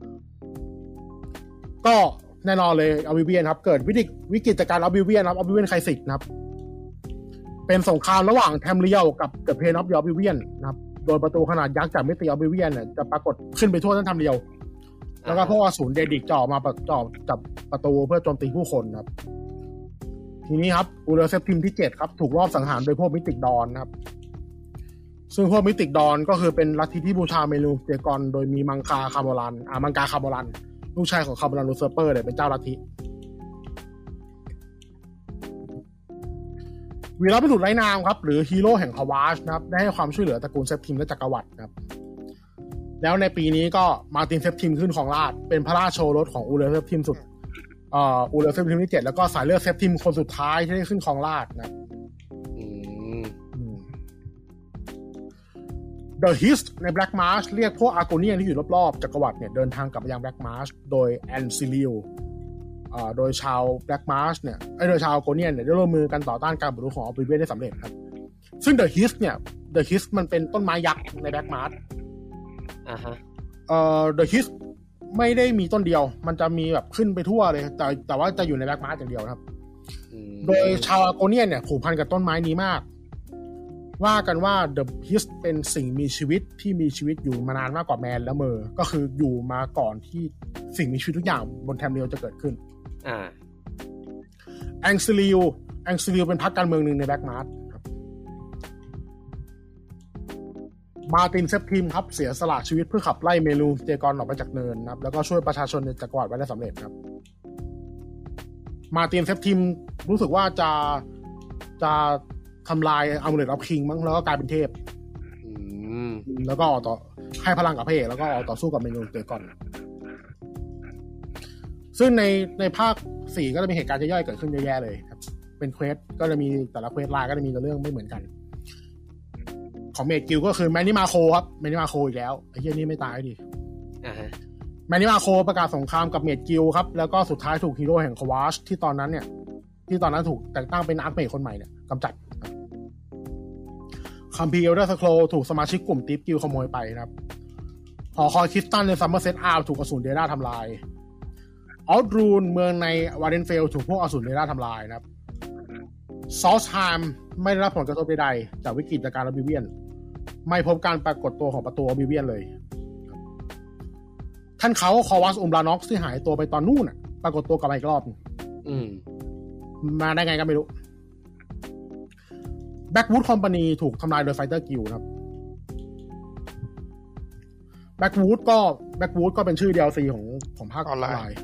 ก็แน่นอนเลย Oblivion ครับเกิดวิกฤตจากการ Oblivion ครับ Oblivion Crisis นะครับเป็นสงครามระหว่างแทมเรียลกับ The Plain of the Oblivion นะครับโดยประตูขนาดยักษ์จากมิติ Oblivion เนี่ยจะปรากฏขึ้นไปทั่วทั้งแทมเรียลแล้วก็พวกอสูรเดดิกจ่อมาจับประตูเพื่อโจมตีผู้คนครับทีนี้ครับอูเรเซปทิมที่7ครับถูกลอบสังหารโดยพวกมิติกดอนครับซึ่งพวกมิติกดอนก็คือเป็นลัทธิที่บูชาเมลูเจกอนโดยมีมังกาคาโบรันลูกชายของคาโบรันลูเซอร์เปอร์เนี่ยเป็นเจ้าลัทธิวีรบุรุษไร้นามครับหรือฮีโร่แห่งฮาวาชนะครับได้ให้ความช่วยเหลือตระกูลเซปทิมและจักรวรรดิครับแล้วในปีนี้ก็มาร์ตินเซปทิมขึ้นของราชเป็นพระราชโอรสของอูเรเซปทิมสุดอูเรเซปทิมที่7แล้วก็สายเลือดเซปทิมคนสุดท้ายที่ได้ขึ้นของราชนะThe Hist ใน Black Marsh เรียกพวกอาร์โกเนียนที่อยู่รอบๆจักรวรรดิเนี่ยเดินทางกลับไปยัง Black Marsh โดยแอนซิลิลโดยชาว Black Marsh เนี่ยโดยชาวอาร์โกเนียนเนี่ยได้ร่วมมือกันต่อต้านการบุกรุกของ Oblivion ได้สำเร็จครับซึ่ง The Hist เนี่ย The Hist มันเป็นต้นไม้ยักษ์ใน Black Marsh The Hist ไม่ได้มีต้นเดียวมันจะมีแบบขึ้นไปทั่วเลยแต่ว่าจะอยู่ใน Black Marsh อย่างเดียวครับโดยชาวอาร์โกเนียนเนี่ยผูกพันกับต้นไม้นี้มากว่ากันว่า The Hist เป็นสิ่งมีชีวิตที่มีชีวิตอยู่มานานมากกว่าแมนและเมอร์ก็คืออยู่มาก่อนที่สิ่งมีชีวิตทุกอย่างบนแทมเรียลจะเกิดขึ้นแองซิลิลเป็นพรรคการเมืองหนึ่งในแบล็กมาร์ชครับมาร์ตินเซปทิมครับเสียสละชีวิตเพื่อขับไล่เมลูเจกอนออกไปจากเนินนะครับแล้วก็ช่วยประชาชนในจักรวรรดิไว้ได้สำเร็จครับมาร์ตินเซปทิมรู้สึกว่าจะทำลายอัมูเลตออฟคิงมั้งแล้วก็กลายเป็นเทพแล้วก็ต่อให้พลังกับพระเอกแล้วก็ต่อสู้กับเมนูเจกอนซึ่งในภาค4ก็จะมีเหตุการณ์ย่อยๆเกิดขึ้นเยอะแยะเลยครับเป็นเควสก็จะมีแต่ละเควสไลน์ก็จะมีเรื่องไม่เหมือนกันของเมดกิลก็คือแมนนี่มาโคครับแมนนี่มาโคอีกแล้วไอ้เหี้ยนี่ไม่ตายดิแมนนี่มาโคประกาศสงครามกับเมดกิลครับแล้วก็สุดท้ายถูกฮีโร่แห่งควาชที่ตอนนั้นถูกแต่งตั้งเป็นอาร์คเมดคนใหม่เนี่ยกำจัดคัมภีร์ Elder Scrolls ถูกสมาชิกกลุ่มติฟกิลขโมยไปนะครับหอคอยคริสตัลในซัมเมอร์เซตอาร์ถูกอสูรเดราทำลายออลดรูนเมืองในวาเดนเฟลถูกพวกอสูรเดราทำลายนะครับซอสไฮม์ไม่ได้รับผลกระทบใดๆจากวิกฤตการ Oblivion ไม่พบการปรากฏตัวของประตู Oblivion เลยท่านเขาคอวัสอุมบราน็อกซ์ที่หายตัวไปตอนนู่นปรากฏตัวกลับมาอีกรอบมาได้ไงก็ไม่รู้แบ็กวูดคอมพานีถูกทำลายโดยไฟเตอร์กิลด์ครับแบ็กวูดก็เป็นชื่อ DLC ของภาคออนไลน์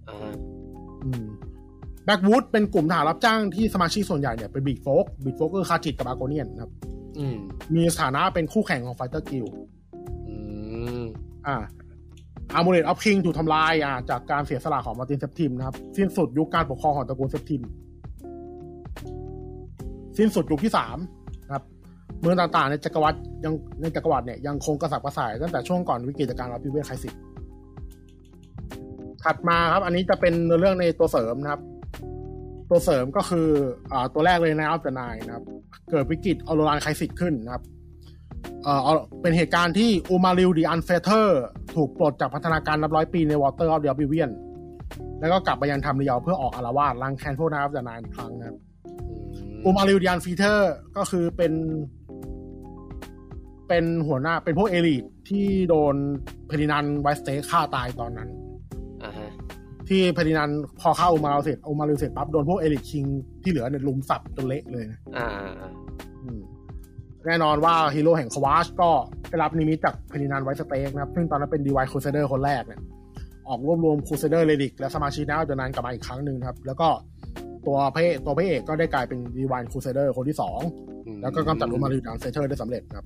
แบ็กวูดเป็นกลุ่มทหารรับจ้างที่สมาชิกส่วนใหญ่เนี่ยเป็นบิ๊กโฟกก็คือคาจิตกับอาร์โกเนียนครับมีสถานะเป็นคู่แข่งของไฟเตอร์กิลด์อาร์มูเลตออฟคิงถูกทำลายจากการเสียสละของมาร์ตินเซปทิมนะครับสิ้นสุดยุคการปกครองของตระกูลเซปทิมสิ้นสุดยุคที่3ครับเมืองต่างๆในจักรวรรดิเนี่ยยังคงกระสับกระส่ายตั้งแต่ช่วงก่อนวิกฤตการณ์Oblivion Crisisถัดมาครับอันนี้จะเป็นเรื่องในตัวเสริมนะครับตัวเสริมก็คือตัวแรกเลยNight of the Nineนะครับเกิดวิกฤตออโรรานไครซิสขึ้นนะครับเป็นเหตุการณ์ที่อูมาริลดีอันเฟเธอร์ถูกปลดจากพัฒนาการนับร้อยปีใน Water of the Oblivion แล้วก็กลับไปยังทำเรียวเพื่อออกอาละวาดล้างแค้นพวกNight of the Nineอีกครั้งนะครับอูมาริลดีอันเฟเธอร์ก็คือเป็นหัวหน้าเป็นพวกเอลิทที่โดนเพดินันไวสเตฆ่าตายตอนนั้นที่เพดินันพอฆ่าอูมาริลเสร็จปั๊บโดนพวกเอลิทคิงที่เหลือเนี่ยลุมสับจนเละเลยนะแน่นอนว่าฮีโร่แห่งควาชก็ได้รับนิมิตจากเพดินันไวสเตนะครับซึ่งตอนนั้นเป็นดีไวครูเซเดอร์คนแรกเนี่ยออกรวบรวมครูเซเดอร์เรดิกและสมาชิกNight of the Nineกลับมาอีกครั้งนึงครับแล้วก็ตัวพระเอกก็ได้กลายเป็นดีไวครูเซเดอร์คนที่2แล้วก็กำจัดอูมาริลดีอันเฟเธอร์ได้สำเร็จครับ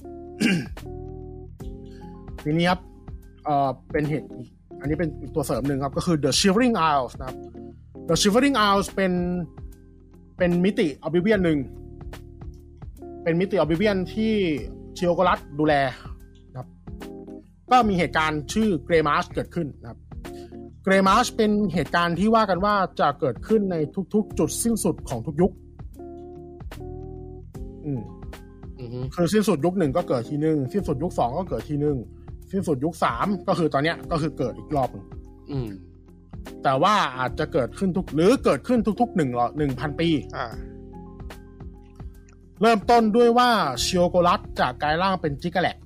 ทีนี้ครับเป็นเหตุอันนี้เป็นตัวเสริมหนึ่งครับก็คือ The Shivering Isles นะครับ The Shivering Isles เป็นมิติ Oblivion หนึ่งเป็นมิติ Oblivion ที่ชิโอโกรัสดูแลนะครับก็มีเหตุการณ์ชื่อ Grey March เกิดขึ้นนะครับ Grey March เป็นเหตุการณ์ที่ว่ากันว่าจะเกิดขึ้นในทุกๆจุดสิ้นสุดของทุกยุคคือสิ้นสุดยุค1ก็เกิดทีนึงสิ้นสุดยุค2ก็เกิดทีนึงสิ้นสุดยุค3ก็คือตอนเนี้ยก็คือเกิดอีกรอบนึงแต่ว่าอาจจะเกิดขึ้นหรือเกิดขึ้นทุกๆ1,000 ปีเริ่มต้นด้วยว่าชิโอโกรัสจะกลายร่างเป็นจิกาแลก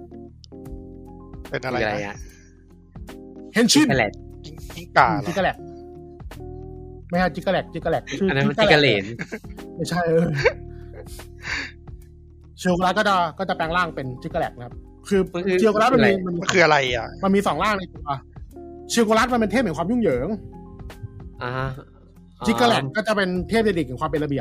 เป็นอะไรนะเฮนชินจิกาจิกาแลกไม่ใช่จิกาแลกชื่อจิกาเลนไม่ใช่ชิโอโกรัสก็จะแปลงร่างเป็นจิกาแลกนะครับคือชิโอโกรัสมันคืออะไรอ่ะมันมี2ร่างในตัวชิโอโกรัสมันเป็นเทพแห่งความยุ่งเหยิงจิกาแลกก็จะเป็นเทพเด็กแห่งความเป็นระเบียบ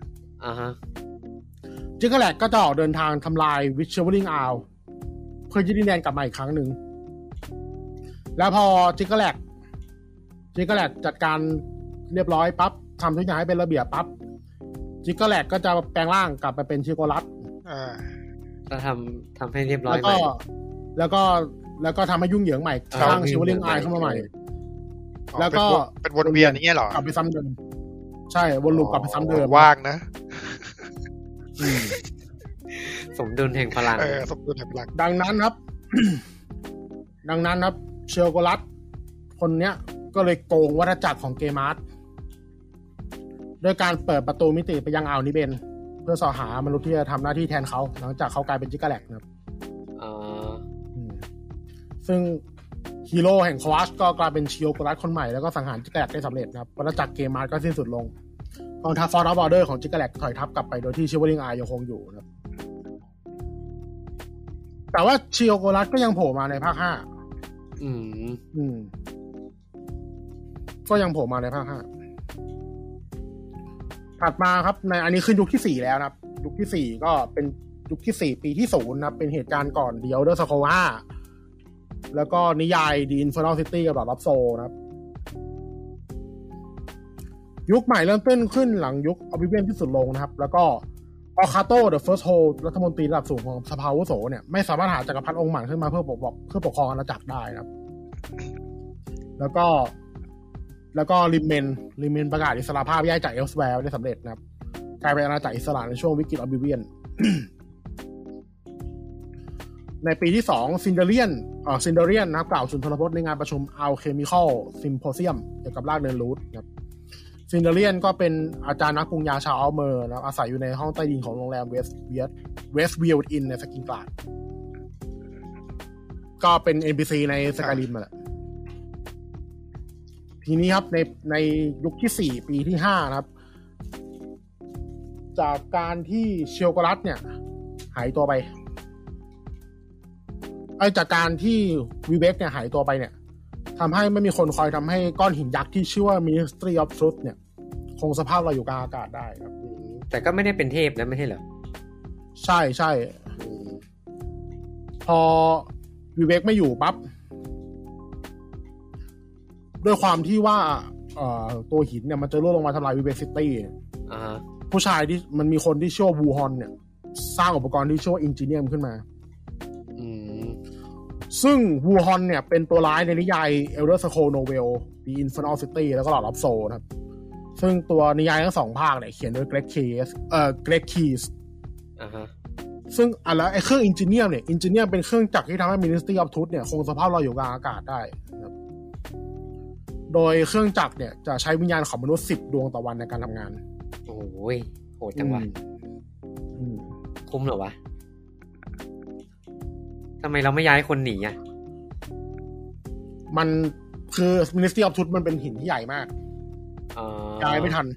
จิกาแลกก็จะออกเดินทางทำลายวิชเชอร์ลิงอาวเพื่อยึดดินแดนกลับมาอีกครั้งหนึ่งแล้วพอจิกาแลกจัดการเรียบร้อยปั๊บทำทุกอย่างให้เป็นระเบียบปั๊บจิกาแลกก็จะแปลงร่างกลับไปเป็นชิโอโกรัสก็ทำให้เรียบร้อยใหม่แล้วก็ทำให้ยุ่งเหยิงใหม่สร้างชิวลิงอายเข้ามาใหม่แล้วก็เป็นวนเวียนอย่างเงี้ยหรอกลับไปซ้ำเดิมใช่วนลูปกลับไปซ้ำเดิมว่างนะสมดุลแห่งพลังสมดุลแห่งพลังดังนั้นครับเชลโกรัสคนเนี้ยก็เลยโกงวัฏจักรของเกมาร์สโดยการเปิดประตูมิติไปยังอ่าวนิเบนเพื่อสอหามนุษย์ที่จะทำหน้าที่แทนเขาหลังจากเขากลายเป็นจิกาแลกนะครับซึ่งฮีโร่แห่งคอสก็กลายเป็นชิโอโกรัสคนใหม่แล้วก็สังหารจิกาแลกได้สำเร็จนะครับวัฏจักรเกมาร์สก็สิ้นสุดลงกองทัพฟอร์ดออฟบอร์เดอร์ของจิกาแลกถอยทัพกลับไปโดยที่ชิวลิงอายยังคงอยู่นะครับแต่ว่าชิโอโกรัสก็ยังโผล่มาในภาค5ก็ยังโผล่มาในภาค5ถัดมาครับในอันนี้ขึ้นยุคที่4แล้วนะครับยุคที่4ก็เป็นยุคที่4ปีที่0นะครับเป็นเหตุการณ์ก่อน The Elder Scrolls 5แล้วก็นิยาย The Infernal City กับ Lord of Souls นะครับยุคใหม่เริ่มต้นขึ้นหลังยุค Oblivion ที่สุดลงนะครับแล้วก็ออคาโต The First Hole รัฐมนตรีระดับสูงของสภาวุโสเนี่ยไม่สามารถหาจักรพรรดิองค์ใหม่ขึ้นมาเพื่อปกครองอาณาจักรได้นะครับแล้วก็ริมเมนประกาศอิสรภาพแยกจากเอลสแวร์ได้สำเร็จนะครับกลายเป็นอาณาจักรอิสระในช่วงวิกฤต Oblivion ในปีที่2ซินเดเรียนนะครับกล่าวสุนทรพจน์ในงานประชุม Alchemical Symposium เกี่ยวกับรากเดินรูทนะครับซินเดเรียนก็เป็นอาจารย์นักปรุงยาชาวอัลเมอร์นะอาศัยอยู่ในห้องใต้ดินของโรงแรมเวสต์วิลด์อินในสกินกลาดก็เป็น NPC ในสกายริมมาแหละทีนี้ครับในยุคที่4ปีที่5นะครับจากการที่เชลโกรัสเนี่ยหายตัวไปจากการที่วีเบกเนี่ยหายตัวไปเนี่ยทำให้ไม่มีคนคอยทำให้ก้อนหินยักษ์ที่ชื่อว่า Ministry of Truth เนี่ยคงสภาพลอยอยู่กลางอากาศได้ครับแต่ก็ไม่ได้เป็นเทพนะไม่ใช่เหรอใช่พอวีเบกไม่อยู่ปั๊บด้วยความที่ว่าตัวหินเนี่ยมันจะร่วงลงมาทำลายวีเบกซิตี้ผู้ชายที่มันมีคนที่ชื่อวูฮอนเนี่ยสร้างอุปกรณ์ที่ชื่อว่าอินจิเนียมขึ้นมาซึ่งวูฮอนเนี่ยเป็นตัวร้ายในนิยาย Elder Scrolls Novel The Infernal City แล้วก็ Lord of Souls นะครับซึ่งตัวนิยายทั้ง2ภาคเนี่ยเขียนโดย Greg Keyes ซึ่งแล้วไอ้เครื่องอินจิเนียมเนี่ยอินจิเนียมเป็นเครื่องจักรที่ทำให้ Ministry of Truth เนี่ยคงสภาพลอยอยู่กลางอากาศได้นะครับโดยเครื่องจักรเนี่ยจะใช้วิญญาณของมนุษย์10 ดวงต่อวันในการทำงานโอ้ยโหดจังวะคุ้มเหรอวะทำไมเราไม่ย้ายคนหนีอ่ะมันคือ Ministry of Truth มันเป็นหินที่ใหญ่มากย้ายไม่ทัน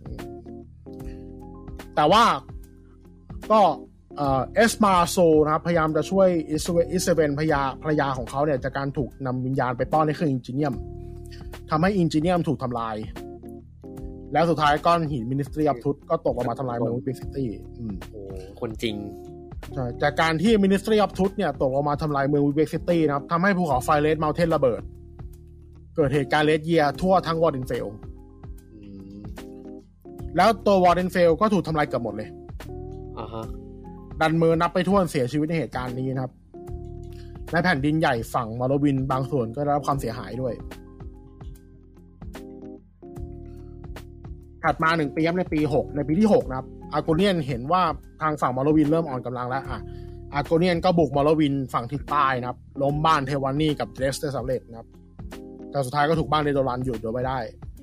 แต่ว่าก็เอสมาโซนะครับพยายามจะช่วยอิสเวนภรรยาของเขาเนี่ยจากการถูกนำวิญญาณไปป้อนในเครื่องอินจิเนียมทำให้อินจิเนียมถูกทำลายแล้วสุดท้ายก้อนหิน Ministry of Truth ก็ตกลงมาทำลายเมืองวิปิซิตี้คนจริงใช่จากการที่ Ministry of Truth เนี่ยตกลงมาทำลายเมืองวิปิซิตี้นะครับทำให้ภูเขาไฟเรดเมาน์เทนระเบิดเกิดเหตุการณ์เรดเยียร์ทั่วทั้งวอร์ดินเฟลแล้วตัววอร์เดนเฟลก็ถูกทำลายเกือบหมดเลยดันเมอร์นับไปถ้วนเสียชีวิตในเหตุการณ์นี้นะครับและแผ่นดินใหญ่ฝั่งมอร์วินบางส่วนก็ได้รับความเสียหายด้วยถัดมา1ปีในปี6ในปีที่6นะครับอาร์โกเนียนเห็นว่าทางฝั่งมอร์วินเริ่มอ่อนกำลังแล้วอาร์โกเนียนก็บุกมอร์วินฝั่งทิศใต้นะครับล้มบ้านเทวานีกับเดรสได้สำเร็จนะครับแต่สุดท้ายก็ถูกบ้านเรโดรันหยุดไว้ได้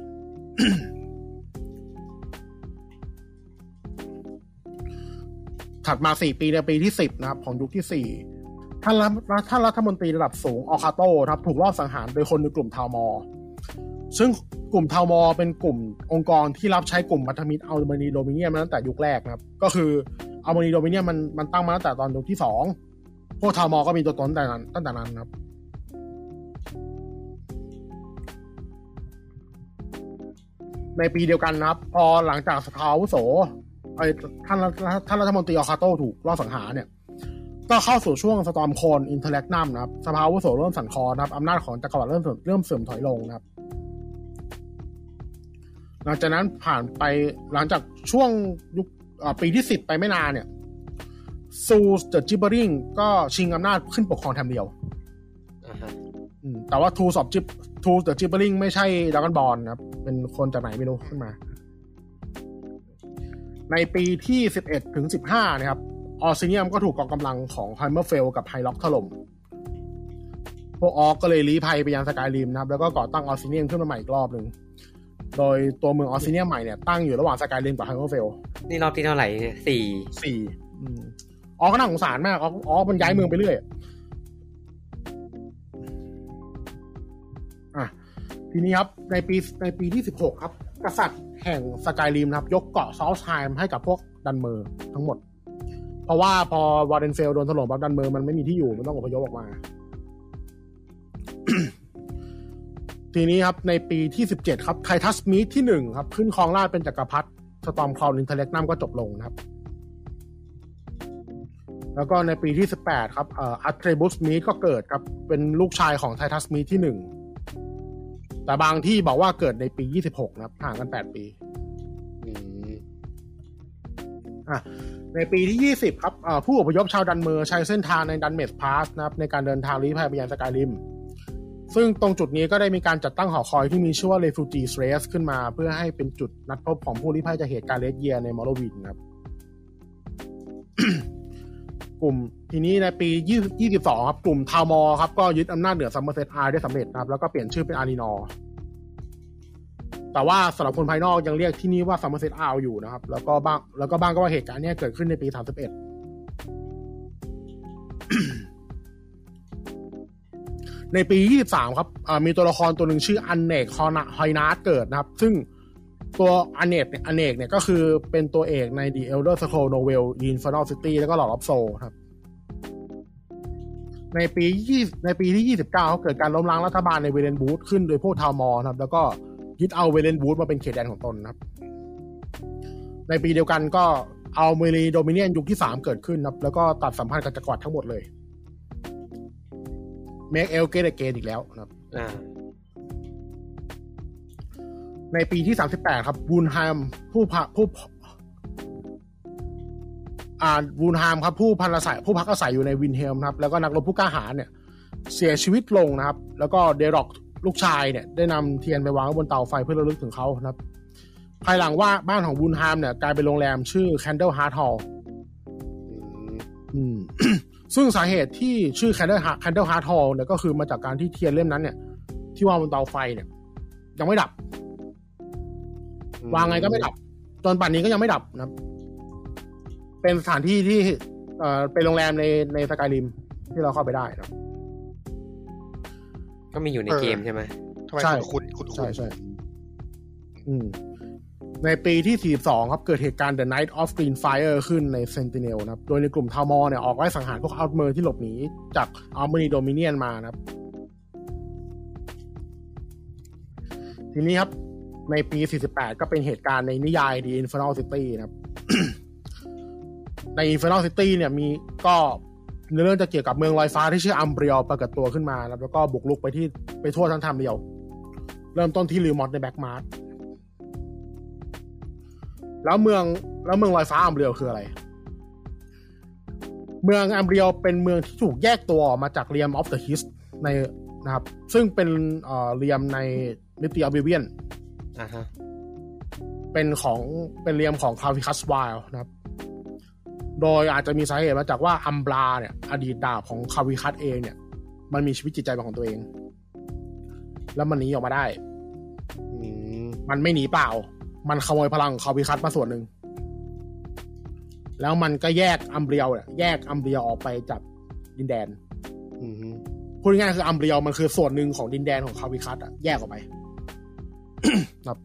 ถัดมา4ปีในปีที่10นะครับของยุคที่4ท่านรัฐมนตรีระดับสูงออคาโตครับถูกลอบสังหารโดยคนในกลุ่มทาวมอร์ซึ่งกลุ่มทาวมอร์เป็นกลุ่มองค์กรที่รับใช้กลุ่มพันธมิตรอัลเบนีโดมิเนียมมาตั้งแต่ยุคแรกนะครับก็คืออัลเบนีโดมิเนียมมันตั้งมาตั้งแต่ตอนยุคที่2พวกทาวมอร์ก็มีตัวตนตั้งแต่นั้นครับในปีเดียวกันนะครับพอหลังจากสภาอาวุโสท่านรัฐมนตรีออคาโตถูกลอบสังหารเนี่ยก็เข้าสู่ช่วงสตอร์มโคนอินเทอร์แลกนัมนะครับสภาอาวุโสเริ่มสั่นคลอนนะครับอำนาจของจักรวรรดิเริ่มเสื่อมถอยลงนะครับหลังจากนั้นผ่านไปหลังจากช่วงยุคปีที่10ไปไม่นานเนี่ยซูเดอะจิบเบอริงก็ชิงอำนาจขึ้นปกครองแถบเดียวแต่ว่าทูเดอะจิบเบอริงไม่ใช่ดราก้อนบอลนะครับเป็นคนจากไหนไม่รู้ขึ้นมาในปีที่11ถึง15นะครับออซิเนียมก็ถูกกองกำลังของไฮเมอร์เฟลกับไฮล็อกถล่มพวกออกก็เลยลี้ภัยไปยังสกายริมนะครับแล้วก็ก่อตั้งออซิเนียมขึ้นมาใหม่อีกรอบนึงโดยตัวเมืองออซิเนียมใหม่เนี่ยตั้งอยู่ระหว่างสกายริมกับไฮเมอร์เฟลนี่รอบที่เท่าไหร่4 ออกก็น่าสงสารมากออกมันย้ายเมืองไปเรื่อยทีนี้ครับในปีที่16ครับกษัตริย์แห่งสกายริมนะครับยกเกาะซอลไทม์ให้กับพวกดันเมอร์ทั้งหมดเพราะว่าพอวอร์เดนเฟลโดนถล่มปั๊บดันเมอร์มันไม่มีที่อยู่มันต้องอพยพออกมา ทีนี้ครับในปีที่17ครับไททัสมีธที่1ครับขึ้นครองราชย์เป็นจักรพรรดิสตอร์มคลาวด์อินเทอร์แลกนัมก็จบลงนะครับแล้วก็ในปีที่18ครับอัตเทรบุสมีธก็เกิดครับเป็นลูกชายของไททัสมีธที่1แต่บางที่บอกว่าเกิดในปี26นะครับห่างกัน8ปีในปีที่20ครับผู้อพยพชาวดันเมอร์ใช้เส้นทางในดันเมสพาสนะครับในการเดินทางลี้ภัยไปยังสกายริมซึ่งตรงจุดนี้ก็ได้มีการจัดตั้งหอคอยที่มีชื่อว่า Refugee Race ขึ้นมาเพื่อให้เป็นจุดนัดพบของผู้ลี้ภัยจากเหตุการณ์เลดเยียในมอร์โลวินครับ กลุ่มทีนี้ในปี22ครับกลุ่มทาวมอร์ครับก็ยึดอำนาจเหนือซัมเมอร์เซตอาร์ได้สำเร็จนะครับแล้วก็เปลี่ยนชื่อเป็นอารีนอร์แต่ว่าสำหรับคนภายนอกยังเรียกที่นี่ว่าซัมเมอร์เซตอาร์อยู่นะครับแล้วก็บางก็ว่าเหตุการณ์นี้เกิดขึ้นในปี31ในปี23ครับมีตัวละครตัวหนึ่งชื่ออันเนกฮอยนาร์ดเกิดนะครับซึ่งตัวอันเนกเนี่ยก็คือเป็นตัวเอกใน The Elder Scrolls Novel Infernal City แล้วก็ Lord of Souls ครับในปีที่29เขาเกิดการล้มล้างรัฐบาลในเวเลนบูธขึ้นโดยพวกทาวมอร์ครับแล้วก็ยึดเอาเวเลนบูธมาเป็นเขตแดนของตนครับในปีเดียวกันก็เอาเมรีโดมิเนียนยุคที่3เกิดขึ้นครับแล้วก็ตัดสัมพันธ์กับจักรวรรดิทั้งหมดเลยMake El Great Again อีกแล้วนะครับในปีที่38ครับวูนไฮม์วูนไฮม์ครับผู้พักอาศัยอยู่ในวินเฮลม์ครับแล้วก็นักรบผู้กล้าหาญเนี่ยเสียชีวิตลงนะครับแล้วก็เดร็อกลูกชายเนี่ยได้นำเทียนไปวางบนเตาไฟเพื่อระลึกถึงเขานะครับภายหลังว่าบ้านของวูนไฮม์เนี่ยกลายเป็นโรงแรมชื่อ Candle Heart Hall ซึ่งสาเหตุที่ชื่อ Candle Heart Hall เนี่ยก็คือมาจากการที่เทียนเล่มนั้นเนี่ยที่วางบนเตาไฟเนี่ยยังไม่ดับวางไงก็ไม่ดับจนป่านนี้ก็ยังไม่ดับนะครับเป็นสถานที่ที่เป็นโรงแรมในสกายริมที่เราเข้าไปได้นะก็มีอยู่ในเกมใช่ไหมใช่คุณใช่ในปีที่42ครับเกิดเหตุการณ์ The Night of Green Fire ขึ้นใน Sentinel นะครับโดยในกลุ่มทาวมอร์เนี่ยออกไล่สังหารพวกอัลเมอร์ที่หลบหนีจากอัลเมอร์โดมิเนียนมานะครับทีนี้ครับในปี48ก็เป็นเหตุการณ์ในนิยาย The Infernal City นะครับ ใน Infernal City เนี่ยมีก็เรื่องจะเกี่ยวกับเมืองลอยฟ้าที่ชื่ออัมเบรียลปรากฏตัวขึ้นมาแล้วก็บุกรุกไปทั่วทั้งทำเดียวเริ่มต้นที่ลิวมอสในแบ็กมาร์แล้วเมืองลอยฟ้าอัมเรียลคืออะไรเมืองอัมเรียลเป็นเมืองที่ถูกแยกตัวออกมาจากเรียมออฟเดอะฮิสในนะครับซึ่งเป็นเรียมในมิติออบิเวียนเป็นเรียมของคาวิคัสไวล์นะครับโดยอาจจะมีสาเหตุมาจากว่าอัมบราเนี่ยอดีตดาบของคาวิคัสเองเนี่ยมันมีชีวิตจิตใจเป็นของตัวเองแล้วมันหนีออกมาได้มันไม่หนีเปล่ามันขโมยพลังของคาวิคัสมาส่วนหนึ่งแล้วมันก็แยกอัมเรียลออกไปจากดินแดนพูดง่ายๆคืออัมเรียลมันคือส่วนหนึ่งของดินแดนของคาวิคัสแยกออกไป ครับ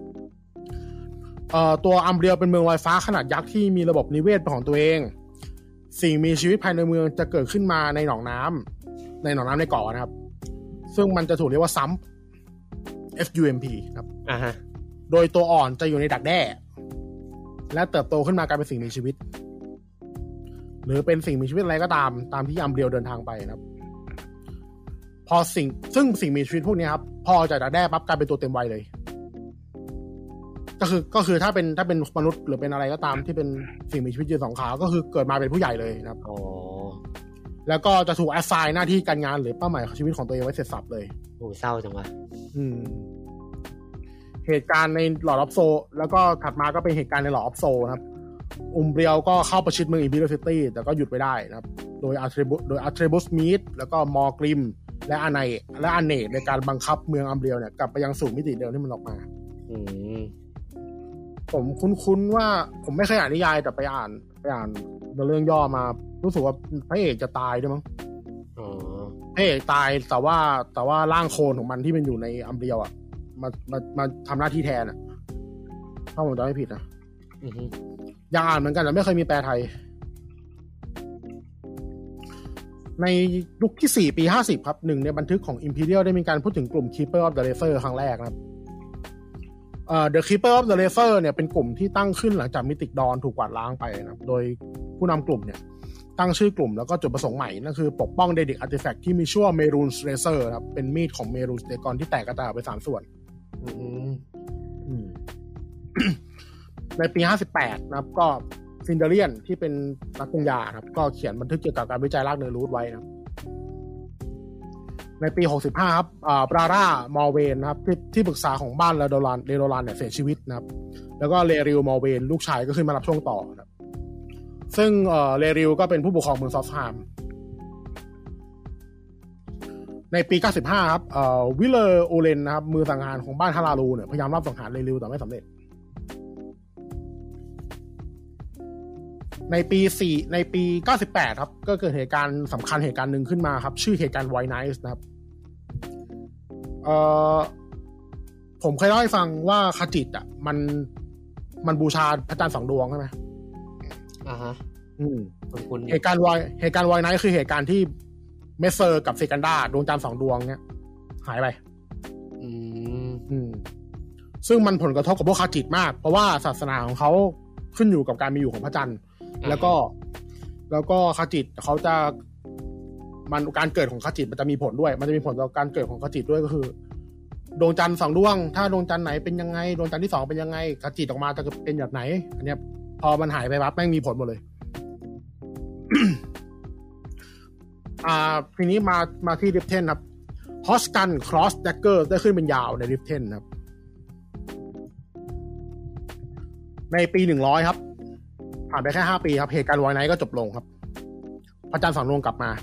ตัวอัมเรียลเป็นเมืองลอยฟ้าขนาดยักษ์ที่มีระบบนิเวศเป็นของตัวเองสิ่งมีชีวิตภายในเมืองจะเกิดขึ้นมาในหนองน้ำในเกาะนะครับซึ่งมันจะถูกเรียกว่าซัมป์ FUMP ครับโดยตัวอ่อนจะอยู่ในดักแด้และเติบโตขึ้นมากลายเป็นสิ่งมีชีวิตหรือเป็นสิ่งมีชีวิตอะไรก็ตามที่อัมเรียลเดินทางไปนะครับซึ่งสิ่งมีชีวิตพวกนี้ครับพอจากดักแด้ปั๊บกลายเป็นตัวเต็มวัยเลยก็คือถ้าเป็นมนุษย์หรือเป็นอะไรก็ตามที่เป็นสิ่งมีชีวิตยืนสองขาก็คือเกิดมาเป็นผู้ใหญ่เลยนะครับแล้วก็จะถูกแอสไซน์หน้าที่การงานหรือเป้าหมายของชีวิตของตัวเองไว้เสร็จสับเลยโอ้เศร้าจังวะเหตุการณ์ในหลอดออฟโซแล้วก็ถัดมาก็เป็นเหตุการณ์ในหลอดออฟโซนะครับเรียลก็เข้าประชิดเมืองอิมพีเรียลซิตี้แต่ก็หยุดไว้ได้นะครับโดยอาร์เทรบุสมีดแล้วก็มอร์กริมและอเนตในการบังคับเมืองอัมเรียลเนี่ยกลับไปยังสู่มิติเดิมที่มันออกมาผมคุ้นๆว่าผมไม่เคยอ่านนิยายแต่ไปอ่านเรื่องย่อมารู้สึกว่าพระเอกจะตายด้วยมั้งพระเอกตายแต่ว่าร่างโคลนของมันที่มันอยู่ในอัมเรียลอ่ะมาทำหน้าที่แทนอ่ะถ้าผมจำไม่ผิดนะยังอ่านเหมือนกันแต่ไม่เคยมีแปลไทยในยุคที่4ปี50ครับหนึ่งในบันทึกของ Imperial ได้มีการพูดถึงกลุ่ม Keeper of the Razor ครั้งแรกนะครับThe Keeper of the Razor เนี่ยเป็นกลุ่มที่ตั้งขึ้นหลังจากมิติกดอนถูกกวาดล้างไปนะครับโดยผู้นำกลุ่มเนี่ยตั้งชื่อกลุ่มแล้วก็จุดประสงค์ใหม่นั่นคือปกป้องเดดิกอาร์ติแฟกต์ที่มีชื่อว่า Mehrunes Razor ครับเป็นมีดของ Mehrunes Dagon ที่แตกกระจายไป3ส่วนในปี58นะครับก็ซินเดเรียนที่เป็นนักปรุงยาครับก็เขียนบันทึกเกี่ยวกับการวิจัยรากเนื้อรูทไว้นะครับในปี65ครับบราร่ามอร์เวนนะครับที่ปรึกษาของบ้านเรโดรานเนี่ยเสียชีวิตนะครับแล้วก็เรริลมอร์เวนลูกชายก็ขึ้นมารับช่วงต่อนะครับซึ่งเรริลก็เป็นผู้ปกครองเมืองซอฟต์ไฮม์ในปี95ครับวิลเลอร์โอเลนนะครับมือสังหารของบ้านฮารารูเนี่ยพยายามรอบสังหารเรริลแต่ไม่สำเร็จในปี98ครับก็เกิดเหตุการณ์สำคัญเหตุการณ์หนึ่งขึ้นมาครับชื่อเหตุการณ์ไวท์ไนท์นะครับผมเคยเล่าให้ฟังว่าคาจิตอ่ะมันบูชาพระจันทร์2ดวงใช่ไหมเหตุการณ์ไวท์ไนท์คือเหตุการณ์ที่เมสเซอร์กับเซกันดาดวงจันทร์2ดวงเนี้ยหายไปซึ่งมันผลกระทบกับพวกคาจิตมากเพราะว่าศาสนาของเขาขึ้นอยู่กับการมีอยู่ของพระจันทร์แล้วก็คาจิตเขาจะการเกิดของคาจิตมันจะมีผลด้วยมันจะมีผลต่อการเกิดของคาจิตด้วยก็คือดวงจันทร์2ดวงถ้าดวงจันทร์ไหนเป็นยังไงดวงจันทร์ที่2เป็นยังไงคาจิตออกมาจะเป็นแบบไหนอันเนี้ยพอมันหายไปปั๊บแม่งมีผลหมดเลย ทีนี้มาที่ริฟเทนครับฮอสกันครอสแดกเกอร์ได้ขึ้นเป็นยาวในริฟเทนครับในปี100ครับผ่านไปแค่5ปีครับเหตุการณ์ไวท์ไนท์ก็จบลงครับพระจันทร์2ดวงกลับมา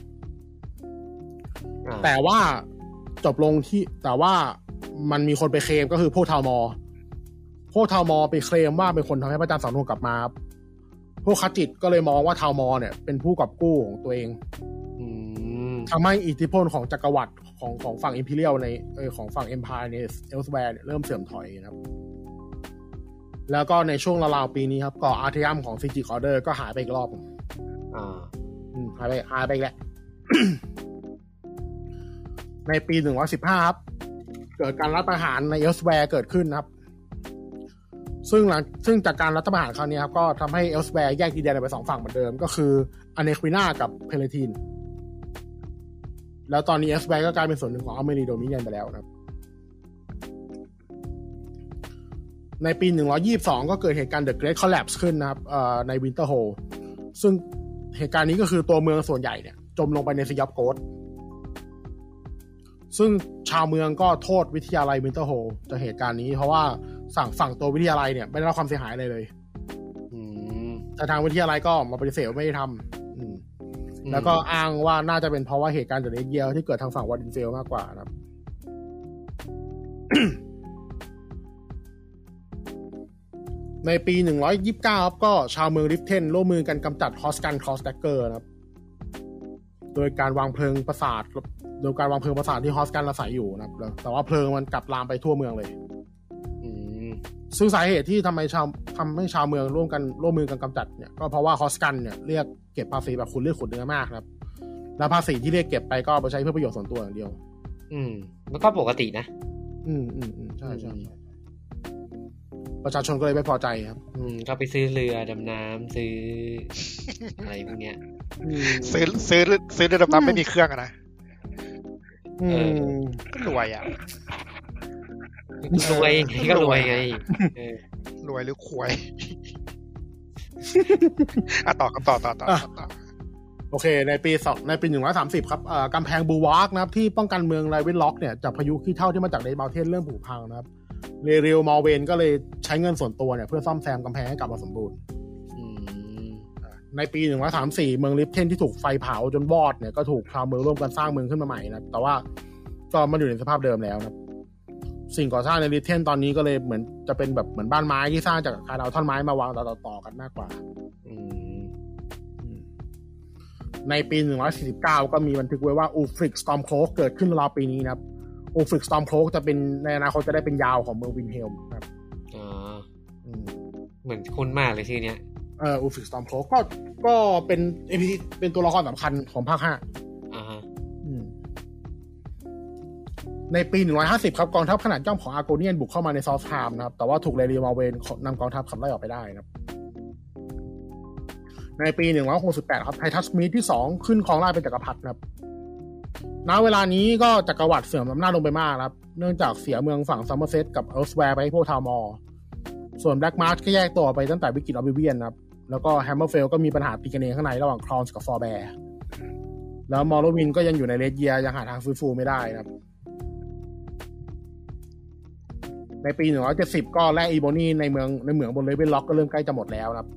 แต่ว่าจบลงแต่ว่ามันมีคนไปเคลมก็คือพวกทาวมอร์ไปเคลมว่าเป็นคนทำให้พระจันทร์2ดวงกลับมาพวกคาจิตก็เลยมองว่าทาวมอร์เนี่ยเป็นผู้กอบกู้ของตัวเองทำให้อิทธิพลของจักรวรรดิของฝั่งอิมพีเรียลในของฝั่งเอ็มไพร์ในเอลส์แวร์เริ่มเสื่อมถอยนะครับแล้วก็ในช่วงราวๆปีนี้ครับก็อาร์เทียมของซิจิคอร์เดอร์ก็หายไปอีกรอบหายไปอีกแล้ว ในปี115ครับเกิดการรัฐประหารในเอลส์แวร์เกิดขึ้นนะครับซึ่งจากการรัฐประหารคราวนี้ครับก็ทำให้เอลส์แวร์แยกดินแดนไป2ฝั่งเหมือนเดิมก็คืออเนควิน่ากับเพเลทินแล้วตอนนี้เอลส์แวร์ก็กลายเป็นส่วนหนึ่งของอัลเมรีโดมิเนียนไปแล้วนะครับในปี122ก็เกิดเหตุการณ์ The Great Collapse ขึ้นนะครับใน Winterhold ซึ่งเหตุการณ์นี้ก็คือตัวเมืองส่วนใหญ่เนี่ยจมลงไปใน Sea of Ghosts ซึ่งชาวเมืองก็โทษวิทยาลัย Winterhold จากเหตุการณ์นี้เพราะว่าฝั่งตัววิทยาลัยเนี่ยไม่ได้รับความเสียหายเลยแต่ทางวิทยาลัยก็มาปฏิเสธว่าไม่ได้ทำแล้วก็อ้างว่าน่าจะเป็นเพราะว่าเหตุการณ์ The Red Year ที่เกิดทางฝั่งวอร์ดินเฟลมากกว่านะครับ ในปี129ครับก็ชาวเมืองริฟเทนร่วมมือกันกำจัดฮอสกันครอสแดกเกอร์นะครับโดยการวางเพลิงปราสาทที่ฮอสกันอาศัยอยู่นะครับแต่ว่าเพลิงมันกลับลามไปทั่วเมืองเลยซึ่งสาเหตุที่ทำให้ชาวเมืองร่วมมือกันกำจัดเนี่ยก็เพราะว่าฮอสกันเนี่ยเรียกเก็บภาษีแบบคุณเลือดขุดเนื้อมากครับแล้วภาษีที่เรียกเก็บไปก็เอาไปใช้เพื่อประโยชน์ส่วนตัวอย่างเดียวมันก็ปกตินะใช่ประชาชนก็เลยไม่พอใจครับก็ไปซื้อเรือดำน้ำซื้ออะไรพวกเนี้ยซื้อเรือดำน้ำไม่มีเครื่องอะนะก็รวยอ่ะรวยก็รวยไงรวยหรือควยต่อโอเคในปี130ครับกำแพงบูวาร์กนะครับที่ป้องกันเมืองไรเวนล็อกเนี่ยจากพายุขี้เถ้าที่มาจากเรดเมาน์เทนเริ่มผุพังนะครับเรลมอลเวนก็เลยใช้เงินส่วนตัวเนี่ยเพื่อซ่อมแซมกำแพงให้กลับมาสมบูรณ์ในปี134เมืองลิฟเทนที่ถูกไฟเผาจนวอดเนี่ยก็ถูกชาวเมืองร่วมกันสร้างเมืองขึ้นมาใหม่นะแต่ว่าก็มันอยู่ในสภาพเดิมแล้วนะสิ่งก่อสร้างในลิฟเทนตอนนี้ก็เลยเหมือนจะเป็นแบบเหมือนบ้านไม้ที่สร้างจากการเอาท่อนไม้มาวางต่อกันมากกว่าในปี149ก็มีบันทึกไว้ว่าอูฟริกสตอมโคลกเกิดขึ้นราวปีนี้นะครับอูฟริกสตอมโคลกจะเป็นในอนาคตจะได้เป็นยาวของเมืองวินเฮลครับเหมือนคุ้นมากเลยชื่อเนี้ยอูฟริกสตอมโคลกก็เป็นตัวละครสำคัญของภาค5ในปี150ครับกองทัพขนาดย่อมของอาร์โกเนียนบุกเข้ามาในซอสไทม์นะครับแต่ว่าถูกเรเรียมาเวนนำกองทัพขับไล่ออกไปได้นะครับในปี168ครับไททัสมีธที่2ขึ้นครองราชย์เป็นจักรพรรดิครับณเวลานี้ก็จักรวรรดิเสื่อมอำนาจลงไปมากครับเนื่องจากเสียเมืองฝั่งซัมเมอร์เซตกับเอิร์ธแวร์ไปให้พวกทาวมอร์ส่วนแบล็กมาร์ชก็แยกตัวไปตั้งแต่วิกฤตออบิเวียนครับแล้วก็แฮมเมอร์เฟลก็มีปัญหาตีกันเองข้างในระหว่างครอนส์กับฟอร์แบร์แล้วมอร์โลวินก็ยังอยู่ในเรดเยียร์ยังหาทางฟื้นฟูไม่ได้ครับในปี170ก็แร่อีโบนีในเมืองบนเลเวลล็อกก็เริ่มใกล้จะหมดแล้วครับ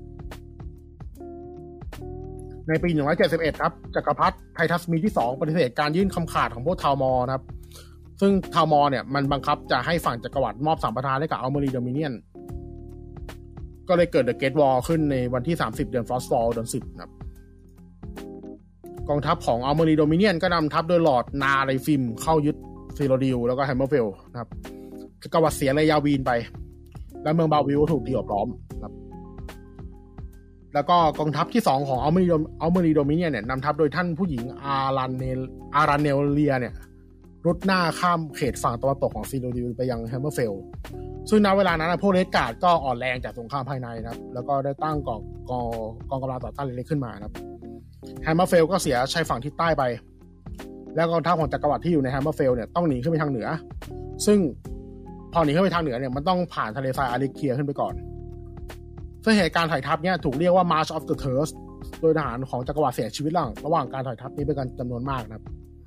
ในปี171ครับจักรพรรดิไททัสมีที่2ปฏิเสธการยื่นคำขาดของพวกทาวมอร์นะครับซึ่งทาวมอร์เนี่ยมันบังคับจะให้ฝั่งจักรวรรดิมอบสัมปทานให้กับอัลเมรีโดมิเนียนก็เลยเกิดเดอะเกตวอร์ขึ้นในวันที่30เดือนฟรอสต์ฟอลเดือน10ครับกองทัพของอัลเมรีโดมิเนียนก็นำทัพโดยลอร์ดนาไรฟิมเข้ายึดซิโรดิลแล้วก็แฮมเมอร์เฟลนะครับกวัดเสียเลยยาวีนไปและเมืองบาวิลถูกตีออกล้อมครับแล้วก็กองทัพที่2ของอัลเมรีโดมิเนียนเนี่ยนำทัพโดยท่านผู้หญิงอารันเนลเลียเนี่ยรุดหน้าข้ามเขตฝั่งตะวันตกของซิโรดิลไปยังแฮมเมอร์เฟลซึ่งณเวลานั้นพวกเรดการ์ดก็อ่อนแรงจากสงครามภายในนะครับแล้วก็ได้ตั้งกองกำลังต่อต้านเล็กๆขึ้นมาครับแฮมเมอร์เฟลก็เสียชายฝั่งทิศใต้ไปแล้วกองทัพของจักรวรรดิที่อยู่ในแฮมเมอร์เฟลเนี่ยต้องหนีขึ้นไปทางเหนือซึ่งพอหนีขึ้นไปทางเหนือเนี่ยมันต้องผ่านทะเลทรายอาริเคียขึ้นไปก่อนซึ่งเหตุการณ์ถอยทัพเนี่ยถูกเรียกว่า March of the Thirst โดยทหารของจักรวรรดิเสียชีวิตระหว่างการถอยทัพนี้เป็นกันจำนวนมากนะครับ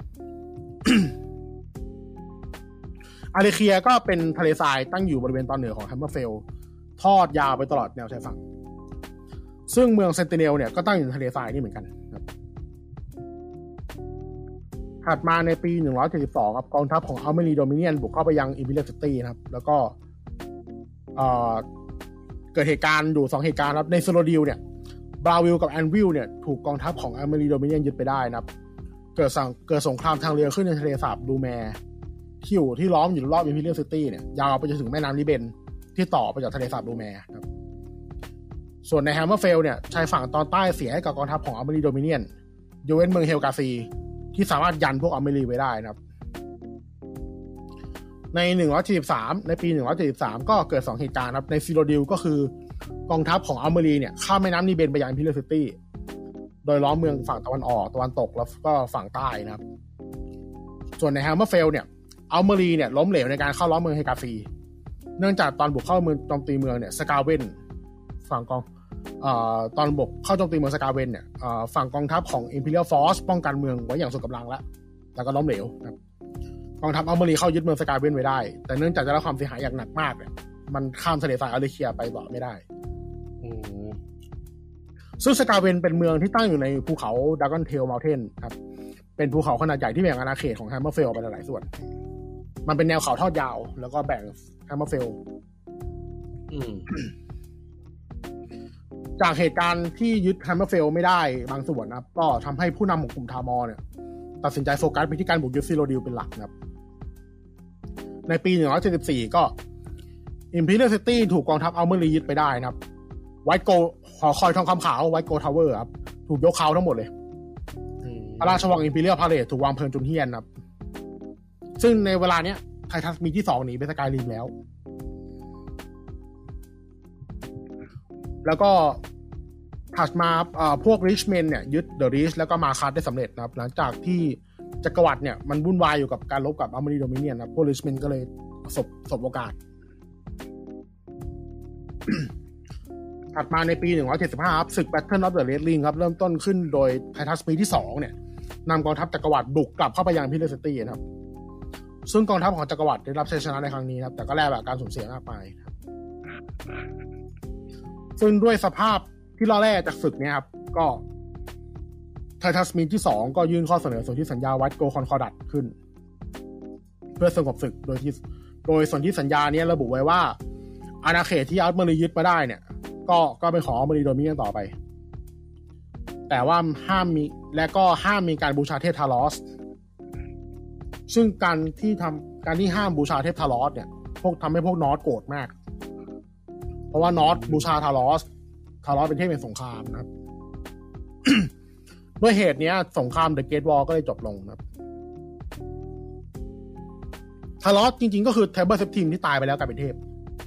อาริเคียก็เป็นทะเลทรายตั้งอยู่บริเวณตอนเหนือของแฮมเมอร์เฟลทอดยาวไปตลอดแนวชายฝั่งซึ่งเมืองเซนติเนลเนี่ยก็ตั้งอยู่ในทะเลทรายนี่เหมือนกันครับถัดมาในปี172ครับกองทัพของอัลเมรีโดมิเนียนบุกเข้าไปยังอิมพีเรียลซิตี้นะครับแล้วก็เกิดเหตุการณ์อยู่2เหตุการณ์ครับในซิโรดิลเนี่ยบราวิลกับแอนวิลเนี่ยถูกกองทัพของอัลเมรีโดมิเนียนยึดไปได้นะครับเกิดสงครามทางเรือขึ้นในทะเลสาบดูแมร์ที่ล้อมอยู่รอบอิมพีเรียลซิตี้เนี่ยยาวไปจนถึงแม่น้ำลิเบนที่ต่อไปจากทะเลสาบดูแมร์ครับส่วนในแฮมเมอร์เฟลเนี่ยชายฝั่งตอนใต้เสียให้กับกองทัพของอัลเมรีโดมิเนียนยกเว้นเมืองเฮลกาซีที่สามารถยันพวกอัลเมรีไว้ได้นะครับใน173ในปี173ก็เกิด2เหตุการณ์ครับในซิโรดิลก็คือกองทัพของอัลเมรีเนี่ยข้ามแม่น้ำนีเบนไปยังอิมพีเรียลซิตี้โดยล้อมเมืองฝั่งตะวันออกตะวันตกแล้วก็ฝั่งใต้นะครับส่วนในแฮมเมอร์เฟลเนี่ยอัลเมรีเนี่ยล้มเหลวในการเข้าล้อมเมืองเฮกาซีเนื่องจากตอนบุกเข้าเมืองโจมตีเมืองเนี่ยสกาเวนฝั่งกองตอนบุกเข้าโจมตีเมืองสกาเวนเนี่ยฝั่งกองทัพของ Imperial Force ป้องกันเมืองไว้อย่างสุดกำลังแล้วก็ล้มเหลวครับกองทัพอัลเมรีเข้ายึดเมืองสกาเวนไว้ได้แต่เนื่องจากได้รับความเสียหายอย่างหนักมากเนี่ยมันข้ามทะเลทรายอาริเคียไปต่อไม่ได้ซึ่งสกาเวนเป็นเมืองที่ตั้งอยู่ในภูเขาดากอนเทลเมลเทนครับเป็นภูเขาขนาดใหญ่ที่แบ่งอาณาเขตของแฮมเมอร์เฟลไปหลายส่วนมันเป็นแนวเขาทอดยาวแล้วก็แบ่งแฮมเมอร์เฟลจากเหตุการณ์ที่ยึดแฮมเมอร์เฟลไม่ได้บางส่วนนะครับก็ทำให้ผู้นำของกลุ่มทามอร์เนี่ยตัดสินใจโฟกัสไปที่การบุกยึดซิโรดิลเป็นหลักนะครับในปี1974ก็ Imperial City ถูกกองทัพอัลเมรียึดไปได้นะครับไวท์โกหอคอยทองคำขาวไวท์โกทาวเวอร์ครับถูกยกเขาทั้งหมดเลยพระราชวัง Imperial Palace ถูกวางเพลิงจนเหี้ยนครับซึ่งในเวลาเนี้ยไททัสมีที่2หนีไปสกายริมแล้วก็ถัดมาพวกริชเมนเนี่ยยึดเดอะริชแล้วก็มาคัสได้สำเร็จนะครับหลังจากที่จักรวรรดิเนี่ยมันวุ่นวายอยู่กับการรบกับอัลเมรีโดมิเนียนนะพวกริชเมนก็เลยสบโอกาส ถัดมาในปี1975ครับศึก Battle of the Red Ring ครับเริ่มต้นขึ้นโดยไททัสปีที่2เนี่ยนำกองทัพจักรวรรดิบุกกลับเข้าไปยังพิลเลสตี้นะครับซึ่งกองทัพของจักรวรรดิได้รับชัยชนะในครั้งนี้ครับแต่ก็แลกกับการสูญเสียมากมายครับซึ่งด้วยสภาพที่ล่อแร่จากศึกเนี่ยครับก็ไททัสปีที่2ก็ยื่นข้อเสนอสนธิสัญญาวัดโกคอนคอร์ดัตขึ้นเพื่อสงบศึกโดยสนธิสัญญานี้ระบุไว้ว่าอาณาเขตที่อัลเมรียึดมาได้เนี่ยก็เป็นของอัลเมรีโดมิเนียนต่อไปแต่ว่าห้ามมีการบูชาเทพทารอสซึ่งการที่ห้ามบูชาเทพทารอสเนี่ยทำให้พวกนอร์ธโกรธมากเพราะว่านอร์ธบูชาทารอสเป็นเทพแห่งสงครามนะครับ ด้วยเหตุนี้สงครามเดอะเกรทวอร์ก็เลยจบลงนะครับทารอสจริงๆก็คือเทเบิลเซปติมที่ตายไปแล้วกลายเป็นเทพ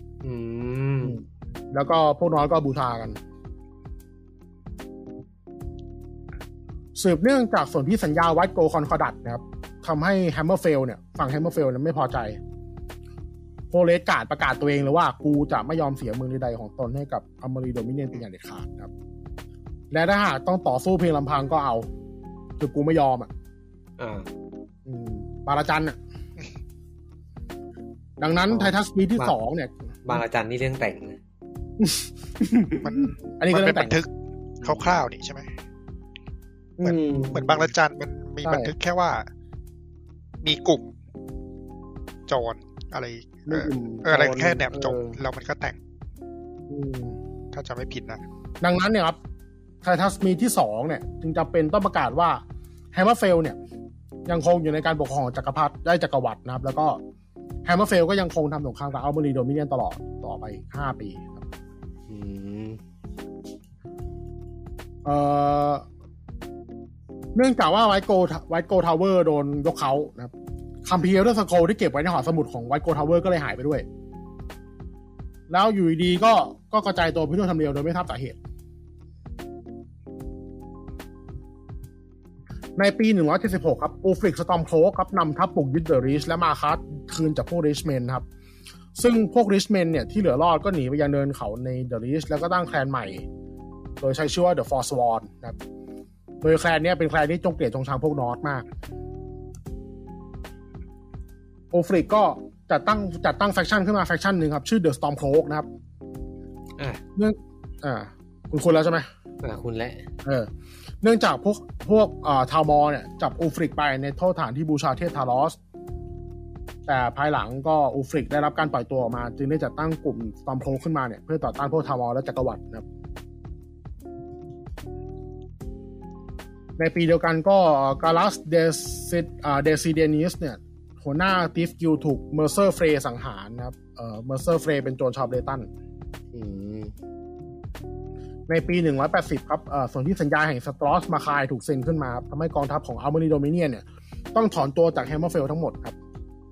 แล้วก็พวกนอร์ธก็บูชากันสืบเนื่องจากส่วนที่สัญญาวัดโกคอนคอร์ดัตนะครับทำให้แฮมเมอร์เฟลเนี่ยฝั่งแฮมเมอร์เฟลเนี่ยไม่พอใจโพเลสการ์ดประกาศตัวเองเลยว่ากูจะไม่ยอมเสียเมืองใดๆของตนให้กับอัลเมรีโดมิเนียนเป็นอย่างเด็ดขาดครับและถ้าหากต้องต่อสู้เพียงลำพังก็เอาคือกูไม่ยอมบาราจันอ่ะดังนั้นไททัสปีที่2เนี่ยบาราจันนี่เรื่องแต่งอันนี้ก็เป็นบันทึกคร่าวๆนี่ใช่ไหมเหมือนบางระจันมันมีบันทึกแค่ว่ามีกลุ่มโจรอะไรอะไรแค่แนบจบแล้วมันก็แต่งถ้าจะไม่ผิดนะดังนั้นเนี่ยครับไททัสมีที่2เนี่ยจึงจำเป็นต้องประกาศว่าแฮมเมอร์เฟลเนี่ยยังคงอยู่ในการปกครองจักรพรรดิได้จักรวรรดินะครับแล้วก็แฮมเมอร์เฟลก็ยังคงทำสงครามกับอัลเมรีโดมิเนียนต่อไป5 ปีครับเนื่องจากว่าไวท์โกทาวเวอร์โดนยกเขานะครับคัมภีร์เอลเดอร์สโคลที่เก็บไว้ในหอสมุดของไวท์โกทาวเวอร์ก็เลยหายไปด้วยแล้วอยู่ดีๆก็กระจายตัวไปทั่วทำเนียบโดยไม่ทราบสาเหตุในปี1976ครับอูฟริกสตอมโคลกครับนำทัพบุกยึดเดอะริชและมาคัสคืนจากพวกริชเมนครับซึ่งพวกริชเมนเนี่ยที่เหลือรอดก็หนีไปยังเนินเขาในเดอะริชแล้วก็ตั้งแคลนใหม่โดยใช้ชื่อว่า The Forsworn นะครับโดยแคลนนี้เป็นแคลนที่จงเกลียดจงชังพวกนอร์ธมากโอฟริกก็จัดตั้งแฟคชั่นขึ้นมาแฟคชั่นหนึ่งครับชื่อ The Stormcloak นะครับเนื่องคุณแล้วใช่ไหมคุณแล้วเนื่องจากพวกทาวมอร์เนี่ยจับอูฟริกไปในโทษฐานที่บูชาเทพทารอสแต่ภายหลังก็อูฟริกได้รับการปล่อยตัวออกมาจึงได้จัดตั้งกลุ่ม Stormcloak ขึ้นมาเนี่ยเพื่อต่อต้านพวกทาวมอร์และจักรวรรดินะครับในปีเดียวกันก็กาลัสเดซิเดนิสเนี่ยหัวหน้าทีฟกิลถูกเมอร์เซอร์เฟรย์สังหารนะครับเมอร์เซอร์เฟรย์เป็นโจรชาวเบรตันในปี180ครับส่วนที่สัญญาแห่งสตรอสมาคายถูกเซ็นขึ้นมาทำให้กองทัพของอัลเมรีโดมิเนียนเนี่ยต้องถอนตัวจากแฮมเมอร์เฟลทั้งหมดครับ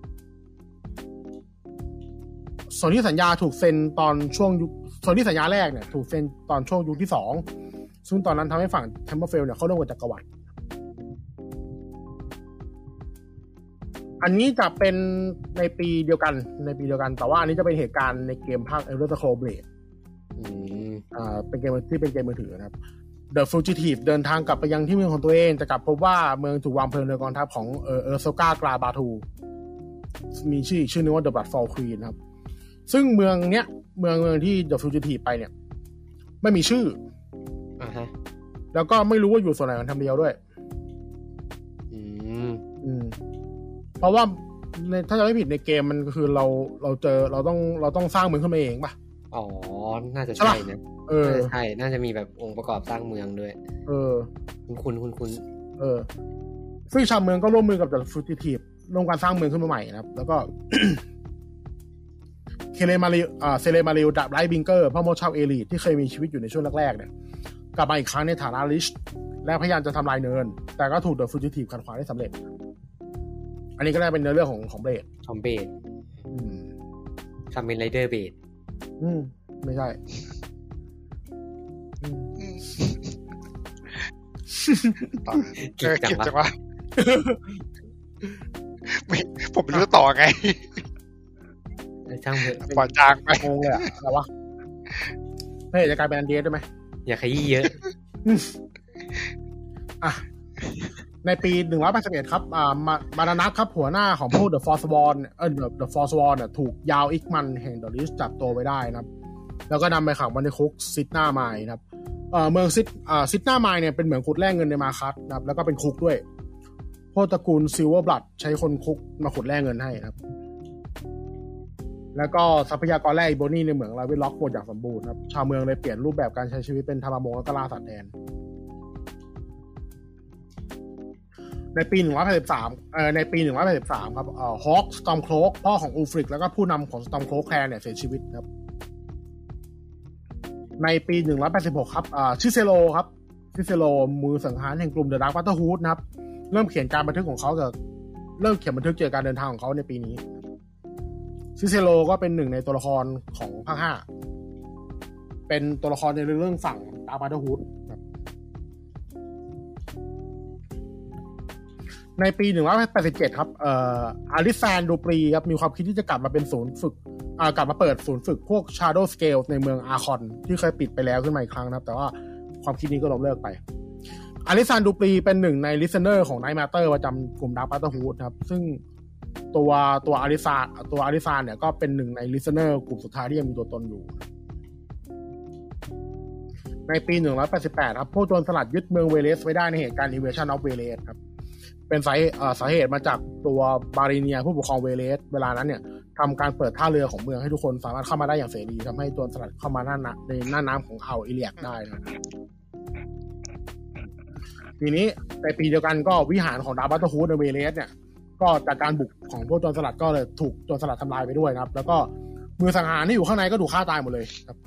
ส่วนที่สัญญาถูกเซ็นตอนช่วงส่วนที่สัญญาแรกเนี่ยถูกเซ็นตอนช่วงยุคที่2ซึ่งตอนนั้นทำให้ฝั่งแฮมเมอร์เฟลเนี่ยเข้าร่วมกับจักรวรรดิอันนี้จะเป็นในปีเดียวกันแต่ว่าอันนี้จะเป็นเหตุการณ์ในเกมภาค Elder Scrolls Blade เป็นเกมที่เป็นเกมมือถือนะครับ The Fugitive เดินทางกลับไปยังที่เมืองของตัวเองจะกลับพบว่าเมืองถูกวางเพลิงโดยกองทัพของโซกากราบาทูมีชื่อนึงว่า The Bloodfall Queen ครับซึ่งเมืองเนี้ยเมืองที่ The Fugitive ไปเนี่ยไม่มีชื่อแล้วก็ไม่รู้ว่าอยู่ส่วนไหนของทำเดียวด้วยเพราะว่าถ้าจะไม่ผิดในเกมมันก็คือเราเจอเราต้องสร้างเมืองขึ้นมาเองป่ะอ๋อน่าจะใช่นะใช่น่าจะมีแบบองค์ประกอบสร้างเมืองด้วยคุณซึ่งชาวเมืองก็ร่วมมือกับ The Fugitive ร่วมกันสร้างเมืองขึ้นมาใหม่นะครับแล้วก็ เซเลมาริลดาบไลท์บิงเกอร์พ่อมดชาวเอลิทที่เคยมีชีวิตอยู่ในช่วงแรกๆเนี่ยกลับมาอีกครั้งในฐานะลิชและพยายามจะทำลายเนินแต่ก็ถูก The Fugitive ขัดขวางได้สำเร็จอันนี้ก็ได้เป็นเนื้อเรื่องของเบดคัมเมนไรเดอร์เบดไม่ใช่เก็บจังวะผมไม่รู้ต่อไงช่างเถอะปล่อยจางไปงงเลยอะอะไรวะเฮ้ยจะกลายเป็นอันเดียได้ไหมอย่าขยี้เยอะในปี181ครับมารานักครับหัวหน้าของพวก The Forsworn The Forsworn น่ะถูกยาวอิกมันแห่ง The List จับตัวไว้ได้นะครับแล้วก็นำไปขังไว้ในคุกซิดนาไมน์นะครับเมืองซิดนาไมน์เนี่ยเป็นเหมืองขุดแร่เงินในมาคัสนะครับแล้วก็เป็นคุกด้วยพวกตระกูลซิลเวอร์บลัดใช้คนคุกมาขุดแร่เงินให้ครับแล้วก็ทรัพยากรแร่อีโบนี่ในเหมืองลาวิล็อกหมดอย่างสมบูรณ์ครับชาวเมืองเลยเปลี่ยนรูปแบบการใช้ชีวิตเป็นทำประมงและล่าสัตว์แทนในปี183ในปี183ครับฮอคสตอมโคลกพ่อของอูฟริกแล้วก็ผู้นำของสตอมโคลกแคลนเนี่ยเสียชีวิตครับในปี186ครับชิเซโลมือสังหารแห่งกลุ่มเดอะดาร์คบัตเตอร์ฮูดนะครับเริ่มเขียนบันทึกเกี่ยวกับการเดินทางของเขาในปีนี้ชิเซโลก็เป็นหนึ่งในตัวละครของภาค5เป็นตัวละครในเรื่องฝั่งดาร์คบัตเตอร์ฮูดในปี187ครับอาริซานดูปรีครับมีความคิดที่จะกลับมาเป็นศูนย์ฝึกกลับมาเปิดศูนย์ฝึกพวก Shadow Scale ในเมืองอาคอนที่เคยปิดไปแล้วขึ้นมาอีกครั้งนะครับแต่ว่าความคิดนี้ก็ล้มเลิกไปอาริซานดูปรีเป็นหนึ่งใน listener ของ Night Matter ประจำกลุ่ม Dark Brotherhood ครับซึ่งตัวอาริซานเนี่ยก็เป็นหนึ่งใน listener กลุ่มสุดท้ายที่ยังมีตัวตนอยู่ในปี188ครับพวกโจรสลัดยึดเมืองเวเลสไว้ได้ในเหตุการณ์ Invasion of Veles ครับเป็นสาเหตุมาจากตัวบาริเนียผู้ปกครองเวเลสเวลานั้นเนี่ยทำการเปิดท่าเรือของเมืองให้ทุกคนสามารถเข้ามาได้อย่างเสรีทำให้โจรสลัดเข้ามาในหน้าน้ำของอ่าวอิเลียกได้นะทีนี้ในปีเดียวกันก็วิหารของดาร์คบัตเตอร์ฮูดในเวเลสเนี่ยก็จากการบุกของพวกโจรสลัดก็เลยถูกโจรสลัดทำลายไปด้วยนะครับแล้วก็มือสังหารที่อยู่ข้างในก็ถูกฆ่าตายหมดเลยครับ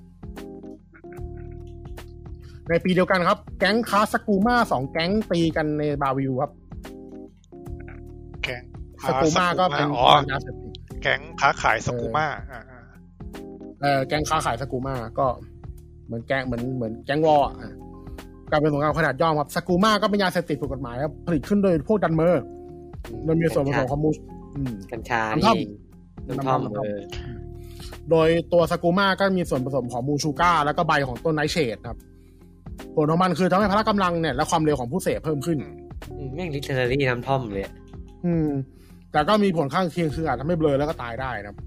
ในปีเดียวกันครับแก๊งคาสกูมา2แก๊งตีกันในบาวิลครับแก๊งสกูมาก็เป็นแก๊งค้าขายสกูมาแก๊งค้าขายสกูมาก็เหมือนแก๊งวอร์การเป็นสงครามขนาดย่อมครับสกูมาก็เป็นยาเสพติดถูกกฎหมายครับผลิตขึ้นโดยพวกดันเมอร์โดยมีส่วนผสมของมูกัญชาน้ำท่อมโดยตัวสกูมาก็มีส่วนผสมของมูชูก้าแล้วก็ใบของต้นไนท์เชดครับผลของมันคือทำให้พละกำลังเนี่ยและความเร็วของผู้เสพเพิ่มขึ้นแม่งลิเทอรารี่น้ำท่อมเลยแต่ก็มีผลข้างเคียงคืออาจทำให้เบลอแล้วก็ตายได้นะครับ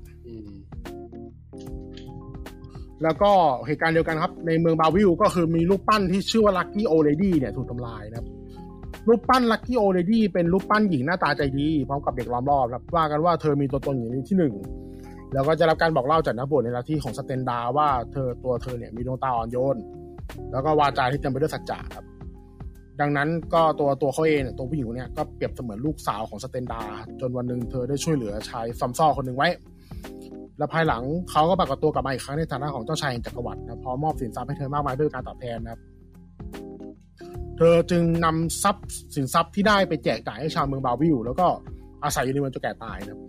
แล้วก็เหตุการณ์เดียวกันครับในเมืองบาวิลก็คือมีรูปปั้นที่ชื่อว่าลัคกี้โอเลดี้เนี่ยถูกทำลายนะครับรูปปั้นลัคกี้โอเลดี้เป็นรูปปั้นหญิงหน้าตาใจดีพร้อมกับเด็กล้อมรอบครับว่ากันว่าเธอมีตัวตนอย่างนี้ที่1แล้วก็จะรับการบอกเล่าจากนักบวชในลัทธิของสเตนดาว่าเธอเนี่ยมีดวงตาอ่อนโยนแล้วก็วาจาที่เต็มไปด้วยสัจจะครับดังนั้นก็ตัวเขาเองเนี่ยตัวผู้หญิงเนี่ยก็เปรียบเสมือนลูกสาวของสเตนดาจนวันนึงเธอได้ช่วยเหลือชายซัมซ่อคนหนึ่งไว้และภายหลังเขาก็ปรากฏตัวกลับมาอีกครั้งในฐานะของเจ้าชายแห่งจักรวรรดินะพร้อมมอบสินทรัพย์ให้เธอมากมายเพื่อการตอบแทนนะครับเธอจึงนำสินทรัพย์ที่ได้ไปแจกจ่ายให้ชาวเมืองบาวิลแล้วก็อาศัยอยู่ในเมืองจนแก่ตายนะครับ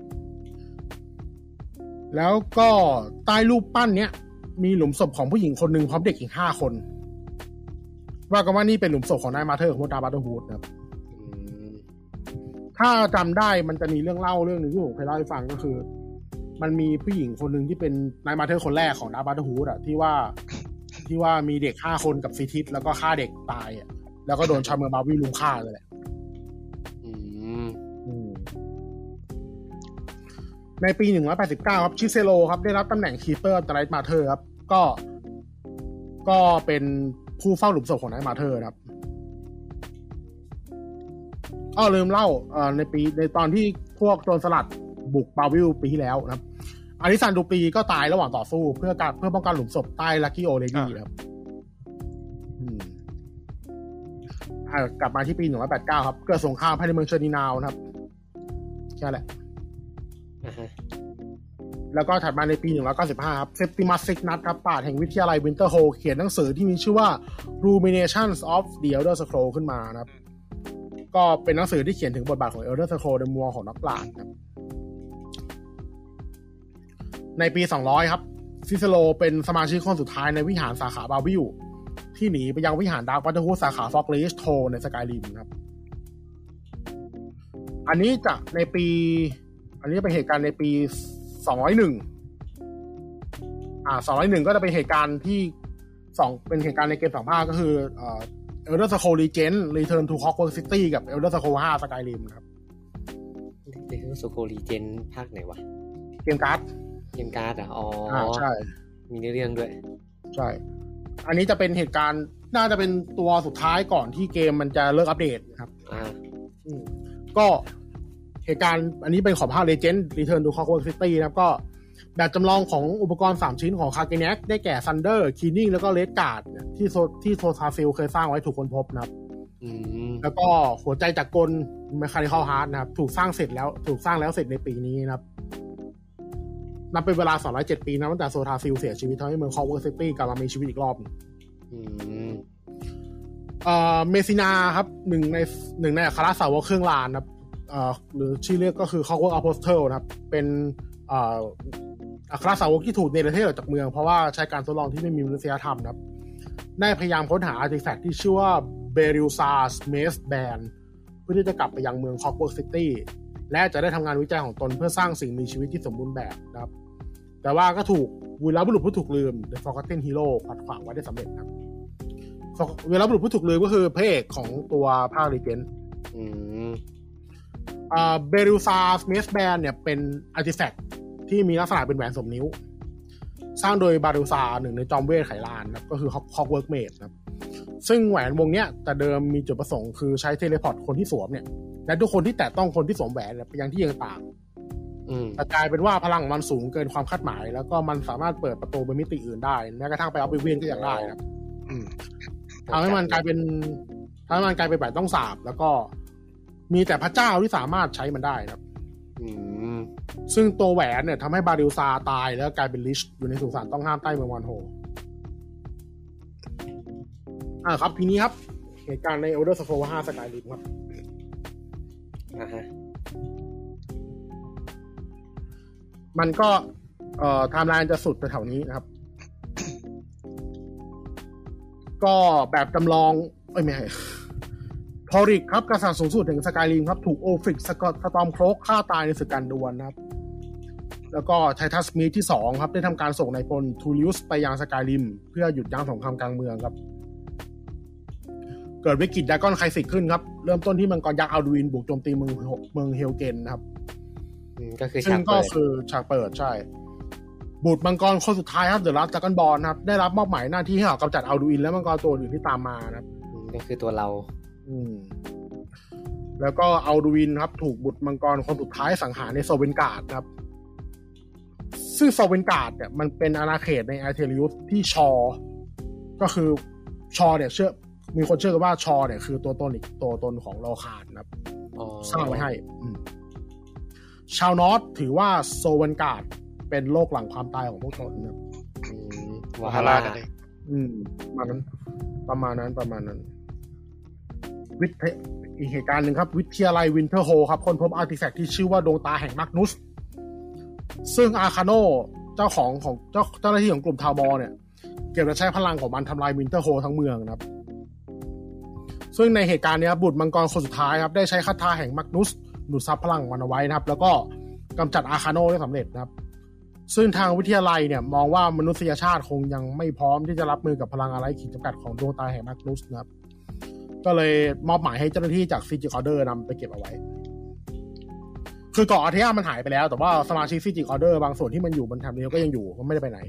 แล้วก็ใต้รูปปั้นเนี้ยมีหลุมศพของผู้หญิงคนหนึ่งพร้อมเด็กอีก5 คนว่ากันว่านี่เป็นหลุมศพของนายมาเธอร์ของดาร์คบัตเตอร์ฮูดนะครับทถ้าจำได้มันจะมีเรื่องเล่าเรื่องนึงที่ผมเคยเล่าให้ฟังก็คือมันมีผู้หญิงคนนึงที่เป็นนายมาเธอร์คนแรกของดาร์ธ บัตเตอร์ฮูดอ่ะที่ว่ามีเด็ก5คนกับซีทิสแล้วก็ฆ่าเด็กตายอ่ะแล้วก็โดนชาวเมืองบาวิลลุมฆ่าเลยแหละในปี189ครับชิเซโรครับได้รับตำแหน่งคีเปอร์ไนท์มาเธอร์ครับก็เป็นผู้เฝ้าหลุมศพของไนท์มาเธอร์ครับลืมเล่าในตอนที่พวกโจรสลัดบุกบาวิลปีที่แล้วนะครับอาริซันดูปีก็ตายระหว่างต่อสู้เพื่อป้องกันหลุมศพใต้ลัคกี้โอเลดี้ครับกลับมาที่ปี189ครับเกิดสงครามภายในเมืองเชอร์นีนาวนะครับแค่แหละแล้วก็ถัดมาในปี195ครับเซปติมัสซิกนัทครับปราชญ์แห่งวิทยาลัยวินเตอร์โฮลเขียนหนังสือที่มีชื่อว่า Ruminations of the Elder Scrolls ขึ้นมานะครับก็เป็นหนังสือที่เขียนถึงบทบาทของ Elder Scrolls ในมุมมองของนักปราชญ์ครับในปี200ครับซิเซโรเป็นสมาชิกคนสุดท้ายในวิหารสาขาบาวิลที่หนีไปยังวิหารดาร์ควัตเตอร์ฮูดสาขาฟอกลิชโทในสกายริมครับอันนี้เป็นเหตุการณ์ในปี201 201ก็จะเป็นเหตุการณ์ที่เป็นเหตุการณ์ในเกม2ภาคก็คือElder Scrolls Legend Return to Hogwarts City กับ Elder Scrolls 5 Skyrim ครับ Elder Scrolls Legend ภาคไหนวะเกมการ์ดอ่ะใช่มีเรื่องด้วยใช่อันนี้จะเป็นเหตุการณ์น่าจะเป็นตัวสุดท้ายก่อนที่เกมมันจะเลิกอัปเดตครับก็เหตุการณ์อันนี้เป็นของภาค Legend Return to Hogwarts City นะครับก็แบบจำลองของอุปกรณ์3ชิ้นของ Kargenak ได้แก่ Thunder Keening แล้วก็ Redguard ที่โซทาฟิลเคยสร้างไว้ถูกค้นพบนะครับแล้วก็หัวใจจักรกล Mechanical Heart นะครับถูกสร้างแล้วเสร็จในปีนี้นะครับนับเป็นเวลา207ปีนะตั้งแต่โซทาฟิลเสียชีวิตทำให้เมือง Hogwarts City กลับมามีชีวิตอีกรอบเมซินาครับหนึ่งในอัครสาวกเครื่องรานครับหรือชื่อเรียกก็คือ Hogwarts Apostle นะครับเป็นอัครสาวกที่ถูกเนรเทศออกจากเมืองเพราะว่าใช้การทดลองที่ไม่มีมนุษยธรรมนะครับได้พยายามค้นหาอาร์ติแฟกต์ที่ชื่อว่าเบริลซาสเมสแบนเพื่อที่จะกลับไปยังเมือง Hogwarts City และจะได้ทำงานวิจัยของตนเพื่อสร้างสิ่งมีชีวิตที่สมบูรณ์แบบนะครับแต่ว่าก็ถูกวีรบุรุษผู้ถูกลืม The Forgotten Hero ขัดขวางไว้ได้สำเร็จครับวีรบุรุษผู้ถูกลืมก็คือพระเอกของตัวภาค Legend เบริลซาสเมสแบนเนี่ยเป็นอาร์ติแฟกต์ที่มีลักษณะเป็นแหวนสมนิ้วสร้างโดยบาริลซาหนึ่งในจอมเวทไขลานนะก็คือฮอกเวิร์กเมดนะครับซึ่งแหวนวงเนี้ยแต่เดิมมีจุดประสงค์คือใช้เทเลพอร์ตคนที่สวมเนี่ยและทุกคนที่แตะต้องคนที่สวมแหวนไปยังที่ต่างแต่กลายเป็นว่าพลังมันสูงเกินความคาดหมายแล้วก็มันสามารถเปิดประตูไปมิติอื่นได้แม้กระทั่งไปเอาไปเวียนก็ยังได้ครับทำให้มันกลายเป็นแหวนต้องสาบแล้วก็มีแต่พระเจ้าที่สามารถใช้มันได้ครับซึ่งตัวแหวนเนี่ยทำให้บาริลซาตายแล้วกลายเป็นลิชอยู่ในสุสานต้องห้ามใต้เมืองวันโฮครับทีนี้ครับเหตุการณ์ใน Elder Scrolls 5 Skyrim ครับมันก็ไทม์ไลน์จะสุดแถวนี้นะครับก็แบบจำลองไม่ใช่ทอริกครับกษัตริย์สูงสุดแห่งสกายริมครับถูกโอฟริกสตอมโครกฆ่าตายในศึกการดวลนะครับแล้วก็ไททัสมีที่2ครับได้ทำการส่งนายพลทูลิอุสไปยังสกายริมเพื่อหยุดยั้งสงครามกลางเมืองครับเกิดวิกฤตดากอนไคซิกขึ้นครับเริ่มต้นที่มังกรยักษ์อัลดูอินบุกโจมตีเมืองเฮลเกนนะครับก็คือฉากเปิดใช่บุตรมังกรคนสุดท้ายครับเดอะลัสดากอนบอลครับได้รับมอบหมายหน้าที่ให้กำจัดอัลดูอินและมังกรตัวอื่นที่ตามมานะครับก็คือตัวเราแล้วก็อัลดูอินครับถูกบุตรมังกรคนสุดท้ายสังหารในโซเวนการ์ดครับซึ่งโซเวนการ์ดเนี่ยมันเป็นอาณาเขตในอาร์เทริอุสที่ชอก็คือชอเนี่ยมีคนเชื่อกันว่าชอเนี่ยคือตัวตนของโลคานนะครับสร้างไว้ให้ชาวนอตถือว่าโซเวนการ์ดเป็นโลกหลังความตายของพวกตนนะครับวาฮาร่ากันเองประมาณนั้นอีกเหตุการณ์หนึ่งครับวิทยาลัยวินเทอร์โฮครับค้นพบอาร์ติแฟกต์ที่ชื่อว่าดวงตาแห่งมาร์กนุสซึ่งอาคาโนเจ้าหน้าที่ของกลุ่มทาวบอเนี่ยเก็บและใช้พลังของมันทำลายวินเทอร์โฮทั้งเมืองนะครับซึ่งในเหตุการณ์นี้บุตรมังกรคนสุดท้ายครับได้ใช้คาถาแห่งมาร์กนุสดูดซับพลังมันเอาไว้นะครับแล้วก็กำจัดอาคาโนได้สำเร็จนะครับซึ่งทางวิทยาลัยเนี่ยมองว่ามนุษยชาติคงยังไม่พร้อมที่จะรับมือกับพลังอะไรขีดจำกัดของดวงตาแห่งแมกนุสนะครับก็เลยมอบหมายให้เจ้าหน้าที่จากซีจิคอร์เดอร์นำไปเก็บเอาไว้คือเกาะอาร์เทียมันหายไปแล้วแต่ว่าสมาชิกซีจิคอร์เดอร์บางส่วนที่มันอยู่บนแถบนี้ก็ยังอยู่มันไม่ได้ไปไหน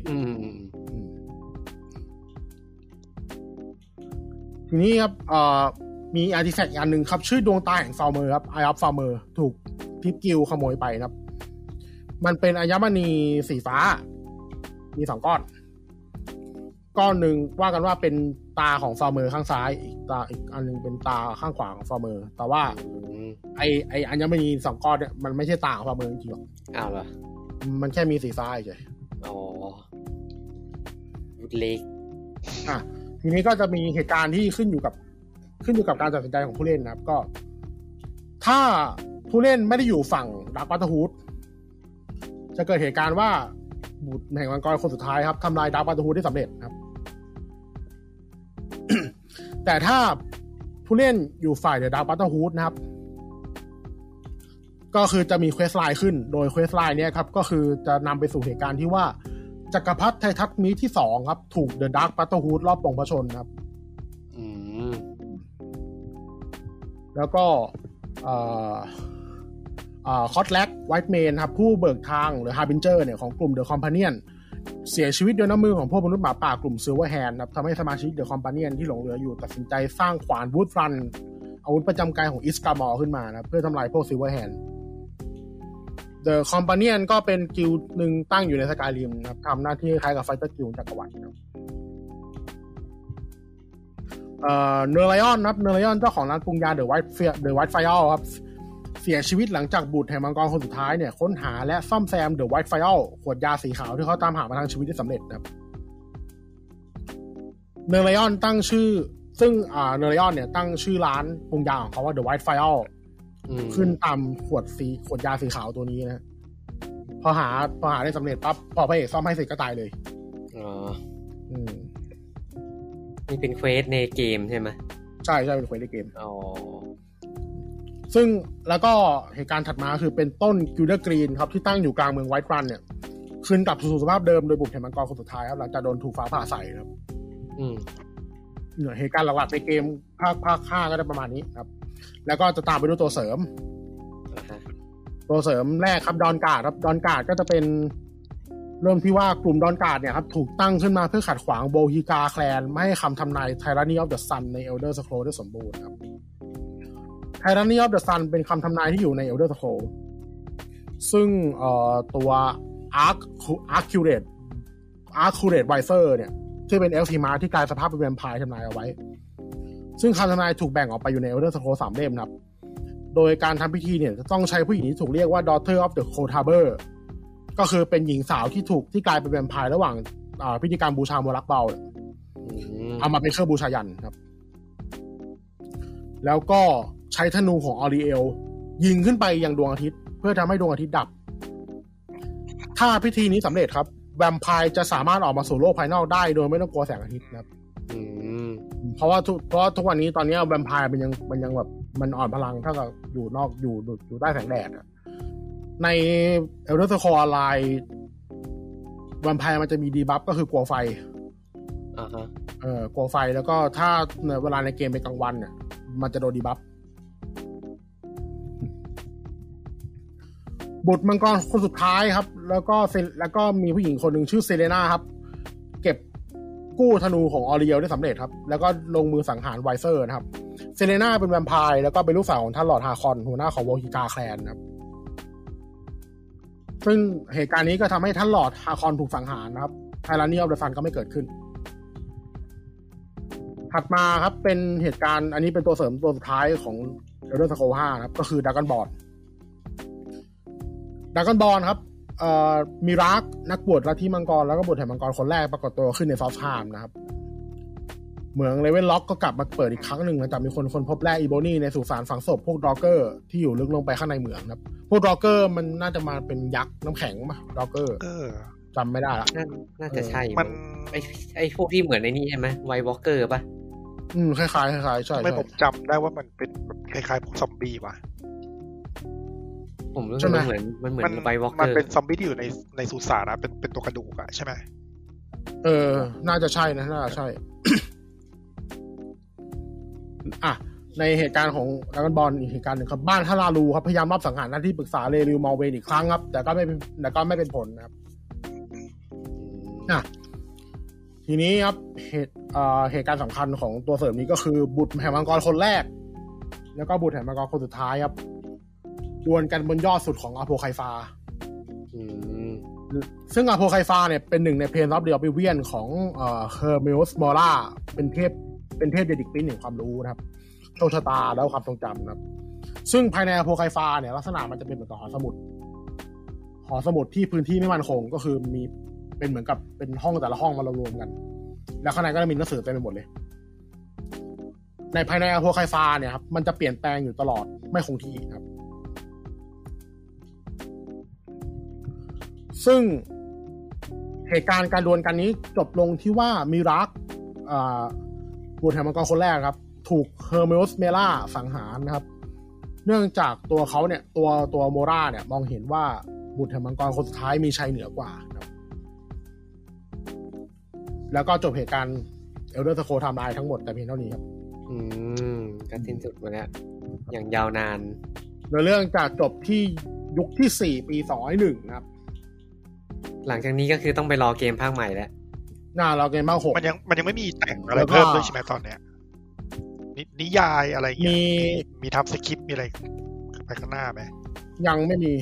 ทีนี้ครับมีอาร์ติแฟกต์อันหนึ่งครับชื่อดวงตาแห่งฟาร์เมอร์ครับไอออฟฟาร์เมอร์ถูกทิปกิลขโมยไปนะครับมันเป็นอัญมณีสีฟ้ามี2ก้อนหนึ่งว่ากันว่าเป็นตาของฟาร์เมอร์ข้างซ้ายอีกอันนึงเป็นตาข้างขวาของฟาร์เมอร์แต่ว่าไออัญมณี2ก้อนเนี่ยมันไม่ใช่ตาของฟาร์เมอร์จริงๆหรอกอ้าวเหรอมันแค่มีสีฟ้าเฉยอ๋อเล็กทีนี้ก็จะมีเหตุการณ์ที่ขึ้นอยู่กับการตัดสินใจของผู้เล่นนะครับก็ถ้าผู้เล่นไม่ได้อยู่ฝั่งดาร์คบัตเตอร์ฮูดจะเกิดเหตุการณ์ว่าบุตรแห่งมังกรคนสุดท้ายครับทำลายดาร์คบัตเตอร์ฮูดได้สำเร็จครับ แต่ถ้าผู้เล่นอยู่ฝ่ายเดอะดาร์คบัตเตอร์ฮูดนะครับก็คือจะมีเควสไลน์ขึ้นโดยเควสไลน์เนี้ยครับก็คือจะนำไปสู่เหตุการณ์ที่ว่าจักรพรรดิไททัสมีที่2ครับถูกเดอะดาร์คบัตเตอร์ฮูดรอบปองพระชนครับแล้วก็คอตแลกไวท์เมนครับผู้เบิกทางหรือฮาร์บินเจอร์เนี่ยของกลุ่มเดอะคอมพาเนียนเสียชีวิตด้วยน้ำมือของพวกมนุษย์หมาป่ากลุ่มซิลเวอร์แฮนด์ครับทำให้สมาชิกเดอะคอมพาเนียนที่หลงเหลืออยู่ตัดสินใจสร้างขวานวูดฟันอาวุธประจำกายของอิสกามอร์ขึ้นมานะเพื่อทำลายพวกซิลเวอร์แฮนด์เดอะคอมพาเนียนก็เป็นกิลด์หนึ่งตั้งอยู่ในสกายริมนะครับทำหน้าที่คล้ายกับไฟเตอร์กิลด์จักรวรรดิครับเนอร์ไลออนครับเนอร์ไลออนเจ้าของร้านปรุงยาเดอะไวท์ไฟอัลครับเสียชีวิตหลังจากบุตรแห่งมังกรคนสุดท้ายเนี่ยค้นหาและซ่อมแซมเดอะไวท์ไฟอัลขวดยาสีขาวที่เขาตามหามาทางชีวิตได้สำเร็จนะครับเนอร์ไลออนตั้งชื่อซึ่งเนอร์ไลออนเนี่ยตั้งชื่อร้านปรุงยาของเขาว่าเดอะไวท์ไฟอัลขึ้นตามขวดยาสีขาวตัวนี้นะพอหาได้สำเร็จปั๊บพอพระเอกซ่อมให้เสร็จก็ตายเลยนี่เป็นเควสในเกมใช่ไหมใช่เป็นเควสในเกมซึ่งแล้วก็เหตุการณ์ถัดมาคือเป็นต้นกิลเดอร์กรีนครับที่ตั้งอยู่กลางเมืองไวท์รันเนี่ยคืนกลับสู่สภาพเดิมโดยบุตรแห่งมังกรคนสุดท้ายครับหลังจากโดนถูกฟ้าผ่าใส่ครับเหตุการณ์หลักๆในเกมภาค5ก็จะประมาณนี้ครับแล้วก็จะตามไปด้วยตัวเสริมแรกครับดอนการ์ดครับดอนการ์ดก็จะเป็นเริ่มที่ว่ากลุ่มดอนการ์ดเนี่ยครับถูกตั้งขึ้นมาเพื่อขัดขวางโบฮีกาแคลนไม่ให้คำทำนายไทรานีออฟเดอะซันใน Elder Scrolls ได้สมบูรณ์ครับTyranny of the Sun เป็นคำทำนายที่อยู่ใน Elder Scrolls ซึ่งตัว Accurate Visor เนี่ยที่เป็น Eltima ที่กลายสภาพเป็นแวมไพร์ทำนายเอาไว้ซึ่งคำทำนายถูกแบ่งออกไปอยู่ใน Elder Scrolls 3 เล่มครับโดยการทำพิธีเนี่ยจะต้องใช้ผู้หญิงที่ถูกเรียกว่า Daughter of the Cold Harbor ก็คือเป็นหญิงสาวที่กลายเป็นแวมไพร์ระหว่างพิธีการบูชาโมลักเบาเอามาเป็นเครื่องบูชายันครับแล้วก็ใช้ธนูของออริเอลยิงขึ้นไปยังดวงอาทิตย์เพื่อทำให้ดวงอาทิตย์ดับถ้าพิธีนี้สำเร็จครับแวมไพร์จะสามารถออกมาสู่โลกภายนอกได้โดยไม่ต้องกลัวแสงอาทิตย์นะครับเพราะทุกวันนี้ตอนนี้แวมไพร์มันยังแบบมันอ่อนพลังถ้ากับอยู่นอกอยู่ใต้แสงแดดใน Elder Scrolls Online แวมไพร์มันจะมีดีบัฟก็คือกลัวไฟกลัวไฟแล้วก็ถ้าเวลาในเกมเป็นกลางวันเนี่ยมันจะโดนดีบัฟบุตรมังกรคนสุดท้ายครับแล้วก็มีผู้หญิงคนหนึ่งชื่อเซเลนาครับเก็บกู้ธนูของออริเอลได้สำเร็จครับแล้วก็ลงมือสังหารไวเซอร์นะครับเซเลนาเป็นแวมไพร์แล้วก็เป็นลูกสาวของท่านลอร์ดฮาคอนหัวหน้าของโวฮิกาแคลนครับซึ่งเหตุการณ์นี้ก็ทำให้ท่านลอร์ดฮาคอนถูกสังหารนะครับไทรานีออฟเดอะซันก็ไม่เกิดขึ้นถัดมาครับเป็นเหตุการณ์อันนี้เป็นตัวเสริมตัวสุดท้ายของ Elder Scrolls 5ครับก็คือดราก้อนบอลครับมีรักนักบวชลัทธิมังกรแล้วก็บวชแห่งมังกรคนแรกปรากฏตัวขึ้นในซอฟไทม์นะครับเหมืองเลเวลล็อกก็กลับมาเปิดอีกครั้งหนึ่งหลังจากมีคนพบแร่อีโบนี่ในสุสานฝังศพพวกดอกเกอร์ที่อยู่ลึกลงไปข้างในเหมืองครับพวกดอกเกอร์มันน่าจะมาเป็นยักษ์น้ำแข็งป่ะดอกเกอร์จำไม่ได้ละน่าจะใช่มันไอ้พวกที่เหมือนในนี้ใช่ไหมไวท์วอล์กเกอร์ป่ะคล้ายๆใช่ไม่ผมจำได้ว่ามันเป็นคล้ายๆพวกซอมบี้ว่ะผมรู้สึกเหมือนมันเหมือนไบวอล์กเกอร์มันเป็นซอมบี้ที่อยู่ในสุสานนะเป็นตัวกระดูกอะใช่ไหมน่าจะใช่นะน่าจะใช่ในเหตุการณ์ของดราก้อนบอลอีกเหตุการณ์หนึ่งครับบ้านฮาราลูครับพยายามรอบสังหารหน้าที่ปรึกษาเรริวมอลเวนอีกครั้งครับแต่ก็ไม่เป็นผลนะครับทีนี้ครับเหตุการณ์สำคัญของตัวเสริมนี้ก็คือบุตรแห่งมังกรคนแรกแล้วก็บุตรแห่งมังกรคนสุดท้ายครับดวลกันบนยอดสุดของอโพไคฟาซึ่งอโพไคฟาเนี่ยเป็นหนึ่งในเพลนออฟเดอะออบิเวียนของเฮอร์เมอุสมอร่าเป็นเทพเดดิกปิ้นแห่งความรู้นะครับโชคชะตาแล้วความทรงจำนะครับซึ่งภายในอโพไคฟาเนี่ยลักษณะมันจะเป็นเหมือนกับหอสมุดที่พื้นที่ไม่มั่นคงก็คือมีเป็นเหมือนกับเป็นห้องแต่ละห้องมารวมกันแล้วข้างในก็จะมีหนังสือเต็มไปหมดเลยในภายในอโพไคฟาเนี่ยครับมันจะเปลี่ยนแปลงอยู่ตลอดไม่คงที่ครับซึ่งเหตุการณ์การดวลกันนี้จบลงที่ว่ามิรักบุตรแห่งมังกรคนแรกครับถูกเฮอร์เมอุสเมล่าสังหารนะครับเนื่องจากตัวเขาเนี่ยตัวโมราเนี่ยมองเห็นว่าบุตรแห่งมังกรคนสุดท้ายมีชัยเหนือกว่าครับแล้วก็จบเหตุการณ์เอลเดอร์สโคไทม์ไลน์ทั้งหมดแต่เพียงเท่านี้ครับก็สิ้นสุดไปแล้วอย่างยาวนานโดยเรื่องจะจบที่ยุคที่4ปี2001นะครับหลังจากนี้ก็คือต้องไปรอเกมภาคใหม่แล้วรอเกมภาค6 มันยังไม่มีแต่งอะไรเพิ่มด้วยใช่ไหมตอนเนี้ยนิยายอะไรอย่างเงี้ยมีทำสคริปต์มีอะไรไปข้างหน้าไหมยังไม่มี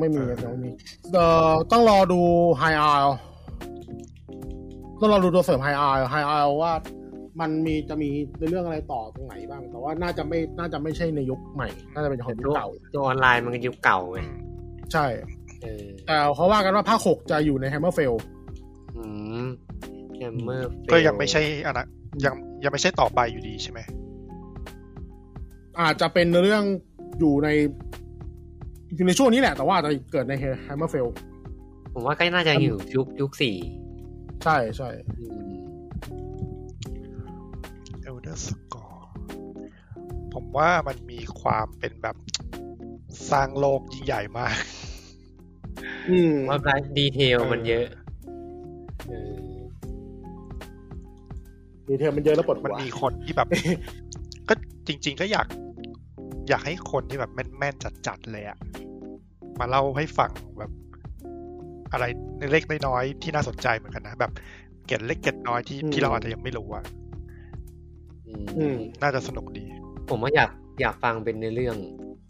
ต้องรอดูไฮอาร์ต้องรอดูตัวเสริมไฮอาร์ว่ามันจะมีเรื่องอะไรต่อตรงไหนบ้างแต่ว่าน่าจะไม่ใช่ในยุคใหม่น่าจะเป็นของยุคเก่าตัวออนไลน์มันก็ยุคเก่าไงใช่แต่เขาว่ากันว่าภาค6จะอยู่ใน Hammerfell Hammerfell ก็ยังไม่ใช่ยังไม่ใช่ต่อไปอยู่ดีใช่ไหมอาจจะเป็นเรื่องอยู่ในช่วงนี้แหละแต่ว่าจะเกิดใน Hammerfell ผมว่าก็น่าจะอยู่ยุค 4ใช่ Elder Scrolls ผมว่ามันมีความเป็นแบบสร้างโลกยิ่งใหญ่มากว่าดีเทลมันเยอะดีเทลมันเยอะแล้วปวดหัวมันมีคนที่แบบ ก็จริงๆก็อยากให้คนที่แบบแม่นๆจัดๆเลยอะมาเล่าให้ฟังแบบอะไรเล็กน้อยที่น่าสนใจเหมือนกันนะแบบเกร็ดเล็กเกร็ดน้อยที่เราอาจจะยังไม่รู้อะน่าจะสนุกดีผมว่าอยากฟังเป็นในเรื่อง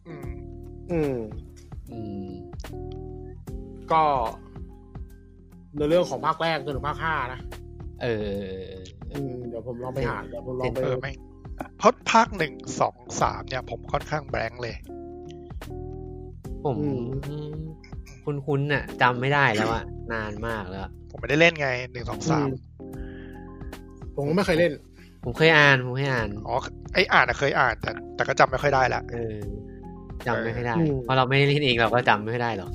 ก็ในเรื่องของภาคแรกจนถึงภาค5นะเดี๋ยวผมลองไปหาเพราะภาค1 2 3เนี่ยผมค่อนข้างแบงค์เลยผมคุ้นๆน่ะจำไม่ได้แล้วอ่ะนานมากแล้วผมไม่ได้เล่นไง1 2 3 ผมก็ไม่เคยเล่นผมเคยอ่านอ๋อไอ้อ่านเคยอ่านแต่ก็จำไม่ค่อยได้ละจำไม่ค่อยได้เพราะเราไม่ได้เล่นเองเราก็จำไม่ค่อยได้หรอก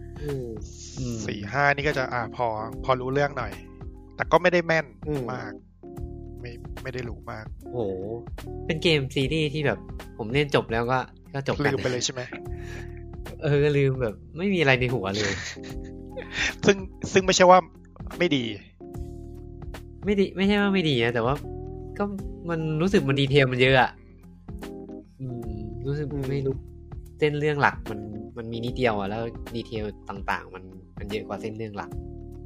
4-5นี่ก็จะพอรู้เรื่องหน่อยแต่ก็ไม่ได้แม่นมากไม่ได้รู้มากโหเป็นเกมซีรีส์ที่แบบผมเล่นจบแล้วก็จบลืมไปเลยใช่ไหมก็ลืมแบบไม่มีอะไรในหัวเลยซึ่งไม่ใช่ว่าไม่ดีไม่ใช่ว่าไม่ดีนะแต่ว่าก็มันรู้สึกมันดีเทลมันเยอะอ่ะรู้สึกไม่รู้เส้นเรื่องหลักมันมีนิดเดียวอ่ะแล้วดีเทลต่างๆมันเยอะกว่าเส้นเรื่องหลัก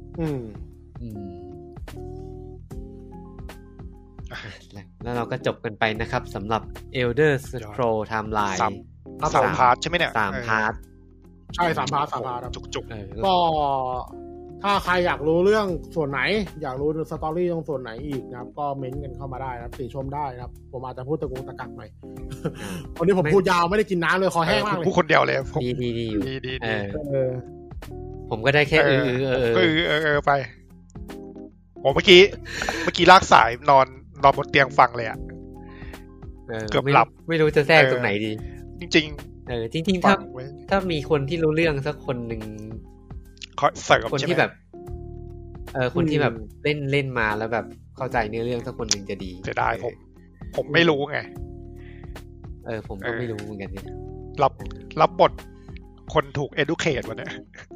แล้วเราก็จบกันไปนะครับสำหรับ Elder Scrolls Timeline 3 พาร์ทใช่ไหมเนี่ย 3 พาร์ทใช่3 พาร์ทจุกๆก็ถ้าใครอยากรู้เรื่องส่วนไหนอยากรู้สตอรี่ตรงส่วนไหนอีกนะครับก็เม้นต์กันเข้ามาได้นะครับติชมได้นะครับผมอาจจะพูดตะกุกตะกักหน่อยวันนี้ผมพูดยาวไม่ได้กินน้ำเลยคอแห้งมากเลยพูดคนเดียวเลยดีผมก็ได้แค่ไปผมเมื่อกี้ลากสายนอนบนเตียงฟังเลยอ่ะเกือบหลับไม่รู้จะแทรกตรงไหนดีจริงจริงถ้ามีคนที่รู้เรื่องสักคนหนึ่งคนที่แบบคนที่แบบเล่นมาแล้วแบบเข้าใจเนื้อเรื่องสักคนหนึ่งจะดีจะได้ผมไม่รู้ไงผมก็ไม่รู้เหมือนกันเนี่ยรับบทคนถูก educate วันนี้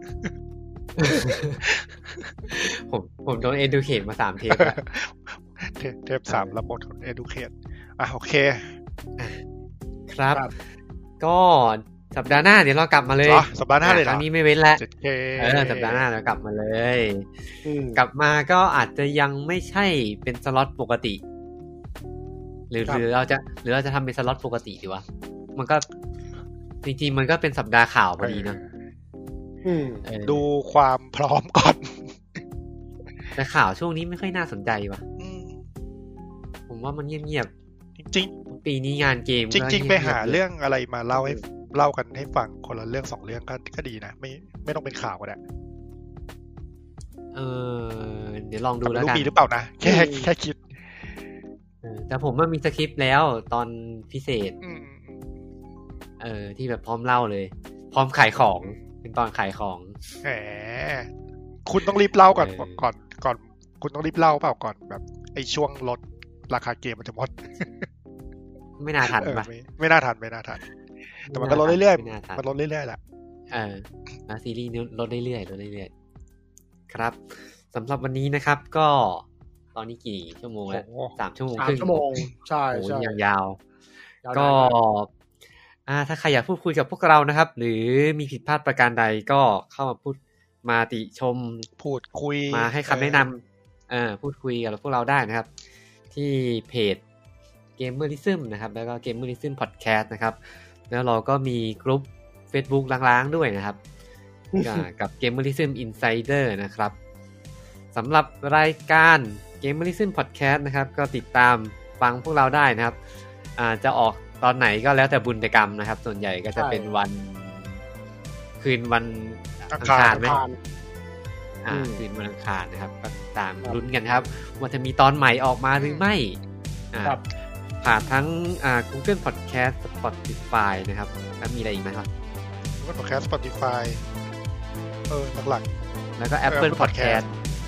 ผมโดน educate มา3 เทปแล้วเทป3ระบบของ educate โอเคครับก็สัปดาห์หน้าเดี๋ยวเรากลับมาเลยสัปดาห์หน้าเลยครั้งนี้ไม่เว้นแล้วสัปดาห์หน้าเรากลับมาเลยกลับมาก็อาจจะยังไม่ใช่เป็นสล็อตปกติหรือเราจะทำเป็นสล็อตปกติดีวะมันก็จริงๆมันก็เป็นสัปดาห์ข่าวพอดีเนาะดูความพร้อมก่อนแต่ข่าวช่วงนี้ไม่ค่อยน่าสนใจว่ะผมว่ามันเงียบๆจริงๆปีนี้งานเกมจริงๆไปหาเรื่องอะไรมาเล่ากันให้ฟังคนละเรื่อง2เรื่องก็ดีนะไม่ต้องเป็นข่าวก็ได้เดี๋ยวลองดูแล้วกันมีหรือเปล่านะแค่คิดแต่ผมว่ามีสคริปต์แล้วตอนพิเศษที่แบบพร้อมเล่าเลยพร้อมขายของเป็นตอนขายของแหมคุณต้องรีบเล่าก่อนคุณต้องรีบเล่าเปล่าก่อนแบบไอ้ช่วงลดราคาเกมมันจะหมดไม่น่าทันป่ะไม่น่าทันแต่มันก็ลดเรื่อยๆมันลดเรื่อยๆแหละนะซีรีส์นี้ลดเรื่อยๆครับสำหรับวันนี้นะครับก็ตอนนี้กี่ชั่วโมงแล้ว3 ชั่วโมงครึ่งใช่ยาวก็ถ้าใครอยากพูดคุยกับพวกเรานะครับหรือมีผิดพลาดประการใดก็เข้ามาพูดมาติชมพูดคุยมาให้คำแนะนำพูดคุยกับพวกเราได้นะครับที่เพจ Gamerism นะครับแล้วก็ Gamerism Podcast นะครับแล้วเราก็มีกลุ่ม Facebook ล้างๆด้วยนะครับกับ Gamerism Insider นะครับสำหรับรายการ Gamerism Podcast นะครับก็ติดตามฟังพวกเราได้นะครับจะออกตอนไหนก็แล้วแต่บุญกรรมนะครับส่วนใหญ่ก็จะเป็นวันคืนวันอังคารไหมคืนวันอังคารนะครับก็ตามลุ้นกันครับว่าจะมีตอนใหม่ออกมาหรือไม่ผ่านทั้งGoogle Podcast Spotify นะครับแล้วมีอะไรอีกไหมครับ Google Podcast Spotify หลักๆแล้วก็ Apple Podcast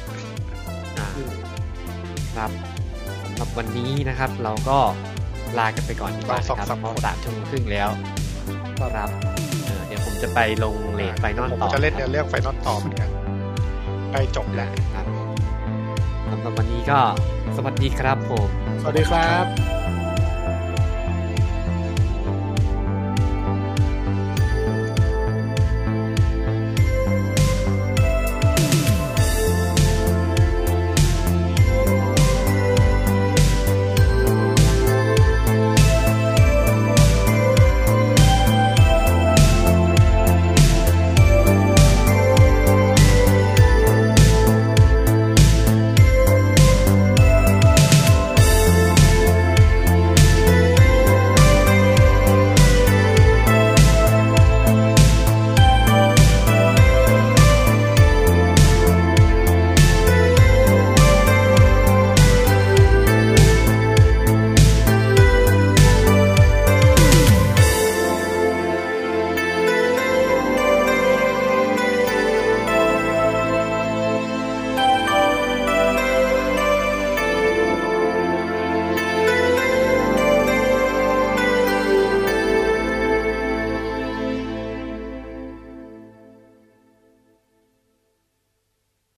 ครับสำหรับวันนี้นะครับเราก็ลากันไปก่อนดีกว่าครับเพราะ3 ชั่วโมงครึ่งแล้วครับเดี๋ยวผมจะไปลงเลนไฟนอลต่อผมจะเล่นเรื่องไฟนอลต่อเหมือนกันใกล้จบแล้วครับสำหรับวันนี้ก็สวัสดีครับผมสวัสดีครับ